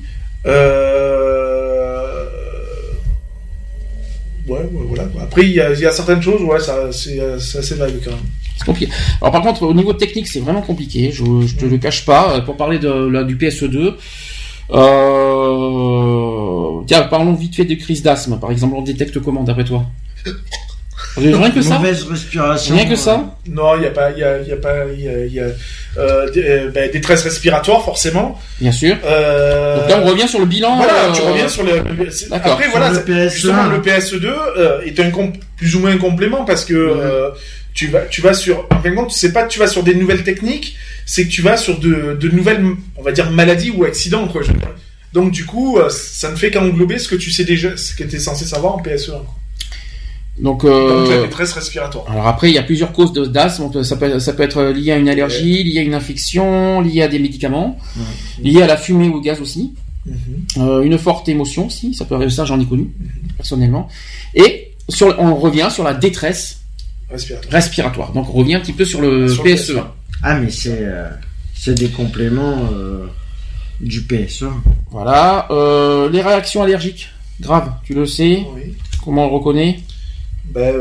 Euh... Ouais, ouais, voilà. Après, il y a, il y a certaines choses, ouais, ça, c'est, c'est assez vague quand même. C'est compliqué. Alors par contre, au niveau technique, c'est vraiment compliqué. Je, je te le cache pas. Pour parler de là, du P S E deux, euh... tiens, parlons vite fait des crises d'asthme. Par exemple, on détecte comment d'après toi? Rien que ça. Mauvaise respiration. Rien que ça. Non, il y a pas, il y a, il y a pas, il y a, il y a euh, des, euh, bah, détresse respiratoire forcément. Bien sûr. Euh... Donc là, on revient sur le bilan. Voilà, euh... tu reviens sur le. D'accord. Après, voilà, le P S E un. justement, le P S E deux euh, est un com... plus ou moins un complément parce que mmh. euh, tu vas, tu vas sur. En fin de compte, tu sais pas que tu vas sur des nouvelles techniques, c'est que tu vas sur de, de nouvelles, on va dire maladies ou accidents, quoi. Je... Donc du coup, euh, ça ne fait qu'englober ce que tu sais déjà, ce que tu es censé savoir en P S E un. Quoi. Donc, euh... Donc la détresse respiratoire. Alors après, il y a plusieurs causes de, d'asthme. Ça peut, ça peut être lié à une allergie, ouais. lié à une infection, lié à des médicaments, ouais. lié à la fumée ou au gaz aussi. Mm-hmm. Euh, une forte émotion aussi. Ça peut arriver, ça j'en ai connu mm-hmm. personnellement. Et sur, on revient sur la détresse respiratoire. respiratoire. Donc on revient un petit peu sur le sur P S E un. Ah mais c'est euh, c'est des compléments euh, du P S E un. Voilà. Euh, les réactions allergiques graves, tu le sais. Oui. Comment on le reconnaît? Ben,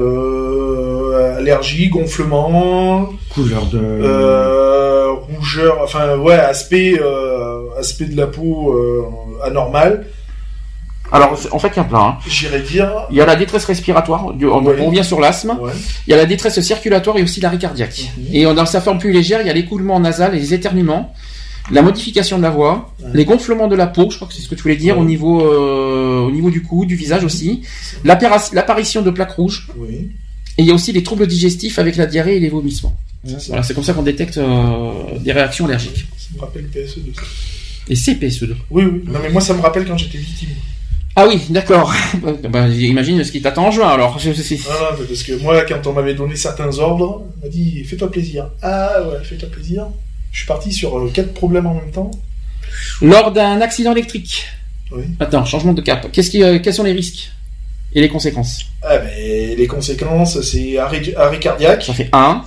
euh, allergie, gonflement, couleur de euh, rougeur, enfin ouais, aspect, euh, aspect de la peau euh, anormal. Alors en fait il y a plein. Hein. J'irais dire. Il y a la détresse respiratoire, on, ouais. on revient sur l'asthme. Ouais. Il y a la détresse circulatoire et aussi l'arrêt cardiaque. Mm-hmm. Et dans sa forme plus légère, il y a l'écoulement nasal et les éternuements. La modification de la voix, ouais. les gonflements de la peau, je crois que c'est ce que tu voulais dire, ouais. au niveau euh, au niveau du cou, du visage aussi, l'apparition de plaques rouges, oui. et il y a aussi les troubles digestifs avec la diarrhée et les vomissements. Ouais, voilà, c'est comme ça qu'on détecte euh, des réactions allergiques. Ça me rappelle le P S E deux. Et c'est P S E deux. Oui, oui. Non, mais moi, ça me rappelle quand j'étais victime. Ah oui, d'accord. Bah, imagine ce qui t'attend en juin, alors. Je, je, je... Non, non, parce que moi, quand on m'avait donné certains ordres, on m'a dit, fais-toi plaisir. Ah ouais, fais-toi plaisir. Je suis parti sur euh, quatre problèmes en même temps. Lors d'un accident électrique. Oui. Attends, changement de cap. Qu'est-ce qui, euh, quels sont les risques et les conséquences? Ah ben, les conséquences, c'est arrêt, arrêt cardiaque. Ça fait un.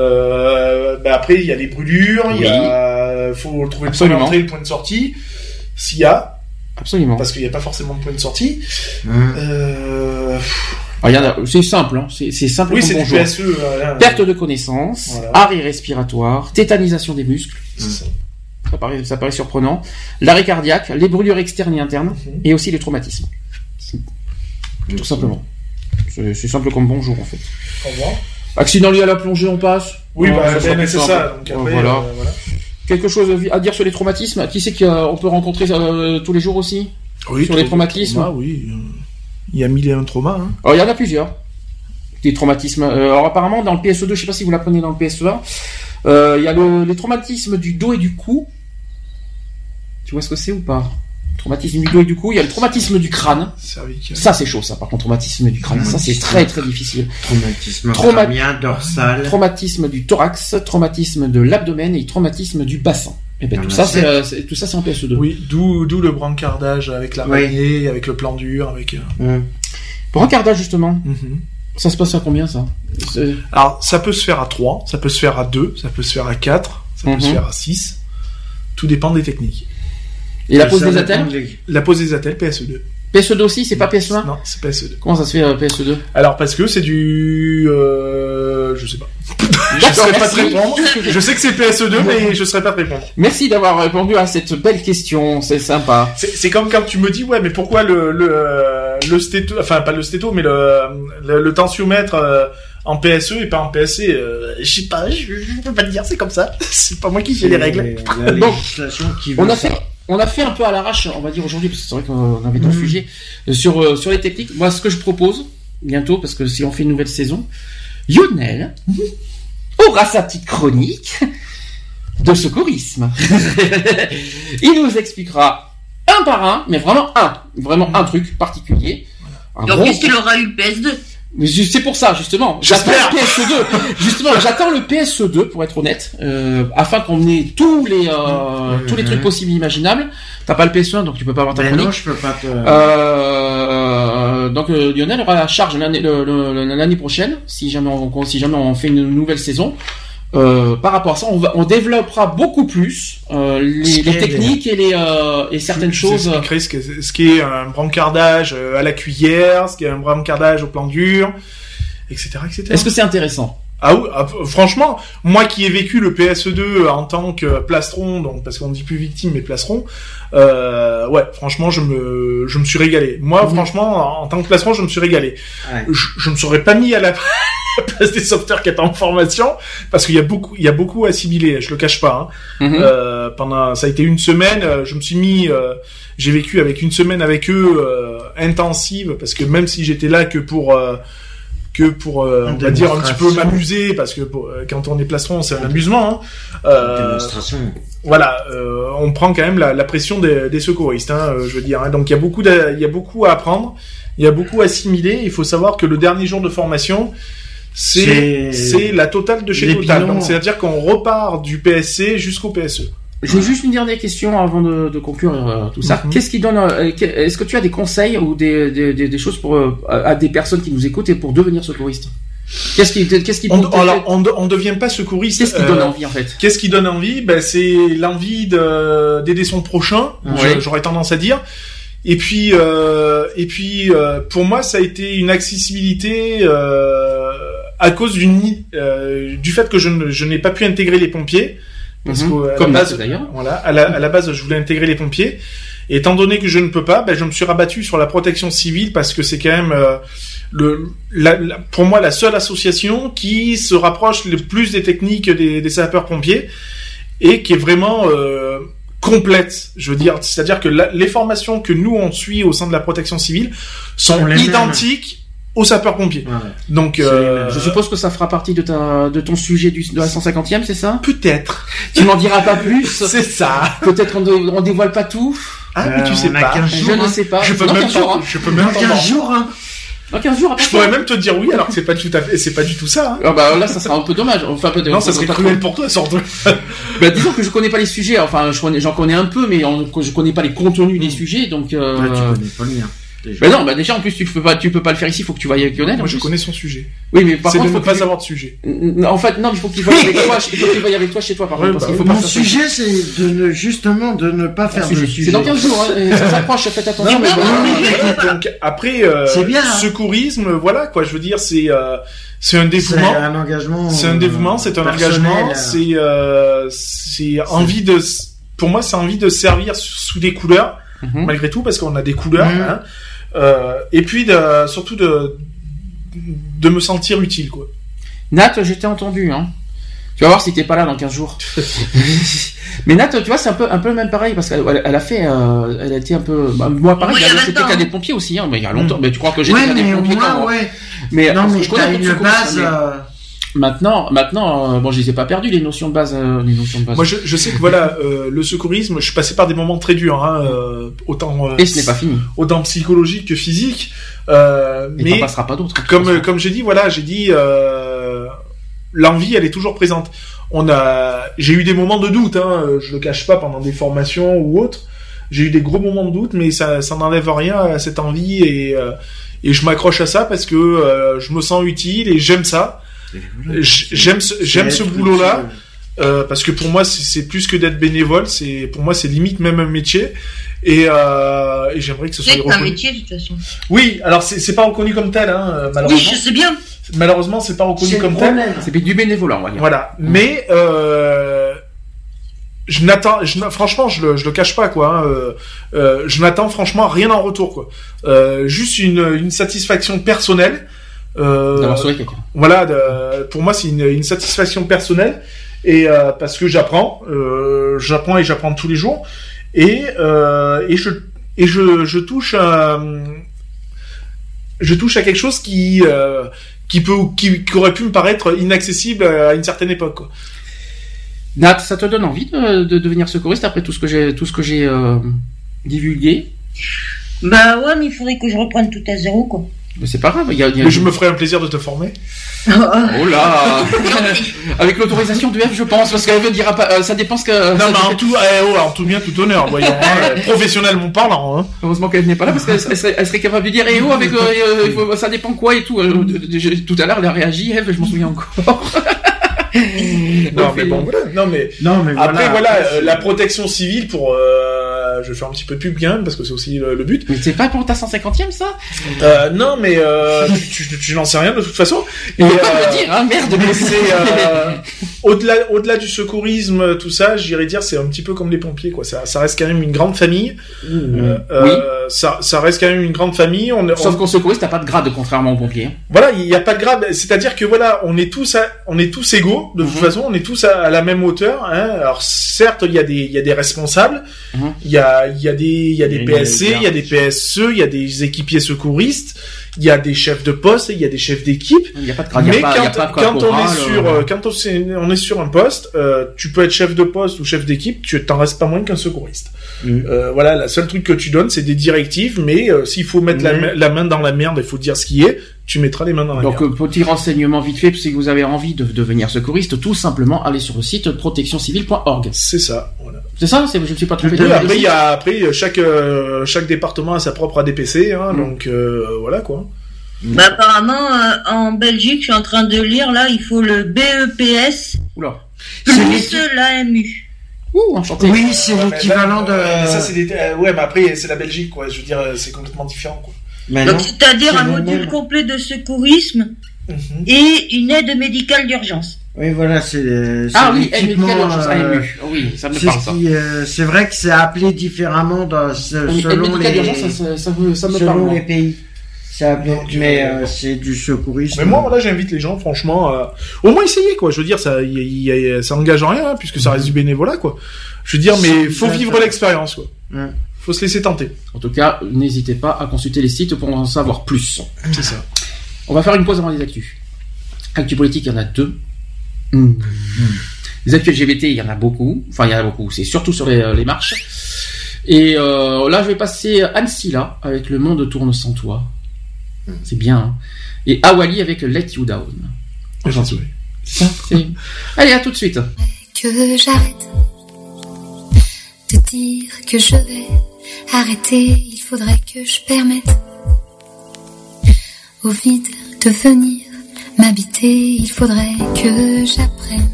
Euh, ben après, il y a les brûlures, il oui. y a, faut trouver le point d'entrée, le point de sortie. S'il y a. Absolument. Parce qu'il n'y a pas forcément de point de sortie. Mmh. Euh... Ah, y en a, c'est simple, hein. c'est, c'est simple. Oui, comme c'est bonjour. du P S E. Voilà. Perte de connaissance, voilà. Arrêt respiratoire, tétanisation des muscles. C'est ça. Ça paraît, ça paraît surprenant. L'arrêt cardiaque, les brûlures externes et internes, mmh. et aussi les traumatismes. Tout mmh. simplement. C'est, c'est simple comme bonjour, en fait. Au revoir. Accident lié à la plongée, on passe. Oui, non, bah, ça c'est, c'est ça. Donc après, voilà. Euh, voilà. Quelque chose à dire sur les traumatismes? Qui c'est qu'on peut rencontrer euh, tous les jours aussi? Oui, sur les traumatismes. Trauma, oui. Il y a mille et un traumas. Hein. Alors, il y en a plusieurs. Des traumatismes. Euh, alors, apparemment, dans le P S E deux, je sais pas si vous l'apprenez dans le P S E un, euh, il y a le, les traumatismes du dos et du cou. Tu vois ce que c'est ou pas? Traumatisme du dos et du cou. Il y a le traumatisme du crâne. Cervical. Ça, c'est chaud, ça. Par contre, traumatisme du crâne, ça, c'est très, très difficile. Traumatisme Trauma... crânien, dorsal. Traumatisme du thorax, traumatisme de l'abdomen et traumatisme du bassin. Et ben, tout ça, c'est, euh, c'est, tout ça, c'est en P S E deux. Oui, d'où, d'où le brancardage avec l'araignée, oui. avec le plan dur, avec. Euh... Mmh. Brancardage, justement. Mm-hmm. Ça se passe à combien, ça? C'est... Alors, ça peut se faire à trois, ça peut se faire à deux, ça peut se faire à quatre, ça mm-hmm. peut se faire à six. Tout dépend des techniques. Et la pose des attelles? La pose des attelles, P S E deux. P S E deux aussi, c'est pas P S E un? Non, c'est P S E deux. Comment ça se fait, euh, P S E deux? Alors, parce que c'est du... Euh... Je sais pas. Je ne saurais pas te répondre. Je sais que c'est P S E deux, mais je ne saurais pas te répondre. Merci d'avoir répondu à cette belle question, c'est sympa. C'est, c'est comme quand tu me dis, ouais, mais pourquoi le, le, le stéto, enfin, pas le stéto, mais le, le, le tensiomètre euh, en P S E et pas en P S C euh, Je sais pas, je, je peux pas te dire, c'est comme ça. C'est pas moi qui fais les règles. La législation qui on a fait, on a fait un peu à l'arrache, on va dire aujourd'hui, parce que c'est vrai qu'on avait d'autres mmh. sujets, sur, euh, sur les techniques. Moi, ce que je propose, bientôt, parce que si on fait une nouvelle saison, Lionel aura sa petite chronique de secourisme. Il nous expliquera un par un, mais vraiment un, vraiment un truc particulier. Un Donc, gros... qu'est-ce qu'il aura eu le P S deux? Mais c'est pour ça, justement. J'attends le P S deux. Justement, j'attends le P S deux, pour être honnête, euh, afin qu'on ait tous les, euh, mmh. tous les trucs possibles et imaginables. T'as pas le P S un, donc tu peux pas avoir ta ben chronique. Non, je peux pas te... Euh, donc, euh, Lionel aura la charge l'année, le, le, l'année prochaine, si jamais on, si jamais on fait une nouvelle saison. Euh, par rapport à ça, on, va, on développera beaucoup plus euh, les, les techniques et les euh, et certaines je choses. Ce, ce, qui, ce qui est un brancardage à la cuillère, ce qui est un brancardage au plan dur, et cetera, et cetera. Est-ce que c'est intéressant? Ah oui, ah, franchement, moi qui ai vécu le P S deux en tant que plastron, donc parce qu'on dit plus victime mais plastron, euh, ouais, franchement, je me, je me suis régalé. Moi, mmh. franchement, en tant que plastron, je me suis régalé. Ouais. Je, je me serais pas mis à la place des sauveteurs qui étaient en formation parce qu'il y a beaucoup, il y a beaucoup assimilé. Je le cache pas. Hein. Mmh. Euh, pendant, ça a été une semaine. Je me suis mis, euh, j'ai vécu avec une semaine avec eux euh, intensive parce que même si j'étais là que pour euh, que pour euh, on va dire un petit peu m'amuser parce que pour, euh, quand on est plastron c'est un amusement hein. euh, démonstration voilà euh, on prend quand même la, la pression des, des secouristes hein, euh, je veux dire hein. Donc il y a beaucoup il y a beaucoup à apprendre, il y a beaucoup à assimiler. Il faut savoir que le dernier jour de formation c'est c'est, c'est la totale de chez Total, donc c'est à dire qu'on repart du P S C jusqu'au P S E. J'ai juste une dernière question avant de, de conclure euh, tout ça. Mm-hmm. Qu'est-ce qui donne euh, Est-ce que tu as des conseils ou des, des, des, des choses pour euh, à des personnes qui nous écoutent et pour devenir secouriste? Qu'est-ce qui Qu'est-ce qui on, alors, on, on devient pas secouriste. Qu'est-ce qui euh, donne envie en fait? Qu'est-ce qui donne envie? Ben c'est l'envie de d'aider son prochain. Ouais. J'aurais tendance à dire. Et puis euh, et puis euh, pour moi ça a été une accessibilité euh, à cause d'une euh, du fait que je, ne, je n'ai pas pu intégrer les pompiers. Parce mmh. qu'à Comme la base, d'ailleurs. Voilà, à la, à la base, je voulais intégrer les pompiers. Et étant donné que je ne peux pas, ben, je me suis rabattu sur la protection civile parce que c'est quand même euh, le, la, la, pour moi la seule association qui se rapproche le plus des techniques des, des sapeurs-pompiers et qui est vraiment euh, complète. Je veux dire, c'est-à-dire que la, les formations que nous on suit au sein de la protection civile sont identiques aux sapeurs-pompiers. Ouais. Donc, euh... je suppose que ça fera partie de ta, de ton sujet du, de la cent cinquantième, c'est ça? Peut-être. Tu m'en diras pas plus. C'est ça. Peut-être on, on dévoile pas tout. Ah, mais euh, tu sais pas. Je ne sais pas. Je peux même pas, je peux même pas. quinze jours, hein. Dans quinze jours, je pourrais même te dire oui, alors que c'est pas tout à fait, c'est pas du tout ça. Hein. Ah bah là, ça sera un peu dommage. Enfin, peut-être. Non, ça serait cruel pour toi, surtout. Bah, disons que je connais pas les sujets. Enfin, je connais, j'en connais un peu, mais on, je connais pas les contenus des sujets, donc. Euh... Ouais, tu connais pas le mien. Déjà. Ben non, bah déjà en plus tu peux pas, tu peux pas le faire ici. Il faut que tu veuilles avec Lionel. Moi, je connais son sujet. Oui, mais par c'est contre, de faut ne pas tu... avoir de sujet. En fait, non, il faut que tu veuilles avec toi. Il faut que tu veuilles avec toi chez toi, par ouais, contre. Parce bah, qu'il faut mon pas sujet, c'est de ne, justement de ne pas faire de sujet. C'est dans quinze jours. Hein, ça s'approche. Faites attention. Non, mais bon, donc après, euh, c'est bien. Hein. Secourisme, voilà quoi. Je veux dire, c'est euh, c'est un dévouement. C'est un engagement. C'est un dévouement. C'est un engagement. C'est euh, c'est envie de. Pour moi, c'est envie de servir sous des couleurs, mm-hmm. malgré tout, parce qu'on a des couleurs. Mm-hmm. Hein. Euh, et puis de, surtout de de me sentir utile quoi. Nat, je t'ai entendu hein. Tu vas voir si t'es pas là dans quinze jours. Mais Nat, tu vois, c'est un peu un peu le même pareil parce qu'elle elle a fait euh, elle a été un peu bah, moi pareil, oui, j'étais cadet de pompier aussi hein, mais il y a longtemps. Mmh. Mais tu crois que j'étais ouais, cadet de pompier moi, quand ouais. Mais non, mais je connais une base mais... euh... Maintenant, maintenant, euh, bon, je les ai pas perdus les notions de base, euh, les notions de base. Moi, je, je sais que voilà, euh, le secourisme, je suis passé par des moments très durs, hein, euh, autant euh, et ce n'est pas fini, autant psychologique que physique. Euh, et mais t'en passeras pas d'autres. Comme comme j'ai dit, voilà, j'ai dit euh, l'envie, elle est toujours présente. On a, j'ai eu des moments de doute, hein, je le cache pas, pendant des formations ou autres. J'ai eu des gros moments de doute, mais ça, ça n'enlève rien à cette envie et euh, et je m'accroche à ça parce que euh, je me sens utile et j'aime ça. J'aime ce, j'aime ce boulot-là euh, parce que pour moi c'est, c'est plus que d'être bénévole, c'est pour moi c'est limite même un métier et, euh, et j'aimerais que ce soit reconnu. C'est un métier de toute façon. Oui, alors c'est, c'est pas reconnu comme tel, hein, malheureusement. Oui, je sais bien. Malheureusement, c'est pas reconnu c'est comme tel. C'est du bénévolat, on va dire. Voilà, mmh. mais euh, je n'attends, je, franchement, je le, je le cache pas quoi. Hein, euh, euh, je n'attends franchement rien en retour quoi. Euh, juste une, une satisfaction personnelle. Euh, D'avoir sauvé quelqu'un. Voilà, de, pour moi c'est une, une satisfaction personnelle et euh, parce que j'apprends, euh, j'apprends et j'apprends tous les jours et euh, et je et je je touche à je touche à quelque chose qui euh, qui peut qui, qui aurait pu me paraître inaccessible à une certaine époque quoi. Nat, ça te donne envie de, de devenir secouriste après tout ce que j'ai tout ce que j'ai euh, divulgué? Bah ouais, mais il faudrait que je reprenne tout à zéro quoi. Mais c'est pas grave. Il y a, il y a... Mais je me ferai un plaisir de te former. Oh là. Avec l'autorisation du F, je pense, parce qu'elle veut dire euh, ça dépend ce que. Non, mais en tout, eh, oh, en tout bien, tout honneur, voyons. Hein, professionnellement parlant. Hein. Heureusement qu'elle n'est pas là, parce qu'elle serait, elle serait capable de dire eh oh avec euh, euh, ça dépend quoi et tout. Euh, tout à l'heure, elle a réagi, Eve, je m'en souviens encore. non, mais bon, voilà. Non, mais, non, mais après, voilà, voilà, après, euh, la protection civile pour, euh, je vais faire un petit peu de pub bien, parce que c'est aussi le, le but. Mais c'est pas pour ta cent cinquantième, ça? Euh, non, mais, euh, tu, tu, tu n'en sais rien, de toute façon. Et, euh, pas me dire, hein, merde, mais c'est, euh, au-delà, au-delà du secourisme, tout ça, j'irais dire, c'est un petit peu comme les pompiers, quoi. Ça, ça reste quand même une grande famille. Mmh. Euh, oui. euh, ça, ça reste quand même une grande famille. On, Sauf on... qu'en secouriste, t'as pas de grade, contrairement aux pompiers. Voilà, il n'y a pas de grade. C'est-à-dire que voilà, on est tous, à, on est tous égaux. De toute mmh. façon, on est tous à, à la même hauteur. Hein. Alors certes, il y a des, il y a des responsables. Il mmh. y a, il y a des, il y a des P S C, il y a des P S E, il y a des équipiers secouristes. Il y a des chefs de poste et il y a des chefs d'équipe. Il y a pas de grade. Mais y a pas, quand, y a pas quand on est sur, euh... quand on est, on est sur un poste, euh, tu peux être chef de poste ou chef d'équipe, tu t'en restes pas moins qu'un secouriste. Mmh. Euh, voilà, la seule truc que tu donnes, c'est des directives, mais euh, s'il faut mettre mmh. la, la main dans la merde, il faut dire ce qui est, tu mettras les mains dans la Donc, merde. Donc, petit renseignement vite fait, si vous avez envie de devenir secouriste, tout simplement, allez sur le site protection civile point org. C'est ça, voilà. C'est ça, c'est, je me suis pas trompé. Oui, après, il y a, après, chaque, euh, chaque département a sa propre A D P C, hein, mmh. donc, euh, voilà, quoi. Bah, apparemment, euh, en Belgique, je suis en train de lire, là, il faut le B E P S Oula. plus l'A M U. Ouh, enchanté. Oui, c'est ouais, l'équivalent ben, de... Euh, ça, c'est des... euh, ouais, mais après, c'est la Belgique, quoi. Je veux dire, c'est complètement différent, quoi. Mais donc, non, c'est-à-dire un module même. complet de secourisme mm-hmm. et une aide médicale d'urgence. Oui, voilà, c'est... c'est ah oui, aide médicale d'urgence, A M U. Oui, ça me parle, ça. Qui, euh, c'est vrai que c'est appelé différemment dans, ce, oui, selon les... d'urgence, ça, ça, ça, me, ça me selon parle. Selon les pays. Donc, mais euh, c'est du secourisme. Mais moi, voilà, j'invite les gens, franchement, euh, au moins essayer, quoi. Je veux dire, ça, y, y, y, ça engage en rien, hein, puisque ça reste du bénévolat, quoi. Je veux dire, mais faut vivre l'expérience, quoi. Ouais. Faut se laisser tenter. En tout cas, n'hésitez pas à consulter les sites pour en savoir plus. C'est ça. On va faire une pause avant les actus. Actu politique, il y en a deux. Mmh. Mmh. Les actus L G B T, il y en a beaucoup. Enfin, il y en a beaucoup. C'est surtout sur les, les marches. Et euh, là, je vais passer Annecy, là, avec Le Monde tourne sans toi. C'est bien. Hein. Et Awali avec Let You Down. Gentil. Ça, c'est... Allez, à tout de suite. Que j'arrête de dire que je vais arrêter. Il faudrait que je permette au vide de venir m'habiter. Il faudrait que j'apprenne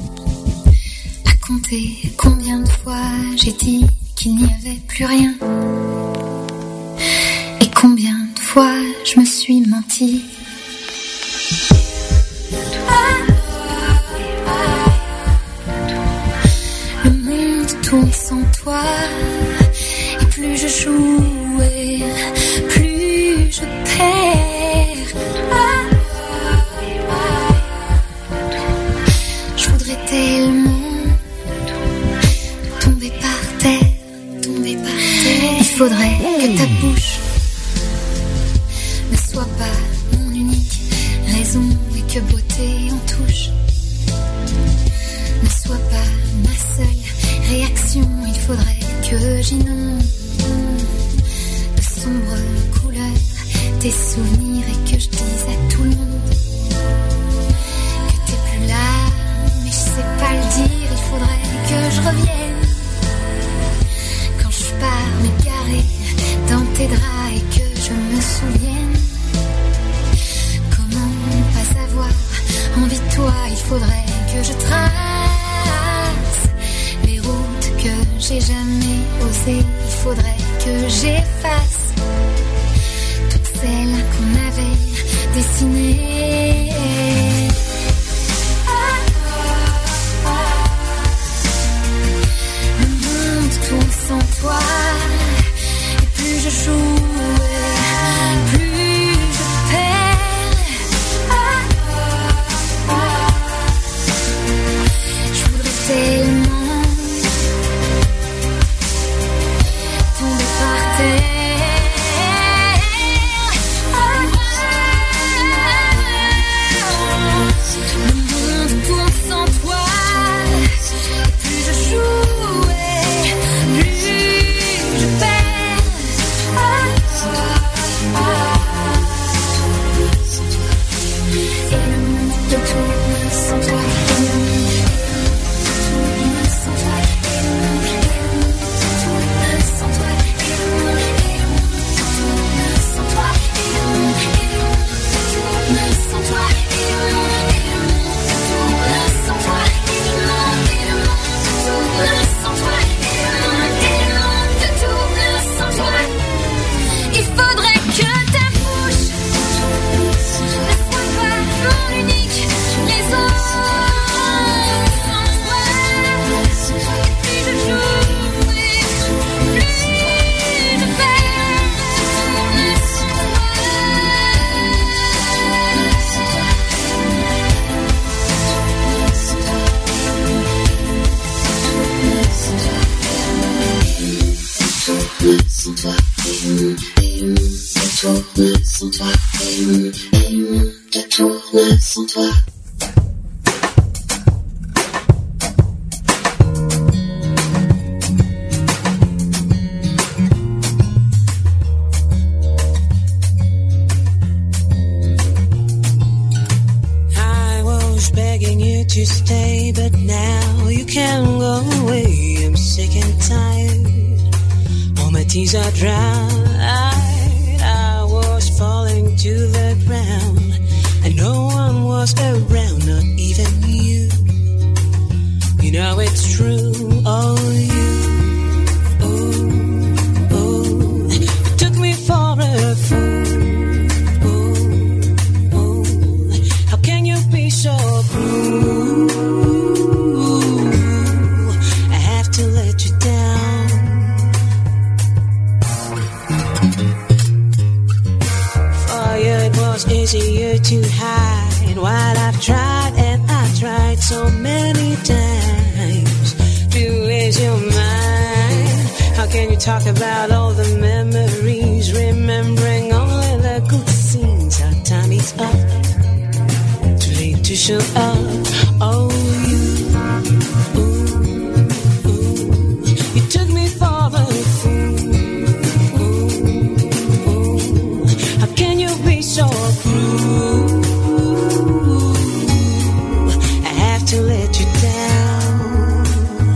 à compter combien de fois j'ai dit qu'il n'y avait plus rien. Et combien de fois je me suis menti. Le monde tourne sans toi. Et plus je joue et plus je perds. Je voudrais tellement tomber par terre, tomber par terre. Il faudrait que ta bouche ne sois pas mon unique raison et que beauté en touche ne soit pas ma seule réaction. Il faudrait que j'inonde de sombres couleurs tes souvenirs et que je dise à tout le monde que t'es plus là, mais je sais pas le dire. Il faudrait que je revienne quand je pars m'égarer dans tes draps et que je me souvienne. Comment ne pas avoir envie de toi? Il faudrait que je trace les routes que j'ai jamais osées. Il faudrait que j'efface toutes celles qu'on avait dessinées. Le monde tourne sans toi. Et plus je joue, plus je perds. Je voudrais tellement tomber par terre. tourne sans toi, et mon, et mon monde tourne sans toi. To stay, but now you can't go away. I'm sick and tired. All my tears are dry. I was falling to the ground, and no one was around, not even you. You know it's true, oh you. Oh, oh, you took me for a fool. Oh, oh, how can you be so cruel? Easier to hide what I've tried, and I've tried so many times to ease your mind. How can you talk about all the memories, remembering only the good scenes? Our time is up, too late to show up. Oh, you, ooh, ooh, you took me for a fool. Ooh, ooh, how can you be so cruel? I have to let you down.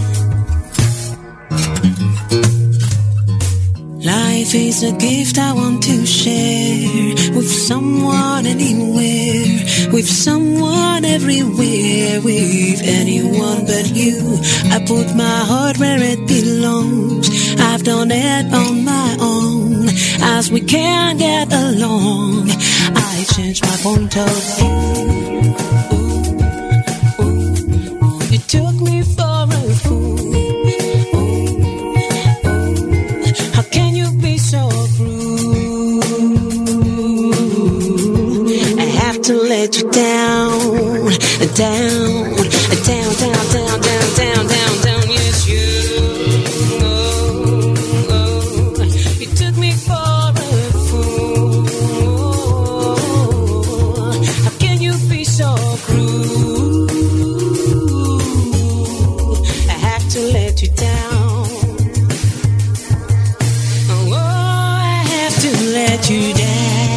Life is a gift I want to share with someone anywhere, with someone everywhere, with anyone but you. I put my heart where it belongs. I've done it on my own. As we can't get along, I changed my point of view. Ooh, ooh, you took me for a fool. Ooh, ooh, how can you be so cruel? I have to let you down, down, down, down, down, down, down, down, down. Yes, you. You down.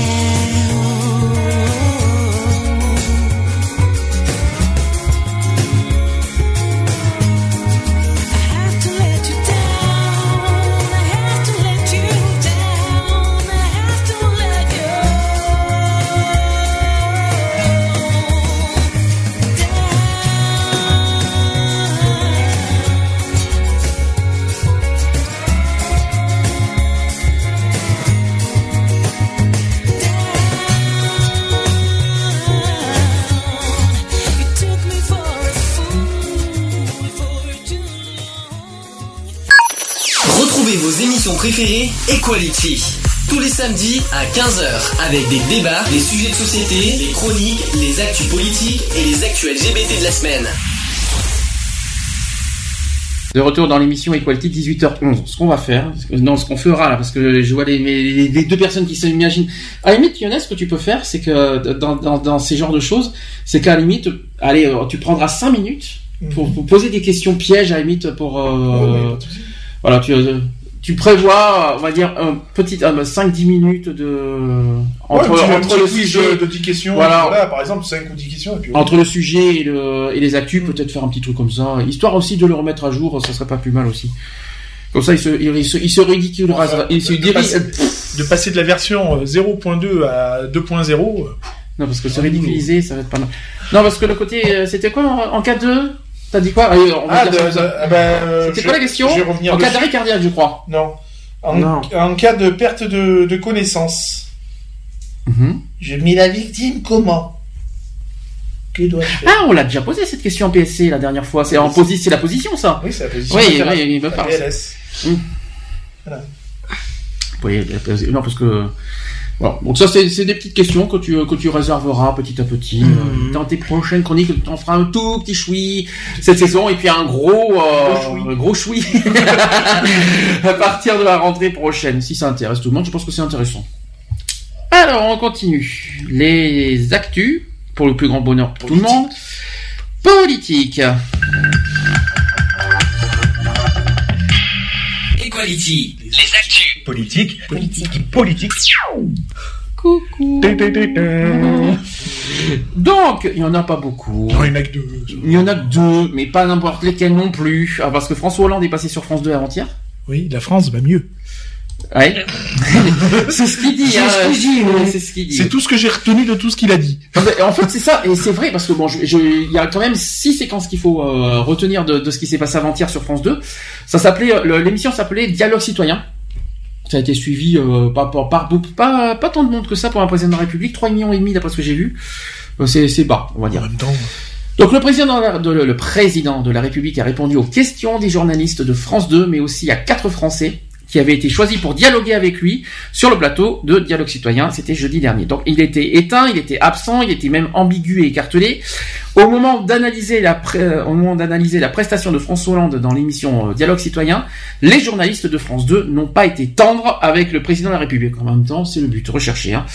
Préféré Equality. Tous les samedis à quinze heures avec des débats, des sujets de société, les chroniques, les actus politiques et les actus L G B T de la semaine. De retour dans l'émission Equality, dix-huit heures onze. Ce qu'on va faire, non, ce qu'on fera là, parce que je vois les, les, les deux personnes qui s'imaginent. À la limite, Younes, ce que tu peux faire, c'est que dans, dans, dans ces genres de choses, c'est qu'à la limite, allez, tu prendras cinq minutes pour, pour poser des questions pièges, à la limite, pour, euh, oh, oui, voilà, tu, euh, tu prévois, on va dire, un petit, euh, cinq dix minutes de, entre, ouais, entre le sujet, de dix questions, voilà, voilà, par exemple, cinq ou dix questions, et puis, entre le sujet et le, et les actus, mmh. peut-être faire un petit truc comme ça, histoire aussi de le remettre à jour, ça serait pas plus mal aussi. Comme ça, il se, il se, il se ridiculisera, enfin, il se de, dirige, passer, de passer de la version zéro point deux à deux point zéro. Non, parce que se ridiculiser, ça va être pas mal. Non, parce que le côté, c'était quoi, en, en cas de, t'as dit quoi? Allez, on va ah, dire de, ça. De, ben, c'était quoi la question? Je vais revenir en dessus. cas d'arrêt cardiaque, je crois. Non. En, non. en cas de perte de, de connaissance. Mm-hmm. Je mets la victime comment? Que dois-je faire? Ah, on l'a déjà posé cette question en P S C la dernière fois. C'est, en posi- c'est la position, ça? Oui, c'est la position. Oui, oui, il me parle. P L S. Mmh. Voilà. Oui, non, parce que. Voilà. Donc ça, c'est, c'est des petites questions que tu, que tu réserveras petit à petit. Mmh. Dans tes prochaines chroniques, tu en feras un tout petit choui cette saison, et puis un gros, euh, gros choui à partir de la rentrée prochaine. Si ça intéresse tout le monde, je pense que c'est intéressant. Alors, on continue. Les actus, pour le plus grand bonheur pour Politique. Tout le monde. Politique. Equality. Les actus. Politique. Politique. Politique. Coucou. Donc, il y en a pas beaucoup. Non, il y en a que deux. Il y en a que deux, mais pas n'importe lesquels non plus. Ah, parce que François Hollande est passé sur France deux avant-hier. Oui, la France va mieux. Ouais. C'est ce qu'il dit. C'est hein. ce qu'il dit. Ouais, c'est ce qu'il dit. C'est tout ce que j'ai retenu de tout ce qu'il a dit. En fait, c'est ça, et c'est vrai parce que bon, je, je, il y a quand même six séquences qu'il faut euh, retenir de, de ce qui s'est passé avant-hier sur France deux. Ça s'appelait, l'émission s'appelait Dialogue citoyen. Ça a été suivi euh, par, par, par pas pas tant de monde que ça pour un président de la République, trois millions et demi d'après ce que j'ai vu. Euh, c'est c'est bas, on va dire. En même temps. Donc le président de la, de, le président de la République a répondu aux questions des journalistes de France deux, mais aussi à quatre Français qui avaient été choisis pour dialoguer avec lui sur le plateau de Dialogue Citoyen. C'était jeudi dernier. Donc il était éteint, il était absent, il était même ambigu et écartelé. Au moment d'analyser la, pré- au moment d'analyser la prestation de François Hollande dans l'émission Dialogue Citoyen, les journalistes de France deux n'ont pas été tendres avec le président de la République. En même temps, c'est le but recherché. Hein.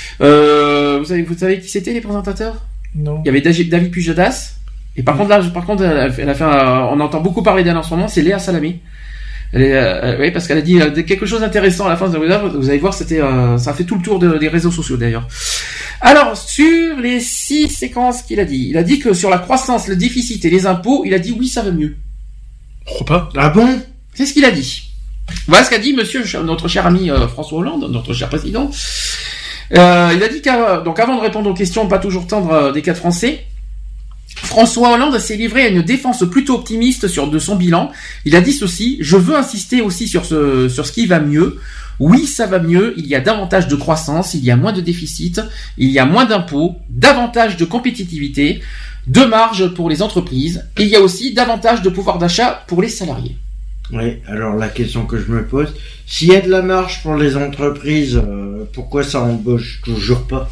Euh, vous savez, vous savez qui c'était les présentateurs ? Non. Il y avait David Pujadas. Et par contre là, par contre, elle a fait un, on entend beaucoup parler d'elle en ce moment. C'est Léa Salamé. Elle est, euh, oui, parce qu'elle a dit euh, quelque chose d'intéressant à la fin. Vous allez voir, c'était, euh, ça a fait tout le tour de, des réseaux sociaux d'ailleurs. Alors, sur les six séquences qu'il a dit, il a dit que sur la croissance, le déficit et les impôts, il a dit oui, ça va mieux. Je crois pas. Ah bon ? C'est ce qu'il a dit. Voilà ce qu'a dit Monsieur, notre cher ami euh, François Hollande, notre cher président. Euh, il a dit qu'avant, donc avant de répondre aux questions pas toujours tendres euh, des quatre Français, François Hollande s'est livré à une défense plutôt optimiste sur de son bilan. Il a dit ceci: je veux insister aussi sur ce sur ce qui va mieux. Oui, ça va mieux. Il y a davantage de croissance, il y a moins de déficit, il y a moins d'impôts, davantage de compétitivité, de marge pour les entreprises, et il y a aussi davantage de pouvoir d'achat pour les salariés. Oui, alors la question que je me pose, s'il y a de la marge pour les entreprises, euh, pourquoi ça embauche toujours pas?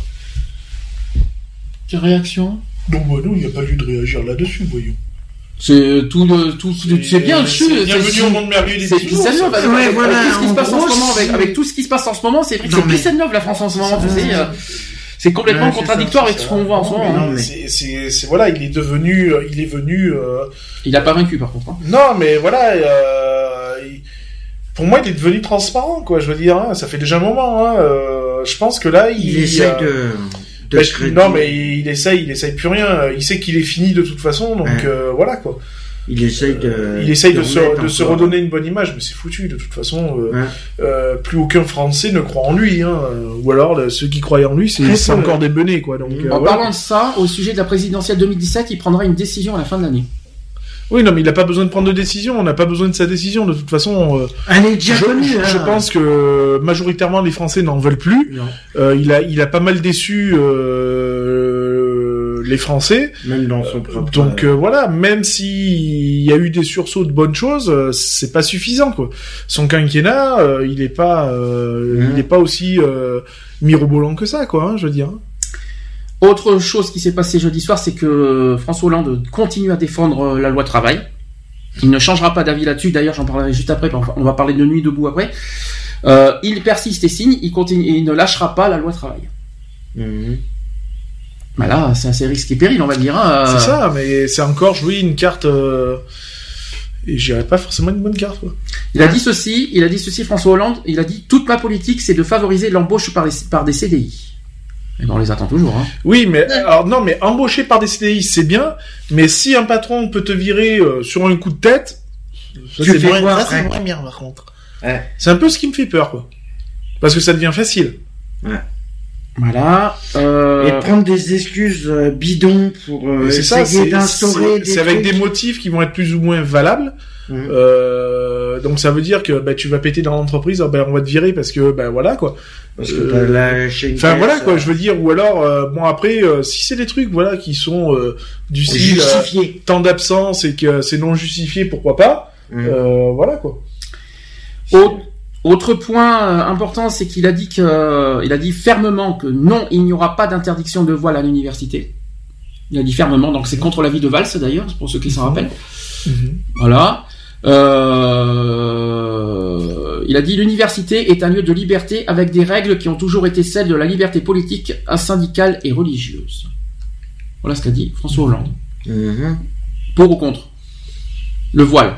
Quelle réaction? Non, bah non, il n'y a pas lieu de réagir là-dessus, voyons. C'est tout le tout c'est, c'est bien dessus. C'est bienvenue au monde merveilleux des petits jours. C'est ça, avec, ouais, avec, voilà, avec tout ce qui se passe gros, en ce moment, avec, avec tout ce qui se passe en ce moment, c'est vrai que non, c'est mais... plus neuf la France en ce moment. Tu sais, euh, c'est complètement ouais, contradictoire ça, avec ce qu'on voit en ce moment. Non, mais c'est, c'est, c'est voilà, il est devenu, il est venu. Euh... Il a pas vaincu par contre. Hein. Non, mais voilà. Euh, il... Pour moi, il est devenu transparent, quoi. Je veux dire, hein, ça fait déjà un moment. Hein, euh, je pense que là, il, il essaie euh... de. Bah, non, mais il essaye, il essaye plus rien. Il sait qu'il est fini de toute façon, donc ouais. euh, voilà quoi. Il essaye de. Euh, il essaye de, de, se, de se redonner une bonne image, mais c'est foutu de toute façon. Euh, ouais. euh, plus aucun Français ne croit en lui, hein. Ou alors là, ceux qui croient en lui, c'est, c'est encore des benets, quoi. Donc. En euh, parlant voilà. de ça, au sujet de la présidentielle deux mille dix-sept, il prendra une décision à la fin de l'année. Oui, non, mais il n'a pas besoin de prendre de décision. On n'a pas besoin de sa décision. De toute façon, euh, elle est déjà je, connue. Je, hein. je pense que majoritairement les Français n'en veulent plus. Euh, il a, il a pas mal déçu euh, les Français. Même dans son propre. Donc euh, voilà, même si il y a eu des sursauts de bonnes choses, euh, c'est pas suffisant, quoi. Son quinquennat, euh, il est pas, euh, mmh. il est pas aussi euh, mirobolant que ça, quoi. Hein, je veux dire. Autre chose qui s'est passée jeudi soir, c'est que François Hollande continue à défendre la loi travail. Il ne changera pas d'avis là-dessus. D'ailleurs, j'en parlerai juste après. On va parler de Nuit debout après. Euh, il persiste et signe. Il continue. Il ne lâchera pas la loi travail. Mmh. Bah là, c'est assez risqué péril, on va dire. Hein. C'est ça, mais c'est encore jouer une carte. Euh... Et je dirais pas forcément une bonne carte, quoi. Il a dit ceci. Il a dit ceci, François Hollande. Il a dit: toute ma politique, c'est de favoriser l'embauche par, les, par des C D I. Et ben on les attend toujours, hein. Oui, mais alors non, mais embaucher par des C D I, c'est bien, mais si un patron peut te virer euh, sur un coup de tête, ça, c'est, moins, ça c'est moins bien, par contre. Ouais. C'est un peu ce qui me fait peur, quoi. Parce que ça devient facile. Ouais. Voilà. Euh... Et prendre des excuses euh, bidons pour euh, c'est essayer ça, c'est, d'instaurer c'est, des c'est trucs. avec des motifs qui vont être plus ou moins valables. Mmh. Euh, donc ça veut dire que bah, tu vas péter dans l'entreprise, ben on va te virer parce que ben voilà quoi. Parce que euh, t'as lâché une Enfin voilà caisse, quoi, je veux dire, ou alors euh, bon après euh, si c'est des trucs voilà qui sont euh, du style euh, temps d'absence et que c'est non justifié, pourquoi pas. Mmh. Euh, voilà quoi. Autre, autre point euh, important, c'est qu'il a dit que euh, il a dit fermement que non, il n'y aura pas d'interdiction de voile à l'université. Il a dit fermement, donc c'est contre l'avis de Valls d'ailleurs, pour ceux qui s'en rappellent. Mmh. Voilà. Euh, il a dit l'université est un lieu de liberté avec des règles qui ont toujours été celles de la liberté politique, syndicale et religieuse. Voilà ce qu'a dit François Hollande. Mmh. Pour ou contre le voile?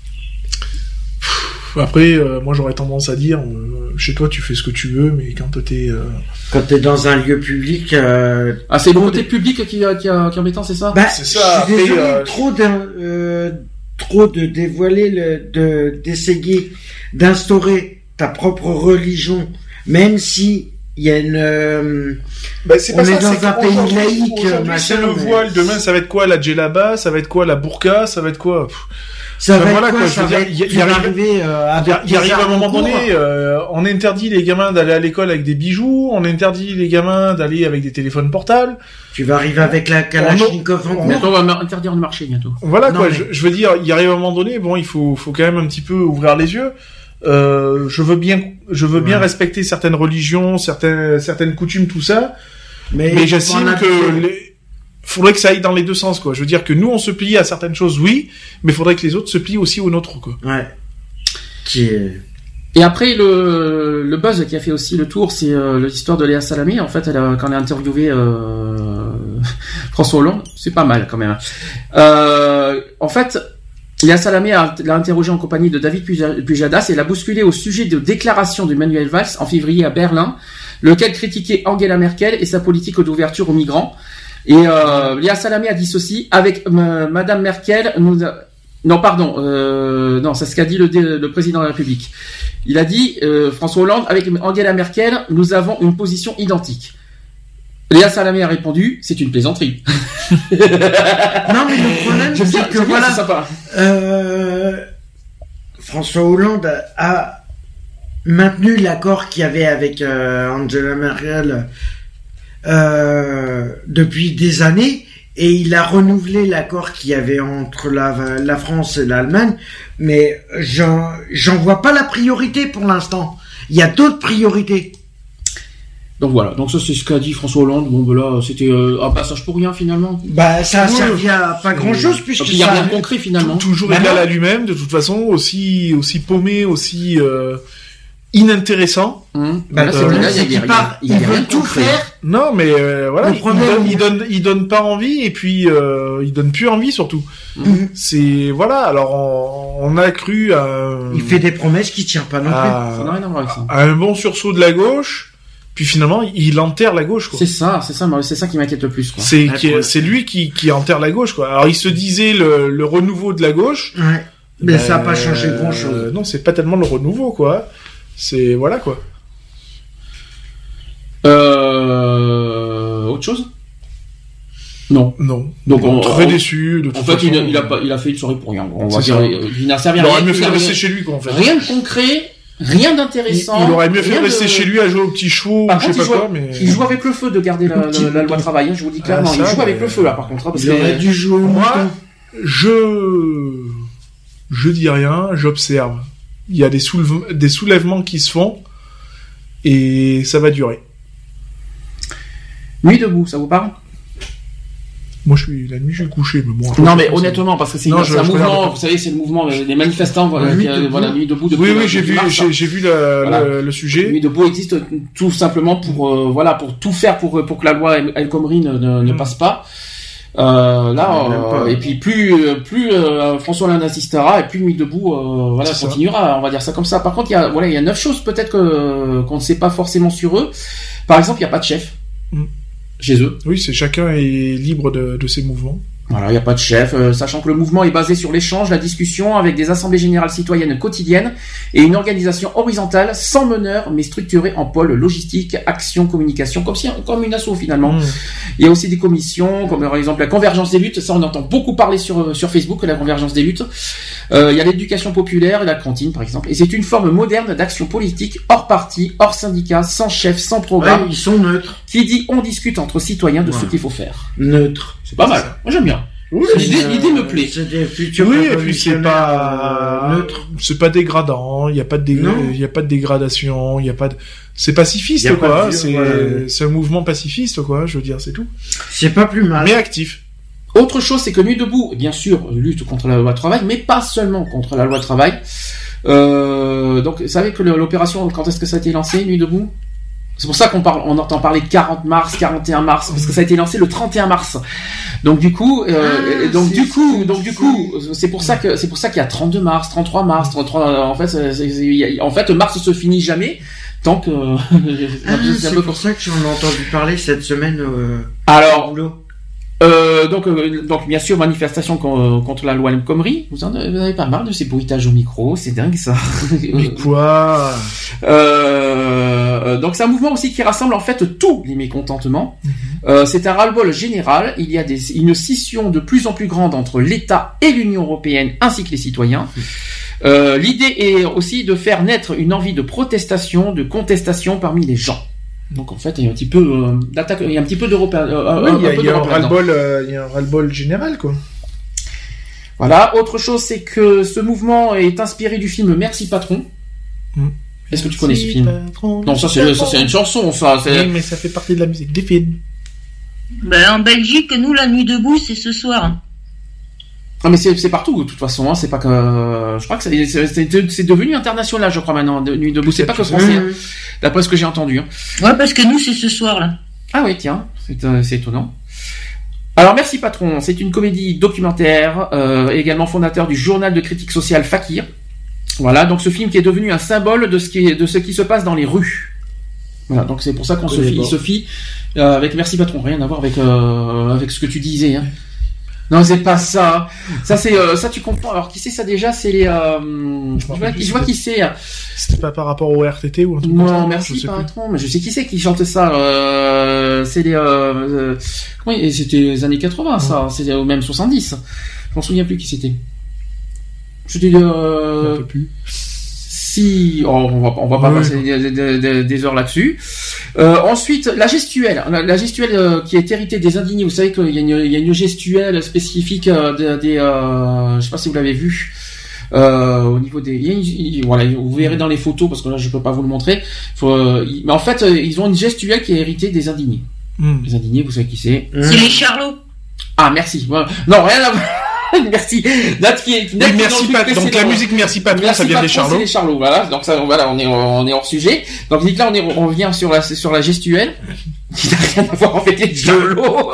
Après, euh, moi j'aurais tendance à dire, euh, chez toi tu fais ce que tu veux, mais quand t'es euh... quand t'es dans un lieu public, euh... ah c'est le côté public qui, qui, qui, qui est embêtant, c'est ça? Bah, c'est ça. Je suis désolé, après, euh... trop de euh, trop de dévoiler le, de d'essayer d'instaurer ta propre religion, même si il y a une euh... bah, c'est pas on ça, est dans c'est un pays laïque, aujourd'hui machin, c'est le mais... voile, demain ça va être quoi la djellaba, ça va être quoi la burqa, ça va être quoi Pff. Ça enfin, va voilà, être quoi, quoi, ça je veux va dire, être, il y, y arrive, euh, il y, y arrive à un moment donné, euh, on interdit les gamins d'aller à l'école avec des bijoux, on interdit les gamins d'aller avec des téléphones portables. Tu vas arriver avec la Kalachnikov en cours. Bientôt, on va interdire le marché, bientôt. Voilà, non, quoi, mais... je, je veux dire, il arrive à un moment donné, bon, il faut, faut quand même un petit peu ouvrir les yeux. Euh, je veux bien, je veux ouais. bien respecter certaines religions, certaines, certaines coutumes, tout ça. Mais, mais j'estime que les... faudrait que ça aille dans les deux sens, quoi. Je veux dire que nous, on se plie à certaines choses, oui, mais faudrait que les autres se plient aussi aux nôtres, quoi. Ouais. Qui est... Et après, le, le buzz qui a fait aussi le tour, c'est euh, l'histoire de Léa Salamé. En fait, elle a, quand elle a interviewé euh, François Hollande, c'est pas mal, quand même. Euh, en fait, Léa Salamé a, l'a interrogé en compagnie de David Pujadas et l'a bousculé au sujet de déclaration de Manuel Valls en février à Berlin, lequel critiquait Angela Merkel et sa politique d'ouverture aux migrants. Et euh, Léa Salamé a dit ceci: avec euh, Madame Merkel, nous a... non pardon, euh, non, c'est ce qu'a dit le, le président de la République. Il a dit euh, François Hollande, avec Angela Merkel, nous avons une position identique. Léa Salamé a répondu: c'est une plaisanterie. Non, mais le problème, c'est bien, que bien, voilà, c'est sympa. Euh, François Hollande a maintenu l'accord qu'il y avait avec euh, Angela Merkel. Euh, depuis des années, et il a renouvelé l'accord qu'il y avait entre la, la France et l'Allemagne, mais j'en, j'en vois pas la priorité pour l'instant. Il y a d'autres priorités. Donc voilà, donc ça c'est ce qu'a dit François Hollande. Bon ben là c'était euh, un passage pour rien finalement. Bah ça a oui, servi à pas grand chose puisque il y a ça... rien de concret finalement. Toujours bah égal à lui-même, de toute façon, aussi aussi paumé, aussi euh, inintéressant. Mmh. Bah, là, euh, c'est qu'il part, il veut tout faire. Non, mais euh, voilà, il, problème, il, donne, il donne, il donne pas envie, et puis euh, il donne plus envie surtout. Mmh. C'est voilà. Alors on, on a cru à. Il fait des promesses qui tient pas non à, plus. Ça n'a rien à voir avec ça. À un bon sursaut de la gauche, puis finalement il enterre la gauche, quoi. C'est ça, c'est ça, c'est ça qui m'inquiète le plus, quoi. C'est, qui, c'est lui qui, qui enterre la gauche, quoi. Alors il se disait le, le renouveau de la gauche. Ouais. Mais ben, ça a pas changé grand chose. Euh, non, c'est pas tellement le renouveau, quoi. C'est voilà, quoi. Euh... Autre chose? Non. Non. Donc on, très on, déçu. De toute en fait, façon, il a, il a pas, il a fait une soirée pour rien. On va c'est dire, ça. il n'a servi à rien. Il aurait rien. mieux fait de rester chez lui, quoi, en fait. Rien de concret, rien d'intéressant. Il, il aurait mieux fait de rester de... chez lui à jouer au petit chevaux, par je contre, sais pas joue, quoi, mais. Il joue avec le feu de garder la, petit... la, la loi travail, hein, je vous le dis clairement. Ah, ça, il joue mais... avec le feu, là, par contre, hein, parce il aurait dû jouer au Moi, je, je dis rien, j'observe. Il y a des, soulève... des soulèvements qui se font, et ça va durer. Nuit debout, ça vous parle? Moi, je suis, la nuit, je suis couché, mais moi. Non, mais honnêtement, parce que c'est, non, c'est je, un je mouvement, vous savez, c'est le mouvement des manifestants, voilà, nuit qui, debout. voilà, Nuit debout depuis Oui, oui, le, j'ai vu, mars, j'ai, j'ai vu la, voilà. le, le sujet. Nuit debout existe tout simplement pour, euh, voilà, pour tout faire pour, pour que la loi El Khomri ne, ne, ne passe pas. Euh, là, euh, et puis plus, plus euh, François Hollande insistera, et plus Nuit debout, euh, voilà, c'est continuera. Ça. On va dire ça comme ça. Par contre, il y a, voilà, il y a neuf choses peut-être que qu'on ne sait pas forcément sur eux. Par exemple, il n'y a pas de chef mm. chez eux. Oui, c'est chacun est libre de, de ses mouvements. Voilà, il n'y a pas de chef, euh, sachant que le mouvement est basé sur l'échange, la discussion, avec des assemblées générales citoyennes quotidiennes et une organisation horizontale, sans meneur, mais structurée en pôle logistique, action, communication, comme, si, comme une asso finalement. Mmh. Il y a aussi des commissions, comme par exemple la convergence des luttes, ça on entend beaucoup parler sur, sur Facebook, la convergence des luttes. Euh, il y a l'éducation populaire, la cantine par exemple, et c'est une forme moderne d'action politique, hors parti, hors syndicat, sans chef, sans programme. Ouais, ils sont neutres. Qui dit on discute entre citoyens de ouais. ce qu'il faut faire. Neutre. C'est pas mal, moi j'aime bien. Oui, l'idée, euh, l'idée me plaît. C'est des futurs oui, et puis c'est pas neutre. C'est pas dégradant. Il y a pas de dég... il y a pas de dégradation. Il y a pas de. C'est pacifiste quoi. C'est... Ouais. c'est un mouvement pacifiste quoi. Je veux dire, c'est tout. C'est pas plus mal. Mais actif. Autre chose, c'est que Nuit debout, bien sûr, lutte contre la loi travail, mais pas seulement contre la loi travail. Euh, donc, vous savez que l'opération, quand est-ce que ça a été lancé, Nuit debout? C'est pour ça qu'on parle, on entend parler de quarante mars, quarante et un mars, parce que ça a été lancé le trente et un mars. Donc du coup, euh, ah, donc du coup, donc du coup, c'est pour ça que c'est pour ça qu'il y a trente-deux mars, trente-trois mars, trente-trois. En fait, c'est, c'est, en fait, mars se finit jamais tant que. Ah, c'est pour ça que j'en ai entendu parler cette semaine. Euh, Alors. Euh, donc, euh, donc bien sûr, manifestation con, contre la loi El Khomri. Vous en avez, vous avez pas marre de ces bruitages au micro, c'est dingue ça. Mais quoi euh, Donc c'est un mouvement aussi qui rassemble en fait tous les mécontentements. Mm-hmm. Euh, c'est un ras-le-bol général. Il y a des, une scission de plus en plus grande entre l'État et l'Union européenne, ainsi que les citoyens. Mm-hmm. Euh, l'idée est aussi de faire naître une envie de protestation, de contestation parmi les gens. Donc en fait, il y a un petit peu euh, d'attaque, il y a un petit peu d'Européen. Euh, oui, il y a, il y a un ras-le-bol, euh, il y a un ras-le-bol général, quoi. Voilà. Autre chose, c'est que ce mouvement est inspiré du film Merci Patron. Mmh. Est-ce que tu connais ce film? Patron, non, ça c'est, ça c'est une chanson, ça. C'est... Oui, mais ça fait partie de la musique des films. Ben en Belgique, nous la nuit debout, c'est ce soir. Ah mais c'est, c'est partout de toute façon, hein, c'est pas que je crois que c'est, c'est, c'est, c'est devenu international, je crois maintenant, de Nuit debout, c'est pas que français, hein, d'après ce que j'ai entendu. Hein. Ouais, parce que nous c'est ce soir là. Ah oui, tiens, c'est, euh, c'est étonnant. Alors Merci Patron, c'est une comédie documentaire, euh, également fondateur du journal de critique sociale Fakir. Voilà, donc ce film qui est devenu un symbole de ce qui est, de ce qui se passe dans les rues. Voilà, donc c'est pour ça qu'on se fie, se fie euh, avec Merci Patron, rien à voir avec euh, avec ce que tu disais. Hein. Non, c'est pas ça. Ça c'est euh, ça tu comprends. Alors qui c'est ça déjà? C'est les. Euh, je, je, vois, je vois qui c'est. C'était pas par rapport au R T T ou un truc non, comme ça? Non, merci patron. Mais je sais qui c'est qui chante ça. Euh, c'est les. Euh, euh, oui, c'était les années quatre-vingts, ça. Ouais. C'était même soixante-dix. Je m'en souviens plus qui c'était. C'était. Euh, un peu plus. Si, oh, on va on va pas oui, passer des, des, des, des heures là-dessus. Euh, ensuite, la gestuelle, la, la gestuelle euh, qui est héritée des indignés. Vous savez qu'il y a une, il y a une gestuelle spécifique euh, des, des euh, je sais pas si vous l'avez vu. Euh, au niveau des, il y a une, voilà, vous verrez dans les photos parce que là je peux pas vous le montrer. Faut, euh, mais en fait, ils ont une gestuelle qui est héritée des indignés. Mm. Les indignés, vous savez qui c'est? C'est mm. les Charlots. Ah merci. Voilà. Non, rien à voir. Merci. Date qui est, oui, merci pas. Donc la musique Merci Patron, merci ça vient patron, des Charlots. C'est les Charlots, voilà. Donc ça, voilà, on est, on est hors sujet. Donc dites là, on est, on revient sur la, sur la gestuelle, qui n'a rien à voir en fait avec les Charlots.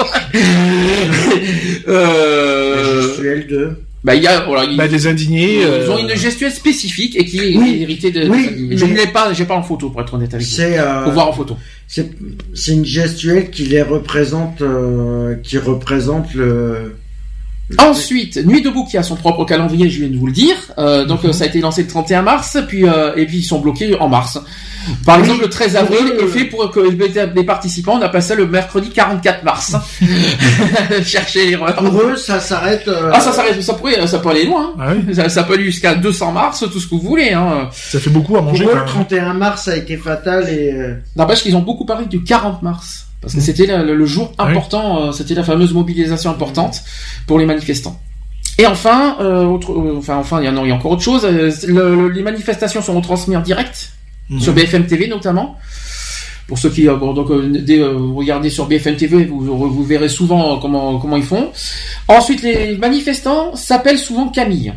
euh... La gestuelle de. Bah il y a, voilà, bah, des indignés. Ils euh... ont une gestuelle spécifique et qui est oui. héritée de. Oui, de je ne l'ai pas, j'ai pas en photo pour être honnête avec vous. C'est. Euh... Faut voir en photo. C'est, c'est une gestuelle qui les représente, euh, qui représente le. Ensuite, Nuit debout qui a son propre calendrier, je viens de vous le dire. Euh, donc mm-hmm. ça a été lancé le trente et un mars, puis euh, et puis ils sont bloqués en mars. Par oui, exemple, le treize avril est fait pour que les participants, on appelle ça le mercredi quarante-quatre mars. Cherchez l'erreur. Pour eux, ça s'arrête. Euh... Ah, ça s'arrête. Ça pourrait, ça peut aller loin. Ah oui. ça, ça peut aller jusqu'à deux cents mars, tout ce que vous voulez. Hein. Ça fait beaucoup à manger. Pour eux, le trente et un mars a été fatal et. Euh... N'empêche qu'ils ont beaucoup parlé du quarante mars. Parce que c'était le, le jour important, oui. euh, c'était la fameuse mobilisation importante pour les manifestants. Et enfin, euh, autre, euh, enfin, enfin, il y en a, il y a encore autre chose. Euh, le, le, les manifestations sont retransmises en direct mmh. sur B F M T V notamment. Pour ceux qui, euh, bon, donc, euh, dès, euh, regardez sur B F M T V, vous, vous verrez souvent comment comment ils font. Ensuite, les manifestants s'appellent souvent Camille.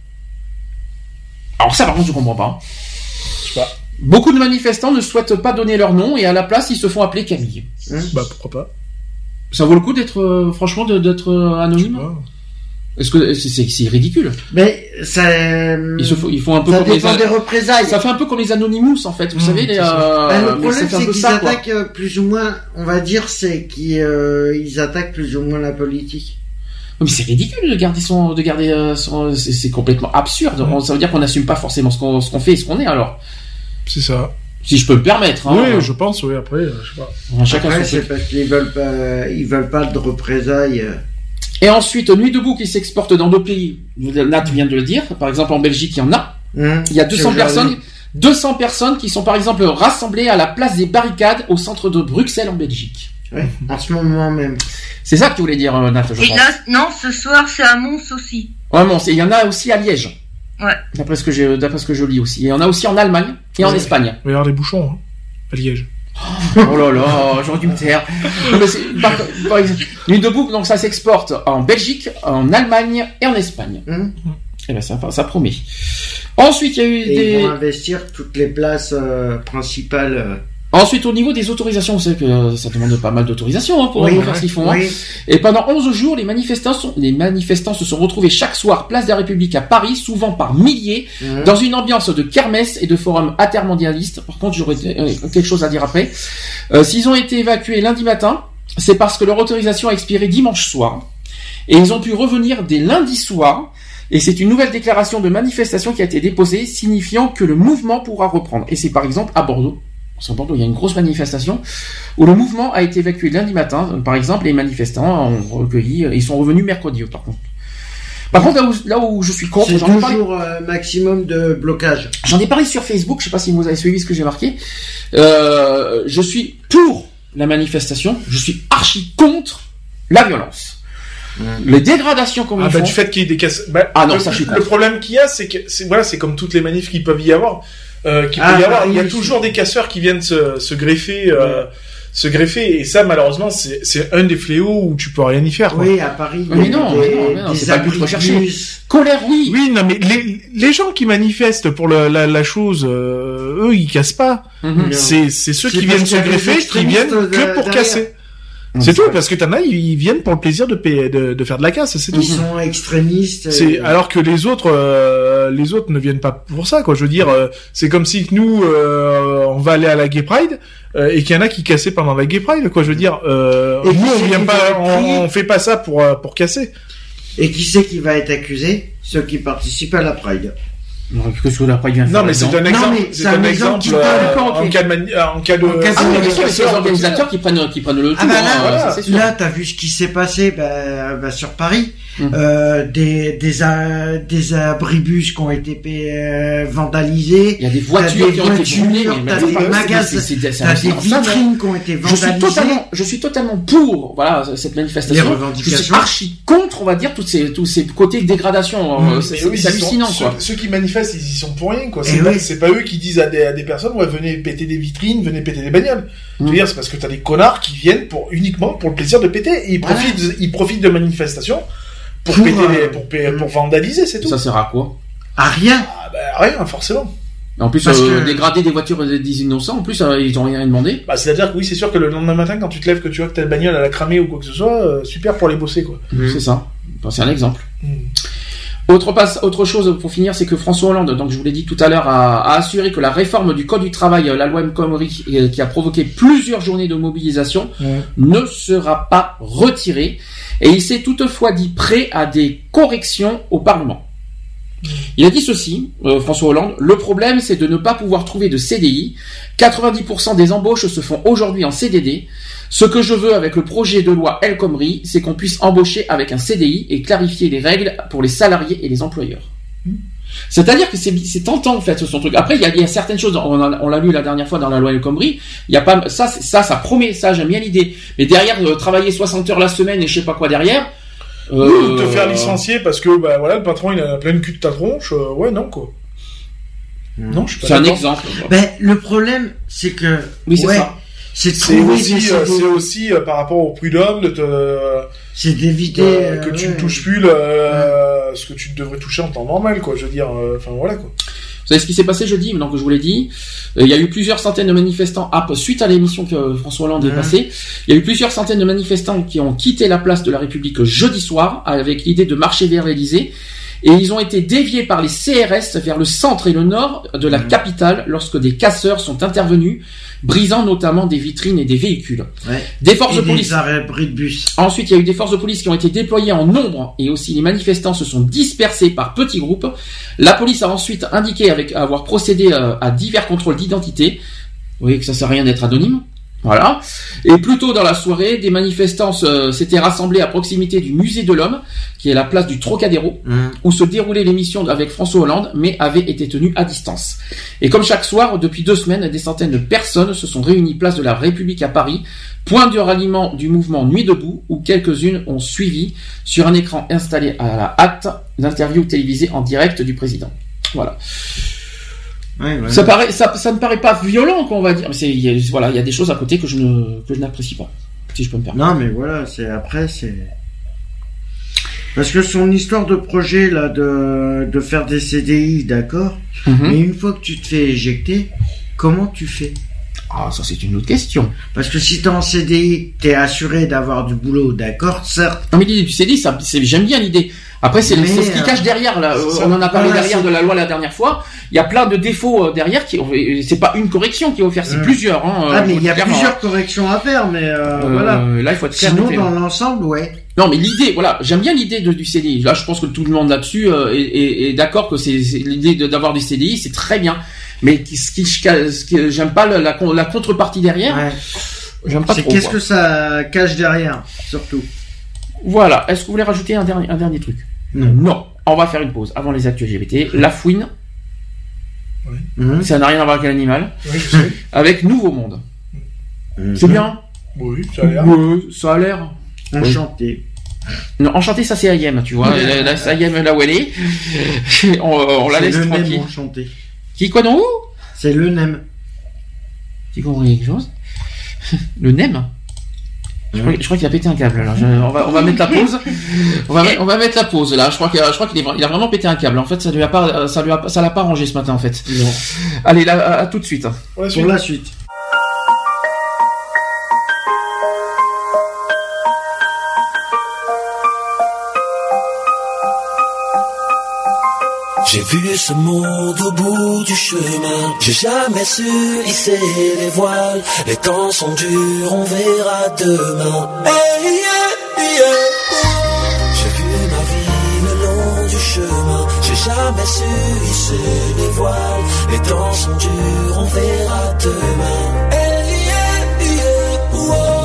Alors ça, par contre, je comprends pas. Je sais pas. Beaucoup de manifestants ne souhaitent pas donner leur nom et à la place ils se font appeler Camille. Hein bah pourquoi pas. Ça vaut le coup d'être euh, franchement de, d'être euh, anonyme. Est-ce que c'est, c'est, c'est ridicule? Mais ça. Ils se font, ils font un peu ça comme dépend les des représailles. Ça fait un peu comme les Anonymous en fait. Vous mmh, savez les. Euh, bah, le problème c'est, c'est qu'ils ça, attaquent quoi. Plus ou moins. On va dire c'est qu'ils euh, ils attaquent plus ou moins la politique. Mais c'est ridicule de garder son, de garder euh, son. C'est, c'est complètement absurde. Mmh. Ça veut dire qu'on n'assume pas forcément ce qu'on, ce qu'on fait et ce qu'on est alors. C'est ça. Si je peux me permettre. Hein, oui, euh... je pense. Oui, après, je sais pas. Chacun après, son c'est truc. Parce qu'ils veulent pas, ils veulent pas de représailles. Et ensuite, Nuit debout qui s'exporte dans d'autres pays. Nat vient de le dire. Par exemple, en Belgique, il y en a. Mmh, il y a deux cents personnes, deux cents personnes qui sont par exemple rassemblées à la place des barricades au centre de Bruxelles en Belgique. Oui, en ce moment même. C'est ça que tu voulais dire, Nat, je Et pense. là, non, ce soir, c'est à Mons aussi. Ouais, Mons. Et il y en a aussi à Liège. Ouais. D'après ce que j'ai, d'après ce que je lis aussi. Et on a aussi en Allemagne et oui. en Espagne. Il va y avoir des bouchons, hein, à Liège. Oh, Oh là là, j'aurais dû me taire. Non, mais c'est, par, par exemple, Nuit debout, donc ça s'exporte en Belgique, en Allemagne et en Espagne. Mmh. Et ben ça, ça promet. Ensuite, il y a eu et des. Ils vont investir toutes les places euh, principales. Euh... Ensuite, au niveau des autorisations, vous savez que ça demande pas mal d'autorisations hein, pour oui, faire ce qu'ils font. Oui. Hein. Et pendant onze jours, les manifestants, sont, les manifestants se sont retrouvés chaque soir place de la République à Paris, souvent par milliers, mmh. dans une ambiance de kermesse et de forum intermondialiste. Par contre, j'aurais euh, quelque chose à dire après. Euh, s'ils ont été évacués lundi matin, c'est parce que leur autorisation a expiré dimanche soir. Et ils ont pu revenir dès lundi soir. Et c'est une nouvelle déclaration de manifestation qui a été déposée, signifiant que le mouvement pourra reprendre. Et c'est par exemple à Bordeaux. À Bordeaux, il y a une grosse manifestation où le mouvement a été évacué lundi matin. Par exemple, les manifestants ont recueilli, ils sont revenus mercredi. Par contre, par contre, là où, là où je suis contre, c'est j'en ai parlé, toujours euh, maximum de blocage. J'en ai parlé sur Facebook. Je sais pas si vous avez suivi ce que j'ai marqué. Euh, je suis pour la manifestation. Je suis archi contre la violence. Mmh. Les dégradations qu'on ah font. bah du fait qu'il y ait des casses. Bah, ah non, le, ça je suis le problème qu'il y a, c'est que c'est voilà, c'est comme toutes les manifs qu'il peuvent y avoir. Euh, qu'il peut ah, y avoir, bah, il y a oui, toujours des casseurs qui viennent se, se greffer, euh, se greffer, et ça malheureusement c'est, c'est un des fléaux où tu peux rien y faire. Quoi. Oui, à Paris. Mais non, des, mais non, mais non, c'est pas le but recherché. Colère, oui. Oui, non, mais les, les gens qui manifestent pour le, la, la chose, euh, eux, ils cassent pas. Mm-hmm. C'est, c'est ceux c'est qui viennent se greffer, qui viennent que pour derrière. casser. C'est tout, parce que t'en as, ils viennent pour le plaisir de, payer, de, de faire de la casse, c'est tout. Ils sont extrémistes. C'est, alors que les autres, euh, les autres ne viennent pas pour ça, quoi. Je veux dire, euh, c'est comme si nous, euh, on va aller à la Gay Pride, euh, et qu'il y en a qui cassaient pendant la Gay Pride, quoi. Je veux dire, euh, nous, on vient pas, on, on fait pas ça pour, euh, pour casser. Et qui c'est qui va être accusé? Ceux qui participent à la Pride. Non, que ce la Pride vient non, mais c'est un exemple. Non, c'est, c'est un, un exemple, exemple euh, en cas de mani- en cas de. En cas de ah, mais c'est les organisateurs qui prennent qui prennent le tout. Ah bah là, hein, voilà. ça, c'est sûr. Là, t'as vu ce qui s'est passé bah, bah, sur Paris. Mmh. Euh, des des euh, des abribus qui ont été euh, vandalisés. Il y a des voitures des qui ont été brûlées. T'as des magasins, t'as des vitrines qui ont été vandalisées. Je suis totalement, je suis totalement pour voilà cette manifestation. Les revendications. Je suis archi contre, on va dire, tous ces tous ces côtés de dégradation. Mmh. C'est, c'est, oui, c'est hallucinant sont, quoi. Ceux, ceux qui manifestent, ils y sont pour rien quoi. C'est pas, oui. c'est pas eux qui disent à des à des personnes ouais venez péter des vitrines, venez péter des bagnoles. Mmh. Je veux dire c'est parce que t'as des connards qui viennent pour uniquement pour le plaisir de péter et ils voilà. profitent ils profitent de manifestations. Pour, pour péter euh, les, pour, pour, pour vandaliser, c'est tout. Ça sert à quoi? À rien. Ah bah rien, forcément. En plus, euh, que... dégrader des voitures des innocents, en plus, euh, ils ont rien demandé. Bah, c'est-à-dire que oui, c'est sûr que le lendemain matin, quand tu te lèves, que tu vois que ta bagnole elle a cramé ou quoi que ce soit, euh, super pour les bosser, quoi. Mmh. C'est ça. Enfin, c'est un exemple. Mmh. Autre, passe, autre chose pour finir, c'est que François Hollande, donc je vous l'ai dit tout à l'heure, a, a assuré que la réforme du Code du travail, la loi El Khomri, qui a provoqué plusieurs journées de mobilisation, mmh. ne sera pas retirée. Et il s'est toutefois dit prêt à des corrections au Parlement. Il a dit ceci, euh, François Hollande, le problème c'est de ne pas pouvoir trouver de C D I. quatre-vingt-dix pour cent des embauches se font aujourd'hui en C D D. Ce que je veux avec le projet de loi El Khomri, c'est qu'on puisse embaucher avec un C D I et clarifier les règles pour les salariés et les employeurs. Mmh. C'est-à-dire que c'est, c'est tentant en fait son truc. Après il y a, il y a certaines choses, on, a, on l'a lu la dernière fois dans la loi El Khomri. Il y a pas ça, ça, ça promet ça, j'aime bien l'idée. Mais derrière euh, travailler soixante heures la semaine et je sais pas quoi derrière. Euh, oui, te faire licencier parce que bah voilà le patron il a plein de cul de ta tronche. Euh, ouais non quoi. Mmh. Non, je suis pas c'est d'accord. Un exemple. Ben le problème c'est que oui c'est ouais, ça. C'est, c'est aussi, euh, c'est aussi euh, par rapport au prud'homme de te. Euh, c'est d'éviter euh, que tu ne touches plus le, euh, ce que tu devrais toucher en temps normal, quoi. Je veux dire, enfin euh, voilà quoi. Vous savez ce qui s'est passé jeudi, donc je vous l'ai dit. Il y a eu plusieurs centaines de manifestants suite à l'émission que François Hollande mmh. est passée. Il y a eu plusieurs centaines de manifestants qui ont quitté la place de la République jeudi soir avec l'idée de marcher vers l'Élysée. Et ils ont été déviés par les C R S vers le centre et le nord de la mmh. capitale lorsque des casseurs sont intervenus, brisant notamment des vitrines et des véhicules. Ouais. Des forces et de police. Des arrêts de bus. Ensuite, il y a eu des forces de police qui ont été déployées en nombre et aussi les manifestants se sont dispersés par petits groupes. La police a ensuite indiqué avec avoir procédé à divers contrôles d'identité. Vous voyez que ça sert à rien d'être anonyme. Voilà. Et plus tôt dans la soirée, des manifestants se, s'étaient rassemblés à proximité du musée de l'Homme, qui est la place du Trocadéro, mmh. où se déroulait l'émission avec François Hollande, mais avait été tenue à distance. Et comme chaque soir, depuis deux semaines, des centaines de personnes se sont réunies place de la République à Paris, point de ralliement du mouvement Nuit debout, où quelques-unes ont suivi sur un écran installé à la hâte l'interview télévisée en direct du président. Voilà. Ouais, ouais. Ça paraît, ça, ça ne paraît pas violent, quoi, on va dire. Mais c'est, il y a, voilà, il y a des choses à côté que je ne, que je n'apprécie pas, si je peux me permettre. Non, mais voilà, c'est après, c'est parce que son histoire de projet là, de de faire des C D I, d'accord. Mm-hmm. Mais une fois que tu te fais éjecter, comment tu fais? Ah, ça c'est une autre question. Parce que si t'es en C D I, t'es assuré d'avoir du boulot, d'accord, certes. Non mais l'idée du C D I, ça, c'est, j'aime bien l'idée. Après, c'est, mais, c'est ce qui euh, cache derrière, là. On en a parlé voilà, derrière c'est... de la loi la dernière fois. Il y a plein de défauts derrière qui, c'est pas une correction qui est offerte, c'est mmh. plusieurs, hein. Ah, mais il y a plusieurs corrections à faire, mais, euh, euh voilà. Là, il faut être sinon, dans l'ensemble, ouais. Non, mais l'idée, voilà, j'aime bien l'idée de, du C D I. Là, je pense que tout le monde là-dessus euh, est, est, est d'accord que c'est, c'est l'idée de, d'avoir du C D I, c'est très bien. Mais ce qui, ce qui j'aime pas la, la, la contrepartie derrière. Ouais. J'aime pas c'est trop. Qu'est-ce quoi. que ça cache derrière, surtout. Voilà. Est-ce que vous voulez rajouter un dernier, un dernier truc? Non. Non. On va faire une pause avant les actus L G B T. La fouine. Oui. Mmh. Ça n'a rien à voir avec l'animal. Oui, je sais. Avec Nouveau Monde. Mmh. C'est bien. Oui, ça a l'air. Oui, ça a l'air. Enchanté. Non, enchanté, ça c'est Ayem, tu vois. Là, c'est Ayem là où elle est. on, on la c'est laisse le tranquille. Nem enchanté. Qui quoi non où? C'est le Nem. Tu comprends quelque chose? Le Nem? Je crois, je crois qu'il a pété un câble. Alors, je, on va, on va mettre la pause. On va, on va mettre la pause là. Je crois qu'il, je crois qu'il est, il a vraiment pété un câble. En fait, ça lui a pas, ça lui a, ça l'a pas arrangé ce matin en fait. Non. Allez, là, à, à tout de suite. Pour la suite. Pour la suite. J'ai vu ce monde au bout du chemin. J'ai jamais su hisser les voiles. Les temps sont durs, on verra demain. Hey, yeah, yeah. J'ai vu ma vie le long du chemin. J'ai jamais su hisser les voiles. Les temps sont durs, on verra demain. Hey, yeah, yeah. Whoa.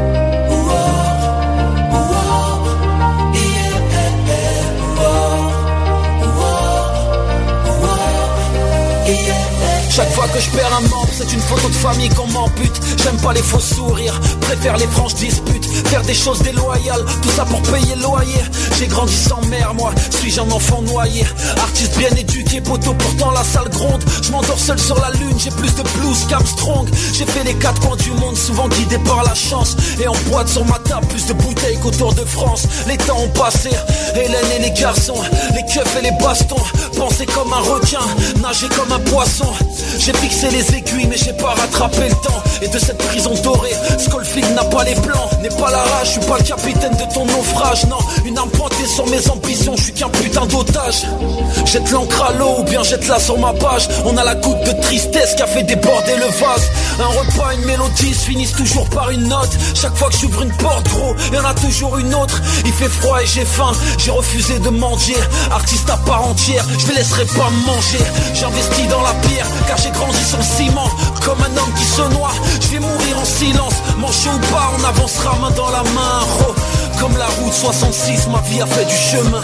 Chaque fois que je perds un membre, c'est une photo de famille qu'on m'ampute. J'aime pas les faux sourires, préfère les franches disputes. Faire des choses déloyales, tout ça pour payer le loyer. J'ai grandi sans mère, moi, suis-je un enfant noyé? Artiste bien éduqué, poteau, pourtant la salle gronde. Je m'endors seul sur la lune, j'ai plus de blues qu'Armstrong. J'ai fait les quatre coins du monde, souvent guidé par la chance. Et on boite sur ma table, plus de bouteilles qu'autour de France. Les temps ont passé, Hélène et les garçons, les keufs et les bastons. Penser comme un requin, nager comme un poisson. J'ai fixé les aiguilles mais j'ai pas rattrapé le temps. Et de cette prison dorée, Schofield n'a pas les plans. N'est pas la rage, je suis pas le capitaine de ton naufrage. Non, une arme pointée sur mes ambitions, je suis qu'un putain d'otage. Jette l'encre à l'eau ou bien jette-la sur ma page. On a la goutte de tristesse qui a fait déborder le vase. Un repas, une mélodie se finissent toujours par une note. Chaque fois que j'ouvre une porte, gros, y'en a toujours une autre. Il fait froid et j'ai faim, j'ai refusé de mendier. Artiste à part entière, je les laisserai pas me manger. J'ai investi dans la pierre, car j'ai grandi sur le ciment. Comme un homme qui se noie, je vais mourir en silence. Manché ou pas, on avancera main dans la main. Oh, comme la route soixante-six, ma vie a fait du chemin.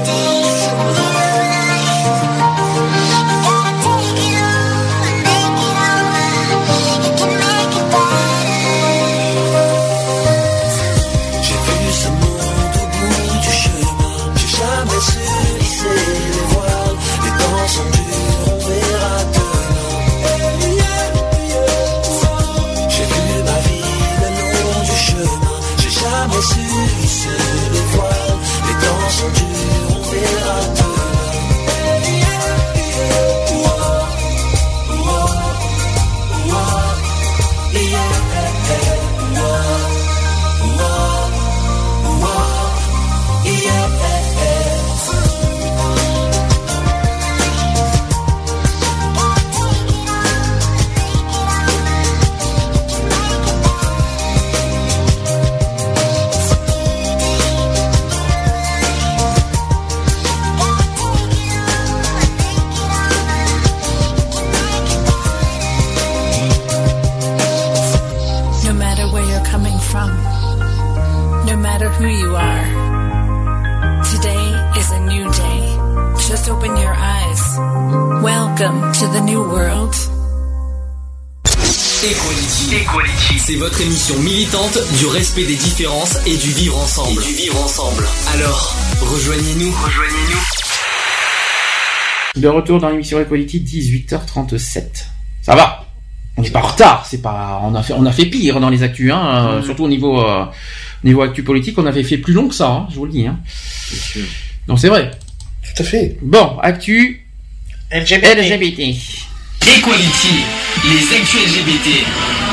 C'est votre émission militante du respect des différences et du vivre ensemble. Et du vivre ensemble. Alors, rejoignez-nous. Rejoignez-nous. De retour dans l'émission Equality, dix-huit heures trente-sept. Ça va. On n'est pas en retard, c'est pas, on a fait, on a fait pire dans les actus, hein, mmh. surtout au niveau, euh, niveau actu politique, on avait fait plus long que ça, hein, je vous le dis, hein. C'est sûr. Donc c'est vrai. Tout à fait. Bon, actu L G B T. L G B T. Equality, les actus L G B T.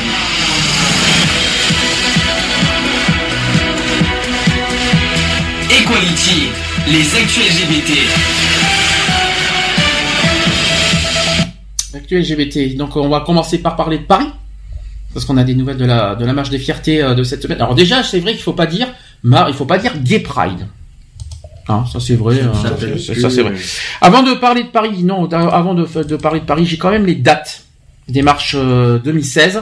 Equality, les actus L G B T. Actu L G B T. Donc on va commencer par parler de Paris, parce qu'on a des nouvelles de la de la marche des fiertés de cette semaine. Alors déjà, c'est vrai qu'il faut pas dire, il faut pas dire Gay Pride. Hein, ça c'est vrai. Ça, hein, c'est, ça c'est vrai. Avant de parler de Paris, non, avant de, de parler de Paris, j'ai quand même les dates des marches euh, deux mille seize.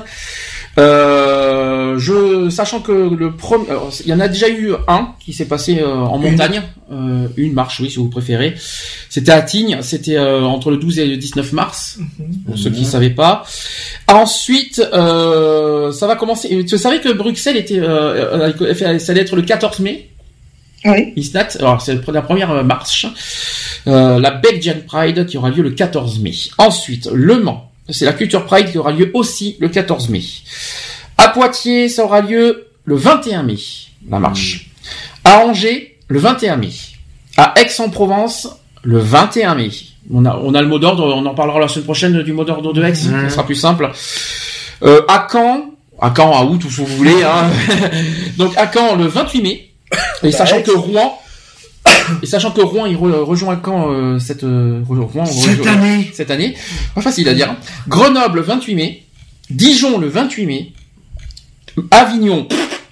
Euh, je, sachant que le premier, il y en a déjà eu un qui s'est passé euh, en montagne, euh, une marche, oui, si vous préférez. C'était à Tignes, c'était euh, entre le douze et le dix-neuf mars, mm-hmm. pour ceux qui ne savaient pas. Ensuite, euh, ça va commencer. Tu savais que Bruxelles était, euh, ça allait être le quatorze mai. Oui. Isnat. Alors c'est la première marche, euh, la Belgian Pride qui aura lieu le quatorze mai. Ensuite, Le Mans. C'est la Culture Pride qui aura lieu aussi le quatorze mai. À Poitiers, ça aura lieu le vingt et un mai, la marche. Mmh. À Angers, le vingt et un mai. À Aix-en-Provence, le vingt et un mai. On a, on a le mot d'ordre, on en parlera la semaine prochaine du mot d'ordre de Aix, mmh. ça sera plus simple. Euh, à Caen, à Caen, à août, où vous voulez, hein. Donc à Caen, le vingt-huit mai. Et sachant que Rouen, Et sachant que Rouen, il re- rejoint quand euh, cette euh, Rouen, cette re- année, cette année, pas facile à dire. Hein. Grenoble le vingt-huit mai, Dijon le vingt-huit mai, Avignon.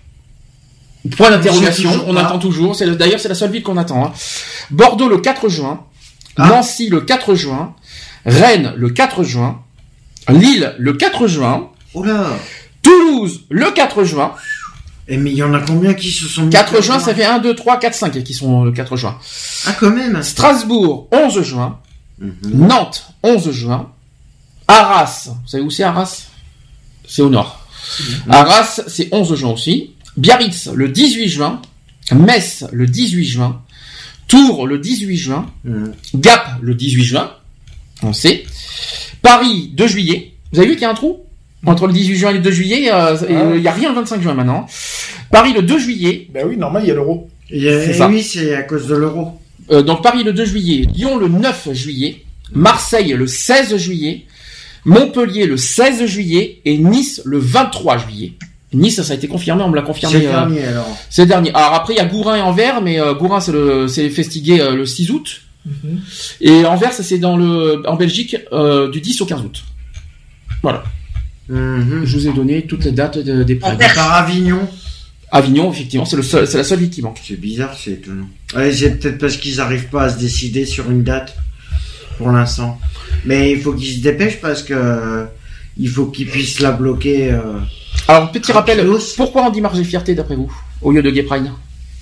Point d'interrogation, on attend toujours. C'est le, d'ailleurs c'est la seule ville qu'on attend. Hein. Bordeaux le quatre juin, ah. Nancy le quatre juin, Rennes le quatre juin, Lille le quatre juin, Oula. Toulouse le quatre juin. Et mais il y en a combien qui se sont mis quatre juin, ça fait un, deux, trois, quatre, cinq qui sont le quatre juin. Ah, quand même. Strasbourg, onze juin. Mm-hmm. Nantes, onze juin. Arras, vous savez où c'est Arras? C'est au nord. Mm-hmm. Arras, c'est onze juin aussi. Biarritz, le dix-huit juin. Metz, le dix-huit juin. Tours, le dix-huit juin. Mm-hmm. Gap, le dix-huit juin. On sait. Paris, deux juillet. Vous avez vu qu'il y a un trou? Entre le dix-huit juin et le deux juillet, il euh, ah. n'y a rien le vingt-cinq juin maintenant. Paris le deux juillet. Ben oui, normal, il y a l'euro. Et, et oui, c'est à cause de l'euro. Euh, donc Paris le deux juillet, Lyon le neuf juillet, Marseille le seize juillet, Montpellier le seize juillet et Nice le vingt-trois juillet. Nice, ça a été confirmé, on me l'a confirmé. C'est le euh, dernier alors. C'est le dernier. Alors après, il y a Gourin et Anvers, mais euh, Gourin c'est le c'est festigué euh, le six août. Mm-hmm. Et Anvers, c'est dans le en Belgique euh, du dix au quinze août. Voilà. Mmh, je vous ai donné toutes les dates de, des prides. Par Avignon. Avignon, effectivement, c'est le seul, c'est la seule ville qui manque. C'est bizarre, c'est étonnant. Ouais, c'est peut-être parce qu'ils n'arrivent pas à se décider sur une date pour l'instant. Mais il faut qu'ils se dépêchent parce que il faut qu'ils puissent la bloquer. Euh, Alors, petit rappel, pourquoi on dit marche des fiertés d'après vous au lieu de Gay Pride?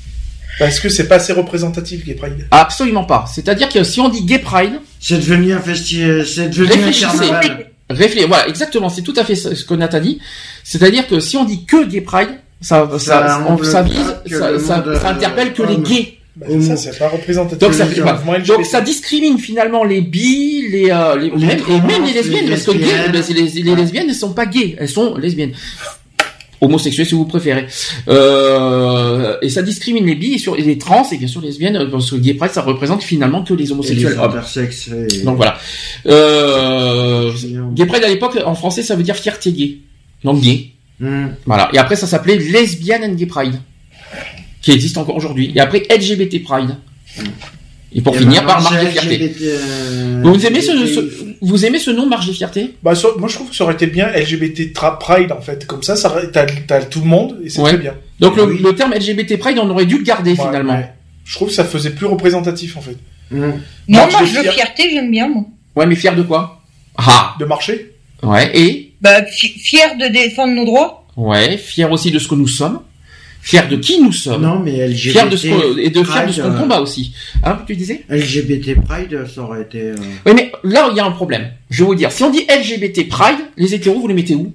Parce que c'est pas assez représentatif, Gay Pride. Absolument pas. C'est-à-dire que si on dit Gay Pride, c'est devenu un festival, c'est devenu un carnaval. Réfléchis, voilà, exactement, c'est tout à fait ce que Nathan dit. C'est-à-dire que si on dit que Gay Pride, ça, ça, ça, on, ça vise, ça, ça, ça interpelle que les gays. Bah, c'est ça, c'est pas représentatif. Donc ça, bah, donc ça discrimine finalement les bi, les, euh, les, les même, et même les lesbiennes, parce que gay, les, les, les lesbiennes ne sont pas gays, elles sont lesbiennes. Homosexuels si vous préférez. Euh, et ça discrimine les bi et, sur, et les trans et bien sûr les lesbiennes, parce que Gay Pride ça représente finalement que les homosexuels. Et les Donc voilà. Euh, Gay Pride à l'époque en français ça veut dire fierté gay. Donc gay. Mm. Voilà. Et après ça s'appelait Lesbian and Gay Pride, qui existe encore aujourd'hui. Et après L G B T Pride. Mm. Et pour et finir par marche de fierté. Euh, vous aimez ce, ce, vous aimez ce nom marche de fierté? Bah, ça, moi je trouve que ça aurait été bien L G B T Pride en fait. Comme ça, ça t'as, t'as tout le monde et c'est ouais. très bien. Donc le, oui. le terme L G B T Pride, on aurait dû le garder ouais, finalement. Ouais. Je trouve que ça faisait plus représentatif en fait. Mmh. Moi, marche de fierté, j'aime bien moi. Ouais, mais fier de quoi? Ah. De marcher. Ouais. Et? Bah fi- fier de défendre nos droits. Ouais. Fier aussi de ce que nous sommes. Fier de qui nous sommes. Non, mais L G B T fier de ce qu'on, et de fier de ce qu'on combat aussi. Hein, tu disais? L G B T Pride, ça aurait été, euh... Oui, mais là, il y a un problème. Je vais vous dire. Si on dit L G B T Pride, les hétéros, vous les mettez où?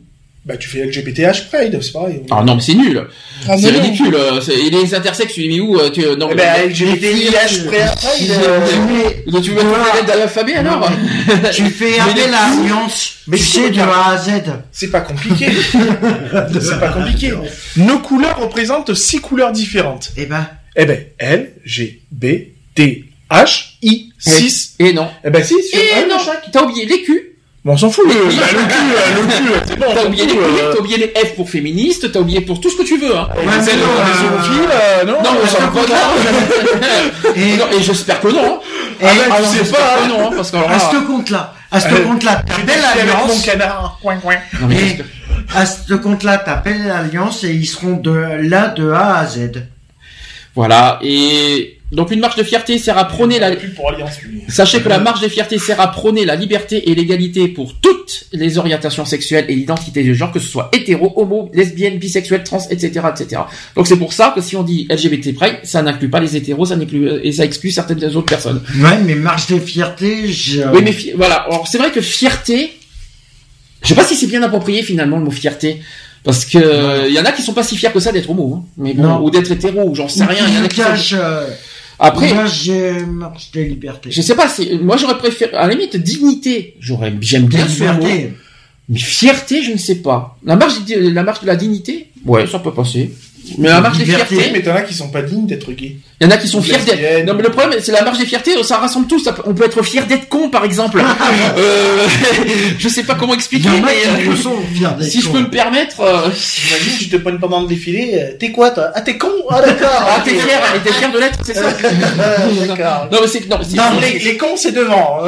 Bah, tu fais L G B T H Pride, c'est pareil. Ah non, mais c'est nul. Ah, c'est mais ridicule. Euh, c'est... Et les intersexes, tu les mets où euh, tu... Non, eh ben, L G B T H Pride, euh... tu veux mettre les lettres de l'alphabet alors? Tu fais appel à l'alliance, mais tu sais, de A à Z. C'est pas compliqué. C'est pas compliqué. Nos couleurs représentent six couleurs différentes. Eh ben. Eh ben, L, G, B, T, H, I, six. Et non. Eh ben, si, sur Et un non. de chaque. T'as oublié les Q. Bon, on s'en fout, le, bah, le cul, euh, le cul, c'est bon. T'as oublié les Q, euh... t'as oublié les F pour féministe, t'as oublié pour tout ce que tu veux, hein. Ouais, mais non, les zoophiles, euh, non. Non, mais j'en pas, non. Et, non, et j'espère que non. Et, ah, ah, tu non, sais pas, que non, hein, parce que alors, à ce compte-là, à ce euh, compte-là, t'appelles l'alliance. Mon canard, coin, coin. Non, mais et à ce compte-là, t'appelles l'alliance et ils seront de là de A à Z. Voilà, et donc une marche de fierté sert à prôner la... Pour Alliance, lui. Sachez que la marche de fierté sert à prôner la liberté et l'égalité pour toutes les orientations sexuelles et l'identité de genre, que ce soit hétéro, homo, lesbienne, bisexuel, trans, et cetera, et cetera. Donc c'est pour ça que si on dit L G B T Pride, ça n'inclut pas les hétéros, ça n'inclut, et ça exclut certaines autres personnes. Ouais, mais marche de fierté, je... Oui, mais fi... voilà. Alors c'est vrai que fierté, je sais pas si c'est bien approprié finalement le mot fierté. Parce que il euh, y en a qui sont pas si fiers que ça d'être homo, hein. Mais bon, non. Ou d'être hétéro, ou j'en sais rien. Il y en a qui cache, sont... euh, Après, moi j'ai marche de liberté. Je sais pas, c'est, moi j'aurais préféré, à la limite, dignité. J'aurais, j'aime bien ce mot. Mais fierté, je ne sais pas. La marche, la marche de la dignité, ouais, ça peut passer. Mais la marche des fiertés. Mais t'en as qui sont pas dignes d'être gays. Il y en a qui sont fiers d'être. Non, mais le problème, c'est la marche des fiertés, ça rassemble tous. On peut être fier d'être con, par exemple. euh, je sais pas comment expliquer, mais, euh, sont fiers d'être si con. Je peux me permettre, euh... imagine, tu te pognes pendant le défilé, t'es quoi, toi? Ah, t'es con? Ah, d'accord. Ah, t'es fier, et t'es fier de l'être, c'est ça? D'accord. Non, mais c'est, non, c'est, non, les, les cons, c'est devant.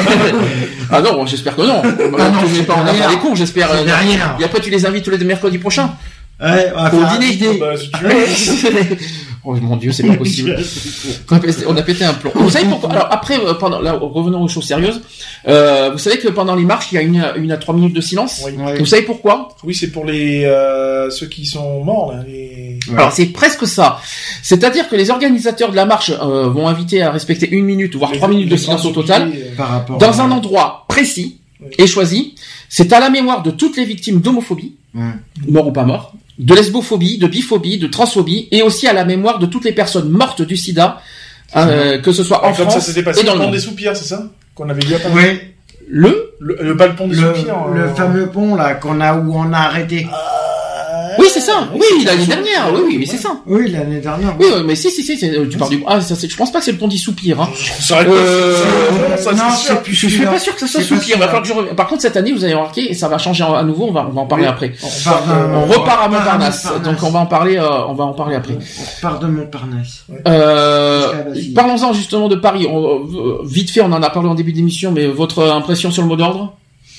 Ah non, j'espère que non. Ah non, je vais pas en avoir les cons, j'espère. Derrière. Et après, tu les invites tous les mercredis prochains. Ouais, on va au dîner. Bah, si tu veux. Oh mon Dieu, c'est pas possible. On a pété un plomb. Vous savez pourquoi? Alors après, pendant, là, revenons aux choses sérieuses. Euh, vous savez que pendant les marches, il y a une, une à trois minutes de silence. Oui. Vous savez pourquoi? Oui, c'est pour les euh, ceux qui sont morts là. Les... Ouais. Alors c'est presque ça. C'est-à-dire que les organisateurs de la marche euh, vont inviter à respecter une minute, voire les, trois minutes de silence au total, euh, par rapport dans à... un endroit précis oui. et choisi. C'est à la mémoire de toutes les victimes d'homophobie, mmh. morts ou pas morts, de lesbophobie, de biphobie, de transphobie, et aussi à la mémoire de toutes les personnes mortes du sida, euh, que ce soit en comme France ça, c'était passé et dans le le pont monde. des soupirs, c'est ça qu'on avait dit à part. Oui. Le le, le pas le pont des le, soupirs. Le euh... fameux pont là qu'on a où on a arrêté. Euh... Oui, c'est ça. Oui, oui l'année dernière. Oui, oui, mais c'est ça. Oui, l'année dernière. Oui, oui mais si, si, si. C'est, tu parles du. Ah, ça, c'est, je pense pas que c'est le pont des soupirs. Hein. Ça aurait euh... ça, non, c'est sûr. Je, je suis pas sûr que ça soit soupir. Va falloir que je... re... Par contre, cette année, vous avez remarqué, et ça va changer à nouveau. On va, on va en parler oui. après. On, repart, on, on repart à Montparnasse. Donc, on va en parler. Euh, on va en parler après. On repart de Montparnasse. Ouais. Euh, parlons-en justement de Paris. On, vite fait, on en a parlé en début d'émission, mais votre impression sur le mot d'ordre?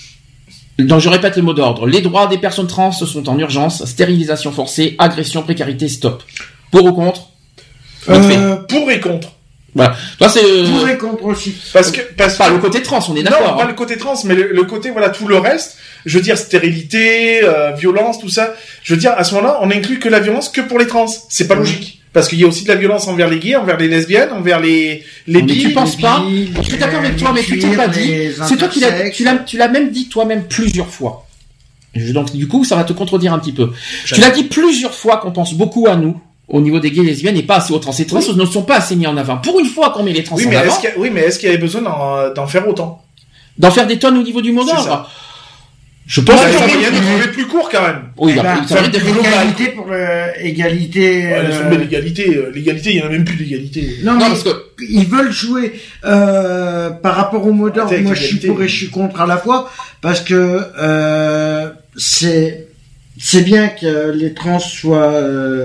Donc je répète le mot d'ordre. Les droits des personnes trans sont en urgence. Stérilisation forcée, agression, précarité, stop. Pour ou contre? euh, Pour et contre. Voilà. Toi, c'est euh... pour et contre aussi. Parce que parce pas que... le côté trans, on est d'accord. Non, pas hein. le côté trans, mais le, le côté voilà tout le reste. Je veux dire stérilité, euh, violence, tout ça. Je veux dire à ce moment-là, on n'inclut que la violence que pour les trans. C'est pas mmh. logique. Parce qu'il y a aussi de la violence envers les gays, envers les lesbiennes, envers les les bi. Mais tu penses les pas bi, Je suis d'accord avec toi, mais tu t'es pas dit. C'est toi qui l'as, tu l'as, tu l'as même dit toi-même plusieurs fois. Donc du coup, ça va te contredire un petit peu. J'aime. Tu l'as dit plusieurs fois qu'on pense beaucoup à nous au niveau des gays et lesbiennes et pas assez aux trans. Les trans oui. ne sont pas assez mis en avant. Pour une fois qu'on met les trans oui, en mais avant. Est-ce qu'il y a, oui, mais est-ce qu'il y avait besoin d'en, d'en faire autant? D'en faire des tonnes au niveau du mot d'ordre? Je pense ouais, que ça va trouver plus court quand même. Oui, bah, ça va être l'égalité pour l'égalité. Ouais, euh... l'égalité, euh, l'égalité, il y en a même plus d'égalité. Non, non mais parce que ils veulent jouer euh, par rapport au mot d'ordre. Moi, je suis pour et je suis contre à la fois parce que euh, c'est c'est bien que les trans soient euh,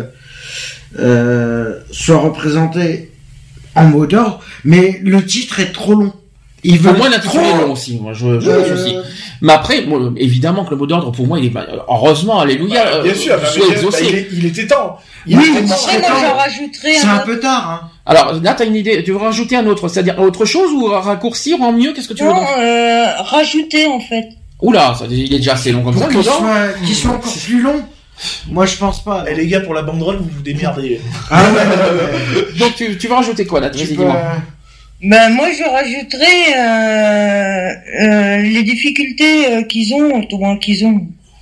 euh, soient représentés en mot d'ordre, mais le titre est trop long. Il veut moins l'intitulé long aussi, moi je, je euh... aussi. Mais après, bon, évidemment que le mot d'ordre pour moi, il est heureusement, alléluia. Bah, bien sûr, bah, soit bah, il, est, il était temps. Il oui, était temps. Après, moi, j'en rajouterais. C'est un, un peu tard. Hein. Alors là, t'as une idée. Tu veux rajouter un autre, c'est-à-dire autre chose ou raccourcir en mieux? Qu'est-ce que tu non, veux donc euh, rajouter en fait. Oula, ça, il est déjà assez long comme pour ça. Qu'il soit, qu'il soit encore plus long. Moi, je pense pas. Eh, les gars, pour la banderole, vous vous démerdez. Ah ouais, ouais, ouais. Donc, tu, tu vas rajouter quoi là? Vas-y, dis-moi. Ben moi je rajouterais euh, euh, les difficultés euh, qu'ils ont, au moins qu'ils ont.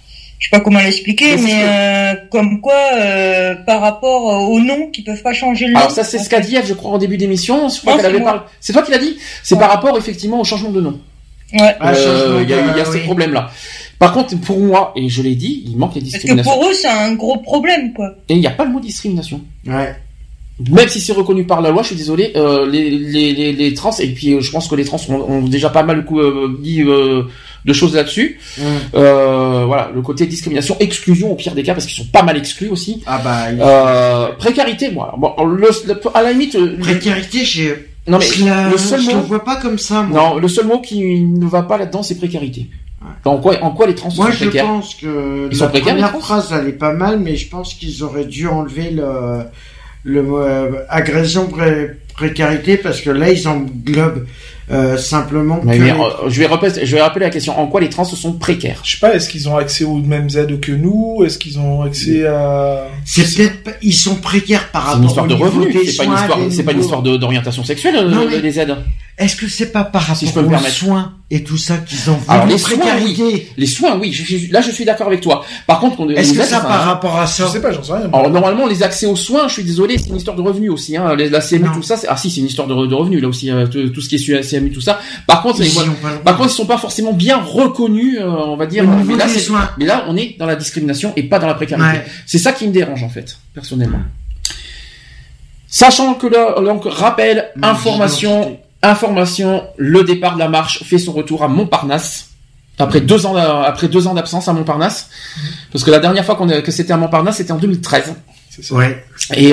je sais pas comment l'expliquer, mais, mais euh, comme quoi, euh, par rapport au nom, qu'ils peuvent pas changer le nom. Alors ça, c'est ce qu'a dit, je crois, en début d'émission. Je crois Non, qu'elle c'est avait moi. parlé. C'est toi qui l'as dit. C'est Ouais. par rapport effectivement au changement de nom. Ouais. Ah, Euh, changement Il y a, de- il y a oui. ces problèmes-là. Par contre, pour moi, et je l'ai dit, il manque les Parce que discriminations. pour eux, c'est un gros problème, quoi. Et il n'y a pas le mot discrimination. Ouais. Même si c'est reconnu par la loi, je suis désolé, euh, les, les, les, les trans, et puis euh, je pense que les trans ont, ont déjà pas mal euh, dit euh, de choses là-dessus. Mmh. Euh, voilà, le côté discrimination, exclusion au pire des cas, parce qu'ils sont pas mal exclus aussi. Ah bah. il- Euh, précarité, moi. Bon, le, le- à la limite. euh, Précarité, j'ai. Non mais je la- le seul je mot. le vois pas comme ça, moi. Non, le seul mot qui ne va pas là-dedans, c'est précarité. En quoi, en quoi les trans Moi, sont je précaires? pense que Ils la sont précaires, les première trans phrase, elle est pas mal, mais je pense qu'ils auraient dû enlever le, le mot euh, agression pré- précarité parce que là, ils englobent euh, simplement. Mais, que mais, les- euh, je vais répéter, je vais rappeler la question. En quoi les trans sont précaires? Je sais pas, est-ce qu'ils ont accès aux mêmes aides que nous? Est-ce qu'ils ont accès à... C'est peut-être pas- ils sont précaires par C'est rapport une histoire au de niveau revenus. des C'est pas une soins, histoire, des c'est pas une niveaux. histoire de- d'orientation sexuelle, euh, Non, mais- les aides. Est-ce que c'est pas par rapport Si je peux me aux permettre. soins et tout ça qu'ils ont vu Alors, les les soins, précarité? Les soins, oui. Je, je- là, je suis d'accord avec toi. Par contre, on, Est-ce les que aides, ça enfin, par rapport à ça? Je sais pas, j'en sais rien. Alors normalement les accès aux soins, je suis désolé, c'est une histoire de revenus aussi. Hein. Les- La C M U, Non. tout ça, c'est... ah si, c'est une histoire de, re- de revenus là aussi. euh, tout, tout ce qui est sur la C M U, tout ça. Par contre, Ils les- y ont pas le droit. par contre, ils sont pas forcément bien reconnus, euh, on va dire. Au Mais niveau là, des c'est... soins. mais là, on est dans la discrimination et pas dans la précarité. Ouais. C'est ça qui me dérange en fait, personnellement. Sachant que là, donc rappel, Mais information, identité. information, le départ de la marche fait son retour à Montparnasse. Après deux ans, d'a- après deux ans d'absence à Montparnasse, parce que la dernière fois qu'on a, que c'était à Montparnasse, c'était en deux mille treize. C'est ça. Ouais. Et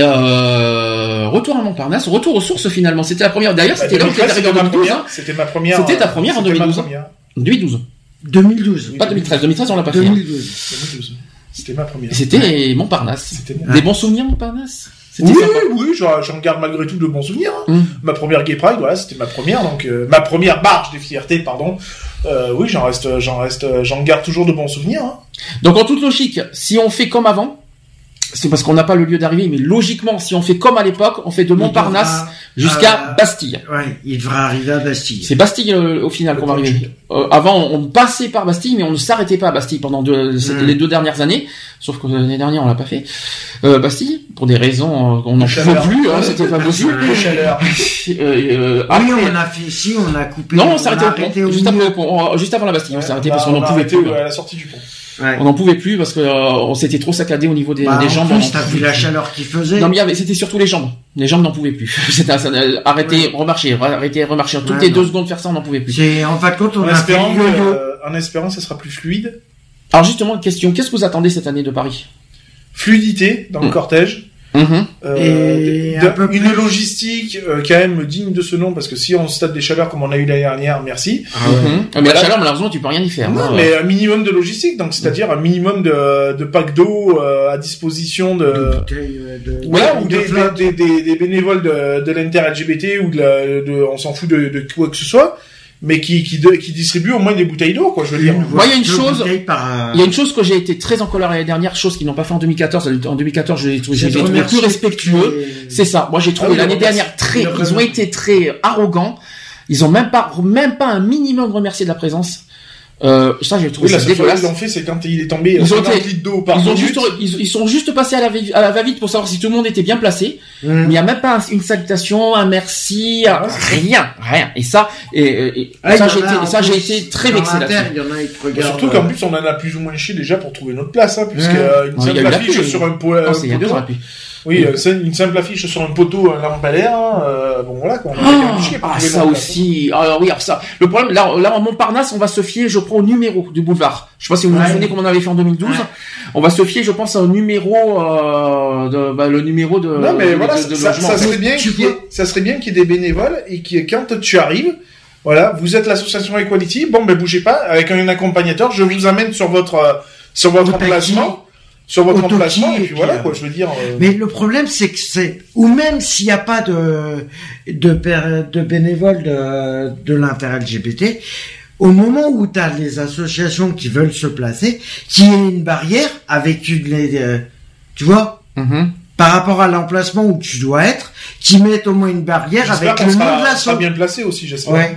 euh, retour à Montparnasse, retour aux sources finalement. C'était la première. D'ailleurs, Bah, c'était là où tu étais arrivé en C'était ma deux mille douze. première. Hein. C'était ma première. C'était ta euh, première en c'était ma deux mille douze. première. deux mille douze. deux mille douze. Pas deux mille treize. deux mille treize, on l'a pas fait. deux Hein. mille douze. deux mille douze. C'était ma première. Et c'était Montparnasse. C'était mon- Des bons souvenirs Montparnasse. C'était Oui, sympa. oui, j'en j'en garde malgré tout de bons souvenirs. hein. Hum. Ma première Gay Pride, voilà, c'était ma première, donc euh, ma première marche des fiertés, pardon. Euh, oui, j'en reste, j'en reste, j'en garde toujours de bons souvenirs. Hein. Donc en toute logique, si on fait comme avant, c'est parce qu'on n'a pas le lieu d'arrivée, mais logiquement, si on fait comme à l'époque, on fait de Montparnasse jusqu'à euh, Bastille. Ouais, il devra arriver à Bastille. C'est Bastille euh, au final qu'on va arriver. Euh, avant, on passait par Bastille, mais on ne s'arrêtait pas à Bastille pendant deux, Mm. les deux dernières années. Sauf que l'année dernière, on l'a pas fait. Euh, Bastille, pour des raisons euh, qu'on n'en De pouvait chaleur. plus, hein, c'était pas possible. De chaleur. Euh, euh, Ah oui, après- on a fait, si, on a coupé. non, on s'arrêtait a au pont. arrêté au Juste, après milieu. le pont. On- juste avant la Bastille, on s'est arrêté On a- parce qu'on on n'en a pouvait arrêté, plus. ouais, à la sortie du pont. Ouais. On n'en pouvait plus parce que euh, on s'était trop saccadé au niveau des, Bah, des en jambes. plus, on en t'as pouvait vu la plus. chaleur qu'il faisait. Non, mais il y avait, c'était surtout les jambes. Les jambes n'en pouvaient plus. C'était un- euh, arrêter, remarcher, arrêter, remarcher. Toutes Ouais, les deux non. secondes faire ça, on n'en pouvait plus. C'est, en fin de compte, on En a fait espérant, le yo-yo. euh, en espérant, ça sera plus fluide. Alors justement, question, qu'est-ce que vous attendez cette année de Paris? Fluidité dans le Mm. cortège. Mhm. Euh, Et de- un peu une plus- logistique euh, quand même digne de ce nom, parce que si on stade des chaleurs comme on a eu l'année dernière, merci. Ah ouais. Mhm. Mais Voilà. la chaleur, malheureusement, tu peux rien y faire. Non, hein. mais un minimum de logistique, donc c'est-à-dire un minimum de, de packs d'eau euh, à disposition de, De bouteilles, euh, de- voilà, ou de des, flotte. des, des, des bénévoles de, de l'inter-L G B T ou de, la, de on s'en fout de, de quoi que ce soit, mais qui, qui, de- qui distribuent au moins des bouteilles d'eau, quoi, je veux dire. Moi, il y a une Deux chose- bouteilles par, euh, Il y a une chose que j'ai été très en colère l'année dernière, chose qu'ils n'ont pas fait en deux mille quatorze. En deux mille quatorze, je l'ai trouvé, j'ai c'est de été trouvé plus remercier respectueux. les- C'est ça. Moi, j'ai trouvé Ah oui, l'année on dernière remercie. très, Le ils ont remercie. été très arrogants. Ils ont même pas, même pas un minimum remercié de la présence. Euh, ça, j'ai trouvé Oui, la ça seule fois dégueulasse. qu'ils l'ont fait, c'est quand il est tombé Ils ont cinquante été- litres d'eau par Ils ont minute. juste, ils, ils sont juste passés à la, va- à la va-vite pour savoir si tout le monde était bien placé. Mmh. Mais il n'y a même pas un- une salutation, un merci, un- Ouais, c'est rien, rien. Et ça, et, et- et Ah, ça, il y en j'ai a, été, en ça, j'ai plus, été très dans vexé l'Inter, là-dessus. Il y en a, ils te Mais regardent. surtout qu'en euh, plus, on en a plus ou moins chié déjà pour trouver notre place, hein, puisque Ouais. euh, une Non, il y a simple eu la affiche pluie. sur un, po- Non, un c'est il y a deux poteau. ans la pluie. Oui, euh, c'est une simple affiche sur un poteau, un lampadaire, hein, euh, bon voilà, quoi, on a quand même chié pour Ah, trouver ça notre place. aussi. Alors oui, alors ça. Le problème, là, là, en Montparnasse, on va se fier, je prends au numéro du boulevard. Je sais pas si vous vous Ouais. souvenez comme on avait fait en deux mille douze. Ouais. On va se fier, je pense, au numéro, euh, de, bah, le numéro de, Non, mais de- voilà, de- de ça, logement. ça serait bien Tu qu'il y ait, vois. ça serait bien qu'il y ait des bénévoles et que quand tu arrives, voilà, vous êtes l'association Equality, bon, ben, bougez pas, avec un accompagnateur, je vous amène sur votre, euh, sur votre Au taquis. emplacement, sur votre Au taquis, emplacement, et et puis puis, voilà, euh, quoi, je veux dire, euh, Mais le problème, c'est que c'est, ou même s'il n'y a pas de, de, per- de bénévoles de, de l'inter-L G B T, au moment où tu as les associations qui veulent se placer, qu'il y ait une barrière avec une, les, euh, tu vois, Mhm. par rapport à l'emplacement où tu dois être, qui mettent au moins une barrière j'espère avec qu'on le nom de sera, l'asso. sera bien placé aussi, j'espère. Ouais.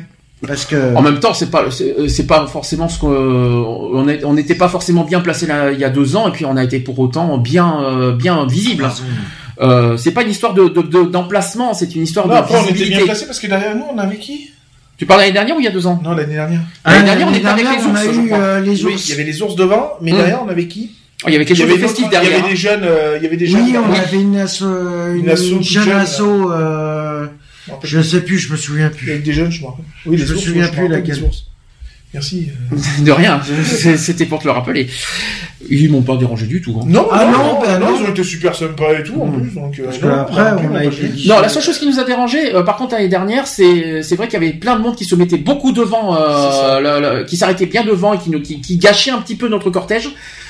Parce que en même temps, c'est pas c'est, c'est pas forcément ce qu'on on est, on n'était pas forcément bien placé là il y a deux ans et puis on a été pour autant bien euh, bien visible. Euh, c'est pas une histoire de, de, de d'emplacement, c'est une histoire non, de après, visibilité. on était bien placé parce que derrière nous, on avait qui? Tu parles l'année dernière ou il y a deux ans? Non, l'année dernière. L'année ah, dernière, on était avec les on ours, a je eu crois. euh, les Oui, ours. il y avait les ours devant, mais Mmh. derrière, on avait qui? Il y avait quelque Il y chose avait de festif d'autres- il y derrière. avait des jeunes, euh, il y avait des jeunes. Oui, on derrière. avait une asso, une, Une asso une toute jeune jeune, asso, euh, je sais plus, je me souviens plus. Avec des jeunes, je me rappelle. Oui, Je les me ours, souviens je me plus rappelle laquelle. des ours. Merci. euh. De rien, c'est- c'était pour te le rappeler. Ils m'ont pas dérangé du tout. Hein. Non, Ah non, non, non, bah non, non. ils ont été super sympas et tout, en Mmh. plus, donc, euh, Parce non, qu'après, non, on a non, été non, dit- Non, la seule chose qui nous a dérangé, euh, par contre l'année dernière, c'est c'est vrai qu'il y avait plein de monde qui se mettait beaucoup devant, euh, la- la- qui s'arrêtait bien devant et qui, nous- qui qui gâchait un petit peu notre cortège.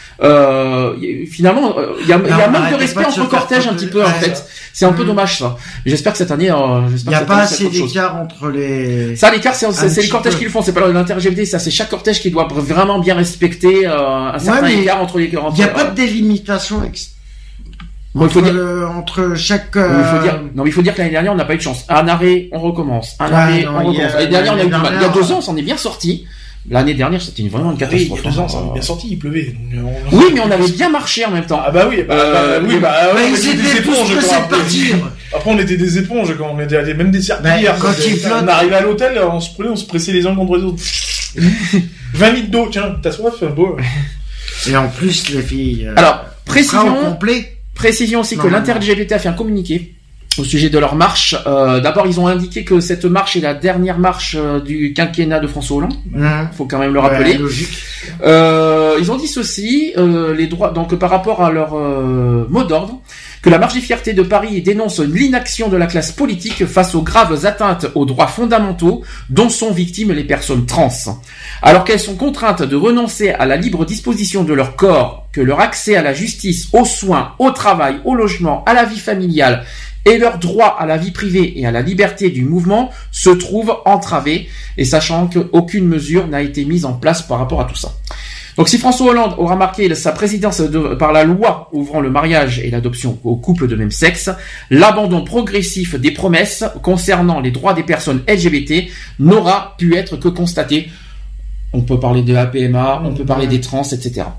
Euh, y- finalement, euh, il y a, il y a on manque de arrêtait respect pas de se entre faire cortèges un frapper. petit peu en Ouais, fait. ça. C'est un peu Mmh. dommage ça. Mais j'espère que cette année, euh, Il j'espère n'y a que cette pas année, c'est assez autre chose. d'écart entre les... Ça, l'écart, c'est, c'est, Un c'est les petit cortèges peu. qui le font. C'est pas l'inter-G V D, ça, c'est chaque cortège qui doit vraiment bien respecter euh, un certain mais écart entre les. Entre, Il n'y a pas de délimitation ex... Bon, il faut entre, dire- le- entre chaque... Non, mais il faut euh, dire, non, mais il faut dire que l'année dernière, on n'a pas eu de chance. Un arrêt, on recommence. Un Ouais, arrêt, non, on il y a- recommence. L'année dernière, on a eu du mal. Il y a l'année deux dernière- ans, on s'en est bien sorti. L'année dernière, c'était une, vraiment une Oui, il y catastrophe. a deux ans, ça Euh, avait bien sorti, il pleuvait. donc, on- Oui, mais on avait bien marché en même temps. Ah bah oui, bah, Euh, bah, oui, mais- bah, bah, ouais, on ils était étaient des tous éponges, pressés quoi, de après. partir. Après, on était des éponges, quand on était allés, même des serpillères. Bah, quand il flotte- On arrivait à l'hôtel, on se prenait, on se pressait les uns contre les autres. vingt litres d'eau, tiens, t'as soif, beau. Et en plus, les filles... euh, Alors, au précision, complet. précision aussi que Non, l'inter-L G B T a fait un communiqué au sujet de leur marche. Euh, d'abord, ils ont indiqué que cette marche est la dernière marche euh, du quinquennat de François Hollande. Mmh. Faut quand même le rappeler. Ouais, logique. Euh, ils ont dit ceci, euh, les droits, donc par rapport à leur euh, mot d'ordre, que la marche des fiertés de Paris dénonce l'inaction de la classe politique face aux graves atteintes aux droits fondamentaux dont sont victimes les personnes trans. Alors qu'elles sont contraintes de renoncer à la libre disposition de leur corps, que leur accès à la justice, aux soins, au travail, au logement, à la vie familiale et leur droit à la vie privée et à la liberté du mouvement se trouvent entravés, et sachant qu'aucune mesure n'a été mise en place par rapport à tout ça. Donc si François Hollande aura marqué sa présidence de, par la loi ouvrant le mariage et l'adoption aux couples de même sexe, l'abandon progressif des promesses concernant les droits des personnes L G B T n'aura pu être que constaté. On peut parler de la P M A, on peut parler des trans, et cetera.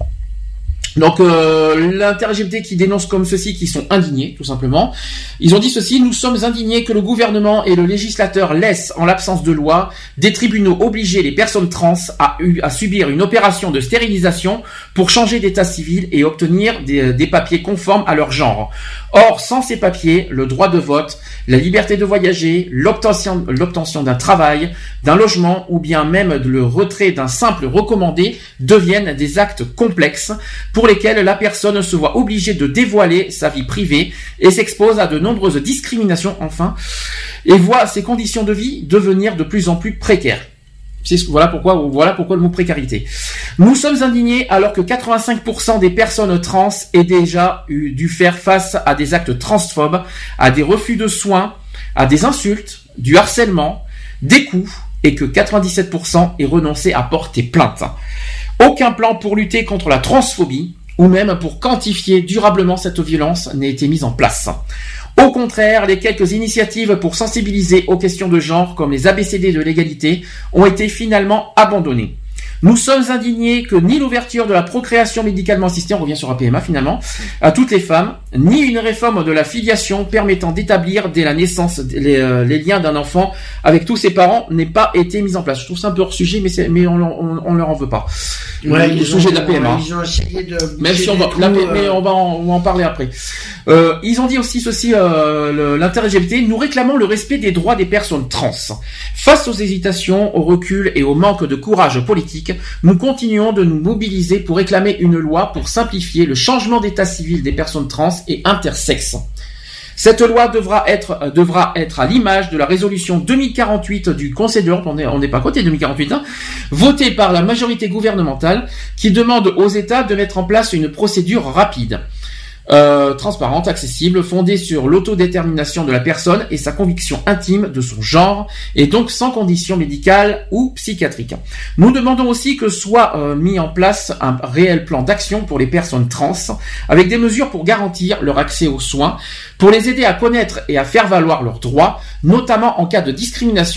Donc euh, l'inter-L G B T qui dénonce comme ceci, qui sont indignés, tout simplement. Ils ont dit ceci: nous sommes indignés que le gouvernement et le législateur laissent, en l'absence de loi, des tribunaux obliger les personnes trans à, à subir une opération de stérilisation pour changer d'état civil et obtenir des, des papiers conformes à leur genre. Or, sans ces papiers, le droit de vote, la liberté de voyager, l'obtention, l'obtention d'un travail, d'un logement ou bien même le retrait d'un simple recommandé deviennent des actes complexes pour lesquels la personne se voit obligée de dévoiler sa vie privée et s'expose à de nombreuses discriminations, enfin, et voit ses conditions de vie devenir de plus en plus précaires. C'est, voilà pourquoi, voilà pourquoi le mot précarité. Nous sommes indignés alors que quatre-vingt-cinq pour cent des personnes trans aient déjà eu, dû faire face à des actes transphobes, à des refus de soins, à des insultes, du harcèlement, des coups, et que quatre-vingt-dix-sept pour cent aient renoncé à porter plainte. Aucun plan pour lutter contre la transphobie, ou même pour quantifier durablement cette violence, n'a été mis en place. Au contraire, les quelques initiatives pour sensibiliser aux questions de genre, comme les A B C D de l'égalité, ont été finalement abandonnées. Nous sommes indignés que ni l'ouverture de la procréation médicalement assistée, on revient sur la P M A finalement, à toutes les femmes, ni une réforme de la filiation permettant d'établir dès la naissance les, euh, les liens d'un enfant avec tous ses parents n'aient pas été mis en place. Je trouve ça un peu hors sujet, mais, c'est, mais on, on, on leur en veut pas. Ouais, le sujet ont, de la P M A. Ils ont essayé de... Même si on va, trous, la, euh... mais on va, en, on va en parler après. Euh, ils ont dit aussi ceci, euh, le, l'inter-L G B T, nous réclamons le respect des droits des personnes trans. Face aux hésitations, au recul et au manque de courage politique, nous continuons de nous mobiliser pour réclamer une loi pour simplifier le changement d'état civil des personnes trans et intersexes. Cette loi devra être, devra être à l'image de la résolution deux mille quarante-huit du Conseil de l'Europe, on n'est on n'est pas à côté de deux mille quarante-huit, hein, votée par la majorité gouvernementale, qui demande aux États de mettre en place une procédure rapide. Euh, transparente, accessible, fondée sur l'autodétermination de la personne et sa conviction intime de son genre, et donc sans condition médicale ou psychiatrique. Nous demandons aussi que soit euh, mis en place un réel plan d'action pour les personnes trans, avec des mesures pour garantir leur accès aux soins, pour les aider à connaître et à faire valoir leurs droits, notamment en cas de discrimination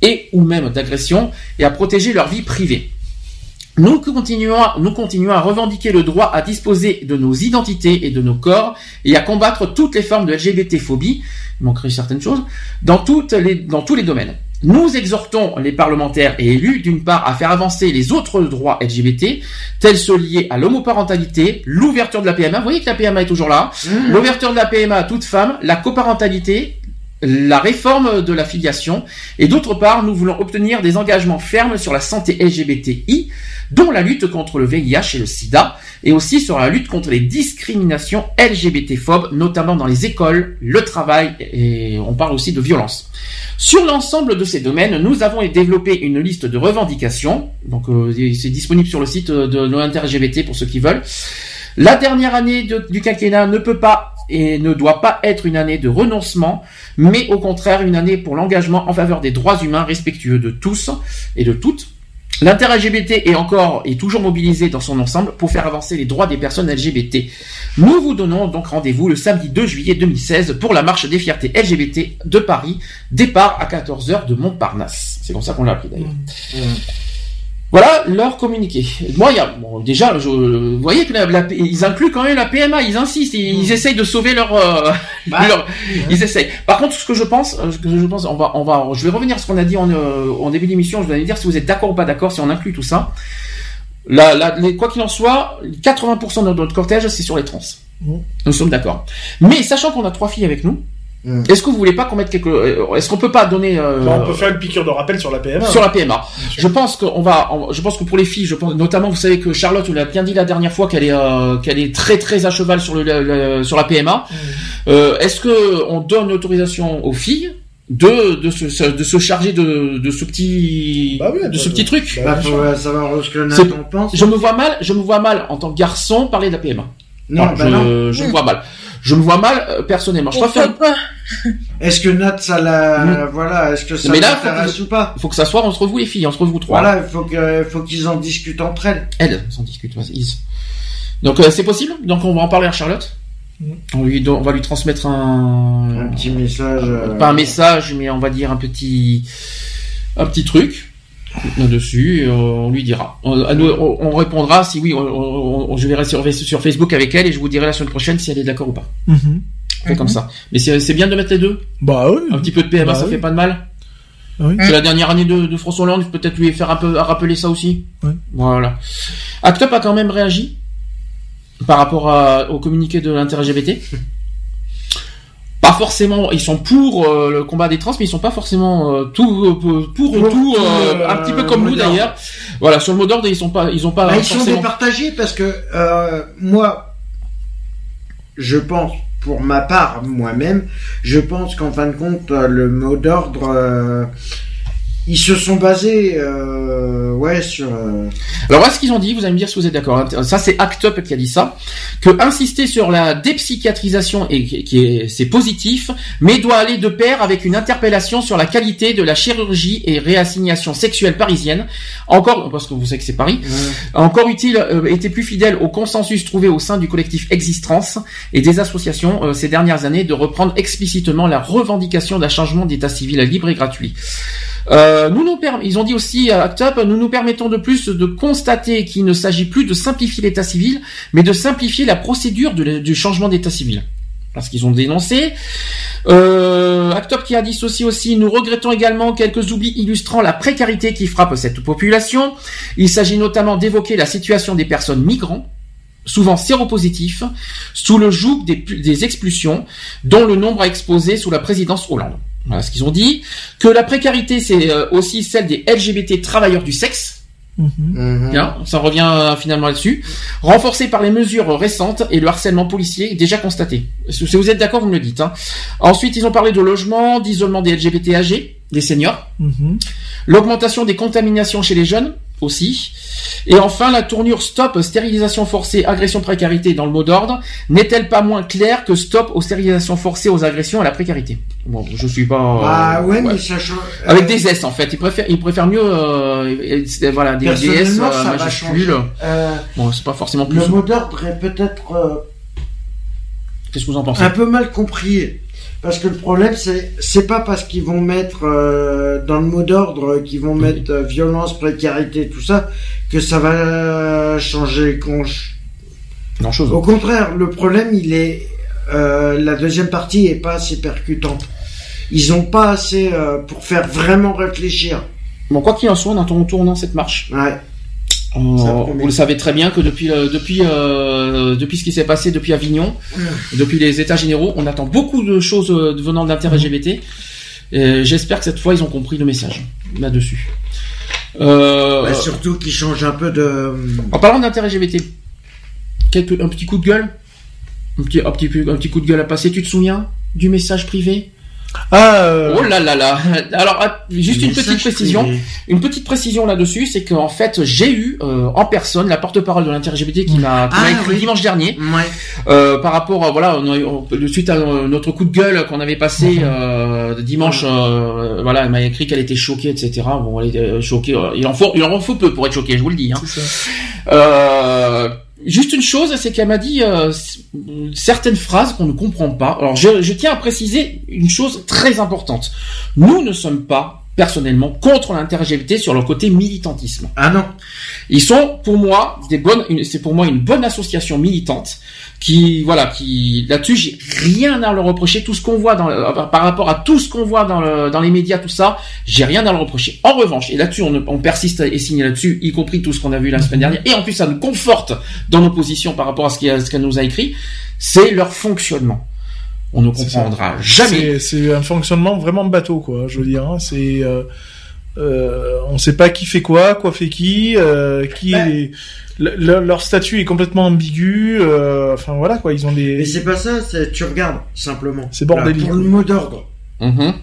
et ou même d'agression et à protéger leur vie privée. Nous continuons, nous continuons à revendiquer le droit à disposer de nos identités et de nos corps et à combattre toutes les formes de L G B T-phobie, il manquerait certaines choses, dans, toutes les, dans tous les domaines. Nous exhortons les parlementaires et élus, d'une part, à faire avancer les autres droits L G B T, tels ceux liés à l'homoparentalité, l'ouverture de la P M A, vous voyez que la P M A est toujours là, mmh. l'ouverture de la P M A à toute femme, la coparentalité, la réforme de la filiation, et d'autre part, nous voulons obtenir des engagements fermes sur la santé L G B T I, dont la lutte contre le V I H et le sida, et aussi sur la lutte contre les discriminations L G B T-phobes, notamment dans les écoles, le travail, et on parle aussi de violence. Sur l'ensemble de ces domaines, nous avons développé une liste de revendications, donc euh, c'est disponible sur le site de l'Inter-L G B T pour ceux qui veulent. La dernière année de, du quinquennat ne peut pas et ne doit pas être une année de renoncement, mais au contraire une année pour l'engagement en faveur des droits humains respectueux de tous et de toutes. L'Inter-L G B T est encore et toujours mobilisé dans son ensemble pour faire avancer les droits des personnes L G B T. Nous vous donnons donc rendez-vous le samedi deux juillet deux mille seize pour la marche des fiertés L G B T de Paris, départ à quatorze heures de Montparnasse. C'est comme ça qu'on l'a appris d'ailleurs. Mmh. Voilà leur communiqué. Moi, il y a bon, déjà, je, vous voyez que la, la, ils incluent quand même la P M A, ils insistent, ils, mmh. ils essayent de sauver leur, euh, bah, leur ouais. ils essayent. Par contre, ce que je pense, ce que je pense, on va, on va, je vais revenir sur ce qu'on a dit en, euh, en début d'émission. Je vais vous dire si vous êtes d'accord ou pas d'accord, si on inclut tout ça. La, la, les, quoi qu'il en soit, quatre-vingts pour cent de notre cortège, c'est sur les trans. Mmh. Nous sommes d'accord. Mais sachant qu'on a trois filles avec nous. Mmh. Est-ce que vous voulez pas qu'on mette quelque, est-ce qu'on peut pas donner, euh... bah, on peut faire une piqûre de rappel sur la P M A. Sur la P M A. Je pense qu'on va, on, je pense que pour les filles, je pense, notamment, vous savez que Charlotte, vous l'a bien dit la dernière fois qu'elle est, euh, qu'elle est très très à cheval sur le, le, le sur la P M A. Mmh. Euh, est-ce que on donne l'autorisation aux filles de de se de se charger de de ce petit bah oui, de ce petit truc. Bah, faut savoir ce que Nat en pense. Je me vois mal, je me vois mal en tant que garçon parler de la P M A. Non, enfin, bah je, non. je me vois mal. Je me vois mal euh, personnellement. Je préfère pas. Est-ce que Nat ça la mmh. voilà, est-ce que ça l'intéresse ou pas? Il faut que ça soit entre vous les filles, entre vous trois. Voilà, il faut que faut qu'ils en discutent entre elles. Elles s'en discutent, vas-y. Donc euh, c'est possible. Donc on va en parler à Charlotte. Mmh. On lui on va lui transmettre un un petit message euh... pas un message mais on va dire un petit un petit truc là-dessus, on lui dira. On, on, on répondra si oui, on, on, je verrai sur, sur Facebook avec elle et je vous dirai la semaine prochaine si elle est d'accord ou pas. Mm-hmm. On fait mm-hmm. comme ça. Mais c'est, c'est bien de mettre les deux. Bah oui. Un petit peu de P M A, bah ça oui. fait pas de mal. Oui. C'est la dernière année de, de François Hollande, peut-être lui faire un peu à rappeler ça aussi. Oui. Voilà. Act Up a quand même réagi par rapport à, au communiqué de l'Inter-L G B T. Pas forcément, ils sont pour euh, le combat des trans, mais ils sont pas forcément euh, tout euh, pour, pour tout, euh, un petit peu comme nous d'ailleurs. Voilà, sur le mot d'ordre, ils sont pas, ils ont pas. Bah, ils forcément... sont départagés parce que euh, moi, je pense, pour ma part, moi-même, je pense qu'en fin de compte, le mot d'ordre. Euh, Ils se sont basés, euh, ouais, sur. Euh... Alors voilà ce qu'ils ont dit. Vous allez me dire si vous êtes d'accord. Ça, c'est Act Up qui a dit ça. Que insister sur la dépsychiatrisation et qui est, c'est positif, mais doit aller de pair avec une interpellation sur la qualité de la chirurgie et réassignation sexuelle parisienne. Encore, parce que vous savez que c'est Paris. Ouais. Encore utile, euh, était plus fidèle au consensus trouvé au sein du collectif Existence et des associations euh, ces dernières années de reprendre explicitement la revendication d'un changement d'état civil libre et gratuit. Euh, nous nous per- ils ont dit aussi à Act Up, nous nous permettons de plus de constater qu'il ne s'agit plus de simplifier l'état civil, mais de simplifier la procédure de, du changement d'état civil. Parce qu'ils ont dénoncé. Euh, Act Up qui a dissocié aussi, nous regrettons également quelques oublis illustrant la précarité qui frappe cette population. Il s'agit notamment d'évoquer la situation des personnes migrants, souvent séropositifs, sous le joug des, des expulsions, dont le nombre a explosé sous la présidence Hollande. Voilà ce qu'ils ont dit. Que la précarité, c'est aussi celle des L G B T travailleurs du sexe. Mmh. Bien, ça revient euh, finalement là-dessus. Renforcé par les mesures récentes et le harcèlement policier déjà constaté. Si vous êtes d'accord, vous me le dites. Hein. Ensuite, ils ont parlé de logement, d'isolement des L G B T âgés, des seniors. Mmh. L'augmentation des contaminations chez les jeunes aussi. Et enfin, la tournure stop, stérilisation forcée, agression, précarité dans le mot d'ordre, n'est-elle pas moins claire que stop aux stérilisations forcées, aux agressions, à la précarité? Bon, je suis pas... Euh, ah ouais, ouais, mais ça change... Avec des S, en fait. Ils préfèrent, ils préfèrent mieux, euh, voilà, des, des S euh, majuscules. Euh, bon, c'est pas forcément plus... Le mot d'ordre est peut-être... Euh, Qu'est-ce que vous en pensez? Un peu mal compris. Parce que le problème, c'est c'est pas parce qu'ils vont mettre euh, dans le mot d'ordre, qu'ils vont mettre euh, violence, précarité, tout ça, que ça va changer grand chose. Au contraire, le problème, il est euh, la deuxième partie est pas assez percutante. Ils ont pas assez euh, pour faire vraiment réfléchir. Bon, quoi qu'il en soit, on attend au tournant cette marche. Ouais. Euh, vous le savez très bien que depuis euh, depuis euh, depuis ce qui s'est passé depuis Avignon, mmh. depuis les États généraux, on attend beaucoup de choses euh, venant de l'inter-L G B T. Et j'espère que cette fois ils ont compris le message là-dessus. Euh, bah, surtout qu'ils changent un peu de. En parlant d'inter-L G B T, quelques, un petit coup de gueule, un petit, un petit un petit coup de gueule à passer. Tu te souviens du message privé? Ah euh... Oh là là là. Alors juste une petite précision, privé. une petite précision là-dessus, c'est qu'en fait j'ai eu euh, en personne la porte-parole de l'inter-L G B T qui m'a, qui ah, m'a écrit oui. dimanche dernier ouais. euh, par rapport à, voilà on a, on, suite à notre coup de gueule qu'on avait passé euh, dimanche, euh, voilà elle m'a écrit qu'elle était choquée, et cetera. Bon, elle était choquée. Il en faut il en faut peu pour être choquée, je vous le dis. Hein. C'est ça. Euh, Juste une chose, c'est qu'elle m'a dit euh, certaines phrases qu'on ne comprend pas. Alors, je, je tiens à préciser une chose très importante. Nous ne sommes pas, personnellement, contre l'inter-L G B T sur leur côté militantisme. Ah non. Ils sont, pour moi, des bonnes, une, c'est pour moi une bonne association militante qui, voilà, qui, là-dessus, j'ai rien à leur reprocher. Tout ce qu'on voit dans, euh, par rapport à tout ce qu'on voit dans, le, dans les médias, tout ça, j'ai rien à leur reprocher. En revanche, et là-dessus, on, on persiste et signe là-dessus, y compris tout ce qu'on a vu la semaine dernière, et en plus, ça nous conforte dans nos positions par rapport à ce qu'elle, ce qu'elle nous a écrit, c'est leur fonctionnement. On ne comprendra jamais. C'est, c'est un fonctionnement vraiment bateau, quoi. Je veux dire, hein, c'est, euh, euh, on sait pas qui fait quoi, quoi fait qui, euh, qui ben, est, le, leur statut est complètement ambigu. Euh, enfin voilà, quoi. Ils ont des. Mais c'est pas ça. C'est, tu regardes simplement. C'est bordélique. Pour le mot d'ordre. Mm-hmm.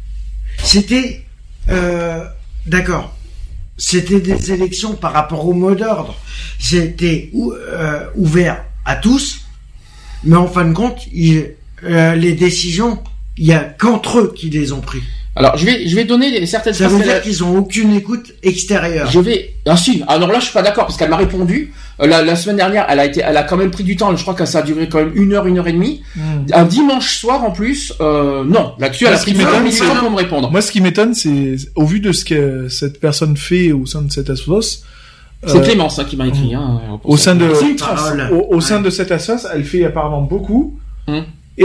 C'était, euh, d'accord. C'était des élections par rapport au mot d'ordre. C'était ou, euh, ouvert à tous, mais en fin de compte, il Euh, les décisions, il y a qu'entre eux qui les ont pris. Alors, je vais, je vais donner les, certaines. Ça veut dire qu'ils ont aucune écoute extérieure. Je vais, ah si, alors là, je suis pas d'accord parce qu'elle m'a répondu. Euh, la, la semaine dernière, elle a été, elle a quand même pris du temps. Je crois que ça a duré quand même une heure, une heure et demie. Mmh. Un dimanche soir en plus, euh, non. Là-dessus, elle a pris du temps pour me répondre. Moi, ce qui m'étonne, c'est au vu de ce que cette personne fait au sein de cette association. C'est euh, Clémence hein, qui m'a écrit. Hein, au sein de, au, au sein ouais. de cette association, elle fait apparemment beaucoup. Mmh.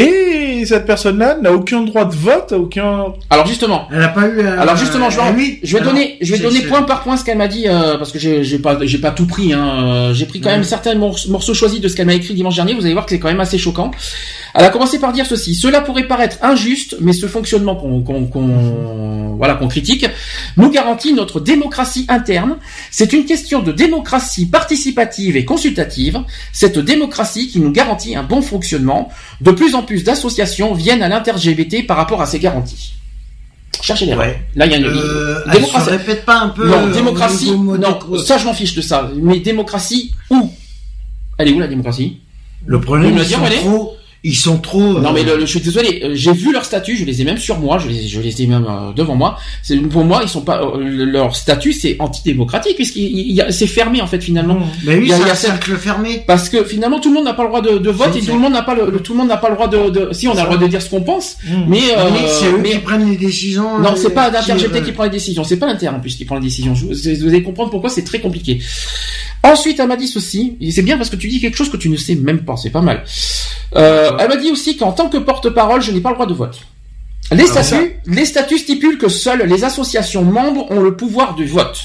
Et cette personne-là n'a aucun droit de vote, aucun. Alors justement. Elle n'a pas eu. Euh, alors justement, je vais, oui. je vais alors, donner, je vais c'est, donner c'est... point par point ce qu'elle m'a dit euh, parce que j'ai, j'ai pas, j'ai pas tout pris. Hein. J'ai pris quand ouais. même certains morceaux choisis de ce qu'elle m'a écrit dimanche dernier. Vous allez voir que c'est quand même assez choquant. Elle a commencé par dire ceci: cela pourrait paraître injuste, mais ce fonctionnement qu'on, qu'on, qu'on, voilà, qu'on critique, nous garantit notre démocratie interne. C'est une question de démocratie participative et consultative. Cette démocratie qui nous garantit un bon fonctionnement. De plus en plus d'associations viennent à l'inter-L G B T par rapport à ces garanties. Cherchez les ouais. Là, il y a une euh, démocratie. Elle se répète pas un peu. Non, euh, démocratie. Non, ça, je m'en fiche de ça. Mais démocratie où? Elle est où la démocratie? Le problème, ils sont trop. Ils sont trop. Non mais le, le, je suis désolé, euh, j'ai vu leur statut, je les ai même sur moi, je les, je les ai même euh, devant moi. C'est pour moi, ils sont pas euh, leur statut, c'est antidémocratique puisqu'il il, il, c'est fermé en fait finalement. Mmh. Mais oui, il y a, c'est il y a un cercle fermé. Parce que finalement tout le monde n'a pas le droit de, de vote c'est et tout le monde n'a pas le, le tout le monde n'a pas le droit de, de si on a le droit de dire ce qu'on pense, mmh. mais euh, mais c'est eux mais, qui prennent les décisions. Non, c'est pas l'inter-L G B T qui prend les décisions, c'est pas l'inter en plus qui prend les décisions. Je, vous allez comprendre pourquoi c'est très compliqué. Ensuite, elle m'a dit ceci, et c'est bien parce que tu dis quelque chose que tu ne sais même pas, c'est pas mal. Euh, elle m'a dit aussi qu'en tant que porte-parole, je n'ai pas le droit de vote. Les ah, statuts, les statuts stipulent que seules les associations membres ont le pouvoir de vote.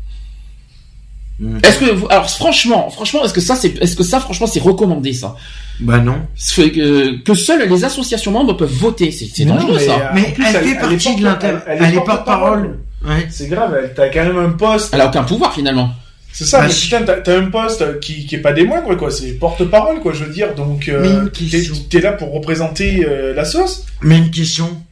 Mmh. Est-ce que, vous, alors franchement, franchement, est-ce que ça, c'est, est-ce que ça, franchement, c'est recommandé ça? Bah non. Que, que seules les associations membres peuvent voter, c'est, c'est dangereux mais, ça. Mais elle, elle fait partie de l'inter. Elle, elle, elle est porte-parole. Ouais. C'est grave, elle, t'as quand même un poste. Elle a aucun pouvoir finalement. C'est ça, bah, mais putain, t'as, t'as un poste qui, qui est pas des moindres, quoi. C'est porte-parole, quoi, je veux dire. Donc, euh, t'es, t'es là pour représenter euh, la sauce. Mais une question.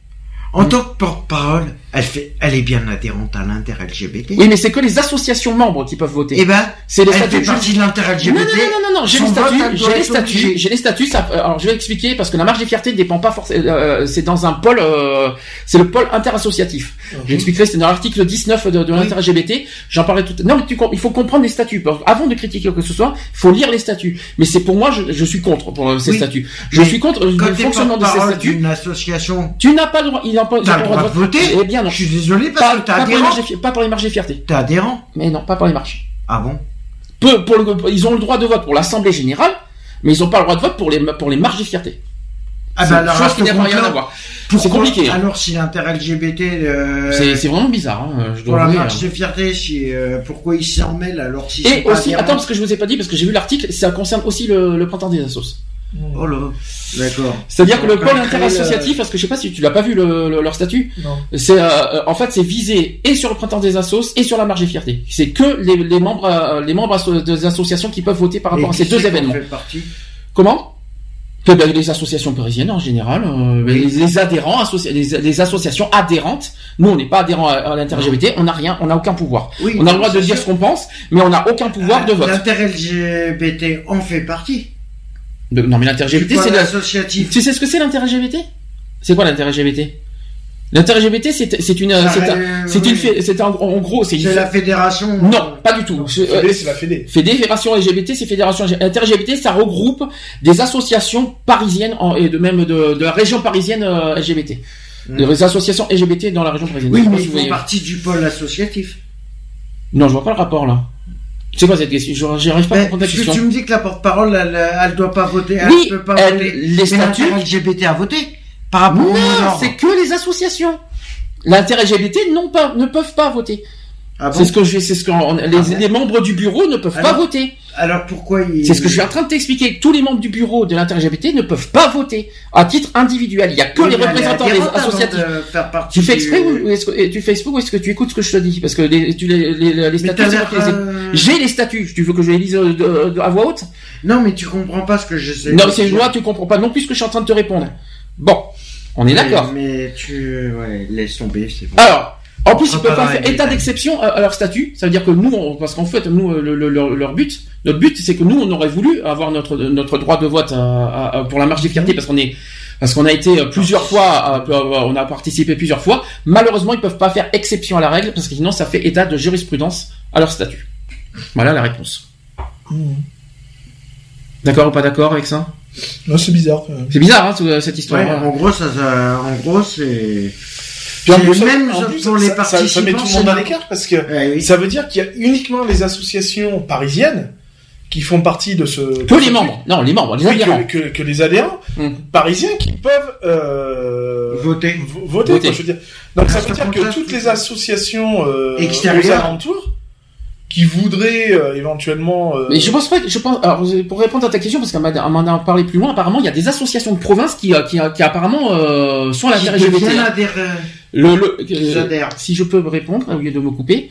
En tant que porte-parole, elle fait, elle est bien adhérente à l'inter-L G B T. Oui, mais c'est que les associations membres qui peuvent voter. Eh ben, c'est les elle statuts. fait partie de l'inter-L G B T. Non, non, non, non, non, j'ai les statuts, j'ai les statuts, j'ai les statuts, ça, alors je vais expliquer, parce que la marche des fiertés ne dépend pas forcément, euh, c'est dans un pôle, euh, c'est le pôle interassociatif. Mm-hmm. J'expliquerai, c'est dans l'article dix-neuf de, de oui. l'inter-L G B T, j'en parlais tout, non, mais tu, il faut comprendre les statuts. Avant de critiquer quoi que ce soit, il faut lire les statuts. Mais c'est pour moi, je, je suis contre, pour ces oui. statuts. Je mais suis contre le fonctionnement de ces statuts. Une association. Tu n'as pas le droit, il n'a pas, t'as le droit de voter. Eh bien, non. Je suis désolé parce pas, que t'as pas adhérent. Pour pas pour les marches des fiertés. T'es adhérent? Mais non, pas pour les marches. Ah bon? Peu, pour le, ils ont le droit de vote pour l'Assemblée Générale, mais ils n'ont pas le droit de vote pour les, pour les marches des fiertés. Ah bah alors, chose qui n'a rien à voir. C'est compliqué. Hein. Alors si l'inter-L G B T, euh, c'est, c'est vraiment bizarre. Hein, je dois pour la dire. marche des fiertés, si, euh, pourquoi ils s'en mêlent alors si et aussi, attends, parce que je vous ai pas dit, parce que j'ai vu l'article, ça concerne aussi le, le printemps des assos. Oh là, d'accord. C'est-à-dire que le pôle interassociatif, parce que je sais pas si tu l'as pas vu le, le, leur statut. Non. C'est euh, en fait c'est visé et sur le printemps des assos et sur la marche des fiertés. C'est que les, les membres euh, les membres asso- des associations qui peuvent voter par rapport et à ces deux événements. Fait partie Comment? Que ben, les associations parisiennes en général, euh, oui. les, les adhérents, associ- les, les associations adhérentes. Nous, on n'est pas adhérents à, à l'inter-L G B T, on n'a rien, on n'a aucun pouvoir. Oui, on a le droit de dire ce qu'on pense, mais on n'a aucun pouvoir euh, de vote. L'inter-L G B T en fait partie. De, non mais l'inter-L G B T c'est l'associatif. Tu sais ce que c'est l'inter-L G B T? C'est quoi l'inter-L G B T? L'inter-L G B T c'est c'est une c'est un, c'est oui. une c'est en, en gros c'est, c'est une la fédération. Non, pas du tout. Non, c'est, euh, c'est la Fédé. Fédération L G B T, c'est fédération inter-L G B T, ça regroupe des associations parisiennes en, et de même de, de la région parisienne euh, L G B T. Mmh. Des associations L G B T dans la région parisienne. Oui, mais ils font partie du pôle associatif. Non, je vois pas le rapport là. C'est quoi cette question? J'arrive pas à comprendre ta question. Tu me dis que la porte-parole, elle, elle doit pas voter, elle oui, peut pas elle, voter. Les statuts L G B T a voté par rapport non, au c'est que les associations. L'inter-L G B T non pas, ne peuvent pas voter. Ah bon? C'est ce que je, c'est ce que on, les, ah bon les membres du bureau ne peuvent alors, pas voter. Alors pourquoi ils... C'est ce que je suis en train de t'expliquer. Tous les membres du bureau de l'inter-L G B T ne peuvent pas voter à titre individuel. Il y a que oui, les représentants des associatifs. De tu fais exprès du... ou est-ce que tu fais exprès ou est-ce que tu écoutes ce que je te dis? Parce que les, tu, les, les, les statuts, c'est euh... j'ai les statuts. Tu veux que je les lise de, de, de, à voix haute? Non, mais tu comprends pas ce que je sais. Non, c'est moi, tu comprends pas non plus ce que je suis en train de te répondre. Bon, on est mais, d'accord. Mais tu, ouais, laisse tomber, c'est bon. Alors. En plus, ils peuvent pas faire état d'exception à leur statut. Ça veut dire que nous, on, parce qu'en fait, nous, le, le, leur, leur but, notre but, c'est que nous, on aurait voulu avoir notre notre droit de vote à, à, pour la marche des fiertés, parce qu'on est, parce qu'on a été plusieurs fois, à, on a participé plusieurs fois. Malheureusement, ils peuvent pas faire exception à la règle, parce que sinon, ça fait état de jurisprudence à leur statut. Voilà la réponse. Mmh. D'accord ou pas d'accord avec ça? Non, c'est bizarre. C'est bizarre, hein, cette histoire. Ouais, en gros, ça, ça, en gros, c'est. Puis en plus, même en plus, pour ça, les participants, ça, ça met tout le monde à l'écart parce que ouais, oui. ça veut dire qu'il y a uniquement les associations parisiennes qui font partie de ce... Que les membres. Non, les membres, les oui, adhérents. Que, que, que les adhérents hum. parisiens qui peuvent euh, voter. V- voter, voter. Quoi, je veux dire. Donc ça veut dire que toutes les associations euh, aux alentours qui voudraient euh, éventuellement... Euh... Mais je pense pas que... Je pense, alors, pour répondre à ta question, parce qu'elle m'en a parlé plus loin, apparemment, il y a des associations de province qui, qui, qui apparemment euh, sont à l'intérêt L G B T. Le, le, euh, si je peux me répondre, au lieu de me couper,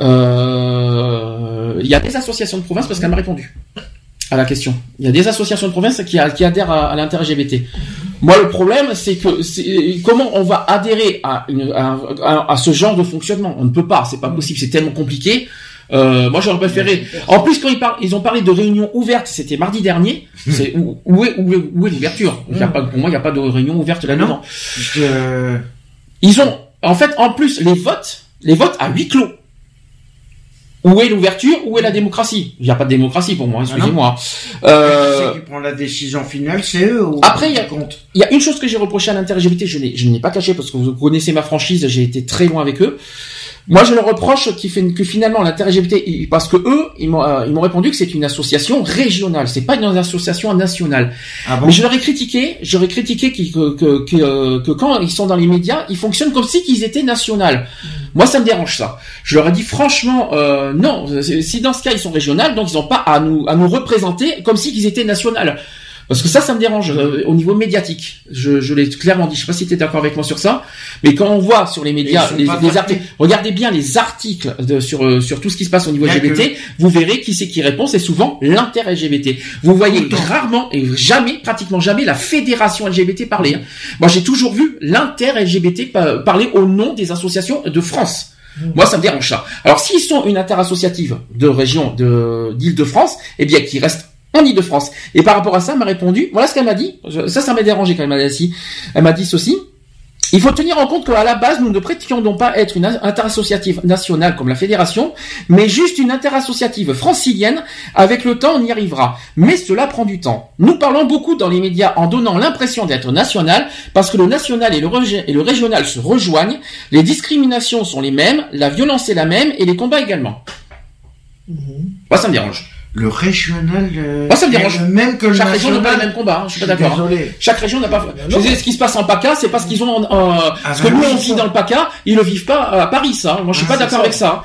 euh, il y a des associations de province, parce qu'elle m'a répondu à la question. Il y a des associations de province qui, qui adhèrent à, à l'intérêt L G B T. Moi, le problème, c'est que c'est, comment on va adhérer à, une, à, à, à ce genre de fonctionnement? On ne peut pas, c'est pas possible, c'est tellement compliqué. Euh, moi, j'aurais préféré. En plus, quand ils parlent, ils ont parlé de réunion ouverte, c'était mardi dernier. C'est où, où est où est, où est l'ouverture? Il y a pas, pour moi, il n'y a pas de réunion ouverte là-dedans. Euh... Ils ont, en fait, en plus, les votes, les votes à huis clos. Où est l'ouverture? Où est la démocratie? Il n'y a pas de démocratie pour moi, excusez-moi. Ah euh... Qui prend la décision finale, c'est eux. Ou après, il y a, il y a une chose que j'ai reproché à l'inter-L G B T, je n'ai, je n'ai pas caché parce que vous connaissez ma franchise, j'ai été très loin avec eux. Moi, je leur reproche qui fait que finalement l'inter-L G B T, parce que eux, ils m'ont, euh, ils m'ont répondu que c'est une association régionale, c'est pas une association nationale. Ah bon? Mais je leur ai critiqué, j'aurais critiqué que, que, que, que, que quand ils sont dans les médias, ils fonctionnent comme si qu'ils étaient nationales. Mmh. Moi, ça me dérange ça. Je leur ai dit franchement, euh, non, si dans ce cas ils sont régionales, donc ils n'ont pas à nous, à nous représenter comme si qu'ils étaient nationales. Parce que ça, ça me dérange euh, au niveau médiatique. Je, je l'ai clairement dit. Je sais pas si tu es d'accord avec moi sur ça, mais quand on voit sur les médias, les, les articles, regardez bien les articles de, sur euh, sur tout ce qui se passe au niveau L G B T, que... vous verrez qui c'est qui répond. C'est souvent l'inter-L G B T. Vous voyez rarement et jamais, pratiquement jamais, la fédération L G B T parler. Hein. Moi, j'ai toujours vu l'inter-L G B T parler au nom des associations de France. Mmh. Moi, ça me dérange ça. Alors, s'ils sont une interassociative de région de d'Île-de-France, eh bien, qu'ils restent en Île-de-France. Et par rapport à ça, elle m'a répondu, voilà ce qu'elle m'a dit. Ça, ça m'a dérangé quand elle m'a dit. Elle m'a dit ceci. Il faut tenir en compte qu'à la base, nous ne prétendons pas être une interassociative nationale comme la fédération, mais juste une interassociative francilienne. Avec le temps, on y arrivera. Mais cela prend du temps. Nous parlons beaucoup dans les médias en donnant l'impression d'être national, parce que le national et le, rég- et le régional se rejoignent. Les discriminations sont les mêmes, la violence est la même, et les combats également. Mmh. Moi, ça me dérange. Le régional, euh, moi ça me dérange. Même que le chaque national, région n'a pas le même combat. Hein, je suis pas d'accord. Hein. Chaque région n'a pas. Je disais, ce qui se passe en PACA, c'est parce qu'ils ont. En, en, ah, parce bah que nous on vit dans le PACA, ils le vivent pas à Paris, ça. Moi je suis ah, pas d'accord ça. avec ça.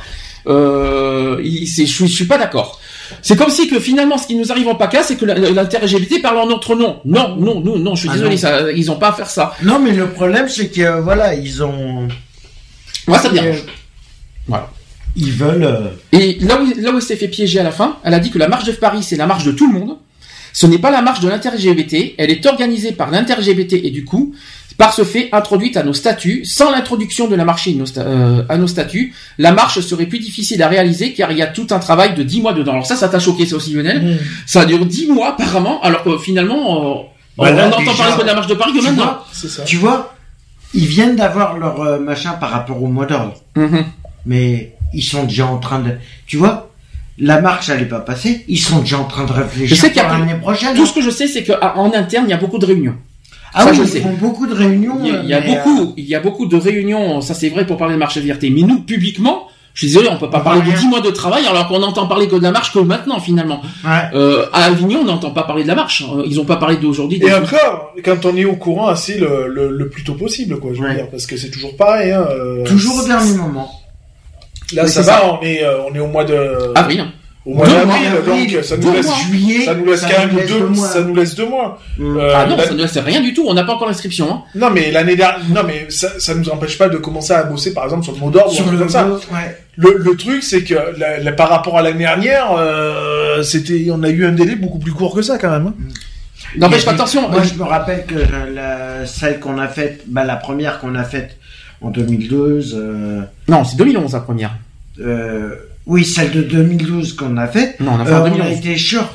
Euh, il, c'est, je, je suis pas d'accord. C'est comme si que finalement ce qui nous arrive en PACA, c'est que l'inter-L G B T parle en notre nom. Non, non, non, non. Je suis ah, désolé, ça, ils ont pas à faire ça. Non, mais le problème c'est que euh, voilà, ils ont. Moi ça me dérange. Euh... Voilà. Ils veulent... Euh... Et là où, là où elle s'est fait piéger à la fin, elle a dit que la marche de Paris, c'est la marche de tout le monde. Ce n'est pas la marche de l'inter-L G B T. Elle est organisée par l'inter-L G B T et du coup, par ce fait, introduite à nos statuts. Sans l'introduction de la marche euh, à nos statuts, la marche serait plus difficile à réaliser car il y a tout un travail de dix mois dedans. Alors ça, ça t'a choqué, ça aussi, Lionel. Mmh. Ça dure dix mois apparemment, alors que finalement, euh, voilà, on, on entend parler de la marche de Paris que maintenant. Vois, c'est ça. Tu vois, ils viennent d'avoir leur euh, machin par rapport au mot d'ordre. Mmh. Mais... ils sont déjà en train de... Tu vois, la marche, elle n'est pas passée. Ils sont déjà en train de réfléchir je sais qu'il y a pour l'année prochaine. Tout ce que je sais, c'est qu'en interne, il y a beaucoup de réunions. Ah ça, oui, je ils sais. font beaucoup de réunions. Il y a, il y a beaucoup, euh... il y a beaucoup de réunions. Ça, c'est vrai pour parler de marche de fierté. Mais nous, publiquement, je suis désolé, on peut pas on parler de dix mois de travail alors qu'on entend parler que de la marche que maintenant, finalement. Ouais. Euh, à Avignon, on n'entend pas parler de la marche. Ils ont pas parlé d'aujourd'hui. Et encore, quand on est au courant assez le, le, le plus tôt possible, quoi, je veux ouais. dire, parce que c'est toujours pareil, hein. Euh, toujours au dernier moment. Là, ça, ça va, on est, euh, on est au mois de... avril. Au mois d'avril, donc ça nous laisse juillet, ça nous laisse quand même deux, ça nous laisse deux mois. Mmh. Euh, ah non, ça nous laisse rien du tout, on n'a pas encore l'inscription, hein. Non, mais l'année dernière, non, mais ça, ça nous empêche pas de commencer à bosser, par exemple, sur le mot d'ordre ou un truc comme ça. Ouais. Le, le truc, c'est que, la, la, par rapport à l'année dernière, euh, c'était, on a eu un délai beaucoup plus court que ça, quand même, hein. Non, mais attention. Moi, je me rappelle que la, celle qu'on a faite, bah, la première qu'on a faite en deux mille douze, euh... Non, c'est deux mille onze, la première. Euh, oui, celle de deux mille douze qu'on a faite. Non, on a fait euh, en deux mille onze. On a été short.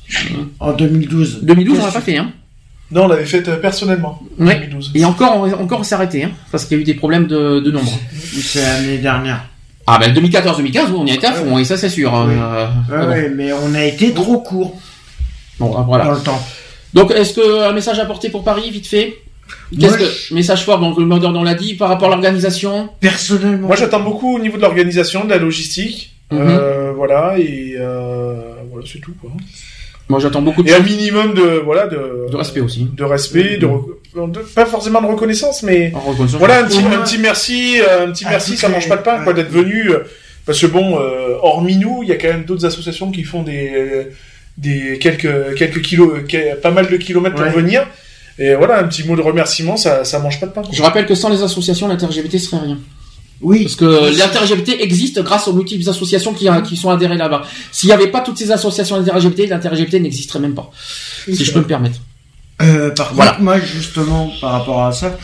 En deux mille douze. deux mille douze, on l'a pas fait, hein. Non, on l'avait faite euh, personnellement. Oui. deux mille douze. Et encore, on, encore, on s'est arrêté, hein. Parce qu'il y a eu des problèmes de, de nombre. C'est l'année dernière. Ah, ben, deux mille quatorze deux mille quinze, on y a été à fond, et ça, c'est sûr. Oui. Euh, ouais, bon. ouais, mais on a été trop court. Bon, voilà. Dans le temps. Donc, est-ce que un message à porter pour Paris, vite fait? Qu'est-ce moi, que je... message fort, donc le mot d'ordre on l'a dit, par rapport à l'organisation. Personnellement, moi j'attends beaucoup au niveau de l'organisation, de la logistique, mm-hmm. euh, voilà, et euh, voilà, c'est tout, quoi. Moi j'attends beaucoup de et un minimum de voilà de de respect aussi, de respect, mm-hmm. de, de pas forcément de reconnaissance, mais reconnaissance, voilà un petit un petit merci, un petit merci, ça mange pas de pain, quoi, d'être venu, parce que bon, euh, hormis nous, il y a quand même d'autres associations qui font des des quelques quelques kilos, pas mal de kilomètres ouais. pour venir. Et voilà, un petit mot de remerciement, ça, ça mange pas de pain, quoi. Je rappelle que sans les associations, l'inter-L G B T serait rien. Oui. Parce que l'inter-L G B T existe grâce aux multiples associations qui, qui sont adhérées là-bas. S'il n'y avait pas toutes ces associations inter-L G B T, l'inter-L G B T n'existerait même pas. Oui, si je peux me permettre. Euh, par voilà. contre, moi, justement, par rapport à ça,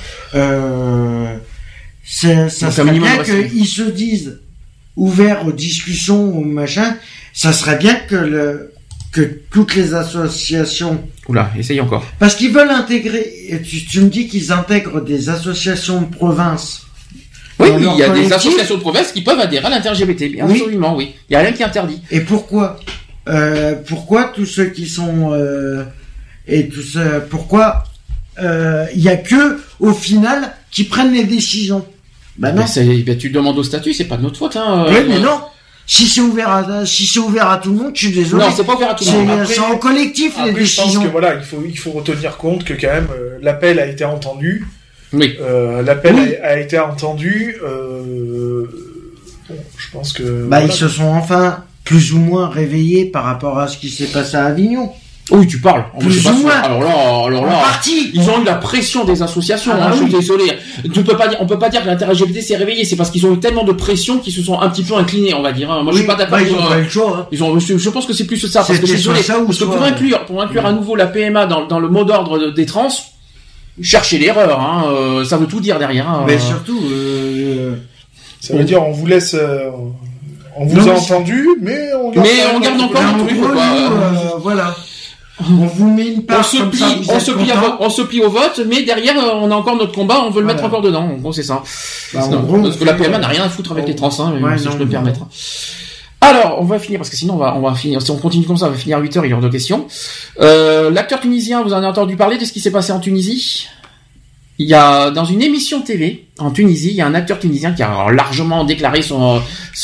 euh, c'est, ça Donc, serait bien qu'ils se disent ouverts aux discussions, aux machins, ça serait bien que le, que toutes les associations... Oula, essaye encore. Parce qu'ils veulent intégrer... Tu, tu me dis qu'ils intègrent des associations de province. Oui, oui, il y a collectif. Des associations de province qui peuvent adhérer à l'inter-L G B T. Bien oui. Absolument, oui. Il y a rien qui est interdit. Et pourquoi euh, Pourquoi tous ceux qui sont... Euh, et tout ça, pourquoi euh, il y a que, au final, qui prennent les décisions? Bah non. C'est, bah, tu demandes au statut, c'est pas de notre faute, hein. Oui, euh, mais non. Si c'est ouvert à, si c'est ouvert à tout le monde, je suis désolé. Non, c'est pas ouvert à tout le monde. C'est, c'est en collectif, après, les décisions. Je pense que voilà, il faut, il faut retenir compte que quand même, euh, l'appel a été entendu. Oui. Euh, l'appel oui. a, a été entendu, euh, bon, je pense que... Bah, voilà. Ils se sont enfin plus ou moins réveillés par rapport à ce qui s'est passé à Avignon. Oui, tu parles. Plus ou moins. Alors là, alors là, partie. Ils ont eu la pression des associations. Ah, hein, oui. Je suis désolé. Tu peux pas dire, on peut pas dire que l'intérêt L G B T s'est réveillé. C'est parce qu'ils ont eu tellement de pression qu'ils se sont un petit peu inclinés, on va dire. Hein. Moi, oui, je suis pas d'accord. Bah, ils ont pas eu le choix. Hein. Ils ont, je, je pense que c'est plus ça. Parce que je suis désolé. Ça ou parce que pour soit, inclure, pour inclure ouais. à nouveau la P M A dans, dans le mot d'ordre des trans, cherchez l'erreur. Hein. Euh, ça veut tout dire derrière. Hein. Mais surtout, euh, ça veut dire on vous laisse. Euh... On vous non, a mais entendu, mais on garde, mais on garde encore un truc. Gros, nous, euh, voilà. On vous met une part on se comme plie, ça, vous on êtes se plie, content. on se plie au vote, mais derrière on a encore notre combat, on veut le voilà. mettre encore dedans. En gros, c'est ça. Bah, non, gros, parce que la P M A n'a rien à foutre avec oh, les trans, hein, ouais, si non, je peux me non. permettre. Alors, on va finir parce que sinon on va, on va finir. Si on continue comme ça, on va finir à huit heures. Il y aura deux questions. Euh, l'acteur tunisien, vous en avez entendu parler de ce qui s'est passé en Tunisie? Il y a dans une émission T V en Tunisie, il y a un acteur tunisien qui a largement déclaré son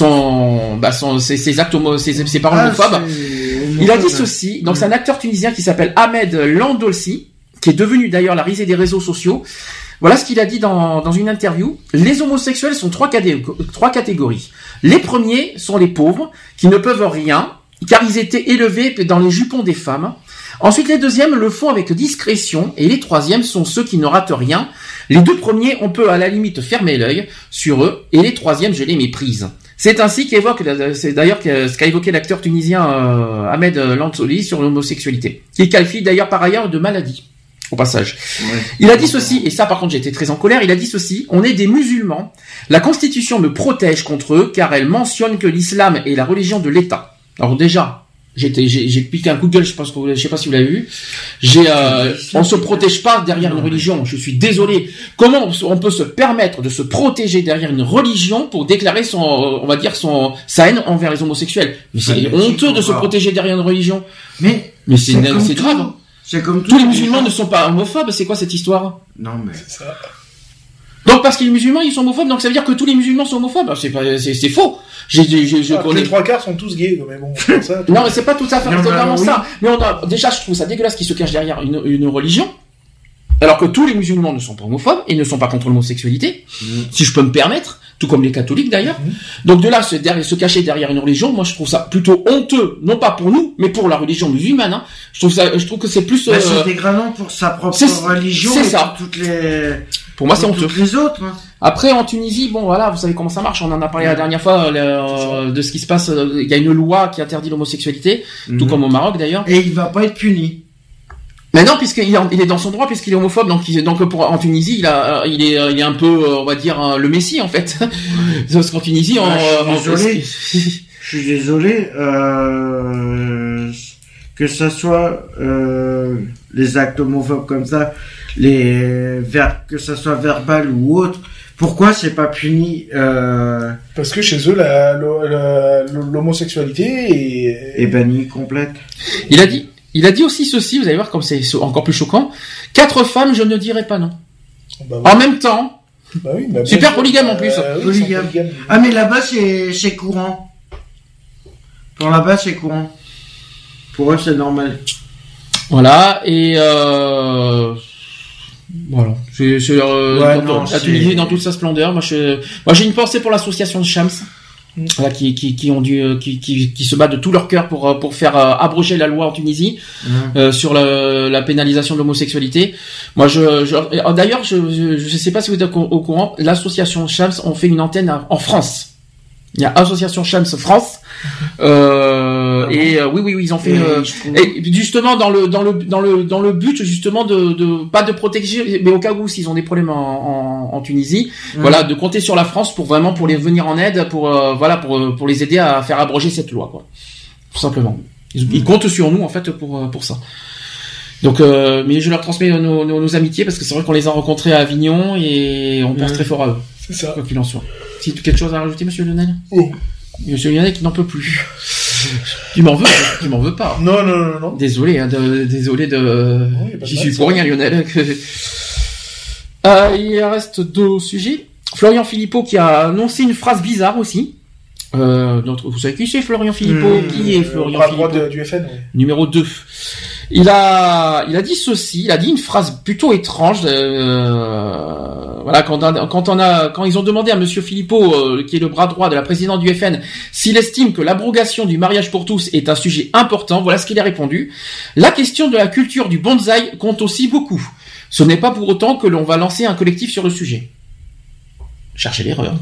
son bah son ses, ses actes homo, ses, ses paroles Ah, homophobes. Il a dit ceci. Donc c'est un acteur tunisien qui s'appelle Ahmed Landolsi, qui est devenu d'ailleurs la risée des réseaux sociaux. Voilà ce qu'il a dit dans dans une interview. Les homosexuels sont trois cadé- trois catégories. Les premiers sont les pauvres qui ne peuvent rien car ils étaient élevés dans les jupons des femmes. Ensuite, les deuxièmes le font avec discrétion et les troisièmes sont ceux qui ne ratent rien. Les deux premiers, on peut à la limite fermer l'œil sur eux et les troisièmes, je les méprise. C'est ainsi qu'évoque, c'est d'ailleurs ce qu'a évoqué l'acteur tunisien euh, Ahmed Landolsi sur l'homosexualité, qui qualifie d'ailleurs par ailleurs de maladie. Au passage. Ouais. Il a dit ceci, et ça par contre j'ai été très en colère, il a dit ceci: on est des musulmans, la Constitution me protège contre eux car elle mentionne que l'islam est la religion de l'État. Alors déjà, J'étais, j'ai, j'ai piqué un coup de gueule, je pense que vous, je sais pas si vous l'avez vu. J'ai, euh, on se protège pas derrière une religion. Je suis désolé. Comment on peut se permettre de se protéger derrière une religion pour déclarer son, on va dire son, sa haine envers les homosexuels? Mais c'est ah, honteux de se protéger derrière une religion. Mais, mais c'est, c'est, c'est grave. C'est comme tous les musulmans ne sont pas homophobes. C'est quoi cette histoire? Non, mais. C'est ça. Donc parce que les musulmans ils sont homophobes, donc ça veut dire que tous les musulmans sont homophobes? C'est pas, c'est, c'est faux. J'ai, j'ai, je ah, connais. Les trois quarts sont tous gays, mais bon. Ça, non, mais c'est pas tout ça, c'est vraiment oui. ça. Mais on a, déjà, je trouve ça dégueulasse qu'ils se cachent derrière une, une religion. Alors que tous les musulmans ne sont pas homophobes et ne sont pas contre l'homosexualité, mmh. si je peux me permettre, tout comme les catholiques d'ailleurs. Mmh. Donc de là, se, derrière, se cacher derrière une religion, moi je trouve ça plutôt honteux, non pas pour nous, mais pour la religion musulmane. Hein. Je trouve ça, je trouve que c'est plus. Bah, euh, c'est dégradant pour sa propre c'est, religion. C'est ça. Pour toutes les. Pour moi, c'est honteux. Toutes les autres. Hein. Après, en Tunisie, bon, voilà, vous savez comment ça marche. On en a parlé mmh. la dernière fois euh, de ce qui se passe. Il y a une loi qui interdit l'homosexualité, mmh. tout comme au Maroc d'ailleurs. Et il va pas être puni. Mais non, puisqu'il est, il est dans son droit, puisqu'il est homophobe, donc, il, donc pour, en Tunisie, il a, il est, il est un peu, on va dire, le Messie en fait. Parce qu'en Tunisie, ah, on, je suis désolé, je suis désolé, euh, que ça soit euh, les actes homophobes comme ça, les ver, que ça soit verbal ou autre. Pourquoi c'est pas puni euh... Parce que chez eux, la, la, la, l'homosexualité est... est bannie complète. Il a dit. Il a dit aussi ceci, vous allez voir comme c'est encore plus choquant. Quatre femmes, je ne dirais pas non. Bah oui. En même temps, bah oui, bah super polygame en plus. Euh, oui, polygame. polygame. Ah mais là-bas c'est c'est courant. Pour là-bas c'est courant. Pour eux c'est normal. Voilà et euh... voilà. C'est, c'est euh, ouais, dans, non, la Tunisie dans toute sa splendeur. Moi, je, moi j'ai une pensée pour l'association de Shams. Mmh. Voilà, qui, qui, qui ont dû, qui, qui, qui se battent de tout leur cœur pour, pour faire euh, abroger la loi en Tunisie mmh. euh, sur la, la pénalisation de l'homosexualité. Moi, je, je d'ailleurs, je, je, je sais pas si vous êtes au courant, l'association Shams ont fait une antenne à, en France. Il y a Association Shams France, euh, ah et bon euh, oui, oui, oui, ils ont fait, et, euh, et justement dans le, dans le, dans le, dans le but justement de, de pas de protéger, mais au cas où s'ils ont des problèmes en, en, en Tunisie, mmh. voilà, de compter sur la France pour vraiment pour les venir en aide, pour euh, voilà, pour pour les aider à faire abroger cette loi, quoi, tout simplement. Ils, mmh. ils comptent sur nous en fait pour pour ça. Donc, euh, mais je leur transmets nos, nos, nos amitiés parce que c'est vrai qu'on les a rencontrés à Avignon et on pense mmh. très fort à eux. C'est ça. Quoi qu'il en soit. Si quelque chose à rajouter, Monsieur Lionel? Oh. Monsieur Lionel qui n'en peut plus. Tu m'en veux? Tu m'en veux pas? Non, non, non, non. Désolé, hein, de, désolé de. Oui, J'y suis pour rien, Lionel. euh, il reste deux sujets. Florian Philippot qui a annoncé une phrase bizarre aussi. Euh, notre, vous savez qui c'est Florian Philippot? Mmh, qui est Florian euh, Philippot? De, du F N, oui. Numéro deux. Il a, il a dit ceci, il a dit une phrase plutôt étrange. Euh, voilà, quand on a, quand on a, quand ils ont demandé à Monsieur Philippot, euh, qui est le bras droit de la présidente du F N, s'il estime que l'abrogation du mariage pour tous est un sujet important, voilà ce qu'il a répondu. La question de la culture du bonsaï compte aussi beaucoup. Ce n'est pas pour autant que l'on va lancer un collectif sur le sujet. Cherchez l'erreur.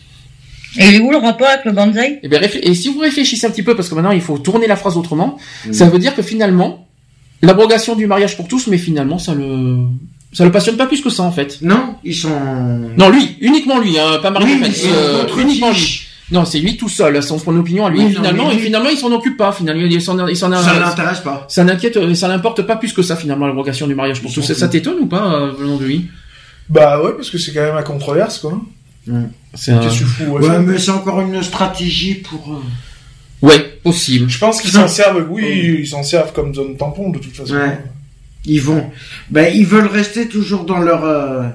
Et il est où le rapport avec le bonsaï ? Et, bien, réfl- et si vous réfléchissez un petit peu, parce que maintenant il faut tourner la phrase autrement, mmh. ça veut dire que finalement, l'abrogation du mariage pour tous, mais finalement ça le, ça le passionne pas plus que ça en fait. Non, ils sont. Non, lui, uniquement lui, hein, pas Marine Le Pen, euh, uniquement lui. Non, c'est lui tout seul, c'est son opinion à lui. Oui, finalement, non, et finalement, il s'en occupe pas. Finalement, il s'en, il s'en a, ça l'intéresse pas. Ça n'inquiète, ça l'importe pas plus que ça finalement l'abrogation du mariage pour tous. Ça, ça t'étonne ou pas, euh, venant de lui ? Bah ouais, parce que c'est quand même la controverse, quoi. Mmh. C'est un... fou, ouais, ouais mais c'est encore une stratégie pour. Euh... Ouais, possible. Je pense qu'ils s'en servent. Oui, mmh. ils s'en servent comme zone tampon de toute façon. Ouais. Ils vont. Ben, ils veulent rester toujours dans leur. Euh...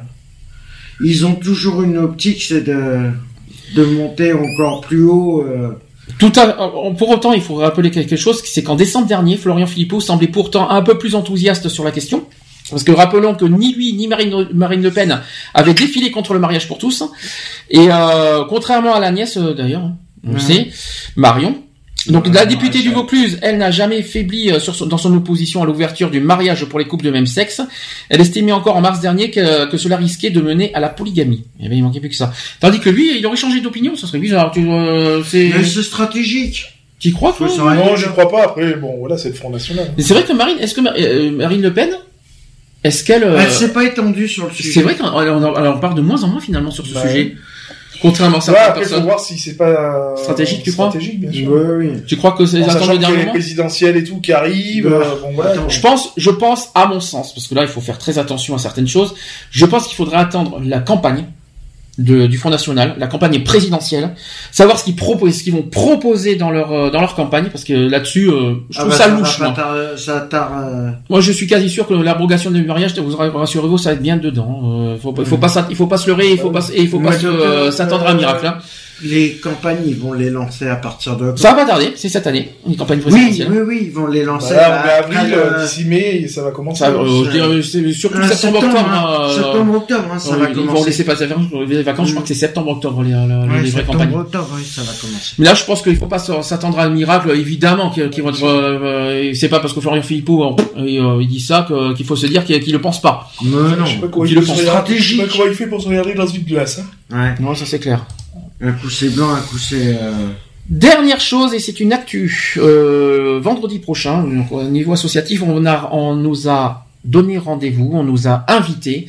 Ils ont toujours une optique, c'est de de monter encore plus haut. Euh... Tout à... Pour autant, il faut rappeler quelque chose, c'est qu'en décembre dernier, Florian Philippot semblait pourtant un peu plus enthousiaste sur la question. Parce que rappelons que ni lui ni Marine, Marine Le Pen avaient défilé contre le mariage pour tous. Et euh, contrairement à la nièce, euh, d'ailleurs, on le mmh. sait, Marion. Donc ouais, la députée du Vaucluse, elle n'a jamais faibli euh, sur son, dans son opposition à l'ouverture du mariage pour les couples de même sexe. Elle estimait encore en mars dernier que, que cela risquait de mener à la polygamie. Et bien, il manquait plus que ça. Tandis que lui, il aurait changé d'opinion, ça serait bizarre. Tu, euh, c'est... Mais c'est stratégique. Tu crois que ça Non, je crois pas. Après, bon, voilà, c'est le Front National. Mais c'est vrai que Marine, est-ce que euh, Marine Le Pen, est-ce qu'elle... Euh... Elle s'est pas étendue sur le sujet. C'est vrai qu'on on parle de moins en moins finalement sur ce bah, sujet. Contrairement à certaines ouais, après, personnes. Faut voir si c'est pas stratégique, tu crois? Stratégique, bien sûr. Oui, oui. Tu crois que c'est les attentes de dernier moment? Les présidentielles et tout qui arrivent. Bah, euh, bon, voilà. Attends, je pense, je pense, à mon sens, parce que là, il faut faire très attention à certaines choses. Je pense qu'il faudrait attendre la campagne de, du Front National, la campagne présidentielle, savoir ce qu'ils proposent, ce qu'ils vont proposer dans leur euh, dans leur campagne, parce que là-dessus, euh, je trouve ah bah, ça, ça louche. Moi. Ça tar, euh... moi, je suis quasi sûr que l'abrogation du mariage, vous rassurez-vous, ça va être bien dedans. Euh, faut, il faut pas, il faut pas se leurrer, il faut pas, et il faut pas se, euh, s'attendre à un miracle. Hein. Les campagnes, ils vont les lancer à partir de... Ça va pas tarder, c'est cette année, une campagne présidentielle. Oui, oui, oui, ils vont les lancer bah là, à avril, euh, d'ici mai, ça va commencer. Ça, euh, je dirais, c'est surtout septembre-octobre. Hein, septembre-octobre, hein, ça euh, va ils commencer. Ils vont laisser passer les vacances, mmh. je crois que c'est septembre-octobre, les, les, ouais, les vraies campagnes. Septembre-octobre, oui, ça va commencer. Mais là, je pense qu'il faut pas s'attendre à un miracle, évidemment, qu'ils qui vont être, euh, c'est pas parce que Florian Philippot, euh, il dit ça que, qu'il faut se dire qu'il, qu'il le pense pas. Mais non. Je sais pas comment il stratégique. Je sais pas comment il fait pour se regarder dans une glace, hein. Ouais. Non, ça c'est clair. Un coup c'est blanc, un coup c'est... Euh... Dernière chose, et c'est une actu, euh, vendredi prochain, donc, au niveau associatif, on, a, on nous a donné rendez-vous, on nous a invités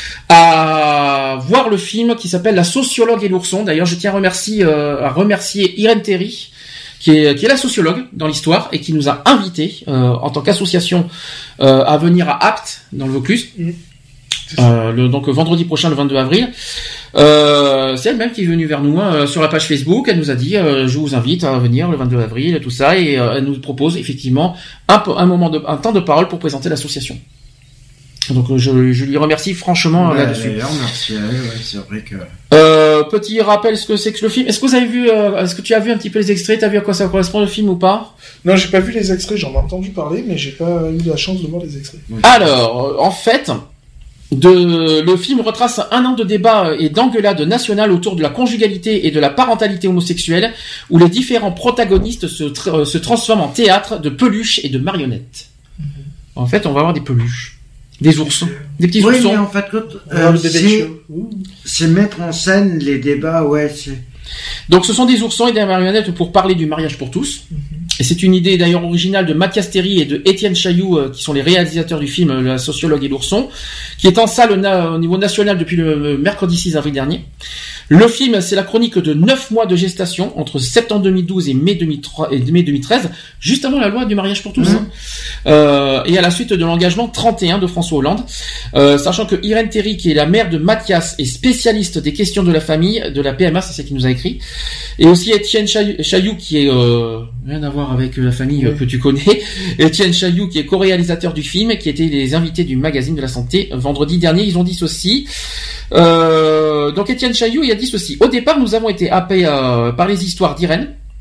à voir le film qui s'appelle La sociologue et l'ourson. D'ailleurs, je tiens à remercier, euh, à remercier Irène Terry, qui est, qui est la sociologue dans l'histoire, et qui nous a invités, euh, en tant qu'association, euh, à venir à Apt, dans le Vaucluse. Mmh. Euh, le, donc vendredi prochain, le vingt-deux avril. Euh, c'est elle-même qui est venue vers nous hein, sur la page Facebook. Elle nous a dit euh, je vous invite à venir le vingt-deux avril et tout ça, et euh, elle nous propose effectivement un, un moment de un temps de parole pour présenter l'association. Donc je, je lui remercie franchement ouais, là-dessus. Merci à elle, ouais, c'est vrai que. Euh, petit rappel, ce que c'est que le film. Est-ce que vous avez vu euh, Est-ce que tu as vu un petit peu les extraits? T'as vu à quoi ça correspond le film ou pas? Non, j'ai pas vu les extraits. J'en ai entendu parler, mais j'ai pas eu la chance de voir les extraits. Alors, en fait. De, le film retrace un an de débats et d'engueulades nationales autour de la conjugalité et de la parentalité homosexuelle, où les différents protagonistes se, tra- se transforment en théâtre de peluches et de marionnettes. Mm-hmm. En fait, on va avoir des peluches, des oursons, des petits oui, oursons. Oui, mais en fait, euh, c'est, c'est mettre en scène les débats, ouais, c'est... Donc ce sont des oursons et des marionnettes pour parler du mariage pour tous. Mm-hmm. Et c'est une idée d'ailleurs originale de Mathias Théry et de Étienne Chailloux, euh, qui sont les réalisateurs du film La sociologue et l'ourson, qui est en salle na- au niveau national depuis le mercredi six avril dernier. Le film, c'est la chronique de neuf mois de gestation entre septembre deux mille douze et mai deux mille treize, juste avant la loi du mariage pour tous. Mmh. Euh, et à la suite de l'engagement trente et un de François Hollande. Euh, sachant que Irène Terry, qui est la mère de Mathias, est spécialiste des questions de la famille, de la P M A, c'est celle qui nous a écrit. Et aussi Étienne Chailloux, qui est, euh, rien à voir avec la famille oui. que tu connais. Étienne Chailloux, qui est co-réalisateur du film, qui était les invités du magazine de la santé vendredi dernier. Ils ont dit ceci. Euh, donc Étienne Chailloux, il a dit ceci. Au départ, nous avons été happés euh, par les histoires d'Irène.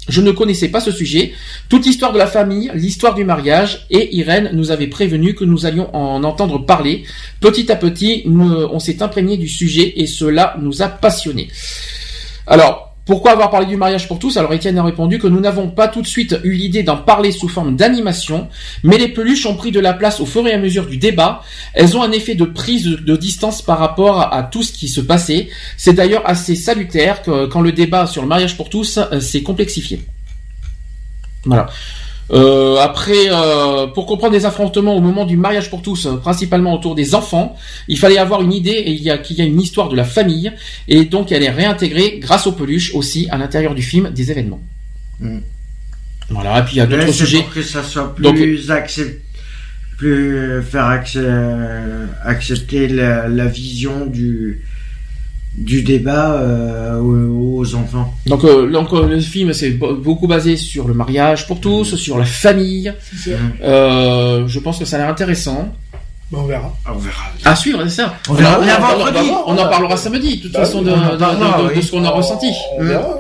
Je ne connaissais pas ce sujet. Toute l'histoire de la famille, l'histoire du mariage, et Irène nous avait prévenu que nous allions en entendre parler. Petit à petit, nous, on s'est imprégné du sujet et cela nous a passionnés. Alors, pourquoi avoir parlé du mariage pour tous? Alors Étienne a répondu que nous n'avons pas tout de suite eu l'idée d'en parler sous forme d'animation, mais les peluches ont pris de la place au fur et à mesure du débat. Elles ont un effet de prise de distance par rapport à, à tout ce qui se passait. C'est d'ailleurs assez salutaire que, quand le débat sur le mariage pour tous euh, s'est complexifié. Voilà. Euh, après, euh, pour comprendre les affrontements au moment du mariage pour tous, euh, principalement autour des enfants, il fallait avoir une idée et il y a qu'il y a une histoire de la famille et donc elle est réintégrée grâce aux peluches aussi à l'intérieur du film des événements. Mmh. Voilà. Et puis il y a d'autres sujets pour que ça soit plus donc, accept... plus faire accès... accepter la, la vision du du débat euh, aux, aux enfants. Donc, euh, donc euh, le film c'est beaucoup basé sur le mariage pour tous, mmh. sur la famille. C'est ça. Euh, je pense que ça a l'air intéressant. Bon, on verra. On verra. À suivre, c'est ça. On verra. On, on, on, on, on en parlera samedi, de toute bah, façon, de, de, parlera, de, de, oui. de ce qu'on a on, ressenti. On mmh. verra.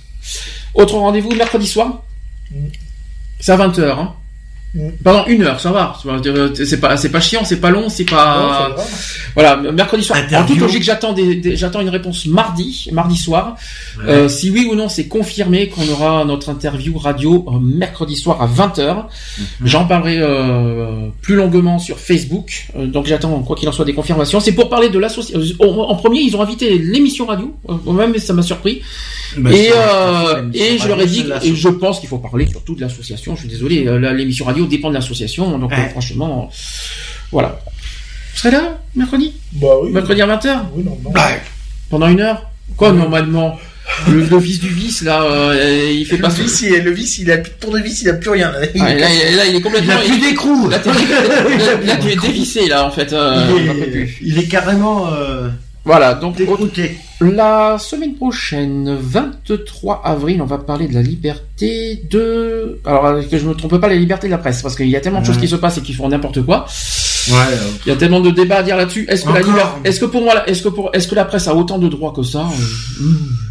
Autre rendez-vous mercredi soir. Mmh. C'est à vingt heures. Hein. Mmh. Pendant une heure, ça va. C'est pas, c'est pas chiant, c'est pas long, c'est pas. Non, voilà, mercredi soir. Interview. En toute logique, j'attends des, des, j'attends une réponse mardi, mardi soir. Ouais. Euh, si oui ou non, c'est confirmé qu'on aura notre interview radio euh, mercredi soir à vingt heures. Mmh. J'en parlerai euh, plus longuement sur Facebook. Euh, donc j'attends, quoi qu'il en soit, des confirmations. C'est pour parler de l'association. En premier, ils ont invité l'émission radio. Euh, même ça m'a surpris. Bah, et euh, et je leur ai dit, et je pense qu'il faut parler surtout de l'association. Je suis désolé, euh, l'émission radio dépend de l'association, donc ouais. euh, franchement, euh, voilà. Vous serez là mercredi? Bah oui. Mercredi à vingt heures? Oui, non, non. Bah, pendant une heure? Quoi, oui. Normalement? Le, le vice du vice, là, euh, il fait le pas vice, il, le vice, il a plus de tournevis, il a plus rien. Là, il, ah, là, là, il est complètement. Il a plus d'écrou. Là, là, là, tu es dévissé, là, en fait. Euh, il, est, il est carrément. Euh... Voilà, donc dégoûté. La semaine prochaine, vingt-trois avril, on va parler de la liberté de... Alors, que je ne me trompe pas, la liberté de la presse, parce qu'il y a tellement de ouais. choses qui se passent et qui font n'importe quoi. Ouais. Euh... Il y a tellement de débats à dire là-dessus. Est-ce que Encore. la liberté... Est-ce que pour moi, est-ce que pour, est-ce que la presse a autant de droits que ça? mmh.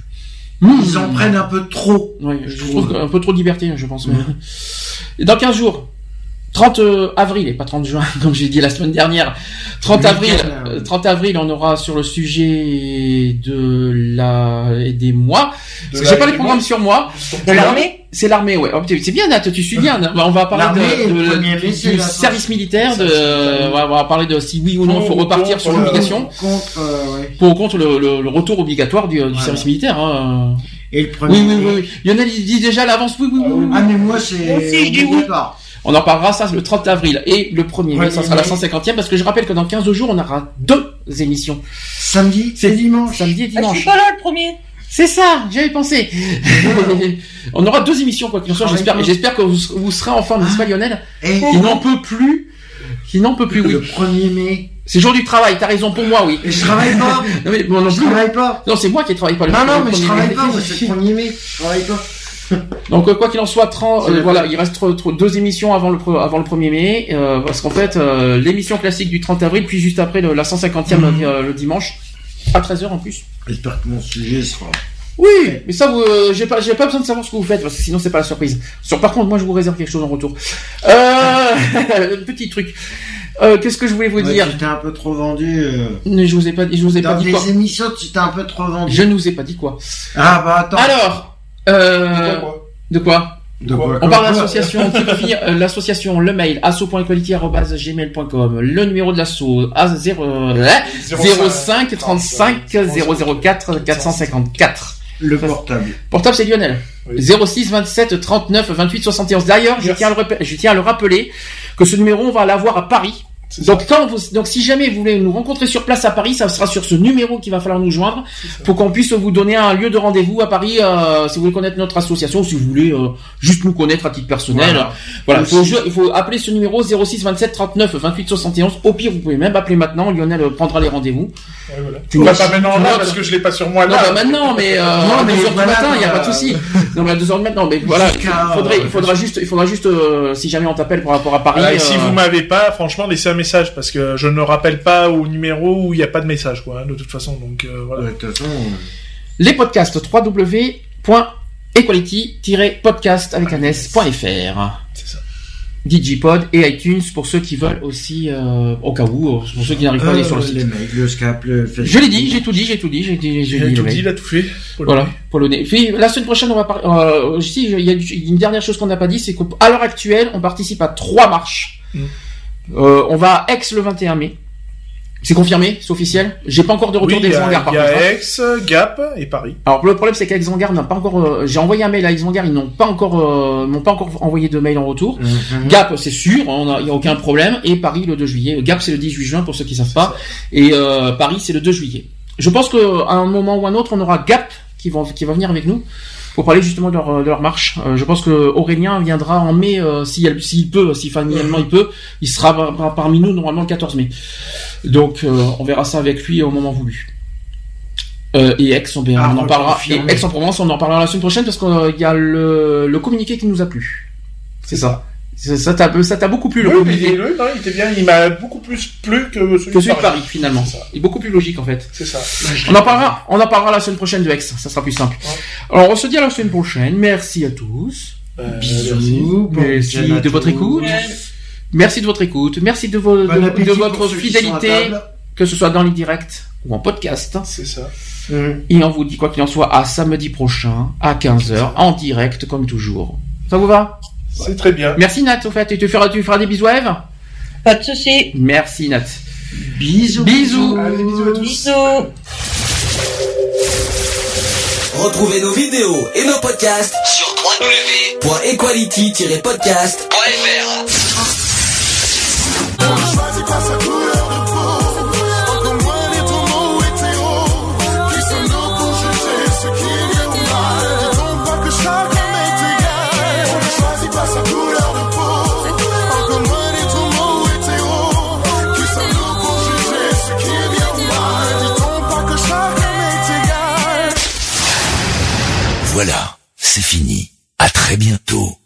Mmh. Ils en prennent un peu trop. Oui, je trouve un peu trop de liberté, je pense. Mmh. Mais... Dans quinze jours. trente avril, et pas trente juin, comme j'ai dit la semaine dernière. trente avril, euh, trente avril, on aura sur le sujet de la, des mois. De j'ai pas les programmes sur moi. De l'armée? C'est l'armée, ouais. C'est bien, Nat, tu suis bien. On va parler de, de, de, du, du service militaire, de, on va parler de si oui ou non il faut repartir sur l'obligation. Contre, euh, ouais. Pour contre le, le, le retour obligatoire du, du voilà. service militaire, hein. Et le premier. Oui, oui, oui, oui. Lionel, il dit déjà à l'avance, oui, oui, oui. Ah, mais moi, c'est, si, je dis oui. On en parlera ça le trente avril et le premier mai, ouais, ça sera la cent cinquantième parce que je rappelle que dans quinze jours on aura deux émissions. Samedi c'est et dimanche. Samedi et dimanche. Ah, je suis pas là le premier. C'est ça, j'avais pensé. On aura deux émissions quoi qu'il en soit. J'espère, j'espère que vous, vous serez en forme, n'est-ce pas Lionel? Et qui n'en peut plus, qui n'en peut plus. Oui. Le premier mai. C'est jour du travail. T'as raison pour moi, oui. Et je travaille pas. Non mais bon, non je plus. travaille pas. Non, c'est moi qui travaille pas. Le non non, mais je travaille pas. C'est le premier mai. Je travaille pas. Donc quoi qu'il en soit, trente, euh, voilà, il reste deux émissions avant le avant le premier mai, euh, parce qu'en fait euh, l'émission classique du trente avril, puis juste après le, la cent cinquantième mmh. euh, le dimanche à treize heures en plus. J'espère que mon sujet sera. Oui, mais ça vous, euh, j'ai pas j'ai pas besoin de savoir ce que vous faites parce que sinon c'est pas la surprise. Sur par contre, moi je vous réserve quelque chose en retour. Euh, petit truc. Euh, qu'est-ce que je voulais vous ouais, dire? Tu t'es un peu trop vendu. Euh... Mais je vous ai pas dit, je vous ai Dans pas dit quoi. Dans les émissions, tu t'es un peu trop vendu. Je ne vous ai pas dit quoi. Ah bah attends. Alors. Euh, de quoi? De quoi? De quoi? On parle d'association, euh, l'association, le mail, asso point equality arobase gmail point com, le numéro de l'asso, à zéro cinq trente-cinq zéro zéro quatre quatre cent cinquante-quatre. Le portable. Portable, c'est Lionel. Oui. zéro six vingt-sept trente-neuf vingt-huit soixante et onze. D'ailleurs, je tiens, à le, je tiens à le rappeler que ce numéro, on va l'avoir à Paris. Donc, quand vous, donc, si jamais vous voulez nous rencontrer sur place à Paris, ça sera sur ce numéro qu'il va falloir nous joindre pour qu'on puisse vous donner un lieu de rendez-vous à Paris, euh, si vous voulez connaître notre association, si vous voulez, euh, juste nous connaître à titre personnel. Voilà. voilà il faut, il faut appeler ce numéro zéro six vingt-sept trente-neuf vingt-huit soixante et onze. Au pire, vous pouvez même appeler maintenant. Lionel prendra les rendez-vous. Ouais, voilà. Tu vas pas maintenant là parce que je l'ai pas sur moi là. Non, bah maintenant, mais, euh, non, mais à deux heures du matin, il y a pas de souci. Non, mais à deux heures du matin, mais voilà. Il faudrait, il faudra juste, il faudra juste, euh, si jamais on t'appelle par rapport à Paris. Voilà, et si vous m'avez pas, franchement, laissez un message parce que je ne rappelle pas au numéro où il n'y a pas de message, quoi, de toute façon. Donc, euh, voilà. De toute façon. Les podcasts, w w w point equality-podcast avec un s.fr. C'est ça. Digipod et iTunes pour ceux qui veulent aussi, euh, au cas où, pour ceux qui n'arrivent pas à aller sur le site. Les mails, le Skype, le Facebook. Je l'ai dit, j'ai tout dit, j'ai tout dit, j'ai dit, j'ai Il a dit. tout le dit, mail. il a tout fait. Voilà, Polonais. Puis, la semaine prochaine, on va parler, euh, si, il y a une dernière chose qu'on n'a pas dit, c'est qu'à l'heure actuelle, on participe à trois marches. Mm. Euh, on va à Aix le vingt et un mai. C'est confirmé, c'est officiel. J'ai pas encore de retour Oui, d'Aix Vanguard par il y contre. a hein. Aix, Gap et Paris. Alors le problème c'est qu'Aix Vanguard n'a pas encore. Euh, j'ai envoyé un mail à Aix Vanguard, ils n'ont pas encore, euh, m'ont pas encore envoyé de mail en retour. Mm-hmm. Gap c'est sûr, il n'y a aucun problème. Et Paris le deux juillet. Gap c'est le dix-huit juin pour ceux qui savent pas. Et euh, Paris c'est le deux juillet. Je pense qu'à un moment ou un autre on aura Gap qui vont qui va venir avec nous pour parler justement de leur, de leur marche. Euh, je pense que Aurélien viendra en mai, euh, s'il, s'il peut, si familialement il peut, il sera par, par, parmi nous normalement le quatorze mai. Donc euh, on verra ça avec lui au moment voulu. Euh, et Aix, on, Ah, on en on parlera. Et confirme. Aix-en-Provence, on en parlera la semaine prochaine parce qu'il y a le, le communiqué qui nous a plu. C'est ça. C'est ça t'a, ça t'a beaucoup plu le Oui, mais communiqué. il, oui, non, il était bien. Il m'a beaucoup plus plu que celui, Que celui de de Paris finalement. C'est ça. Il est beaucoup plus logique en fait. C'est ça. On en parlera, on en parlera la semaine prochaine de Aix, ça sera plus simple. Ouais. Alors on se dit à la semaine prochaine. Merci à tous. Euh, Bisous. bon Merci week-end à de votre tous. écoute. Merci de votre écoute. Merci de, vos, de, Bon appétit de pour votre ceux qui sont à fidélité, table. que ce soit dans les directs ou en podcast. C'est ça. Mm. Et on vous dit quoi qu'il en soit à samedi prochain à quinze heures en direct comme toujours. Ça vous va? C'est très bien. Merci Nat au fait. Et tu feras, tu feras des bisous à Eve? Pas de souci. Merci Nat. Bisous. Bisous. Allez, bisous à tous. Bisous. Retrouvez nos vidéos et nos podcasts sur w w w point equality tiret podcast point f r. Voilà, c'est fini. À très bientôt.